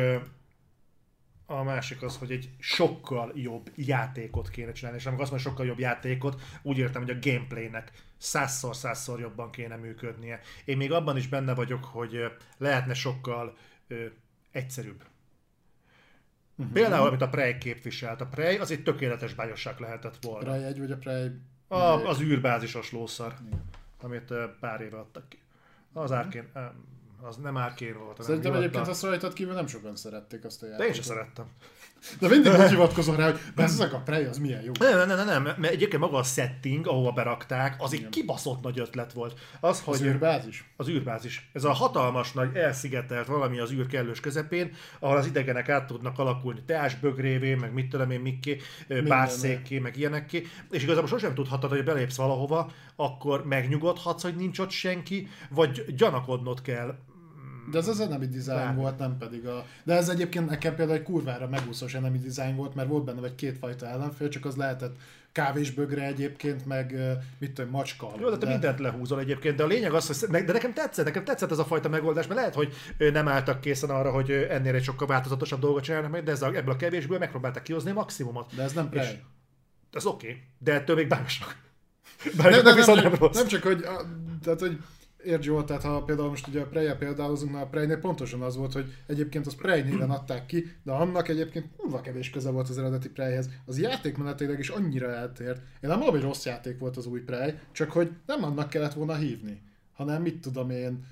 A: a másik az, hogy egy sokkal jobb játékot kéne csinálni, és amikor azt mondom, sokkal jobb játékot, úgy értem, hogy a gameplaynek százszor, százszor jobban kéne működnie. Én még abban is benne vagyok, hogy lehetne sokkal ö, egyszerűbb. Uh-huh. Például, amit a Prey képviselt. A Prey az egy tökéletes Bioshock lehetett volna.
B: Prey egy vagy a Prey...
A: A, az űrbázisos lószar, igen. Amit pár éve adtak ki. Az Arkane... Az nem Arkane volt.
B: Szerintem egyébként azt rajtad kívül nem sokan szerették azt a játékot.
A: De én sem szerettem.
B: De mindig úgy hivatkozol rá, hogy bezzeg a Prey, az milyen jó.
A: Nem, nem, nem, nem, mert egyébként maga a setting, ahova berakták, az egy kibaszott nagy ötlet volt. Az, hogy
B: az űrbázis?
A: Az űrbázis. Ez a hatalmas nagy elszigetelt valami az űr kellős közepén, ahol az idegenek át tudnak alakulni teásbögrévé, meg mit tudom én, mikké, bárszékké, meg ilyenekké. És igazából sosem tudhatod, hogy belépsz valahova, akkor megnyugodhatsz, hogy nincs ott senki, vagy gyanakodnod kell.
B: De ez az enemy design Bár. volt, nem pedig a... De ez egyébként nekem például egy kurvára megúszós enemy design volt, mert volt benne vagy kétfajta ellenfél, csak az lehetett kávésbögre egyébként, meg mit tudom, macska.
A: Jó, de te de... mindent lehúzol egyébként, de a lényeg az, hogy... De nekem tetszett, nekem tetszett ez a fajta megoldás, mert lehet, hogy nem álltak készen arra, hogy ennél egy sokkal változatosabb dolgot csinálnak meg, de ez a, ebből a kevésből megpróbáltak kihozni a maximumot.
B: De ez nem Prey. És...
A: Ez oké, okay, de ettől még bánsak.
B: Nem, nem, nem, nem, nem, nem csak, hogy... Tehát, hogy értsd jól, tehát ha például most ugye a Prey-jel példálozunk, a Prey-nél pontosan az volt, hogy egyébként az Prey néven adták ki, de annak egyébként kurva kevés köze volt az eredeti Preyhez. Az játékmenetileg is annyira eltért. Én nem mondom, hogy rossz játék volt az új Prey, csak hogy nem annak kellett volna hívni, hanem mit tudom én,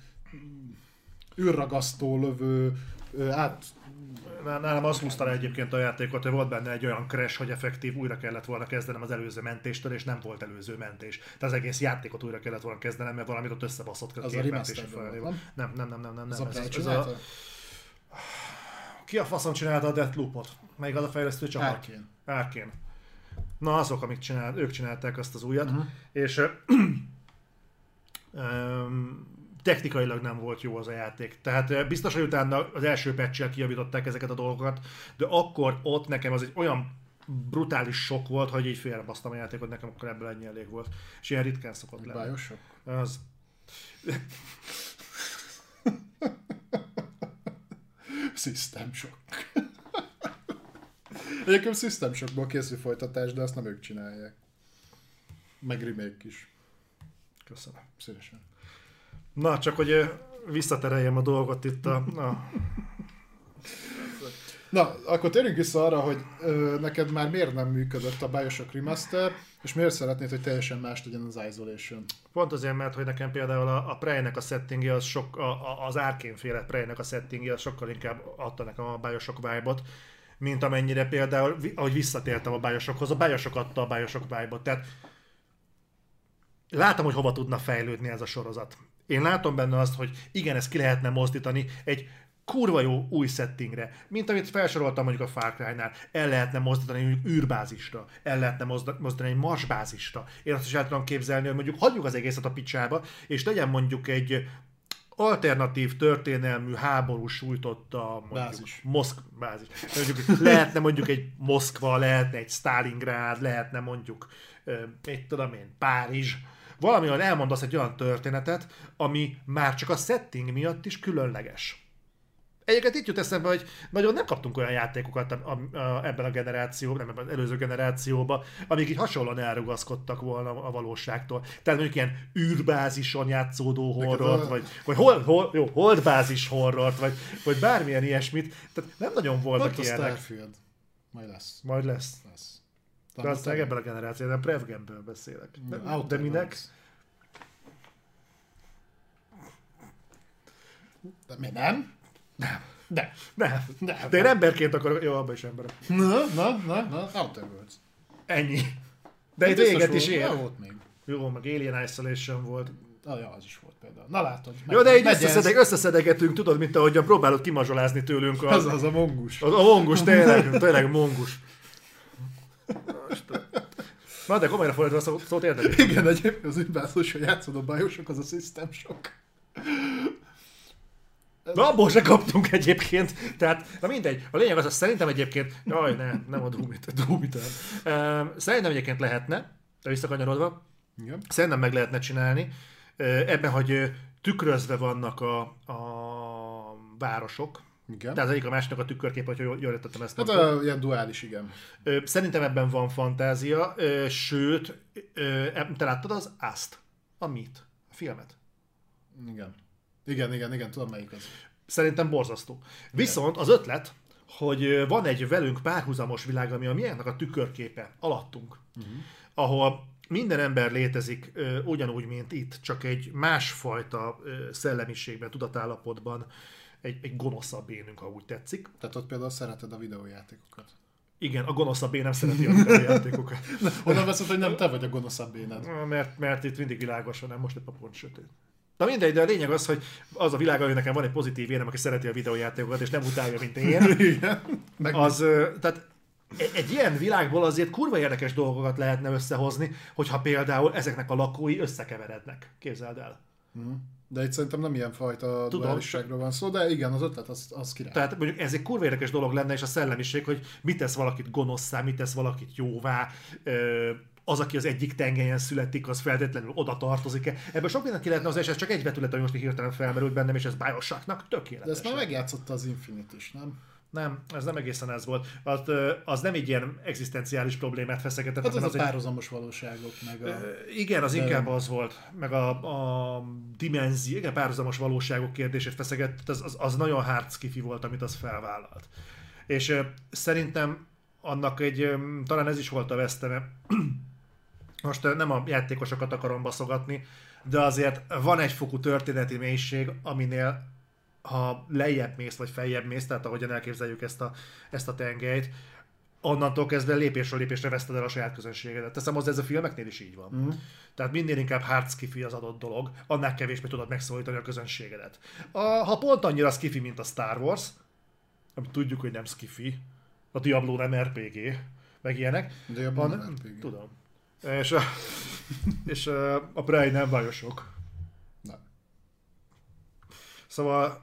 B: űrragasztó lövő, át...
A: Nálam azt húzta le egyébként a játékot, hogy volt benne egy olyan crash, hogy effektív újra kellett volna kezdenem az előző mentéstől, és nem volt előző mentés. Tehát az egész játékot újra kellett volna kezdenem, mert valamit ott összebaszott a két mentés felé. Nem, nem, nem, nem, nem, nem.
B: Ez a
A: ez,
B: ez a...
A: Ki a faszon csinálta a Deathloopot? Melyik az a fejlesztő csapat?
B: Arkane.
A: Arkane. Na azok, amik csinált, ők csinálták azt az újat, uh-huh. és um, technikailag nem volt jó az a játék. Tehát biztos, hogy utána az első patch-el kijavították ezeket a dolgokat, de akkor ott nekem az egy olyan brutális sok volt, hogy így félrebasztam a játékot, nekem akkor ebből ennyi elég volt. És ilyen ritkán szokott lenni.
B: Bioshock?
A: Az.
B: System Shock. Egyébként System Shockból készül folytatás, de azt nem ők csinálják. Meg remake is.
A: Köszönöm.
B: Szívesen.
A: Na, csak hogy ö, visszatereljem a dolgot itt a... a...
B: Na, akkor térjünk vissza arra, hogy ö, neked már miért nem működött a Bioshock Remaster, és miért szeretnéd, hogy teljesen más legyen az Isolation?
A: Pont azért, mert hogy nekem például a, a Prey-nek a settingje, az sok, a, a, az Arkane-féle Prey-nek a settingje, az sokkal inkább adta nekem a Bioshock vibe-ot, mint amennyire például, ahogy visszatértem a Bioshockhoz, a Bioshock adta a Bioshock vibe-ot. Tehát látom, hogy hova tudna fejlődni ez a sorozat. Én látom benne azt, hogy igen, ezt ki lehetne mozdítani egy kurva jó új settingre, mint amit felsoroltam mondjuk a Far Cry-nál. El lehetne mozdítani mondjuk űrbázisra, el lehetne mozdítani egy marsbázisra. Én azt is el tudom képzelni, hogy mondjuk hagyjuk az egészet a picsába, és legyen mondjuk egy alternatív történelmű háború sújtotta
B: Bázis.
A: Moszk bázis. Mondjuk, lehetne mondjuk egy Moszkva, lehetne egy Stalingrad, lehetne mondjuk, mit tudom én, Párizs. Valami olyan elmondasz egy olyan történetet, ami már csak a setting miatt is különleges. Egyébként itt jut eszembe, hogy nagyon nem kaptunk olyan játékokat a, a, a, ebben a generációban, nem ebben az előző generációban, amik így hasonlóan elrugaszkodtak volna a valóságtól. Tehát mondjuk ilyen űrbázison játszódó horrort, a... vagy, vagy hol, hol, jó, holdbázis horrort, vagy, vagy bármilyen ilyesmit. Tehát nem nagyon voltak
B: Pont
A: ilyenek.
B: a Starfield. Majd lesz.
A: Majd lesz.
B: lesz.
A: De aztán ebben a generációban, a Prevgenből beszélek. De, de minek?
B: De mi nem?
A: Nem.
B: De.
A: Nem.
B: Nem.
A: De én emberként akarok... Jó, abban is emberek.
B: Na, na, na, na, Outer Worlds.
A: Ennyi. De itt véget is ér.
B: Volt még.
A: Jó, meg Alien Isolation volt.
B: Ah, ja, az is volt például. Na látod.
A: Jó, de így összeszedeg, összeszedegetünk, tudod, mint ahogyan próbálod kimazsolázni tőlünk.
B: Az az a mongus.
A: Az a mongus, tényleg, tényleg mongus. Na, de komolyra fordítva a szót érdekel.
B: Igen, egyébként az űrbázos, hogy játszod a Bioshock, az a System Shock.
A: Na, abból se kaptunk egyébként. Tehát, na mindegy. A lényeg az, hogy szerintem egyébként... Jaj, ne, nem a Doom-itán. Szerintem egyébként lehetne, de visszakanyarodva.
B: Igen.
A: Szerintem meg lehetne csinálni. Ebben, hogy tükrözve vannak a, a városok.
B: Igen.
A: Tehát az egyik a másiknak a tükörkép, hogy jól, jól értettem ezt.
B: Hát a, ilyen duális, igen.
A: Szerintem ebben van fantázia, sőt, te láttad az Azt? A Mit? A filmet?
B: Igen. Igen, igen, igen, tudom melyik az.
A: Szerintem borzasztó. Viszont az ötlet, hogy van egy velünk párhuzamos világ, ami a miénknek a tükörképe alattunk, uh-huh. ahol minden ember létezik ö, ugyanúgy, mint itt, csak egy másfajta ö, szellemiségben, tudatállapotban, egy, egy gonoszabb énünk, ha úgy tetszik.
B: Tehát ott például szereted a videójátékokat.
A: Igen, a gonoszabb én nem szereti a videójátékokat.
B: Honnan veszed, hogy nem te vagy a gonoszabb éned?
A: Mert, mert itt mindig világos, nem most épp a pont sötét. Na mindegy, de a lényeg az, hogy az a világ, hogy nekem van egy pozitív énem, aki szereti a videójátékokat, és nem utálja, mint én.
B: Igen.
A: Az, tehát egy ilyen világból azért kurva érdekes dolgokat lehetne összehozni, hogyha például ezeknek a lakói összekeverednek. Képzeld el.
B: De itt szerintem nem ilyen fajta duálisságról van szó, de igen, az ötlet az, az király.
A: Tehát mondjuk ez egy kurva érdekes dolog lenne, és a szellemiség, hogy mit tesz valakit gonoszszá, mit tesz valakit jóvá, az, aki az egyik tengelyen születik, az feltétlenül oda tartozik-e. Ebből sok mindent ki lehetne, az és ez csak egy vetület, ami most hirtelen felmerült bennem, és ez Bioshocknak tökéletes.
B: De ezt már megjátszotta az Infinite is, nem?
A: Nem, ez nem egészen ez volt. Az, az nem egy ilyen egzisztenciális problémát feszegetett.
B: Hát az,
A: az
B: a párhuzamos egy... valóságok, meg a...
A: Igen, az
B: de...
A: inkább az volt. Meg a, a dimenzió, igen, párhuzamos valóságok kérdését feszegetett, az, az, az nagyon hard skifi volt, amit az felvállalt. És uh, szerintem annak egy, um, talán ez is volt a veszteme. Most uh, nem a játékosokat akarom baszogatni, de azért van egy fokú történeti mélység, aminél ha lejjebb mész, vagy feljebb mész, tehát ahogyan elképzeljük ezt a, ezt a tengelyt, onnantól kezdve lépésről lépésre veszted el a saját közönségedet. Teszem hozzá, ez a filmeknél is így van. Mm. Tehát minél inkább hard skifi az adott dolog, annál kevésbé tudod megszólítani a közönségedet. A, ha pont annyira skifi, mint a Star Wars, amit tudjuk, hogy nem skifi, a Diablo nem er pé gé, meg ilyenek.
B: Diablo nem er pé gé.
A: Tudom. És a, és a, a Prey nem Bioshock.
B: Nem.
A: Szóval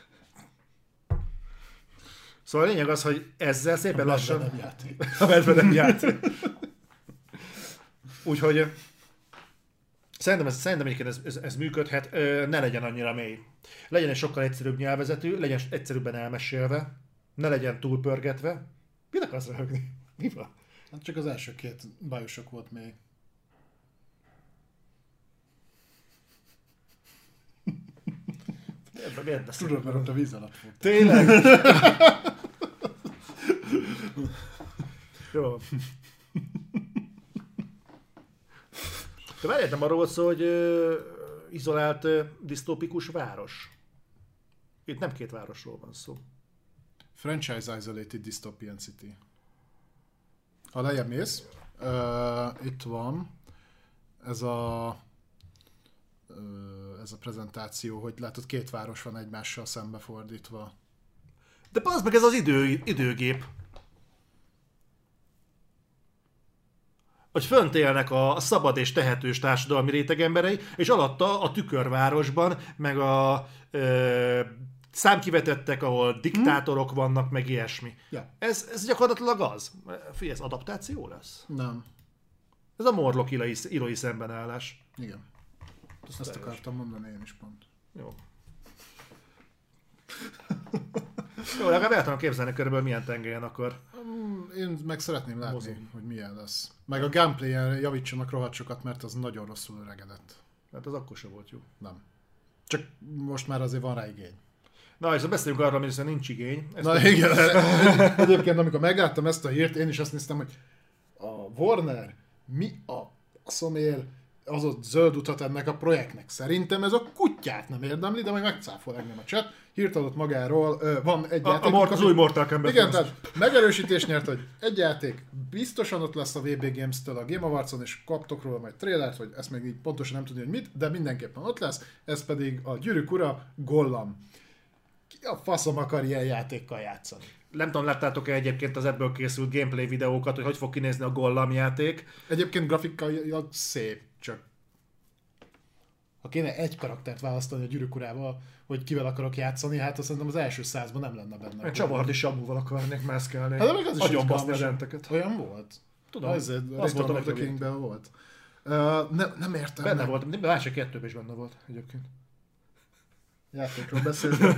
A: Szóval a lényeg az, hogy ezzel szépen
B: a
A: lassan...
B: nem játék.
A: A medve nem játék. Úgyhogy Szerintem, ez, szerintem egyébként ez, ez, ez működhet, ne legyen annyira mély. Legyen egy sokkal egyszerűbb nyelvezetű, legyen egyszerűbben elmesélve, ne legyen túlpörgetve. Mit akarsz röhögni? Mi van?
B: Hát csak az első két bajosok volt még.
A: Miért, miért beszél?
B: Tudod, mert ott a víz alatt volt.
A: Tényleg? Jó. De várjál, nem arról volt szó, hogy ö, izolált ö, disztópikus város. Itt nem két városról van szó.
B: Franchise Isolated Dystopian City. Ha lejjebb mész, uh, itt van ez a uh, ez a prezentáció, hogy látod, két város van egymással szembefordítva.
A: De bazd meg, ez az idő, időgép. Hogy fönt élnek a szabad és tehetős társadalmi réteg emberei, és alatta a tükörvárosban, meg a ö, számkivetettek, ahol diktátorok hmm. vannak, meg ilyesmi.
B: Ja.
A: Ez, ez gyakorlatilag az. Figyelj, ez adaptáció lesz?
B: Nem.
A: Ez a Morlock írói, írói szembenállás.
B: Igen. Ezt, ezt akartam mondani én is pont.
A: Jó. Jó, legalább el tudom képzelni körülbelül milyen tengelyen akar.
B: Én meg szeretném látni,
A: Mozog.
B: hogy milyen lesz. Meg a gameplayen javítsanak rohadt sokat, mert az nagyon rosszul öregedett.
A: Hát az akkor sem volt jó.
B: Nem. Csak most már azért van rá igény.
A: Na, és beszéljünk arról, hogy nincs igény. Ezt
B: Na igen, egyébként amikor megláttam ezt a hírt, én is azt néztem, hogy a Warner mi a szomér az ott zöld utat ennek a projektnek. Szerintem ez a kutyát nem érdemli, de majd megcáfol engem a chat. Hírt adott magáról, van egy
A: a,
B: játék.
A: A, az új Mortal Kombat.
B: Igen, tehát megerősítés nyert, hogy egy játék biztosan ott lesz a vé bé Games-től a Game Awards-on, és kaptok róla majd trailert, hogy ezt még így pontosan nem tudni, hogy mit, de mindenképpen ott lesz. Ez pedig a Gyűrűk ura, Gollam. Ki a faszom akar ilyen játékkal játszani?
A: Nem tudom, láttátok-e egyébként az ebből készült gameplay videókat, hogy hogy fog kinézni a Gollam játék.
B: Egyébként grafikailag szép, csak ha kéne egy karaktert választani a Gyűrűk urával, hogy kivel akarok játszani, hát azt szerintem az első százban nem lenne benne.
A: Én Csavardi Samuval akarnék mászkálni.
B: Hát de meg az is
A: Agyon baszni a
B: izgalmas.
A: denteket.
B: Olyan volt?
A: Tudom,
B: Az,
A: az
B: az
A: volt a
B: volt a
A: legjobb
B: Kingben volt. Uh, ne, nem értem.
A: Benne
B: nem.
A: volt, de másik kettőben is benne volt egyébként.
B: Játékról beszéltem.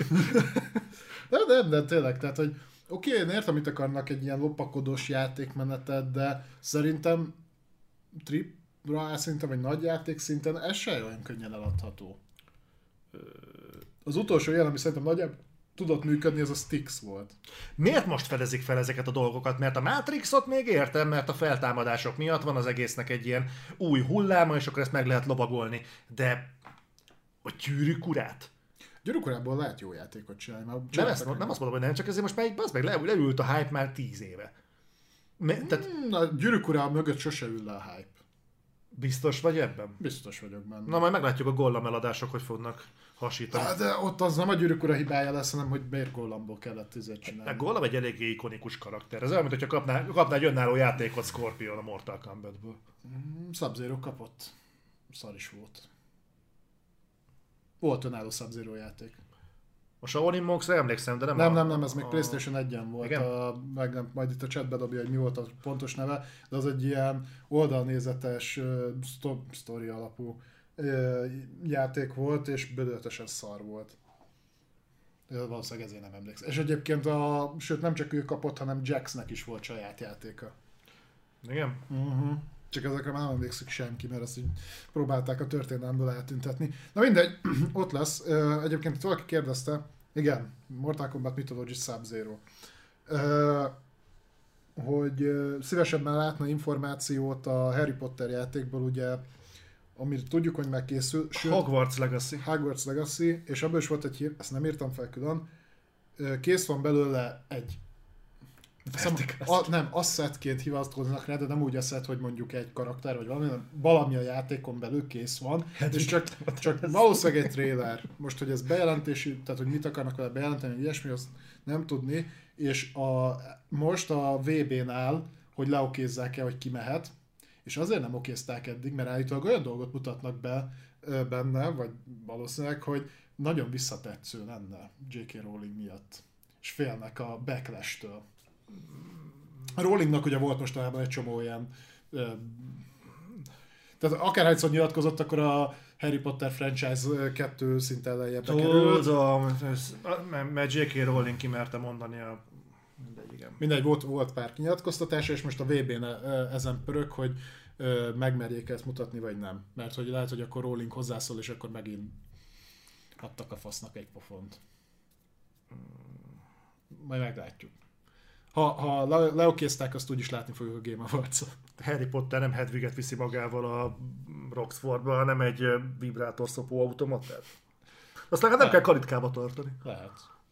B: de, de, de tényleg, tehát, hogy oké, okay, én értem, mit akarnak egy ilyen lopakodós játékmenetet, de szerintem tripla szinten, vagy nagy játék szinten ez se olyan könnyen eladható. Az utolsó ilyen, ami szerintem nagyjából tudott működni, ez a Styx volt.
A: Miért most fedezik fel ezeket a dolgokat? Mert a Matrixot még értem, mert a feltámadások miatt van az egésznek egy ilyen új hulláma, és akkor ezt meg lehet lovagolni. De a Gyűrűk urát?
B: Gyűrűk urából lehet jó játékot csinálni.
A: Nem, ezt, nem azt mondom, hogy nem, csak ezért most már így, meg, le, leült a hype már tíz éve. Mi, tehát...
B: Hmm, a Gyűrűk urá mögött sose ül le a hype.
A: Biztos vagy ebben?
B: Biztos vagyok benne.
A: Na majd meglátjuk a Gollam eladások, hogy fognak hasítani.
B: Hát, de ott az nem a Gyűrűk ura hibája lesz, hanem hogy miért Gollamból kellett ezért csinálni.
A: A Gollam egy eléggé ikonikus karakter. Ez olyan, mintha kapná, kapná egy önálló játékot Scorpion a Mortal Kombatből.
B: Mm, Sub-Zero kapott. Szar is volt. Volt önálló Sub-Zero játék.
A: A Shaolin Monks-ra emlékszem, de nem
B: Nem,
A: a,
B: nem, nem, ez még
A: a...
B: PlayStation egyen volt. A, meg nem, majd itt a chatbe dobja, hogy mi volt a pontos neve, de az egy ilyen oldalnézetes uh, sztori alapú uh, játék volt, és bődöltösen szar volt. Valószínűleg ezért nem emlékszem. És egyébként, a, sőt nem csak ő kapott, hanem Jaxnek is volt saját játéka.
A: Igen?
B: Uh-huh. Csak ezekre már nem emlékszik senki, mert ezt így próbálták a történelmből eltüntetni. Na mindegy, ott lesz. Egyébként itt valaki kérdezte, igen, Mortal Kombat Mythology Sub-Zero, hogy szívesebben látna információt a Harry Potter játékból, ugye, amit tudjuk, hogy megkészül. Sőt,
A: Hogwarts Legacy.
B: Hogwarts Legacy, és abban is volt egy hír, ezt nem írtam fel külön, kész van belőle egy A, nem, assetként hivatkoznak rá, de nem úgy asset, hogy mondjuk egy karakter vagy valami, hanem valami a játékon belül kész van, hát és csak, csak valószínűleg egy trailer. Most, hogy ez bejelentési, tehát hogy mit akarnak vele bejelenteni, hogy ilyesmi, azt nem tudni, és a, most a vé bén áll, hogy leokézzák-e, hogy ki mehet, és azért nem okézták eddig, mert állítólag olyan dolgot mutatnak be benne, vagy valószínűleg, hogy nagyon visszatetsző lenne jé ká Rowling miatt, és félnek a backlash-től. A Rowlingnak ugye volt mostanában egy csomó olyan ö, Tehát akárhányszor nyilatkozott, akkor a Harry Potter franchise kettő szinten lejjebbre került.
A: Tudom, mert jé ká. Rowling kimerte mondani a... Mindegy, igen.
B: Mindegy, volt, volt pár kinyilatkoztatása, és most a vé bén ezen pörög, hogy megmerjék ezt mutatni, vagy nem. Mert hogy lehet, hogy akkor Rowling hozzászól, és akkor megint adtak a fasznak egy pofont. Majd meglátjuk. Ha, ha le, leokézták, azt úgyis látni fogjuk a Game Awards-on.
A: Harry Potter nem Hedwiget viszi magával a Roxfordba, hanem egy vibrátorszopó automatát. Azt legalább nem kell kalitkába tartani.
B: Lehet.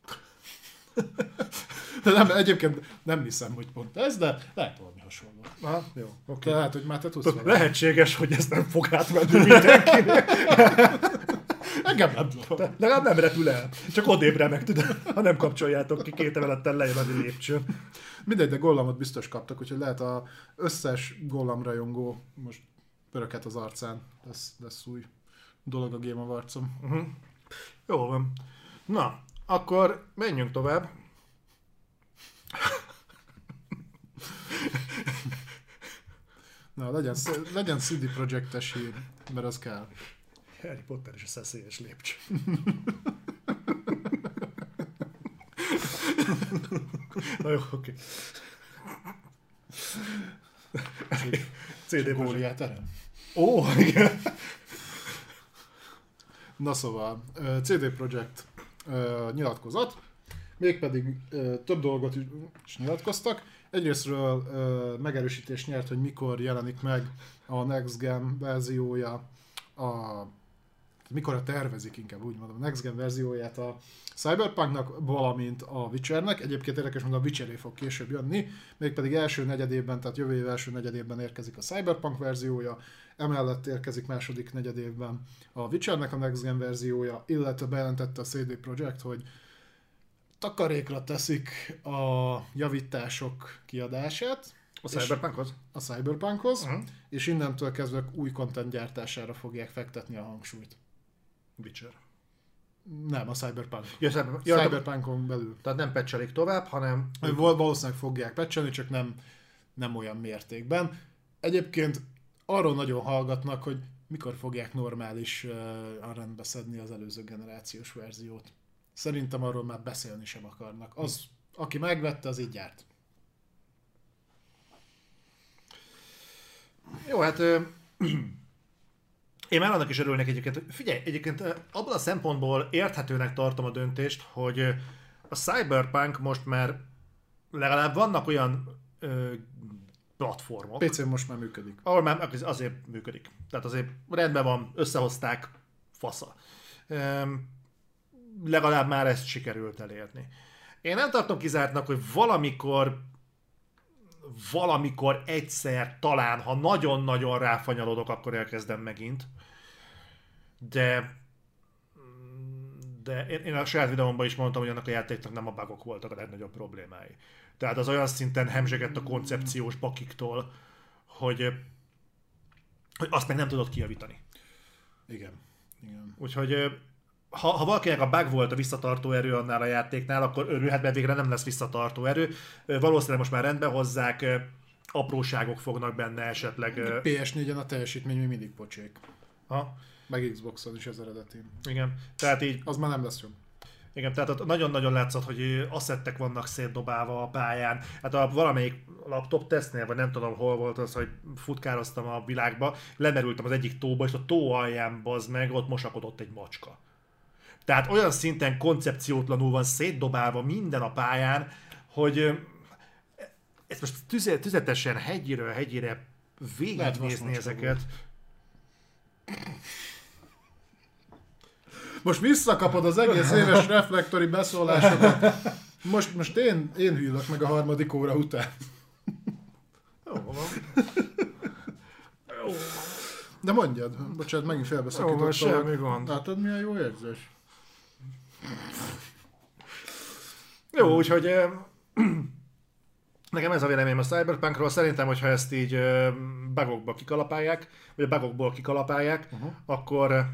B: De nem, egyébként nem hiszem, hogy pont ez, de lehet valami hasonló.
A: Aha, jó.
B: Okay. Lehet, hogy már te tudsz
A: valami. Lehetséges, hogy ezt nem fog átmenni mindenkinek.
B: Engem nem tudom.
A: Legalább nem repül el. Csak odébb remeg, tudod, ha nem kapcsoljátok ki, két emelettel lejön a lépcsőn.
B: Mindegy, de Gollamot biztos kaptak, úgyhogy lehet az összes Gollam rajongó most pöröket az arcán. Lesz, lesz új dolog a Game Awards-on.
A: Uh-huh. Jó van. Na, akkor menjünk tovább.
B: Na, legyen, legyen cé dé Projekt-es hír, mert az kell.
A: Harry Potter és a szeszélyes lépcső. Na jó, oké.
B: cé dé Góliát terem.
A: Ó, igen.
B: Na szóval, cé dé Projekt nyilatkozat, mégpedig több dolgot is nyilatkoztak. Egyrésztről megerősítés nyert, hogy mikor jelenik meg a Next Gen verziója, a, mikor tervezik inkább úgy mondom, a Next Gen verzióját a Cyberpunknak, valamint a Witchernek. Egyébként érdekes, hogy a Witcheré fog később jönni, mégpedig első negyedévben, tehát jövő év első negyedévben érkezik a Cyberpunk verziója, emellett érkezik második negyedévben a Witchernek a Next Gen verziója, illetve bejelentette a cé dé Projekt, hogy takarékra teszik a javítások kiadását.
A: A Cyberpunkhoz?
B: A Cyberpunkhoz,
A: uh-huh.
B: És innentől kezdve új content gyártására fogják fektetni a hangsúlyt.
A: Witcher.
B: Nem, a Cyberpunk.
A: Ja, cyber... ja,
B: Cyberpunkon belül.
A: Tehát nem patchelik tovább, hanem...
B: Valószínűleg fogják patchelni, csak nem, nem olyan mértékben. Egyébként arról nagyon hallgatnak, hogy mikor fogják normális uh, rendbe szedni az előző generációs verziót. Szerintem arról már beszélni sem akarnak. Az, aki megvette, az így járt.
A: Jó, hát ö, én már annak is örülnek egyébként. Figyelj, egyébként abban a szempontból érthetőnek tartom a döntést, hogy a Cyberpunk most már legalább vannak olyan ö, platformok.
B: pé cén most már működik.
A: Ahol már azért működik. Tehát azért rendben van, összehozták, fasza. Ö, legalább már ezt sikerült elérni. Én nem tartom kizártnak, hogy valamikor valamikor egyszer, talán, ha nagyon-nagyon ráfanyalodok, akkor elkezdem megint. De de én, én a saját videómban is mondtam, hogy annak a játéknak nem a bugok voltak a legnagyobb problémái. Tehát az olyan szinten hemzsegett a koncepciós bakiktól, hogy, hogy azt meg nem tudod kijavítani.
B: Igen. Igen.
A: Úgyhogy Ha, ha valakinek a bug volt a visszatartó erő annál a játéknál, akkor örülhet, mert végre nem lesz visszatartó erő. Valószínűleg most már rendbe hozzák, apróságok fognak benne esetleg.
B: pé es négyen a teljesítmény még mindig pocsék.
A: Ha?
B: Meg Xboxon is az eredetén.
A: Igen, tehát így...
B: Az már nem lesz jobb.
A: Igen, tehát nagyon-nagyon látszott, hogy asszettek vannak szétdobálva a pályán. Hát a valamelyik laptop tesztnél, vagy nem tudom hol volt az, hogy futkároztam a világba, lemerültem az egyik tóba, és a tó alján bazd meg, ott mosakodott egy macska. Tehát olyan szinten koncepciótlanul van szétdobálva minden a pályán, hogy ezt most tüze, tüzetesen hegyiről hegyire végignézni ezeket.
B: Most visszakapod az egész éves reflektori beszólásokat. Most, most én, én hűlök meg a harmadik óra után.
A: Jó van.
B: De mondjad, bocsánat, megint felbeszakítottam.
A: Semmi gond.
B: Látod, milyen jó érzés?
A: Jó, úgyhogy eh, nekem ez a véleményem a Cyberpunkról. Szerintem, hogyha ezt így eh, bugokba kikalapálják, vagy a bugokból kikalapálják, uh-huh. akkor eh,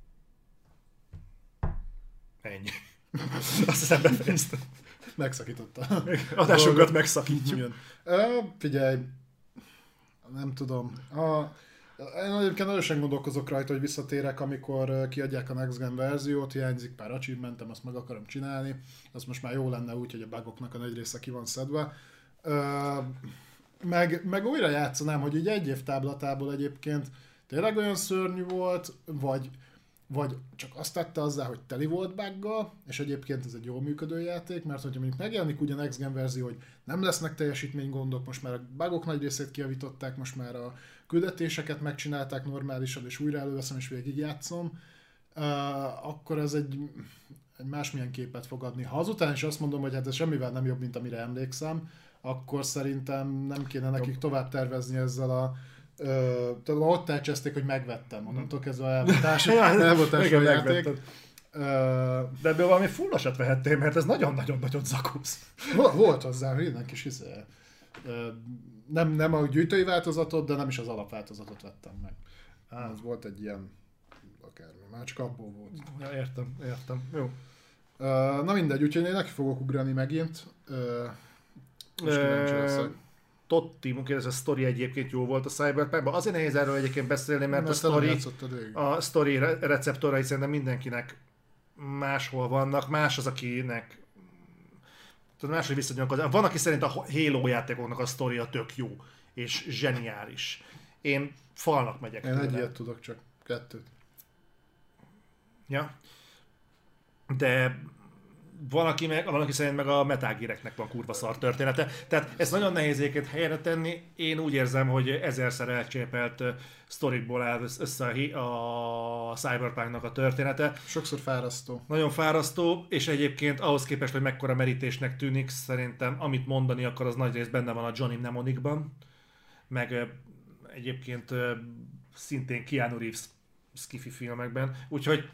A: ennyi. Azt hiszem befejeztem.
B: Megszakította.
A: Adásunkat megszakítjuk.
B: Uh, figyelj, nem tudom. A, Én egyébként nagyon sem gondolkozok rajta, hogy visszatérek, amikor kiadják a Next Gen verziót, hiányzik pár achievementem, azt meg akarom csinálni. Az most már jó lenne úgy, hogy a bugoknak a nagy része ki van szedve. Meg, meg újra játszanám, hogy így egy év táblatából egyébként tényleg olyan szörnyű volt, vagy, vagy csak azt tette azzá, hogy teli volt buggal, és egyébként ez egy jól működő játék, mert hogyha mondjuk megjelenik ugye a Next Gen verzió, hogy nem lesznek teljesítménygondok, most már a bugok nagy részét kijavították, most már a küldetéseket megcsinálták normálisan, és újra előveszem és végigjátszom, uh, akkor ez egy, egy másmilyen képet fog adni. Ha azután is azt mondom, hogy hát ez semmivel nem jobb, mint amire emlékszem, akkor szerintem nem kéne nekik tovább tervezni ezzel a Uh, tehát ott elcseszték, hogy megvettem, onnantól kezdve elvoltás, elvoltás a játék. Uh,
A: De ebből valami fullasat vehettél, mert ez nagyon-nagyon-nagyon zakusz.
B: Volt hozzá, hírnek is hiszem. Uh, nem, nem a gyűjtői változatot, de nem is az alapváltozatot vettem meg. Ah. Ez volt egy ilyen, akármi, már csak abból volt.
A: Ja, értem, értem. Jó.
B: Uh, na mindegy, úgyhogy én neki fogok ugrani megint. Uh, most kíváncsi leszek.
A: Totti, ez a sztori egyébként jó volt a Cyberpunkban. Azért nehéz erről egyébként beszélni, mert, mert a sztori, a sztori receptorai szerintem mindenkinek máshol vannak. Más az, akinek tudom, máshogy viszonyulnak. Van, aki szerint a Halo játékoknak a sztoria tök jó és zseniális. Én falnak megyek
B: Én tőle. Egy ilyet tudok, csak kettőt.
A: Ja. De van, aki, meg, van, aki szerint meg a Metal Gear-eknek van kurva szar története. Tehát ezt nagyon nehéz éket helyre tenni. Én úgy érzem, hogy ezerszer elcsépelt sztorikból áll össze a Cyberpunknak a története.
B: Sokszor fárasztó.
A: Nagyon fárasztó, és egyébként ahhoz képest, hogy mekkora merítésnek tűnik, szerintem amit mondani akar, az nagy rész benne van a Johnny Mnemonicban. Meg egyébként szintén Keanu Reeves sci-fi filmekben. Úgyhogy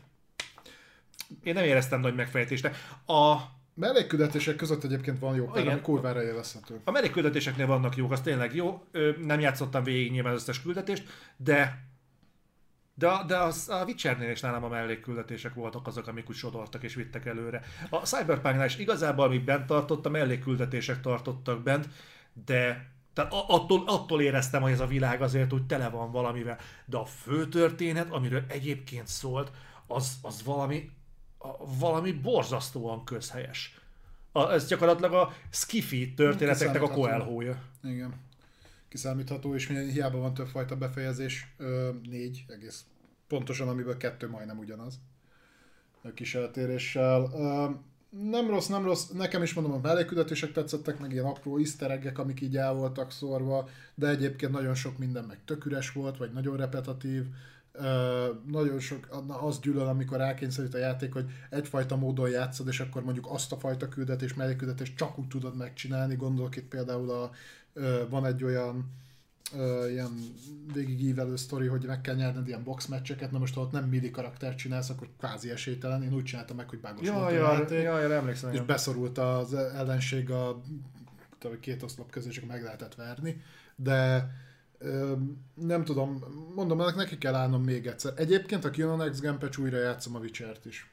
A: én nem éreztem nagy megfejtésnek. A
B: mellékküldetések között egyébként van jó pár, ami kurvára élvezhető.
A: A mellékküldetéseknél vannak jók, az tényleg jó. Nem játszottam végig nyilván az összes küldetést, de de, de az, a Witchernél is nálam a mellékküldetések voltak azok, amik úgy sodortak és vittek előre. A Cyberpunknál is igazából, amik bent tartott, a mellékküldetések tartottak bent, de tehát attól, attól éreztem, hogy ez a világ azért úgy tele van valamivel. De a fő történet, amiről egyébként szólt, az, az valami A, valami borzasztóan közhelyes. A, ez gyakorlatilag a sci-fi történeteknek a Coelho-ja.
B: Igen. Kiszámítható, és hiába van többfajta befejezés, ö, négy egész pontosan, amiből kettő majdnem ugyanaz. A kis eltéréssel. Ö, nem rossz, nem rossz. Nekem is mondom, a mellékküldetések tetszettek, meg ilyen apró easter egg-ek, amik így el voltak szórva, de egyébként nagyon sok minden meg tök üres volt, vagy nagyon repetitív. Uh, nagyon sok, az gyűlöl, amikor rákényszerít a játék, hogy egyfajta módon játszod, és akkor mondjuk azt a fajta küldetés, mellékküldetést csak úgy tudod megcsinálni. Gondolok itt például a, uh, van egy olyan uh, ilyen végigívelő sztori, hogy meg kell nyerned ilyen box meccseket, na most ha ott nem midi karaktert csinálsz, akkor kvázi esélytelen. Én úgy csináltam meg, hogy bágos volt a játék,
A: jaj, emlékszem,
B: és beszorult az ellenség a két oszlop közé, csak meg lehetett verni, de nem tudom, mondom, ennek neki kell állnom még egyszer. Egyébként, ha kijön a Next Gen patch, újra játszom a Witchert is.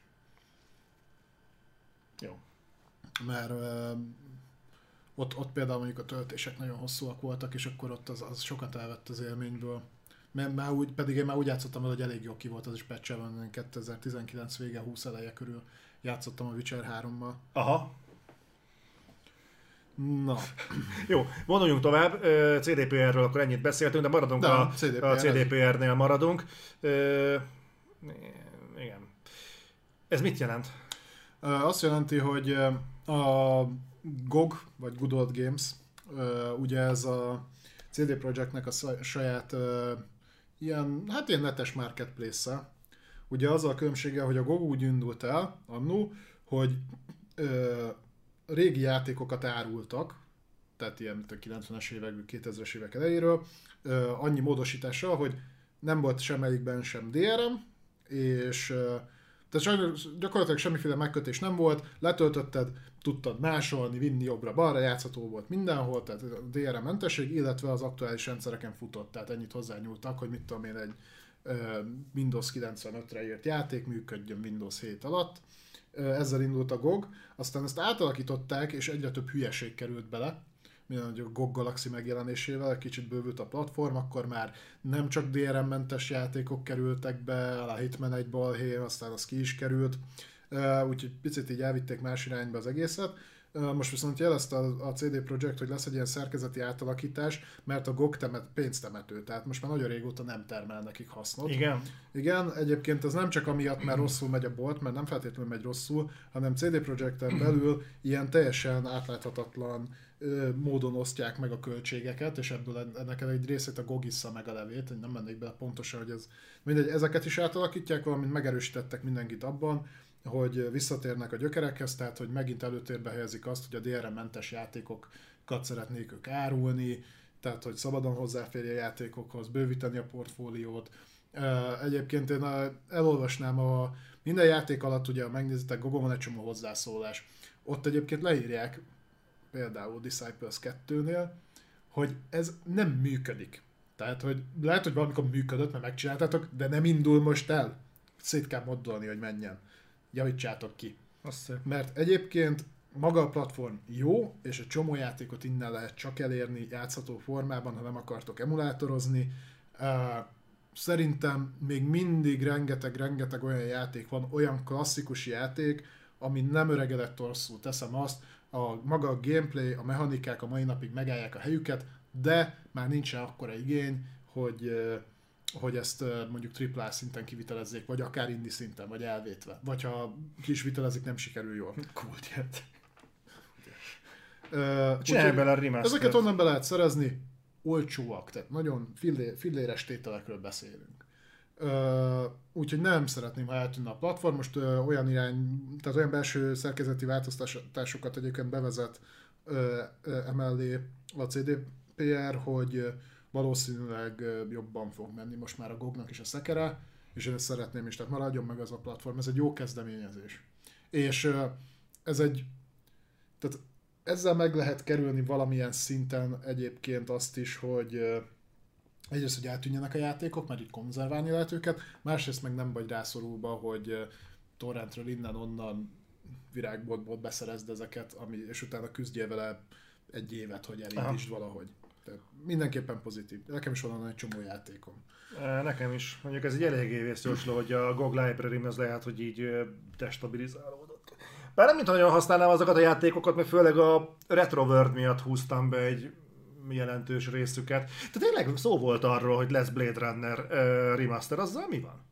A: Jó.
B: Mert ö, ott, ott például mondjuk a töltések nagyon hosszúak voltak, és akkor ott az, az sokat elvett az élményből. Mert már úgy, pedig én már úgy játszottam vele, hogy elég jó ki volt az is patch-elben, kétezer-tizenkilenc vége, húsz eleje körül játszottam a Witcher hárommal.
A: Aha.
B: Na.
A: Jó, vonuljunk tovább. cé dé pé er-ről akkor ennyit beszéltünk, de maradunk de, a, cé dé pé er, a cé dé pé er-nél maradunk. Ö, igen. Ez mit jelent?
B: Azt jelenti, hogy a gé o gé, vagy Good Old Games, ugye ez a cé dé Projektnek a saját ilyen, hát ilyen netes marketplace-e. Ugye azzal a különbséggel, hogy a gé o gé úgy indult el annó, hogy régi játékokat árultak, tehát ilyen mint a kilencvenes évek, kétezres évek elejéről, annyi módosítással, hogy nem volt semmelyikben sem dé er em, és tehát gyakorlatilag semmiféle megkötés nem volt, letöltötted, tudtad másolni, vinni jobbra-balra, játszható volt mindenhol, tehát a dé er em mentesség, illetve az aktuális rendszereken futott, tehát ennyit hozzányúltak, hogy mit tudom én, egy Windows kilencvenötre írt játék működjön Windows hét alatt. Ezzel indult a gé o gé, aztán ezt átalakították, és egyre több hülyeség került bele, milyen a GOG Galaxy megjelenésével kicsit bővült a platform, akkor már nem csak dé er em-mentes játékok kerültek be, a Hitman egy balhé, aztán az ki is került, úgyhogy picit így elvitték más irányba az egészet. Most viszont jelezte a cé dé Projekt, hogy lesz egy ilyen szerkezeti átalakítás, mert a GOG temet, pénztemető, tehát most már nagyon régóta nem termel nekik hasznot.
A: Igen.
B: Igen, egyébként ez nem csak amiatt, mert rosszul megy a bolt, mert nem feltétlenül megy rosszul, hanem cé dé Projekten belül ilyen teljesen átláthatatlan ö, módon osztják meg a költségeket, és ebből ennek egy részét a GOG issza meg a levét, nem mennék bele pontosan, hogy ez mindegy, ezeket is átalakítják, valamint megerősítettek mindenkit abban, hogy visszatérnek a gyökerekhez, tehát hogy megint előtérbe helyezik azt, hogy a dé er em-mentes játékokat szeretnék ők árulni, tehát hogy szabadon hozzáférje a játékokhoz, bővíteni a portfóliót. Egyébként én elolvasnám a minden játék alatt, ugye megnézitek, Gogon van egy csomó hozzászólás. Ott egyébként leírják, például Disciples kettőnél, hogy ez nem működik. Tehát, hogy lehet, hogy valamikor működött, mert megcsináltátok, de nem indul most el. Szét kell moddolni, hogy menjen. Javítsátok ki.
A: Azt
B: Mert egyébként maga a platform jó, és egy csomó játékot innen lehet csak elérni játszható formában, ha nem akartok emulátorozni. Uh, szerintem még mindig rengeteg-rengeteg olyan játék van, olyan klasszikus játék, ami nem öregedett rosszul. Teszem azt, a maga a gameplay, a mechanikák a mai napig megállják a helyüket, de már nincsen akkora igény, hogy uh, hogy ezt mondjuk triplá szinten kivitelezzék, vagy akár indie szinten, vagy elvétve. Vagy ha ki is vitelezik, nem sikerül jól.
A: Kultját.
B: Uh,
A: Csinálj bele a remaster.
B: Ezeket onnan be lehet szerezni, olcsóak, tehát nagyon fillé, filléres tételekről beszélünk. Uh, úgyhogy nem szeretném, ha eltűnne a platform. Most uh, olyan irány, tehát olyan belső szerkezeti változtatásokat egyébként bevezet uh, uh, emellé a cé dé pé er, hogy uh, valószínűleg jobban fog menni most már a GOG-nak is a szekere, és én ezt szeretném is, tehát maradjon meg az a platform, ez egy jó kezdeményezés. És ez egy, tehát ezzel meg lehet kerülni valamilyen szinten egyébként azt is, hogy egyrészt, hogy eltűnjenek a játékok, mert itt konzerválni lehet őket, másrészt meg nem vagy rászorulva, hogy torrentről innen-onnan virágboltból beszerezd ezeket, ami, és utána küzdjél vele egy évet, hogy elindítsd valahogy. Tehát mindenképpen pozitív. Nekem is van egy csomó játékom.
A: Nekem is. Mondjuk ez egy eléggé vészjósló, hogy a GOG Library-n az lehet, hogy így destabilizálódott. Bár nem mint nagyon használnám azokat a játékokat, mert főleg a Retroworld miatt húztam be egy jelentős részüket. Tehát tényleg szó volt arról, hogy lesz Blade Runner uh, remaster, azzal mi van?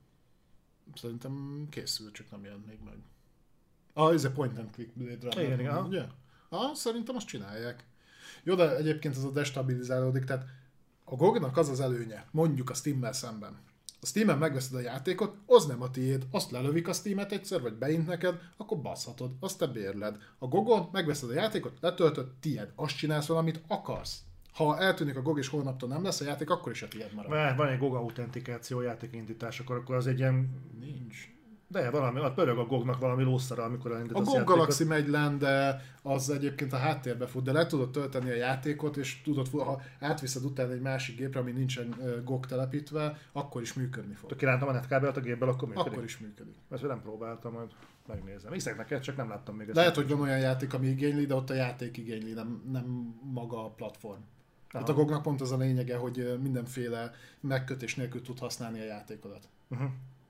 B: Szerintem készül, csak nem jön még meg. Ah, ez a point and click Blade Runner.
A: Igen, igen.
B: Ugye? Ah, szerintem azt csinálják. Jó, de egyébként ez a destabilizálódik, tehát a GOG-nak az az előnye, mondjuk a Steam-mel szemben. A Steam-en megveszed a játékot, az nem a tiéd, azt lelövik a Steam-et egyszer, vagy beint neked, akkor baszhatod, azt te bérled. A GOG-on megveszed a játékot, letöltöd, tiéd, azt csinálsz valamit akarsz. Ha eltűnik a GOG és holnaptól nem lesz a játék, akkor is a tiéd marad.
A: Mert van egy GOG autentikáció játékindításakor, akkor az egy ilyen...
B: Nincs.
A: De valami, ott pörög a GOG-nak valami lószara, amikor elindítasz
B: a GOG Galaxy megy len, de az egyébként a háttérbe fut, de le tudod tölteni a játékot, és tudod, ha átviszed utána egy másik gépre, ami nincsen GOG telepítve, akkor is működni fog.
A: Ha kirántam a netkábelt a gépből, akkor működik?
B: Akkor is működik.
A: Ezt nem próbáltam, majd megnézem. Hiszek neked, csak nem láttam még ezt.
B: Lehet, hogy van olyan játék, ami igényli, de ott a játék igényli, nem, nem maga a platform. Tehát a GOG-nak pont az a lényege, hogy mindenféle megkötés nélkül tud használni a játékodat.
A: Uh-huh.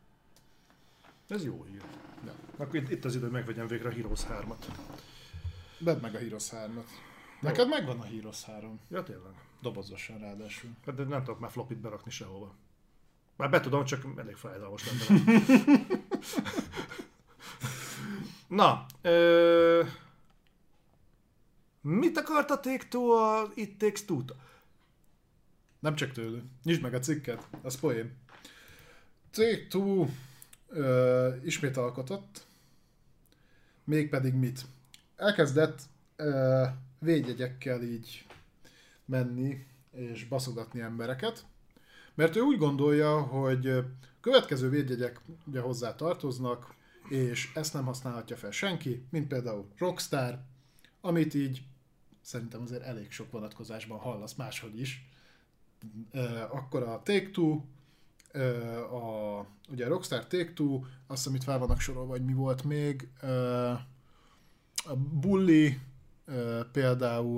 A: Ez jó hír.
B: Ja.
A: Akkor itt, itt az idő, hogy megvegyem végre a Heroes hármat.
B: Vedd meg a Heroes hármat. Neked megvan a Heroes három.
A: Ja, tényleg.
B: Dobozosan ráadásul.
A: De nem tudok már flopit berakni sehova. Már be tudom, csak elég fájdalmas lenne. Na, ö... mit akart a Take-Two a It Takes Two-t?
B: Nem csak tőle. Nyisd meg a cikket, az poém. Take-Two ö, ismét alkotott, mégpedig mit? Elkezdett ö, védjegyekkel így menni és baszogatni embereket, mert ő úgy gondolja, hogy következő védjegyek ugye hozzá tartoznak, és ezt nem használhatja fel senki, mint például Rockstar, amit így szerintem azért elég sok vonatkozásban hallasz máshogy is. Akkor a Take-Two, a, ugye a Rockstar Take-Two, azt, amit fel vannak sorolva, vagy mi volt még, a Bully például,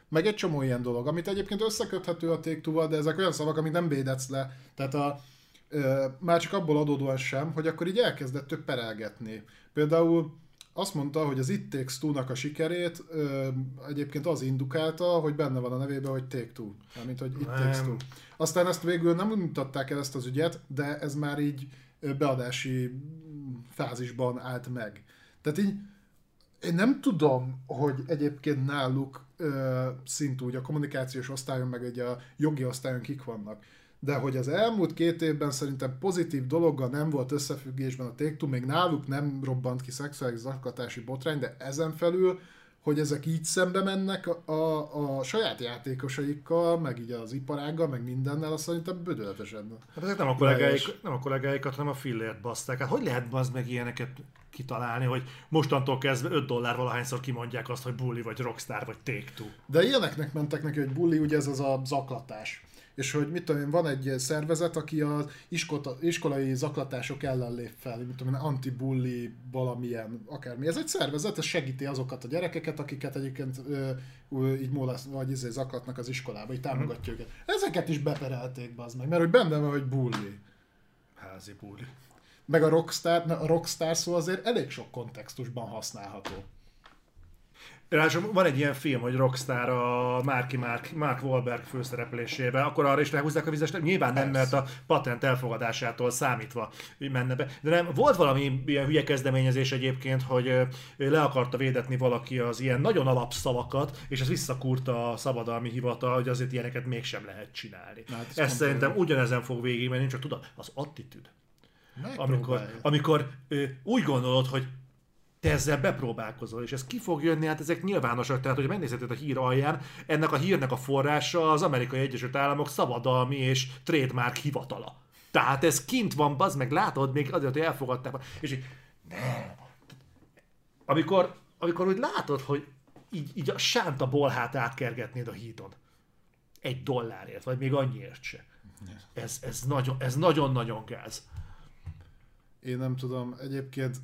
B: meg egy csomó ilyen dolog, amit egyébként összeköthető a Take-Two-val, de ezek olyan szavak, amit nem védetsz le. Tehát a, ö, már csak abból adódóan sem, hogy akkor így elkezdett több perelgetni. Például azt mondta, hogy az It Takes Two-nak a sikerét ö, egyébként az indukálta, hogy benne van a nevében, hogy Take-Two. Mármint, hogy It Takes Two. Aztán ezt végül nem mutatták el ezt az ügyet, de ez már így beadási fázisban állt meg. Tehát így én nem tudom, hogy egyébként náluk ö, szintúgy a kommunikációs osztályon, meg egy a jogi osztályon kik vannak. De hogy az elmúlt két évben szerintem pozitív dologgal nem volt összefüggésben a Take-Two, még náluk nem robbant ki szexuális zaklatási botrány, de ezen felül, hogy ezek így szembe mennek a, a, a saját játékosaikkal, meg így az iparággal, meg mindennel, azt szerintem bődöletesen.
A: Hát ezek nem a, kollégáik, nem a kollégáikat, hanem a Fillért baszták. Hát hogy lehet bazd meg ilyeneket kitalálni, hogy mostantól kezdve öt dollár valahányszor kimondják azt, hogy Bully vagy Rockstar vagy Take-Two.
B: De ilyeneknek mentek neki, hogy Bully, ugye ez az a zaklatás. És hogy mit tudom én, van egy szervezet, aki az iskola, iskolai zaklatások ellen lép fel, mit tudom én, anti-bully valamilyen, akármi. Ez egy szervezet, ez segíti azokat a gyerekeket, akiket egyébként ö, ö, így mólasz, vagy izé zaklatnak az iskolába, így támogatja mm-hmm. őket. Ezeket is beperelték, bazd meg, mert hogy benne van, hogy bully.
A: Házi bully.
B: Meg a Rockstar, a Rockstar szó azért elég sok kontextusban használható.
A: Ráadásul van egy ilyen film, hogy Rockstar a Marky Mark, Mark Wahlberg főszereplésébe, akkor arra is lehúzzák a vizest, nyilván nem, mert a patent elfogadásától számítva menne be. De nem, volt valami ilyen hülye kezdeményezés egyébként, hogy le akarta védetni valaki az ilyen nagyon alapszavakat, és ez visszakúrta a szabadalmi hivatal, hogy azért ilyeneket mégsem lehet csinálni. Hát, ez, ez szerintem ugyanezen fog végigmenni, csak tudod, az attitűd. Amikor, amikor úgy gondolod, hogy te ezzel bepróbálkozol, és ez ki fog jönni, hát ezek nyilvánosak, tehát hogy megnézheted a hír alján, ennek a hírnek a forrása az Amerikai Egyesült Államok szabadalmi és trademark hivatala. Tehát ez kint van, bazd meg, látod, még azért, hogy elfogadták. És így, ne. Amikor, amikor úgy látod, hogy így, így a sánta bolhát átkergetnéd a hídon. Egy dollárért, vagy még annyiért se. Ez, ez, nagyon, ez nagyon-nagyon gáz.
B: Én nem tudom, egyébként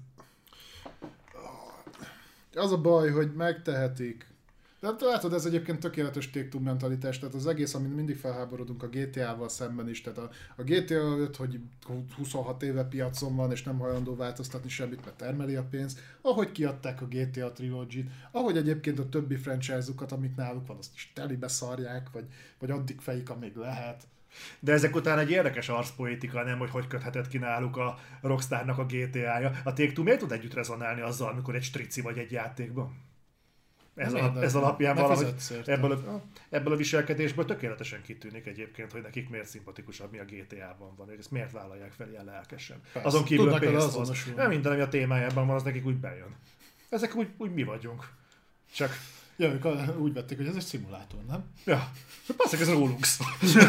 B: az a baj, hogy megtehetik. De látod, ez egyébként tökéletes Take-Two mentalitás, tehát az egész, amit mindig felháborodunk a gé té á-val szemben is, tehát a, a gé té á öt, hogy huszonhat éve piacon van, és nem hajlandó változtatni semmit, mert termeli a pénzt, ahogy kiadták a gé té á Trilogy-t, ahogy egyébként a többi franchise-ukat, amik náluk van, azt is telibe szarják, vagy, vagy addig fejik, amíg lehet.
A: De ezek után egy érdekes arcpoetika, nem, hogy hogy köthetett ki náluk a Rockstarnak a gé té á-ja. A Take-Two miért tud együtt rezonálni azzal, amikor egy strici vagy egy játékban? Ez, a, ez alapján valahogy ebből a, ebből a viselkedésből tökéletesen kitűnik egyébként, hogy nekik miért szimpatikusabb, mi a gé té á-ban van, hogy ezt miért vállalják fel ilyen lelkesen. Persze. Azon kívül a pénzt hoz. Nem minden, ami a témájában van, az nekik úgy bejön. Ezek úgy, úgy mi vagyunk. Csak...
B: Ja, ők úgy vették, hogy ez egy szimulátor, nem?
A: Ja, persze, ez rólunk szól.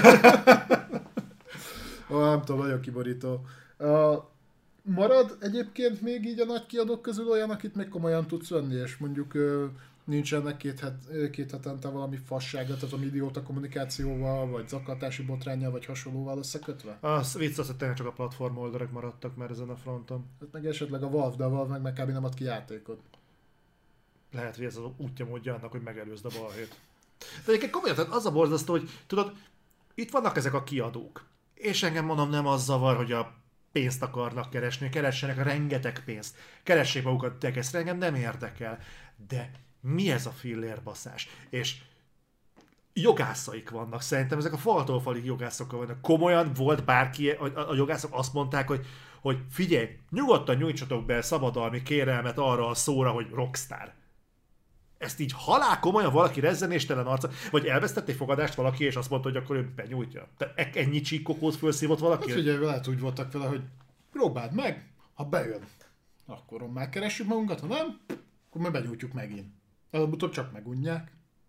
B: Nem tudom, nagyon kiborító. Uh, marad egyébként még így a nagy kiadók közül olyan, akit még komolyan tudsz venni, és mondjuk uh, nincsenek két, het, két hetente valami fassága, tehát a idióta kommunikációval, vagy zaklatási botránnyal, vagy hasonlóval összekötve?
A: Az vicc az, hogy tényleg csak a platform oldalak maradtak már ezen a fronton.
B: Hát meg esetleg a Valve, de a Valve meg, meg kb. Nem ad ki játékot.
A: Lehet, hogy ez az útja módja annak, hogy megelőzd a balhét. De egyébként komolyan, tehát az a borzasztó, hogy tudod, itt vannak ezek a kiadók. És engem mondom, nem az zavar, hogy a pénzt akarnak keresni, keressenek a rengeteg pénzt. Keressék magukat, de ezt engem nem érdekel. De mi ez a fillérbaszás? És jogászaik vannak, szerintem ezek a faltól falig jogászokkal vannak. Komolyan volt bárki, a, a jogászok azt mondták, hogy, hogy figyelj, nyugodtan nyújtsatok be szabadalmi kérelmet arra a szóra, hogy Rockstar. Ezt így halál komolyan valaki rezzenéstelen arca, vagy elvesztett egy fogadást valaki, és azt mondta, hogy akkor ő benyújtja. Tehát ennyi csíkkokót felszívott valaki?
B: Hát figyelj, lehet úgy voltak vele, hogy próbáld meg, ha bejön, akkor megkeressük magunkat, ha nem, akkor meg benyújtjuk megint. Előbb-utóbb csak megunják.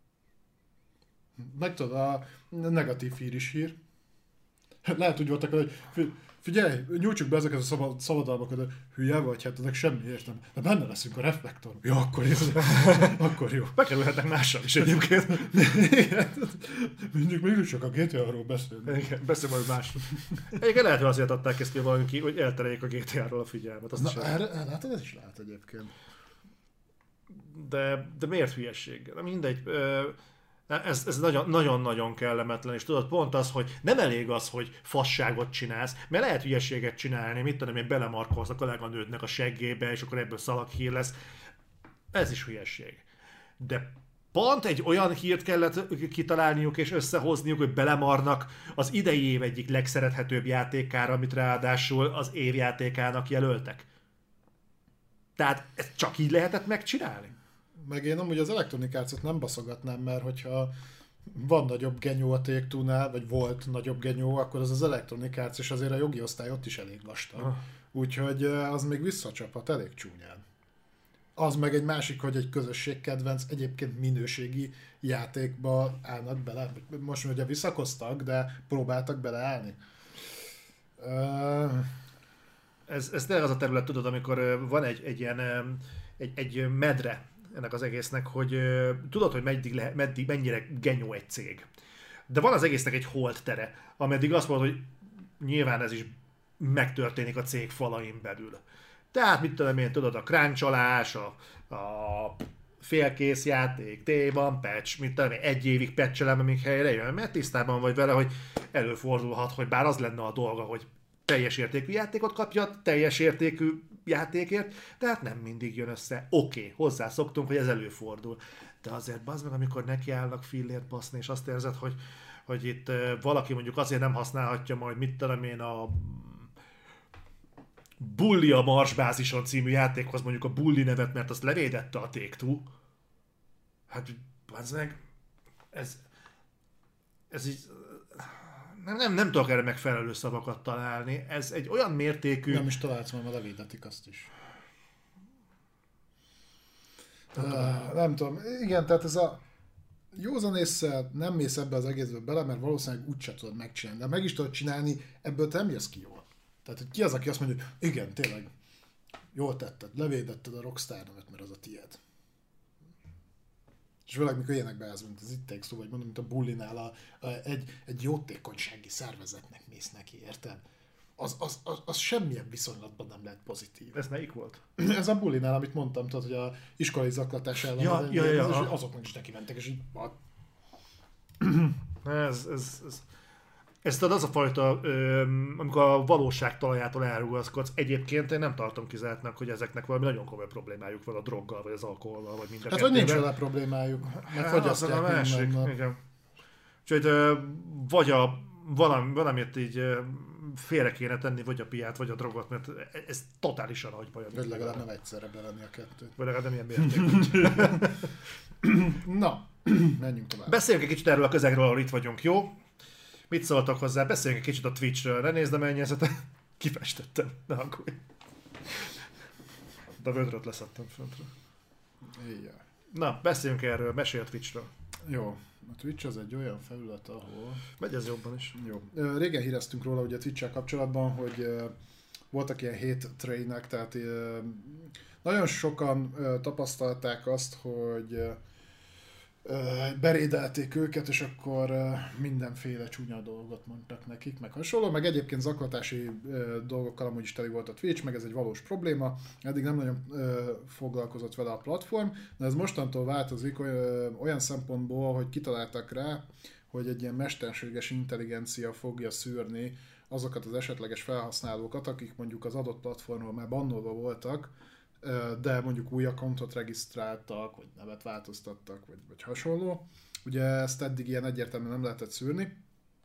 B: Meg tudod, a negatív hír is hír. Lehet úgy voltak vele, hogy figyelj, nyújtsuk be ezeket a szabadalmakat, de hülye vagy, hát ennek semmi értem. De benne leszünk a reflektorban. Ja, akkor jó. Akkor jó.
A: Bekerülhetnek mással is egyébként.
B: Mindig még csak a gé té á-ról beszélünk.
A: Igen, beszél majd másról. Egyébként lehet, hogy azért adták ezt ki valaki, hogy eltereljék a gé té á-ról a figyelmet. Azt
B: Na, erre, látod, ez is lehet egyébként.
A: De, de miért hülyesség? Na mindegy. Ez, ez nagyon- nagyon-nagyon kellemetlen, és tudod, pont az, hogy nem elég az, hogy fasságot csinálsz, mert lehet hülyeséget csinálni, mit tudom én, belemarkolsz a kolléganődnek a seggébe, és akkor ebből szalaghír lesz. Ez is hülyeség. De pont egy olyan hírt kellett kitalálniuk és összehozniuk, hogy belemarnak az idei év egyik legszerethetőbb játékára, amit ráadásul az évjátékának jelöltek. Tehát ezt csak így lehetett megcsinálni?
B: Meg én amúgy az Electronic Arts-ot nem baszogatnám, mert hogyha van nagyobb genyó a Take-Two-nál, vagy volt nagyobb genyó, akkor az az Electronic Arts, és azért a jogi osztály ott is elég vastag.
A: Ah.
B: Úgyhogy az még visszacsaphat elég csúnyán. Az meg egy másik, hogy egy közösségkedvenc egyébként minőségi játékba állnak bele. Most ugye visszakoztak, de próbáltak beleállni. Uh...
A: Ez, ez tényleg az a terület, tudod, amikor ö, van egy, egy ilyen ö, egy, egy medre ennek az egésznek, hogy ö, tudod, hogy meddig le, meddig, mennyire genyó egy cég. De van az egésznek egy holt tere, ameddig azt mondod, hogy nyilván ez is megtörténik a cég falain belül. Tehát mit tudom én, tudod, a cruncholás, a, a félkész játék, téma, patch, mit tudom én, egy évig patchelem, amíg helyre jön, mert tisztában vagy vele, hogy előfordulhat, hogy bár az lenne a dolga, hogy teljes értékű játékot kapja, teljes értékű játékért, tehát nem mindig jön össze. Oké, okay, hozzászoktunk, hogy ez előfordul. De azért bazd meg, amikor nekiállnak fillért baszni, és azt érzed, hogy, hogy itt uh, valaki mondjuk azért nem használhatja majd, mit tudom én, a Bully a Marsbázison című játékhoz mondjuk a Bully nevet, mert azt levédette a Take-Two. Hát, bazd meg, ez, ez így, nem, nem, nem tudok erre megfelelő szavakat találni. Ez egy olyan mértékű...
B: Nem is találsz, mert levédetik azt is.
A: Nem,
B: uh,
A: tudom.
B: nem tudom. Igen, tehát ez a józan ésszel nem mész ebbe az egészbe bele, mert valószínűleg úgyse tudod megcsinálni. De meg is tudod csinálni, ebből te nem jössz ki jól. Tehát, hogy ki az, aki azt mondja, hogy igen, tényleg, jól tetted, levédetted a Rockstar nevet, mert az a tiéd. És főleg, mikor ilyenekbe állsz, mint az It Takes Two, vagy mondom, mint a Bullinál a, a, egy, egy jótékonysági szervezetnek mész neki, érted? Az, az, az, az semmilyen viszonylatban nem lehet pozitív.
A: Ez melyik volt?
B: Ez a Bullinál, amit mondtam, tudod, hogy a iskolai zaklatás ellen
A: Ja,
B: az,
A: ja, ja,
B: az,
A: ja.
B: azoknak is neki mentek, és így...
A: Ez, ez, ez, ez tudod, az a fajta, öm, amikor a valóság talajától elrugaszkodsz. Egyébként én nem tartom kizártnak, hogy ezeknek valami nagyon komoly problémájuk van a droggal, vagy az alkohollal, vagy minden.
B: Hát, hogy nincs vele problémájuk, mert fogyasztják
A: a másik,
B: minden nap.
A: igen. Úgyhogy ö, vagy a valami, valamit így ö, félre kéne tenni, vagy a piát, vagy a drogot, mert ez totálisan agybaja.
B: Vagy legalább nem egyszerre bevenni a kettőt.
A: Vagy legalább nem ilyen mértékben.
B: Na, menjünk tovább.
A: Beszéljünk egy kicsit erről a közegről, ahol itt vagyunk, jó? Mit szóltak hozzá? Beszéljünk egy kicsit a Twitchről. Ne nézd a mennyezetet. Kifestettem. Ne aggódj. De a vödröt leszedtem föntről.
B: Igen.
A: Na, beszéljünk erről. Mesélj a Twitchről.
B: Jó. A Twitch az egy olyan felület, ahol...
A: Megy ez jobban is.
B: Jó. Ö, Régen híreztünk róla ugye a Twitch-el kapcsolatban, hogy ö, voltak ilyen hate trainek, tehát ö, nagyon sokan ö, tapasztalták azt, hogy ö, berédelték őket, és akkor ö, mindenféle csúnya dolgot mondtak nekik, meg hasonló, meg egyébként zaklatási ö, dolgokkal amúgy is teli volt a Twitch, meg ez egy valós probléma, eddig nem nagyon ö, foglalkozott vele a platform, de ez mostantól változik ö, olyan szempontból, hogy kitaláltak rá, hogy egy ilyen mesterséges intelligencia fogja szűrni azokat az esetleges felhasználókat, akik mondjuk az adott platformon már bannolva voltak, de mondjuk új accountot regisztráltak, vagy nevet változtattak, vagy, vagy hasonló. Ugye ezt eddig ilyen egyértelműen nem lehetett szűrni.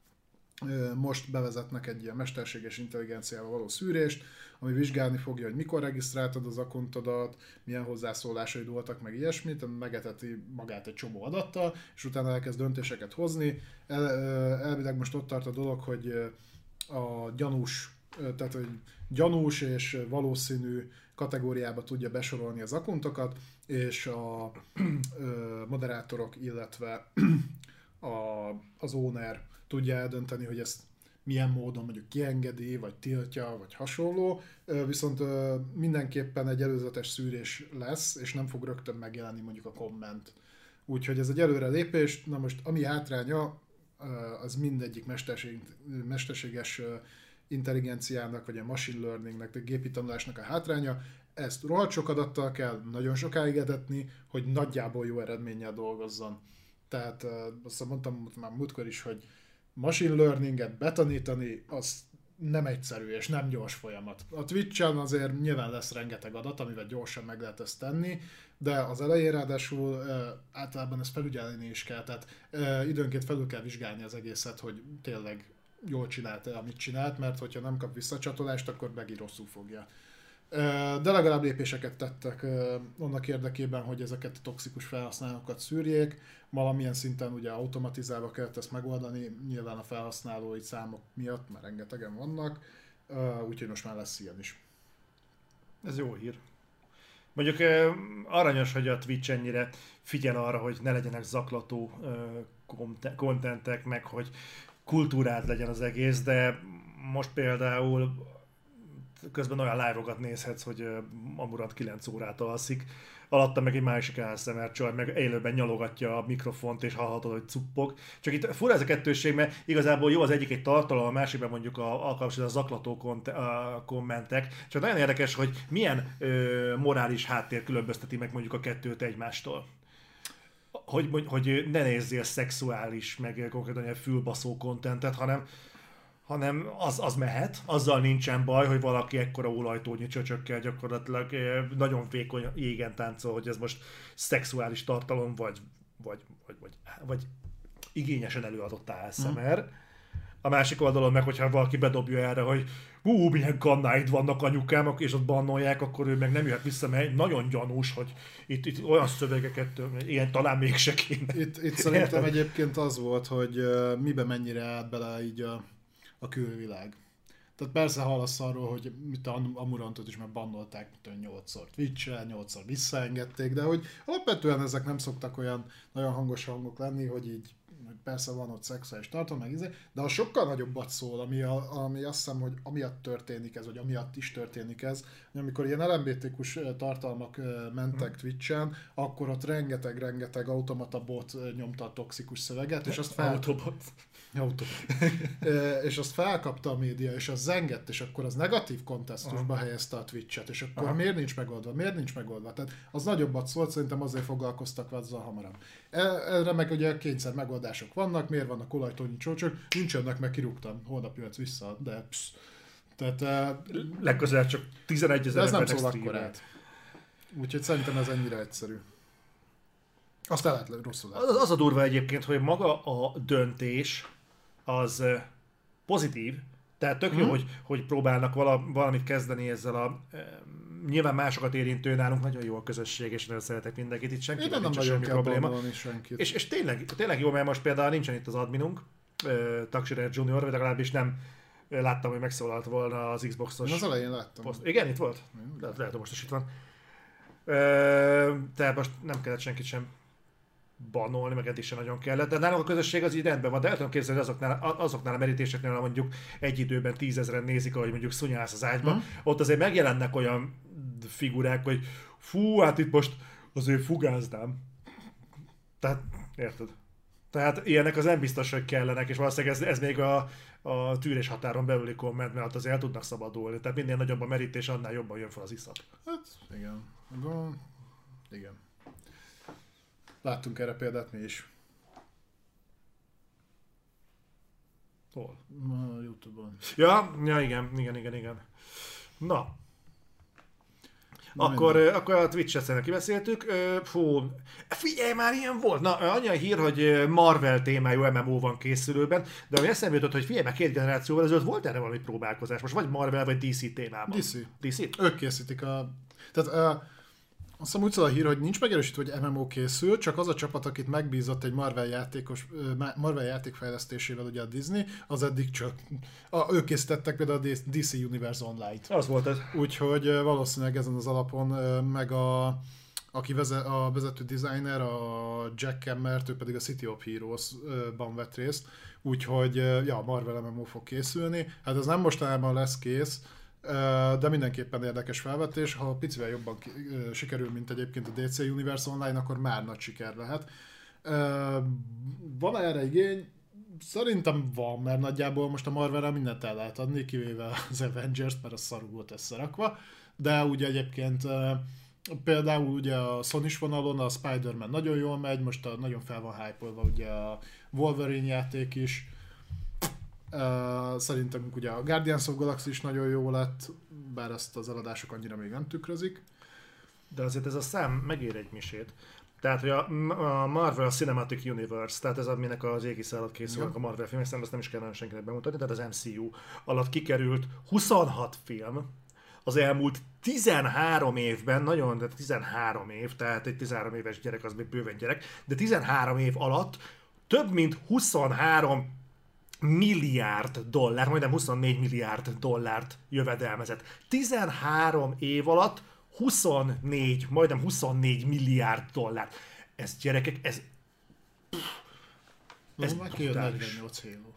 B: Most bevezetnek egy ilyen mesterséges intelligenciával való szűrést, ami vizsgálni fogja, hogy mikor regisztráltad az accountodat, milyen hozzászólásaid voltak, meg ilyesmit, megeteti magát egy csomó adattal, és utána elkezd döntéseket hozni. El, elvileg most ott tart a dolog, hogy a gyanús, tehát hogy gyanús és valószínű kategóriába tudja besorolni az accountokat, és a ö, moderátorok, illetve a, az owner tudja eldönteni, hogy ezt milyen módon mondjuk kiengedi, vagy tiltja, vagy hasonló, ö, viszont ö, mindenképpen egy előzetes szűrés lesz, és nem fog rögtön megjelenni mondjuk a komment. Úgyhogy ez egy előrelépés. Na most ami hátránya, ö, az mindegyik mesterség, mesterséges ö, intelligenciának, vagy a machine learningnek, a gépi tanulásnak a hátránya, ezt rohadt sok adattal kell nagyon sokáig etetni, hogy nagyjából jó eredménnyel dolgozzon. Tehát azt mondtam már múltkor is, hogy machine learninget betanítani, az nem egyszerű és nem gyors folyamat. A Twitch-en azért nyilván lesz rengeteg adat, amivel gyorsan meg lehet ezt tenni, de az elején ráadásul általában ezt felügyelni is kell, tehát időnként felül kell vizsgálni az egészet, hogy tényleg jól csinálta, amit csinált, mert hogyha nem kap visszacsatolást, akkor megint rosszul fogja. De legalább lépéseket tettek annak érdekében, hogy ezeket a toxikus felhasználókat szűrjék. Valamilyen szinten ugye automatizálva kellett ezt megoldani, nyilván a felhasználói számok miatt, mert rengetegen vannak, úgyhogy most már lesz ilyen is.
A: Ez jó hír. Mondjuk aranyos, hogy a Twitch ennyire figyel arra, hogy ne legyenek zaklató kontentek, meg hogy kultúrát legyen az egész, de most például közben olyan live-okat nézhetsz, hogy Amurant kilenc órát alszik, alatta meg egy másik á es em er csaj, meg élőben nyalogatja a mikrofont, és hallhatod, hogy cuppog. Csak itt fura ez a kettősség, mert igazából jó az egyik egy tartalom, a másikban mondjuk a alkalmas a zaklató kont- a kommentek. Csak nagyon érdekes, hogy milyen ö, morális háttér különbözteti meg mondjuk a kettőt egymástól. Hogy, hogy ne nézzél szexuális, meg konkrétan ilyen fülbaszó kontentet, hanem hanem az, az mehet, azzal nincsen baj, hogy valaki ekkora olajtónyi csöcsökkel gyakorlatilag nagyon vékony jégen táncol, hogy ez most szexuális tartalom, vagy, vagy, vagy, vagy, vagy igényesen előadott á es em er. Mm. A másik oldalon meg, hogyha valaki bedobja erre, hogy hú, milyen kannáid vannak anyukám, és ott bannolják, akkor ő meg nem jöhet vissza, mert nagyon gyanús, hogy itt, itt olyan szövegeket, ilyen talán mégse kéne.
B: Itt, itt szerintem egyébként az volt, hogy uh, miben mennyire állt bele így a a külvilág. Tehát persze hallasz arról, hogy mit a Amurantot is már bannolták, mint nyolcszor Twitch-en, nyolcszor visszaengedték, de hogy alapvetően ezek nem szoktak olyan nagyon hangos hangok lenni, hogy így persze van ott szexuális tartalom, meg íze, de a sokkal nagyobbat szól, ami, a, ami azt hiszem, hogy amiatt történik ez, vagy amiatt is történik ez, hogy amikor ilyen el em bé té kú-s tartalmak mentek Twitch-en, akkor ott rengeteg-rengeteg automata bot nyomta a toxikus szöveget, és azt fel...
A: Autobot.
B: Autobot. És azt felkapta a média, és az zengett, és akkor az negatív kontextusba helyezte a Twitch-et, és akkor Aha. miért nincs megoldva, miért nincs megoldva. Tehát az nagyobbat szólt, szerintem azért foglalkoztak azzal hamarabb. Erre meg ugye kényszer megoldások vannak, miért vannak olajtónyi csócsok, nincsenek, meg kirúgtam, holnap jöhetsz vissza, de psz. Tehát...
A: Legközelebb csak tizenegyezer
B: ez nem szól akkor át. Úgyhogy szerintem ez ennyire egyszerű. Azt el lehet rosszul lehet.
A: Az, az a durva egyébként, hogy maga a döntés az pozitív, tehát tök jó, mm. hogy, hogy próbálnak vala, valamit kezdeni ezzel a nyilván másokat érintő, nálunk nagyon jó a közösség, és nagyon szeretek mindenkit, itt senki
B: nem
A: nincs
B: nagyon
A: semmi probléma.
B: És,
A: és tényleg, tényleg jó, mert most például nincsen itt az adminunk, Taxirer Junior, vagy legalábbis nem láttam, hogy megszólalt volna az Xboxos.
B: Én az elején láttam.
A: Poszt. Igen, itt volt? Lehet, lehet, hogy most is itt van. Tehát most nem kellett senkit sem bannolni, meg eddig sem nagyon kellett, de nálunk a közösség az így rendben van, de el tudom képzelni, hogy azoknál, azoknál a merítéseknél, mondjuk egy időben tízezren nézik, ahogy mondjuk szunyálsz az ágyban, mm. ott azért megjelennek olyan figurák, hogy fú, hát itt most azért fugáznám. Tehát, érted? Tehát ilyenek az nem biztos, hogy kellenek, és valószínűleg ez, ez még a, a tűrés határon belüli komment, mert azért el tudnak szabadulni. Tehát minél nagyobb a merítés, annál jobban jön fel az iszap.
B: Hát, igen. Igen. Láttunk erre példát mi is.
A: Hol?
B: A YouTube-on.
A: Ja, ja, igen, igen, igen, igen. Na. Na akkor, akkor a Twitch-et szerintem kibeszéltük. Fú, figyelj, már ilyen volt. Na, annyi a hír, hogy Marvel témájú em em o van készülőben, de ami eszembe jutott, hogy figyelj, már két generációval ezelőtt volt erre valami próbálkozás. Most vagy Marvel, vagy dé cé témában.
B: dé cé.
A: dé cé?
B: Ők készítik a... Tehát... Uh... Azt hiszem úgy szól a hír, hogy nincs megerősítve, hogy em em o készül, csak az a csapat, akit megbízott egy Marvel játékos, Marvel játékfejlesztésével, ugye a Disney, az eddig csak... A, ők készítettek például a dé cé Universe Online-t.
A: Az volt ez.
B: Úgyhogy valószínűleg ezen az alapon, meg a, aki vezet, a vezető designer, a Jack Kemmert, ő pedig a City of Heroes-ban vett részt, úgyhogy ja, Marvel em em o fog készülni. Hát ez nem mostanában lesz kész, de mindenképpen érdekes felvetés. Ha picivel jobban sikerül, mint egyébként a dé cé Universe Online, akkor már nagy siker lehet. Van erre igény? Szerintem van, mert nagyjából most a Marvelre mindent el lehet adni, kivéve az Avengers-t, mert a szarul volt összerakva. De úgy egyébként Például ugye a Sony-s vonalon a Spider-Man nagyon jól megy, most a, nagyon fel van hype-olva ugye a Wolverine játék is. Uh, szerintem ugye a Guardians of Galaxy is nagyon jó lett, bár ezt az eladások annyira még nem tükrözik.
A: De azért ez a szám megér egy misét. Tehát, hogy a, a Marvel Cinematic Universe, tehát ez aminek az égisze alatt készülnek a Marvel filmek, szerintem ezt nem is kellene senkinek bemutatni, tehát az em cé u alatt kikerült huszonhat film az elmúlt tizenhárom évben, nagyon, de tizenhárom év, tehát egy tizenhárom éves gyerek az még bőven gyerek, de tizenhárom év alatt több mint huszonhárom milliárd dollár, majdnem huszonnégy milliárd dollárt jövedelmezett. tizenhárom év alatt huszonnégy, majdnem huszonnégy milliárd dollár. Ez gyerekek, ez... Pff,
B: ez már kijön negyvennyolc Halo.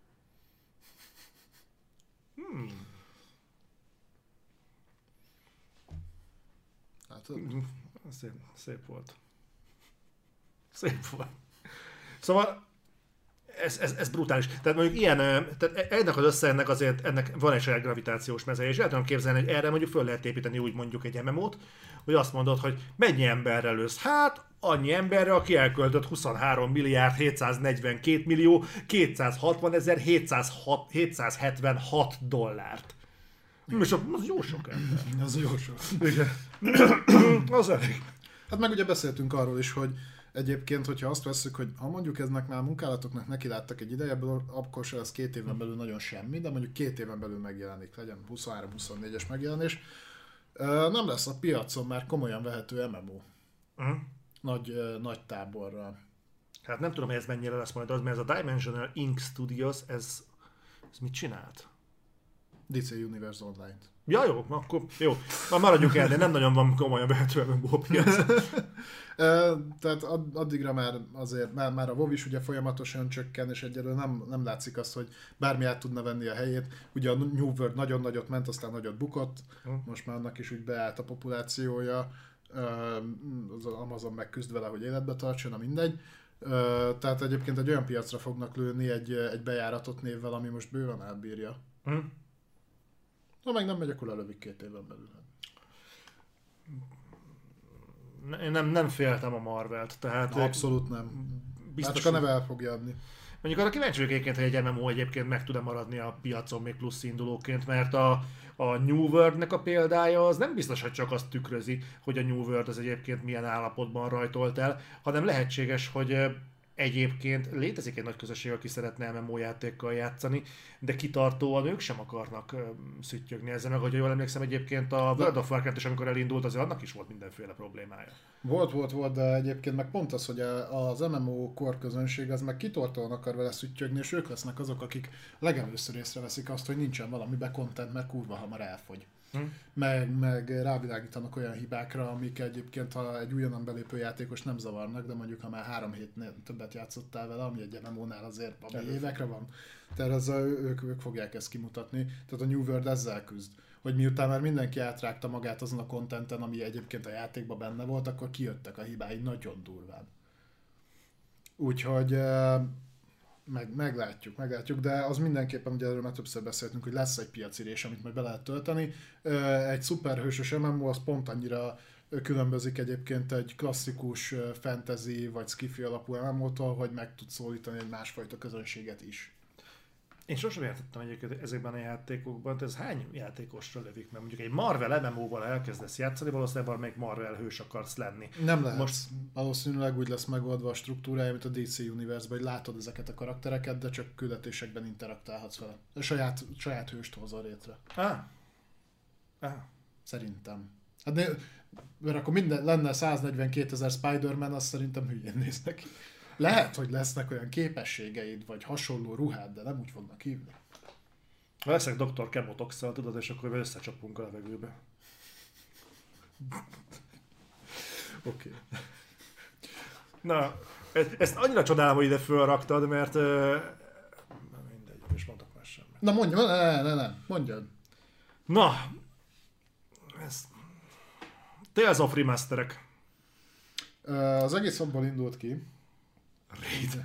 A: Hmm.
B: Hát,
A: szép, szép volt. Szép volt. Szóval ez, ez, ez brutális. Tehát mondjuk ilyen, tehát ennek az összegnek azért ennek van egy saját gravitációs mezeje, és el tudom képzelni, hogy erre mondjuk föl lehet építeni úgy mondjuk egy em em o-t, hogy azt mondod, hogy mennyi emberrel ősz? Hát annyi emberre, aki elköltött huszonhárom milliárd hétszáznegyvenkét millió kétszázhatvanezer hétszázhetvenhat dollárt. És az jó sok ember.
B: Az jó sok.
A: Igen. Az elég.
B: Hát meg ugye beszéltünk arról is, hogy egyébként, hogyha azt vesszük, hogy ha mondjuk eznek már munkálatoknak neki láttak egy ideje, akkor se lesz két éven belül nagyon semmi, de mondjuk két éven belül megjelenik, legyen huszonhárom-huszonnégyes megjelenés, nem lesz a piacon már komolyan vehető em em o. Uh-huh. Nagy, nagy táborral.
A: Hát nem tudom, hogy ez mennyire lesz majd az, mert ez a Dimensional Ink Studios, ez, ez mit csinált?
B: dé cé Universe Online-t.
A: Ja, jó, akkor jó. Már maradjuk el, de nem nagyon van komolyan vehető em em o piac.
B: Tehát addigra már azért, már, már a WoW is ugye folyamatosan csökken, és egyelőre nem, nem látszik azt, hogy bármi át tudna venni a helyét. Ugye a New World nagyon nagyot ment, aztán nagyot bukott, most már annak is úgy beállt a populációja, az Amazon megküzd vele, hogy életbe tartson, na mindegy. Tehát egyébként egy olyan piacra fognak lőni egy, egy bejáratott névvel, ami most bőven elbírja. Hmm. Ha meg nem megy, akkor lelövik két éven belül.
A: Én nem, nem féltem a Marvelt, tehát...
B: Abszolút nem. Bácska neve el fogja adni.
A: Mondjuk arra kíváncsi vagyok egyébként, hogy egy em em o egyébként meg tud-e maradni a piacon még plusz indulóként, mert a, a New World-nek a példája az nem biztos, hogy csak azt tükrözi, hogy a New World az egyébként milyen állapotban rajtolt el, hanem lehetséges, hogy egyébként létezik egy nagy közösség, aki szeretne em em o játékkal játszani, de kitartóan ők sem akarnak szüttyögni ezzel, meg hogy jól emlékszem egyébként a World of Warcraft is, amikor elindult, azért annak is volt mindenféle problémája.
B: Volt, volt, volt, de egyébként meg pont az, hogy az em em o core közönség az meg kitartóan akar vele szüttyögni, és ők lesznek azok, akik legelőször észreveszik azt, hogy nincsen valamiben content, mert kurva hamar elfogy. Hm. Meg, meg rávilágítanak olyan hibákra, amik egyébként ha egy újonnan belépő játékos nem zavarnak, de mondjuk ha már három hétnél többet játszottál vele, ami egy em em o-nál azért ami évekre van. Tehát az, ők, ők fogják ezt kimutatni. Tehát a New World ezzel küzd. Hogy miután már mindenki átrágta magát azon a contenten, ami egyébként a játékban benne volt, akkor kijöttek a hibái nagyon durván. Úgyhogy Meg, meglátjuk, meglátjuk, de az mindenképpen, ugye erről már többször beszéltünk, hogy lesz egy piacirés, amit majd be lehet tölteni. Egy szuperhősös em em o az pont annyira különbözik egyébként egy klasszikus fantasy vagy skifi alapú em em o-tól, hogy meg tud szólítani egy másfajta közönséget is.
A: Én sosem értettem egyébként ezekben a játékokban, de ez hány játékosra lövik? Mert mondjuk egy Marvel em em o-val elkezdesz játszani, valószínűleg még Marvel hős akarsz lenni.
B: Nem lehet. Most valószínűleg úgy lesz megoldva a struktúrája, mint a dé cé Universe-ben, hogy látod ezeket a karaktereket, de csak küldetésekben interaktálhatsz vele. A saját, saját hőst hozol létre.
A: Ah. Ah.
B: Szerintem. Hát né, mert akkor minden, lenne száznegyvenkétezer Spider-Man, azt szerintem hülyén néz neki. Lehet, hogy lesznek olyan képességeid, vagy hasonló ruhád, de nem úgy fognak hívni.
A: Leszek doktor Kemotox-szal, tudod, és akkor összecsapunk a levegőbe.
B: Oké. Okay.
A: Na, ezt annyira csodálom, hogy ide fölraktad, mert... Na mindegy, és mondok már semmit.
B: Na mondja, ne, ne, ne, mondjad.
A: Na, ez... Tales of Remasterek.
B: Az egész abból indult ki,
A: Raid.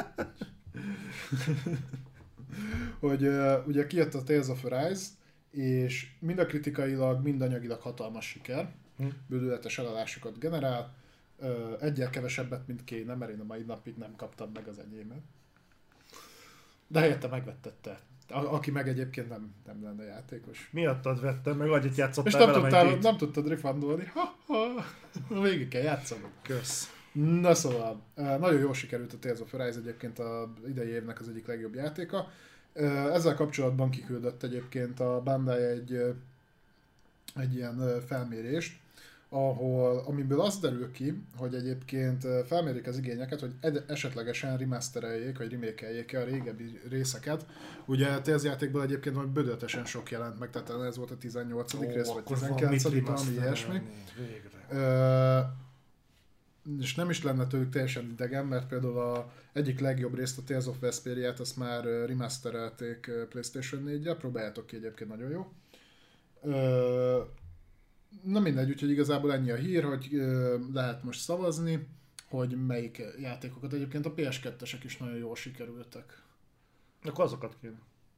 B: hogy uh, ugye kijött a Tales of Arise, és mind a kritikailag, mind anyagilag hatalmas siker.
A: hm.
B: bődületes eladásokat generál, egyel kevesebbet, mint kéne, mert én a mai napig nem kaptam meg az enyémet. De helyette megvettette. A- aki meg egyébként nem, nem lenne játékos.
A: Miattad vettem, meg annyit játszottál
B: És nem
A: vele,
B: tudtál,
A: mennyit.
B: nem tudtad refundolni. Ha, ha. Végig kell játszani.
A: Kösz.
B: Na szóval, nagyon jól sikerült a Tales of Arise, egyébként az idei évnek az egyik legjobb játéka. Ezzel kapcsolatban kiküldött egyébként a Bandai egy, egy ilyen felmérést, ahol, amiből az derül ki, hogy egyébként felmérik az igényeket, hogy ed- esetlegesen remastereljék, vagy remake-eljék a régebbi részeket. Ugye a Tales játékból egyébként majd bődöletesen sok jelent meg, tehát ez volt a tizennyolcadik rész, vagy tizenkilencedik, valami ilyesmi. Ö, és nem is lenne tőlük teljesen idegen, mert például a egyik legjobb részt, a Tales of Vesperia-t, azt már remasterelték PlayStation néggyel, próbáljátok ki, egyébként nagyon jó. Ö, Na mindegy, úgyhogy igazából ennyi a hír, hogy ö, lehet most szavazni, hogy melyik játékokat. Egyébként a pé es kettesek is nagyon jól sikerültek.
A: Akkor azokat kéne.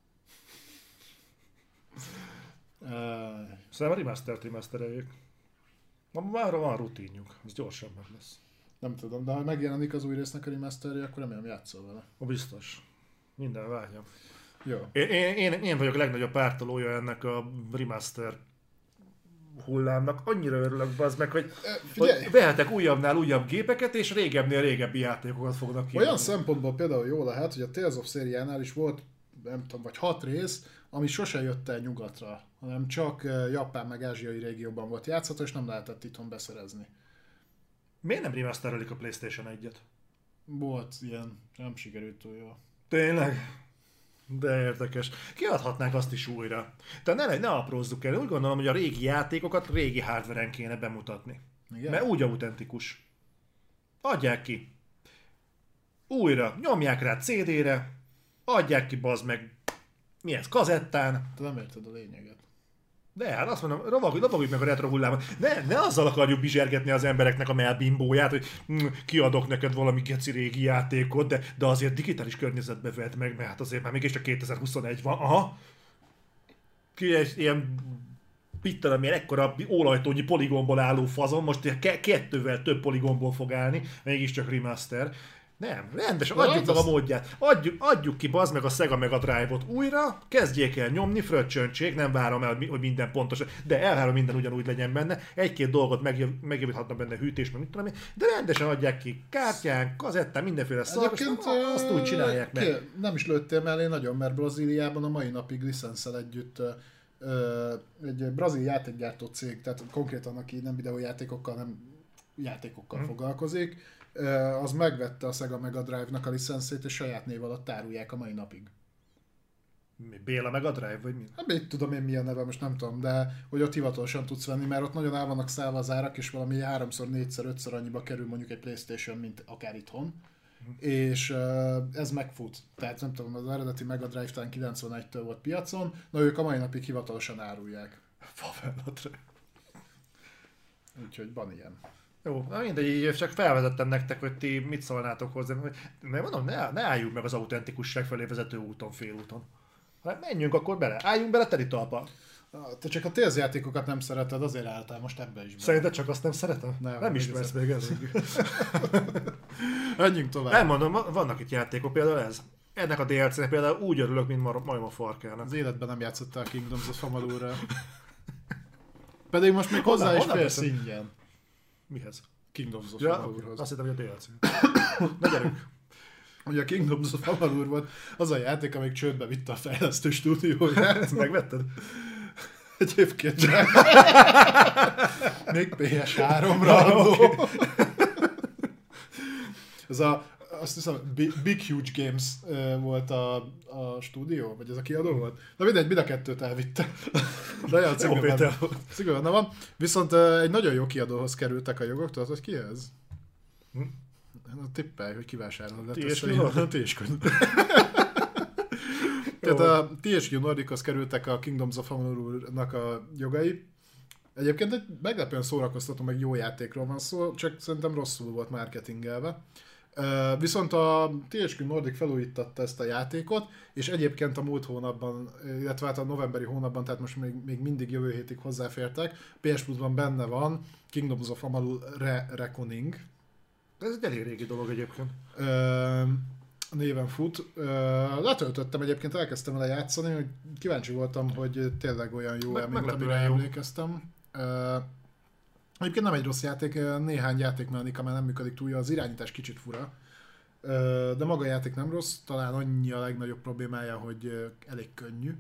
B: Uh,
A: Szerintem a remastert remastereljék. Már van rutinjuk, ez gyorsan meg lesz.
B: nem tudom, de ha megjelenik az új résznek a remasterje, akkor remélem játszol vele.
A: A biztos. Minden vágyam.
B: Jó.
A: Én, én, én, én vagyok a legnagyobb pártolója ennek a remaster hullámnak. Annyira örülök, bazd meg, hogy,
B: Figyelj!
A: hogy vehetek újabbnál újabb gépeket, és régebbnél régebbi játékokat fognak ki.
B: Olyan szempontból például jó lehet, hogy a Tales of szériánál is volt, nem tudom, vagy hat rész, ami sose jött el nyugatra, hanem csak japán meg ázsiai régióban volt játszható, és nem lehetett itthon beszerezni.
A: Miért nem remasterelik a PlayStation egyet?
B: Volt ilyen, nem sikerült túl jól.
A: Tényleg? De érdekes. Kiadhatnák azt is újra. Tehát ne, ne aprózzuk el. Úgy gondolom, hogy a régi játékokat régi hardveren kéne bemutatni.
B: Igen?
A: Mert úgy autentikus. Adják ki. Újra. Nyomják rá cé dére. Adják ki, bazd meg. Mi ez? Kazettán.
B: Te nem érted a lényeget.
A: De hát azt mondom, rovagjuk, rovagjuk meg a retro hullámot. Ne, ne azzal akarjuk bizsergetni az embereknek a melbimbóját, hogy mm, kiadok neked valami geci régi játékot, de, de azért digitális környezetbe vedd meg, mert hát azért már mégiscsak kétezer-huszonegy van. Aha. Ki egy ilyen pittel, amilyen ekkora ólajtónyi poligonból álló fazon, most ke- kettővel több poligonból fog állni, mégiscsak remaster. Nem, rendesen,
B: De
A: adjuk
B: hát
A: meg
B: azt-
A: a módját. Adjuk, adjuk ki, bazd meg a Sega Mega Drive-ot újra, kezdjék el nyomni, fröccsöntsék, nem várom el, hogy minden pontos, de elvárom minden ugyanúgy legyen benne. Egy-két dolgot megjav, megjavíthatnak benne hűtés, meg mit tudom én, de rendesen adják ki kártyán, kazettán, mindenféle szar,
B: Egyébként
A: azt, azt úgy csinálják meg.
B: ki- nem is lőttél mellé nagyon, mert Brazíliában a mai napig licenszel együtt ö, ö, egy brazil játékgyártó cég, tehát konkrétan aki nem videójátékokkal, nem játékokkal
A: Mhm.
B: foglalkozik, ö, az megvette a Sega Mega Drive-nak a licenszét, és saját név alatt árulják a mai napig.
A: Mi, Béla Mega Drive, vagy mi?
B: Hát még tudom én milyen neve, most nem tudom, de hogy ott hivatalosan tudsz venni, mert ott nagyon el vannak szállva az árak, és valami háromszor, négyszer, ötször annyiba kerül mondjuk egy PlayStation, mint akár itthon. És uh, ez megfut. Tehát nem tudom, az eredeti Mega Drive talán kilencvenegytől volt piacon, na ők a mai napig hivatalosan árulják.
A: Favellatre.
B: Úgyhogy van ilyen.
A: Jó, na mindegy, így csak felvezettem nektek, hogy ti mit szólnátok hozzá, hogy- mert mondom, ne, ne álljunk meg az autentikusság felé vezető úton, félúton. Hát menjünk akkor bele, álljunk bele teli talpal.
B: Ah, te csak a Tales játékokat nem szereted, azért álltál most ebbe is be.
A: Szerinted csak azt nem szeretem?
B: Nem,
A: Nem,
B: nem
A: ismersz még elég.
B: Menjünk tovább.
A: Nem mondom, vannak itt játékok, például ez. Ennek a dé el cé-nek például úgy örülök, mint mar- majom a farkának.
B: Az életben nem játszottál Kingdoms of Amalur-rel. Pedig most még hozzá
A: Honnan-
B: is
A: honnan
B: férsz
A: veszed?
B: ingyen.
A: Mihez?
B: Kingdoms of
A: Ja,
B: Amalurhoz.
A: azt hittem, hogy a dé el cé. Na gyerünk.
B: Ugye a Kingdoms of Amalur volt az a játék, amelyik csődbe vitte a fejlesztő stúdióját.
A: Ezt megvetted?
B: Egyébként nem. Még pé es háromra.
A: Ja,
B: annó. Ez a, azt hiszem, Big, Big Huge Games ö, volt a, a stúdió, vagy ez a kiadó volt? Na mindegy, mind a kettőt elvitte. De olyan
A: Jó,
B: szigorúan,
A: Péter volt.
B: szigorúan van. Viszont ö, egy nagyon jó kiadóhoz kerültek a jogok, tudod, hogy ki ez?
A: Hm?
B: Na, tippelj, hogy kivásárolod.
A: té es kú Nordic?
B: té es kú. Tehát a té es kú Nordichoz kerültek a Kingdoms of Amalur-nak a jogai. Egyébként egy meglepően szórakoztató, meg jó játékról van szó, csak szerintem rosszul volt marketingelve. Uh, viszont a té há kú Nordic felújítatta ezt a játékot, és egyébként a múlt hónapban, illetve hát a novemberi hónapban, tehát most még, még mindig jövő hétig hozzáfértek, pé es Plus-ban benne van Kingdoms of Amalur Re-Reckoning.
A: Ez egy elég régi dolog egyébként.
B: Uh, néven fut. Uh, letöltöttem egyébként, elkezdtem vele játszani, hogy kíváncsi voltam, hogy tényleg olyan jó,
A: Meg,
B: mint amire emlékeztem. Uh, Egyébként nem egy rossz játék, néhány játékmechanika már nem működik túl, az irányítás kicsit fura. De maga a játék nem rossz, talán annyi a legnagyobb problémája, hogy elég könnyű.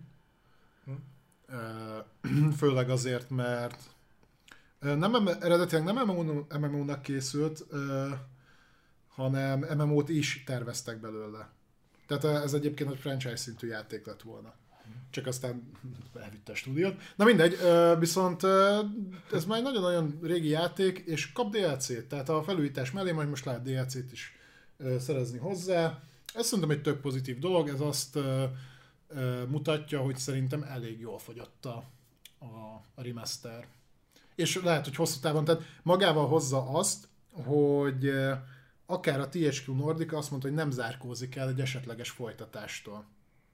B: Hm. Főleg azért, mert nem, eredetileg nem em em o-nak készült, hanem em em o-t is terveztek belőle. Tehát ez egyébként egy franchise szintű játék lett volna. Csak aztán elvitte a stúdiót. Na mindegy, viszont ez már egy nagyon-nagyon régi játék, és kap dé el cét, tehát a felújítás mellé majd most lehet dé el cét is szerezni hozzá. Ez szerintem egy tök pozitív dolog, ez azt mutatja, hogy szerintem elég jól fogyott a, a, a remaster. És lehet, hogy hosszú távon, tehát magával hozza azt, hogy akár a té há kú Nordic azt mondta, hogy nem zárkózik el egy esetleges folytatástól.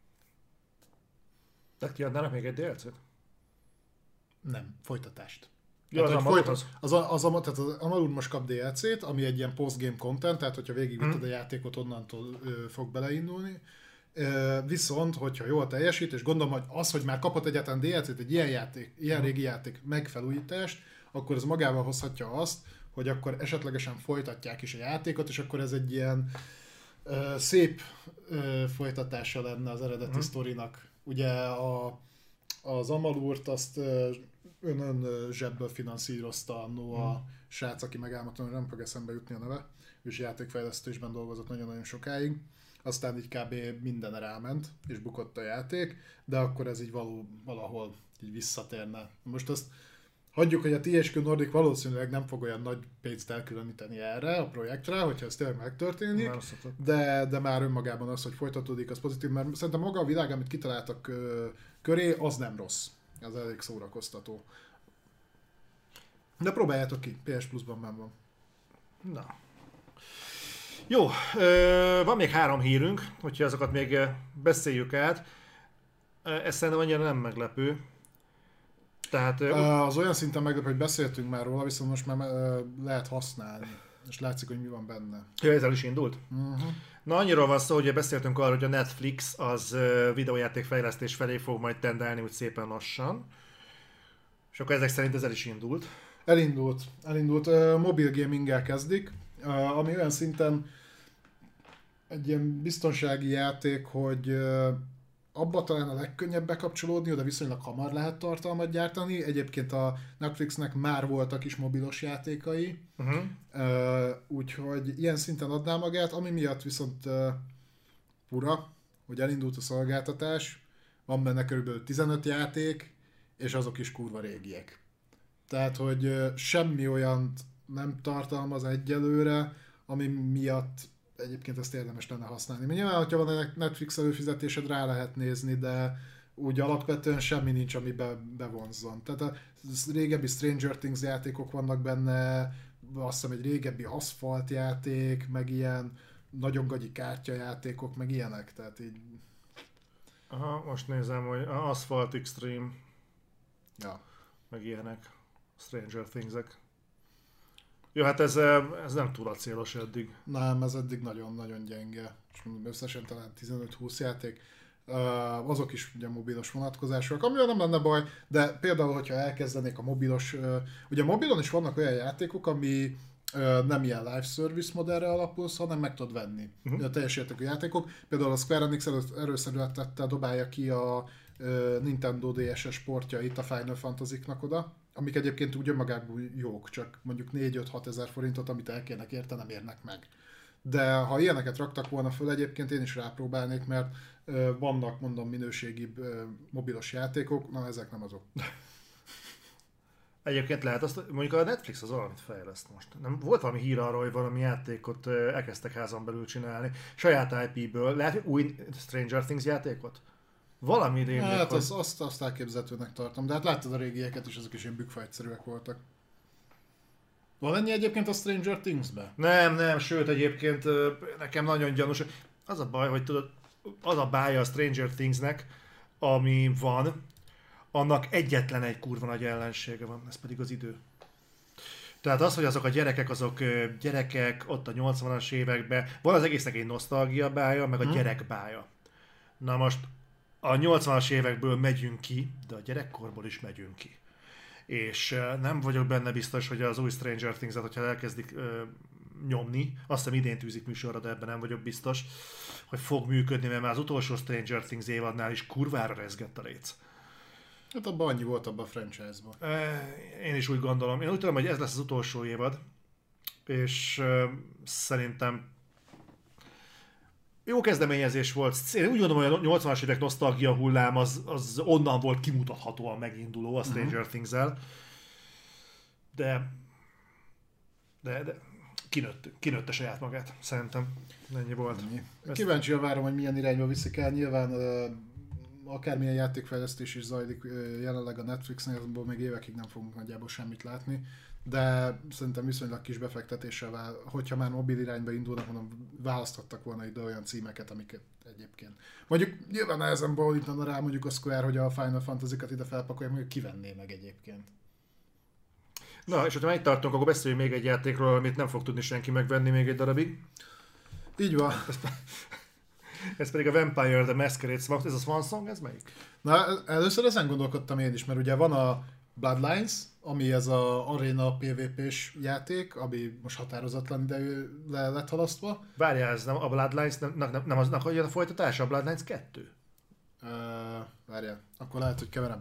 A: Tehát kiadnának még egy dé el cét?
B: Nem, folytatást.
A: Ja,
B: tehát,
A: az,
B: folyt,
A: az,
B: az, az, az, tehát az Amalur most kap dé el cét, ami egy ilyen post-game content, tehát hogyha végigvitted
A: hmm.
B: a játékot, onnantól ö, fog beleindulni. Ö, viszont, hogyha jól teljesít, és gondolom, hogy az, hogy már kapott egyáltalán dé el cét, egy ilyen játék, ilyen hmm. régi játék megfelújítást, akkor ez magával hozhatja azt, hogy akkor esetlegesen folytatják is a játékot, és akkor ez egy ilyen ö, szép ö, folytatása lenne az eredeti hmm. sztorinak. Ugye a, az Amalurt azt ön zsebből finanszírozta annó a hmm. srác, aki megálmodta, hogy nem fog eszembe jutni a neve. Ő is játékfejlesztésben dolgozott nagyon-nagyon sokáig. Aztán így kb. Minden ráment, és bukott a játék, de akkor ez így való, valahol így visszatérne. Most azt hagyjuk, hogy a té há kú Nordic valószínűleg nem fog olyan nagy pénzt elkülöníteni erre a projektre, hogyha ez tényleg megtörténik, de, de már önmagában az, hogy folytatódik, az pozitív, mert szerintem maga a világ, amit kitaláltak köré, az nem rossz. Az elég szórakoztató. De próbáljátok ki, pé es Plus-ban már van.
A: Na. Jó, ö, van még három hírünk, hogyha azokat még beszéljük át. Ez szerintem annyira nem meglepő. Tehát,
B: az olyan szinten meglepő, hogy beszéltünk már róla, viszont most már lehet használni, és látszik, hogy mi van benne.
A: Ja, ezzel is indult?
B: Uh-huh.
A: Na, annyiról van szó, hogy beszéltünk arról, hogy a Netflix az videójátékfejlesztés felé fog majd tendelni úgy szépen lassan. És akkor ezek szerint ezzel is indult.
B: Elindult. Elindult. Uh, mobil gaminggel kezdik, uh, ami olyan szinten egy ilyen biztonsági játék, hogy uh, abba talán a legkönnyebb bekapcsolódni, de viszonylag hamar lehet tartalmat gyártani. Egyébként a Netflixnek már voltak is mobilos játékai, uh-huh. uh, úgyhogy ilyen szinten adná magát, ami miatt viszont uh, fura, hogy elindult a szolgáltatás, van benne körülbelül tizenöt játék, és azok is kurva régiek. Tehát, hogy uh, semmi olyant nem tartalmaz egyelőre, ami miatt egyébként ezt érdemes lenne használni. Nyilván, hogyha van egy Netflix előfizetésed, rá lehet nézni, de úgy alapvetően semmi nincs, ami be, bevonzzon. Tehát a régebbi Stranger Things játékok vannak benne, azt hiszem egy régebbi Asphalt játék, meg ilyen nagyon gagyi kártyajátékok, meg ilyenek, tehát így...
A: Aha, most nézem, hogy Asphalt Extreme,
B: ja.
A: meg ilyenek, Stranger Things-ek. Jó, hát ez, ez nem túl acélos eddig.
B: Nem, ez eddig nagyon-nagyon gyenge. És mondom, összesen talán tizenöt-húsz játék. Uh, azok is ugye mobilos vonatkozásúak, amivel nem lenne baj, de például, hogyha elkezdenék a mobilos... Uh, ugye a mobilon is vannak olyan játékok, ami uh, nem ilyen live service modellre alapulsz, hanem meg tudod venni. Uh-huh. A teljes értékű játékok. Például a Square Enix erőszerűettettel dobálja ki a uh, Nintendo dé es-es sportjait a Final Fantasy-knak oda, amik egyébként úgy önmagában jók, csak mondjuk négy-öt-hat ezer forintot, amit el kérnek érte, nem érnek meg. De ha ilyeneket raktak volna föl, egyébként én is rápróbálnék, mert ö, vannak, mondom, minőségibb ö, mobilos játékok, na ezek nem azok.
A: Egyébként lehet azt, mondjuk a Netflix az valamit fejleszt most. Nem, volt valami hír arról, hogy valami játékot ö, elkezdtek házon belül csinálni, saját i pé-ből. Lehet, hogy új Stranger Things játékot? Valami rémlik.
B: Hát az, azt, azt elképzelhetőnek tartom, de hát láttad a régieket is, azok is ilyen bükkfejtszerűek voltak. Van ennyi egyébként a Stranger Things-ben?
A: Nem, nem, sőt egyébként nekem nagyon gyanús. Az a baj, hogy tudod, az a bája a Stranger Thingsnek, ami van, annak egyetlen egy kurva nagy ellensége van, ez pedig az idő. Tehát az, hogy azok a gyerekek, azok gyerekek ott a nyolcvanas években, van az egésznek egy nosztalgia bája, meg a
B: Hmm.
A: gyerek bája. Na most a nyolcvanas évekből megyünk ki, de a gyerekkorból is megyünk ki. És nem vagyok benne biztos, hogy az új Stranger Things-et, hogyha elkezdik ö, nyomni, azt hiszem idén tűzik műsorra, de ebben nem vagyok biztos, hogy fog működni, mert már az utolsó Stranger Things évadnál is kurvára rezgett a léc.
B: Hát abban annyi volt abban a franchise-ban.
A: Én is úgy gondolom. Én úgy tudom, hogy ez lesz az utolsó évad, és uh, szerintem jó kezdeményezés volt. Én úgy gondolom, hogy a nyolcvanas évek nosztalgia hullám az, az onnan volt kimutathatóan meginduló a Stranger uh-huh. Things-el. De, de, de kinőtt, kinőtte saját magát, szerintem. Ennyi volt.
B: Ennyi. Kíváncsian várom, hogy milyen irányba viszik el. Nyilván uh, akármilyen játékfejlesztés is zajlik uh, jelenleg a Netflixnél, abból még évekig nem fogunk nagyjából semmit látni. De szerintem viszonylag kis befektetéssel, hogyha már mobil irányba indulnak, mondom, választhattak volna ide olyan címeket, amiket egyébként. Mondjuk nyilván nehezen bólítana rá mondjuk a Square, hogy a Final Fantasy-kat ide felpakolja, mondjuk kivenné meg egyébként.
A: Na, és hogyha már itt tartunk, akkor beszéljünk még egy játékról, amit nem fog tudni senki megvenni még egy darabig.
B: Így van.
A: Ez, ez pedig a Vampire the Masquerade. Ez a Swan Song, ez melyik?
B: Na, először ezen gondolkodtam én is, mert ugye van a Bloodlines, ami ez a Arena pé vé pés játék, ami most határozatlan idejű le lett halasztva.
A: Várjál, ez nem a Bloodlines, nem, nem, nem aznak, hogy a folytatása, a Bloodlines kettő?
B: Uh, várjál, akkor lehet, hogy keverem.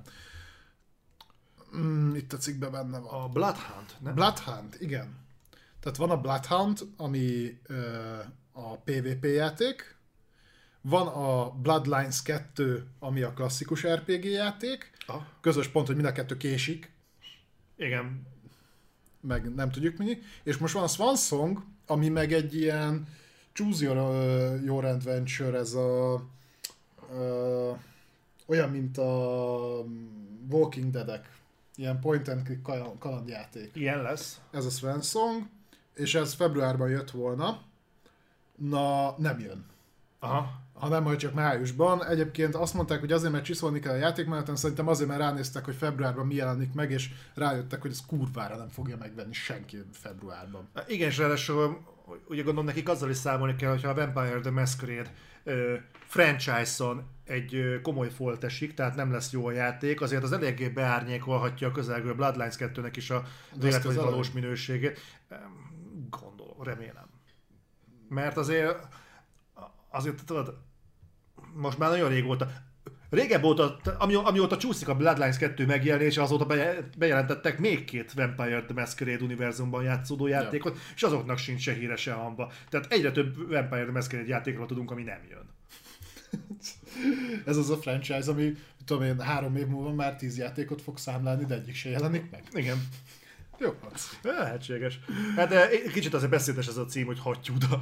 B: Mm, itt a cikkben benne van.
A: A Bloodhunt, nem?
B: Bloodhunt, igen. Tehát van a Bloodhunt, ami uh, a pé vé pé játék, van a Bloodlines kettő, ami a klasszikus er pé gé játék,
A: ah.
B: közös pont, hogy mind a kettő késik,
A: igen,
B: meg nem tudjuk mi, és most van a Swan Song, ami meg egy ilyen Choose Your, uh, your Adventure, ez a uh, olyan, mint a Walking Dead-ek, ilyen point and click kalandjáték.
A: ilyen lesz.
B: Ez a Swan Song, és ez februárban jött volna, na nem jön.
A: Aha.
B: Hanem, hogy csak májusban. Egyébként azt mondták, hogy azért, mert csiszolni kell a játékmenetem, szerintem azért, mert ránéztek, hogy februárban mi jelenik meg, és rájöttek, hogy ez kurvára nem fogja megvenni senki februárban.
A: Igen, és ráadásul ugye gondolom nekik azzal is számolni kell, hogyha a Vampire the Masquerade ö, franchise-on egy ö, komoly folt esik, tehát nem lesz jó a játék, azért az eléggé beárnyékolhatja a közelgő Bloodlines kettőnek is a vélet vagy valós minőségét. Gondolom, remélem. Mert azért azért tudod, most már nagyon régóta, régebb óta, ami, amióta csúszik a Bloodlines kettő megjelenése, azóta bejelentettek még két Vampire the Masquerade univerzumban játszódó játékot, ja. És azoknak sincs se híre, se hamba. Tehát egyre több Vampire the Masquerade játékról tudunk, ami nem jön.
B: Ez az a franchise, ami tudom én, három év múlva már tíz játékot fog számlálni, de egyik se jelenik meg.
A: Igen.
B: Jó, az.
A: Lehetséges. Hát kicsit azért beszédes ez a cím, hogy hattyúda.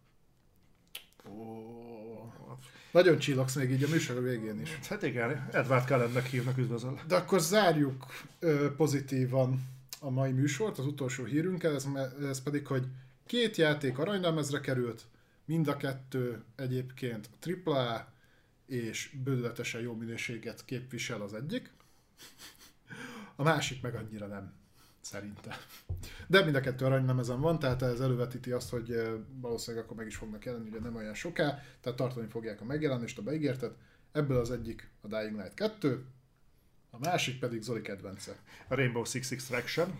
B: Nagyon csillogsz még így a műsor végén is.
A: Hát igen, Edward Cullennek hívnak, üdvözöl.
B: De akkor zárjuk ö, pozitívan a mai műsort, az utolsó hírünkkel, ez, ez pedig, hogy két játék aranylemezre került, mind a kettő egyébként tripla á, és bődületesen jó minőséget képvisel az egyik. A másik meg annyira nem, szerintem. De mind a kettő aranylemezen van, tehát ez elővetíti azt, hogy valószínűleg akkor meg is fognak jelenni, ugye nem olyan soká, tehát tartani fogják a megjelenést, a beígértet. Ebből az egyik a Dying Light kettő, a másik pedig Zoli kedvence.
A: A Rainbow Six Extraction.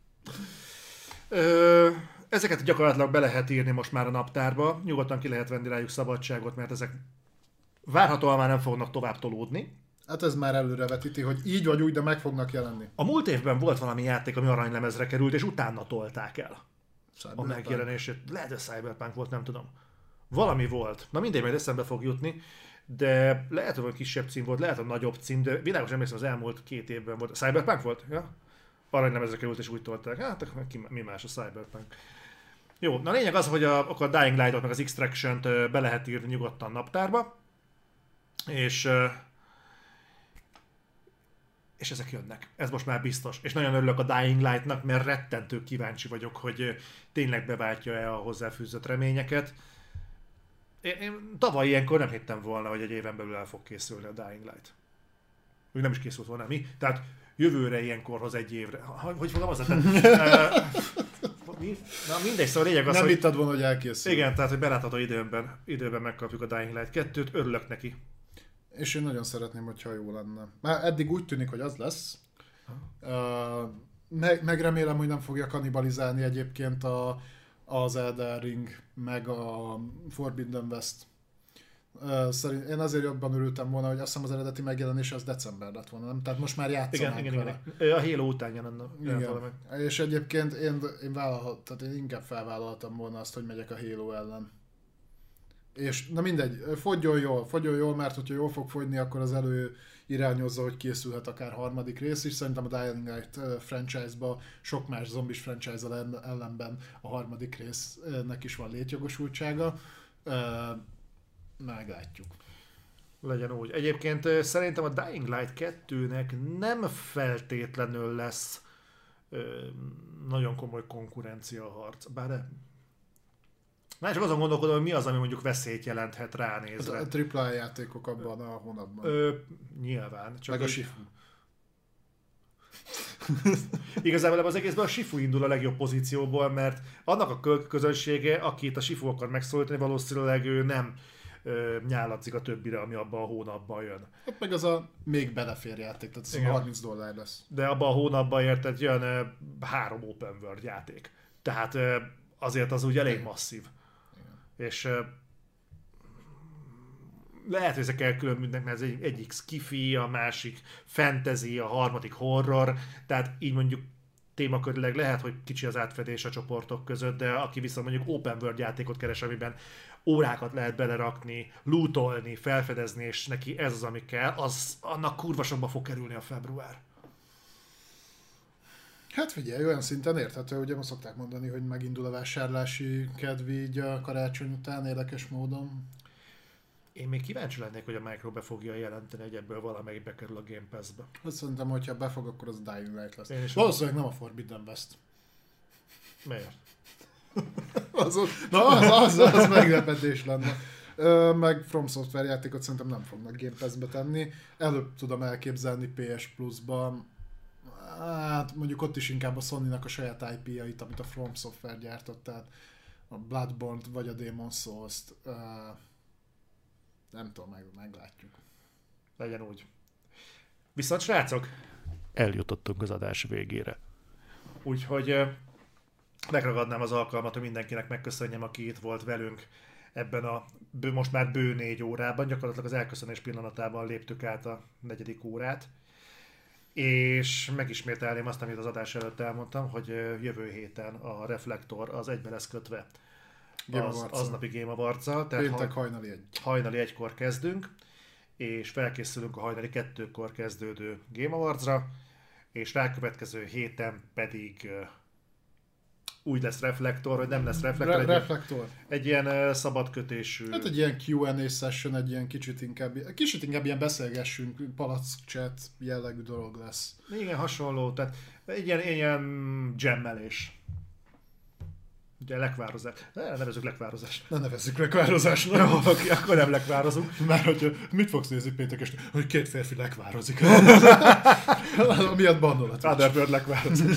A: Ö, ezeket gyakorlatilag be lehet írni most már a naptárba, nyugodtan ki lehet venni rájuk szabadságot, mert ezek várhatóan már nem fognak tovább tolódni.
B: Hát ez már előrevetíti, hogy így vagy úgy, de meg fognak jelenni.
A: A múlt évben volt valami játék, ami aranylemezre került, és utána tolták el
B: Cyberpunk.
A: a megjelenését. Lehet, hogy Cyberpunk volt, nem tudom. Valami volt. Na mindegy, majd eszembe fog jutni, de lehet, hogy kisebb cím volt, lehet, hogy nagyobb cím, de világos emlékszem, az elmúlt két évben volt. A Cyberpunk volt? Ja? Aranylemezre került, és úgy tolták. Hát, ki, mi más a Cyberpunk? Jó, na a lényeg az, hogy a, akkor a Dying Light-ot meg az Extraction-t be lehet írni nyugodtan naptárba, és és ezek jönnek. Ez most már biztos. És nagyon örülök a Dying Light-nak, mert rettentő kíváncsi vagyok, hogy tényleg beváltja-e a hozzáfűzött reményeket. Én, én tavaly ilyenkor nem hittem volna, hogy egy éven belül el fog készülni a Dying Light. Úgy nem is készült volna, mi? Tehát jövőre ilyenkorhoz egy évre. Hogy fogom az? Mi? Na mindegy, szóval a lényeg az,
B: nem
A: hogy...
B: hittad volna, hogy elkészül.
A: Igen, tehát hogy belátható időben, időben megkapjuk a Dying Light kettőt, örülök neki.
B: És én nagyon szeretném, hogyha jó lenne. Már eddig úgy tűnik, hogy az lesz. Uh, meg, meg remélem, hogy nem fogja kannibalizálni egyébként a, az Elden Ring, meg a Forbidden West. Uh, szerint, én azért jobban örültem volna, hogy azt hiszem az eredeti megjelenés az december lett volna, nem? Tehát most már játszanánk
A: igen, igen,
B: vele.
A: Igen, a Halo után jelenne.
B: Igen. És egyébként én, én, tehát én inkább felvállaltam volna azt, hogy megyek a Halo ellen. És na mindegy, fogjon jól, fogjon jól, mert hogyha jól fog fogyni, akkor az elő irányozza, hogy készülhet akár harmadik rész is. Szerintem a Dying Light franchise-ba sok más zombis franchise ellenben a harmadik résznek is van létjogosultsága. Meglátjuk.
A: Legyen úgy. Egyébként szerintem a Dying Light kettőnek nem feltétlenül lesz ö, nagyon komoly konkurencia harc. Bár de... Már csak azon gondolkodom, hogy mi az, ami mondjuk veszélyt jelenthet ránézve.
B: A tripla á játékok abban a hónapban.
A: Ö, nyilván. Csak
B: meg a Shifu.
A: Igazából az egészben a Shifu indul a legjobb pozícióból, mert annak a közönsége, akit a Shifu akar megszólítani, valószínűleg ő nem ö, nyálatszik a többire, ami abban a hónapban jön.
B: Hát meg az a még belefér játék, tehát ez harminc dollár lesz.
A: De abban a hónapban érted, jön ö, három open world játék. Tehát ö, azért az úgy elég Igen. masszív. Igen. És ö, lehet, hogy ezek elkülönülnek, mert ez egy, egyik skifi, a másik fantasy, a harmadik horror, tehát így mondjuk témakörleg lehet, hogy kicsi az átfedés a csoportok között, de aki viszont mondjuk open world játékot keres, amiben órákat lehet belerakni, lootolni, felfedezni, és neki ez az, ami kell, az annak kurva sokba fog kerülni a február.
B: Hát figyelj, olyan szinten érthető, ugye most szokták mondani, hogy megindul a vásárlási kedv így a karácsony után érdekes módon.
A: Én még kíváncsi lennék, hogy a Micro be fogja jelenteni, hogy ebből valamelyik bekerül a Game Pass-be.
B: Azt szerintem, hogyha befog, akkor az Dying Light lesz. Valószínűleg nem a Forbidden West.
A: Miért?
B: az, na, az, az, az meglepetés lenne. Ö, meg From Software játékot szerintem nem fognak Game Pass-be tenni. Előbb tudom elképzelni pé es Plus-ban. Hát mondjuk ott is inkább a Sony-nak a saját i pé-jait, amit a From Software gyártott, tehát a Bloodborne-t vagy a Demon's Souls-t. Uh, nem tudom, meg, meglátjuk.
A: Legyen úgy. Viszont srácok, eljutottunk az adás végére. Úgyhogy uh, megragadnám az alkalmat, hogy mindenkinek megköszönjem, aki itt volt velünk ebben a bő, most már bő négy órában. Gyakorlatilag az elköszönés pillanatában léptük át a negyedik órát. És megismételném azt, amit az adás előtt elmondtam, hogy jövő héten a Reflektor az egybe lesz kötve az aznapi Game Awards-al.
B: Péntek hajnali egy.
A: Hajnali egykor kezdünk, és felkészülünk a hajnali kettőkor kezdődő Game Awards-ra, és rákövetkező héten pedig úgy lesz Reflektor, hogy nem lesz Reflektor.
B: Re- reflektor.
A: Egy, egy ilyen uh, szabadkötésű...
B: Hát egy ilyen Q and A session, egy ilyen kicsit inkább, kicsit inkább ilyen beszélgessünk, palack chat jellegű dolog lesz.
A: Igen, hasonló, tehát egy ilyen, ilyen jammelés. Ugye lekvározás. Ne nevezzük lekvározás.
B: Ne nevezzük lekvározásnak.
A: Jó, oké, akkor nem lekvározunk.
B: Már hogyha mit fogsz nézni péntek este? Hogy két férfi lekvározik. Miatt bannolhat.
A: Otherworld lekvározás.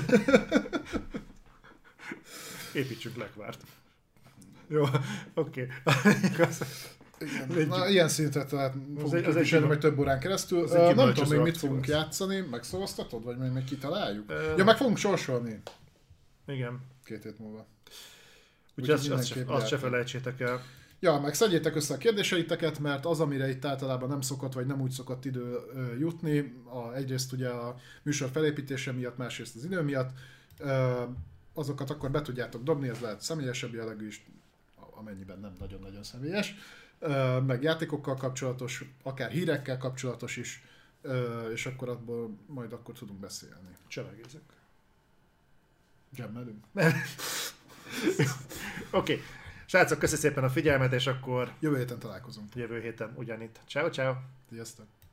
A: Építsünk lekvárt. Jó, oké.
B: Okay. Na, ilyen szintet lehet fogunk képviselni majd több órán keresztül. Uh, nem tudom még mit fogunk játszani, megszavaztatod? Vagy majd még kitaláljuk? Uh, ja, meg fogunk sorsolni.
A: Igen.
B: Két hét múlva.
A: Úgyhogy azt, azt, se, azt se felejtsétek el.
B: Ja, meg szedjétek össze a kérdéseiteket, mert az, amire itt általában nem szokott, vagy nem úgy szokott idő uh, jutni, a, egyrészt ugye a műsor felépítése miatt, másrészt az idő miatt, uh, azokat akkor be tudjátok dobni, ez lehet személyesebb jellegű is, amennyiben nem nagyon-nagyon személyes, meg játékokkal kapcsolatos, akár hírekkel kapcsolatos is, és akkor abból majd akkor tudunk beszélni.
A: Csemegézek.
B: Gemmelünk.
A: Oké. Okay. Srácok, köszi szépen a figyelmet, és akkor...
B: Jövő héten találkozunk.
A: Jövő héten ugyanitt. Ciao, ciao.
B: Sziasztok.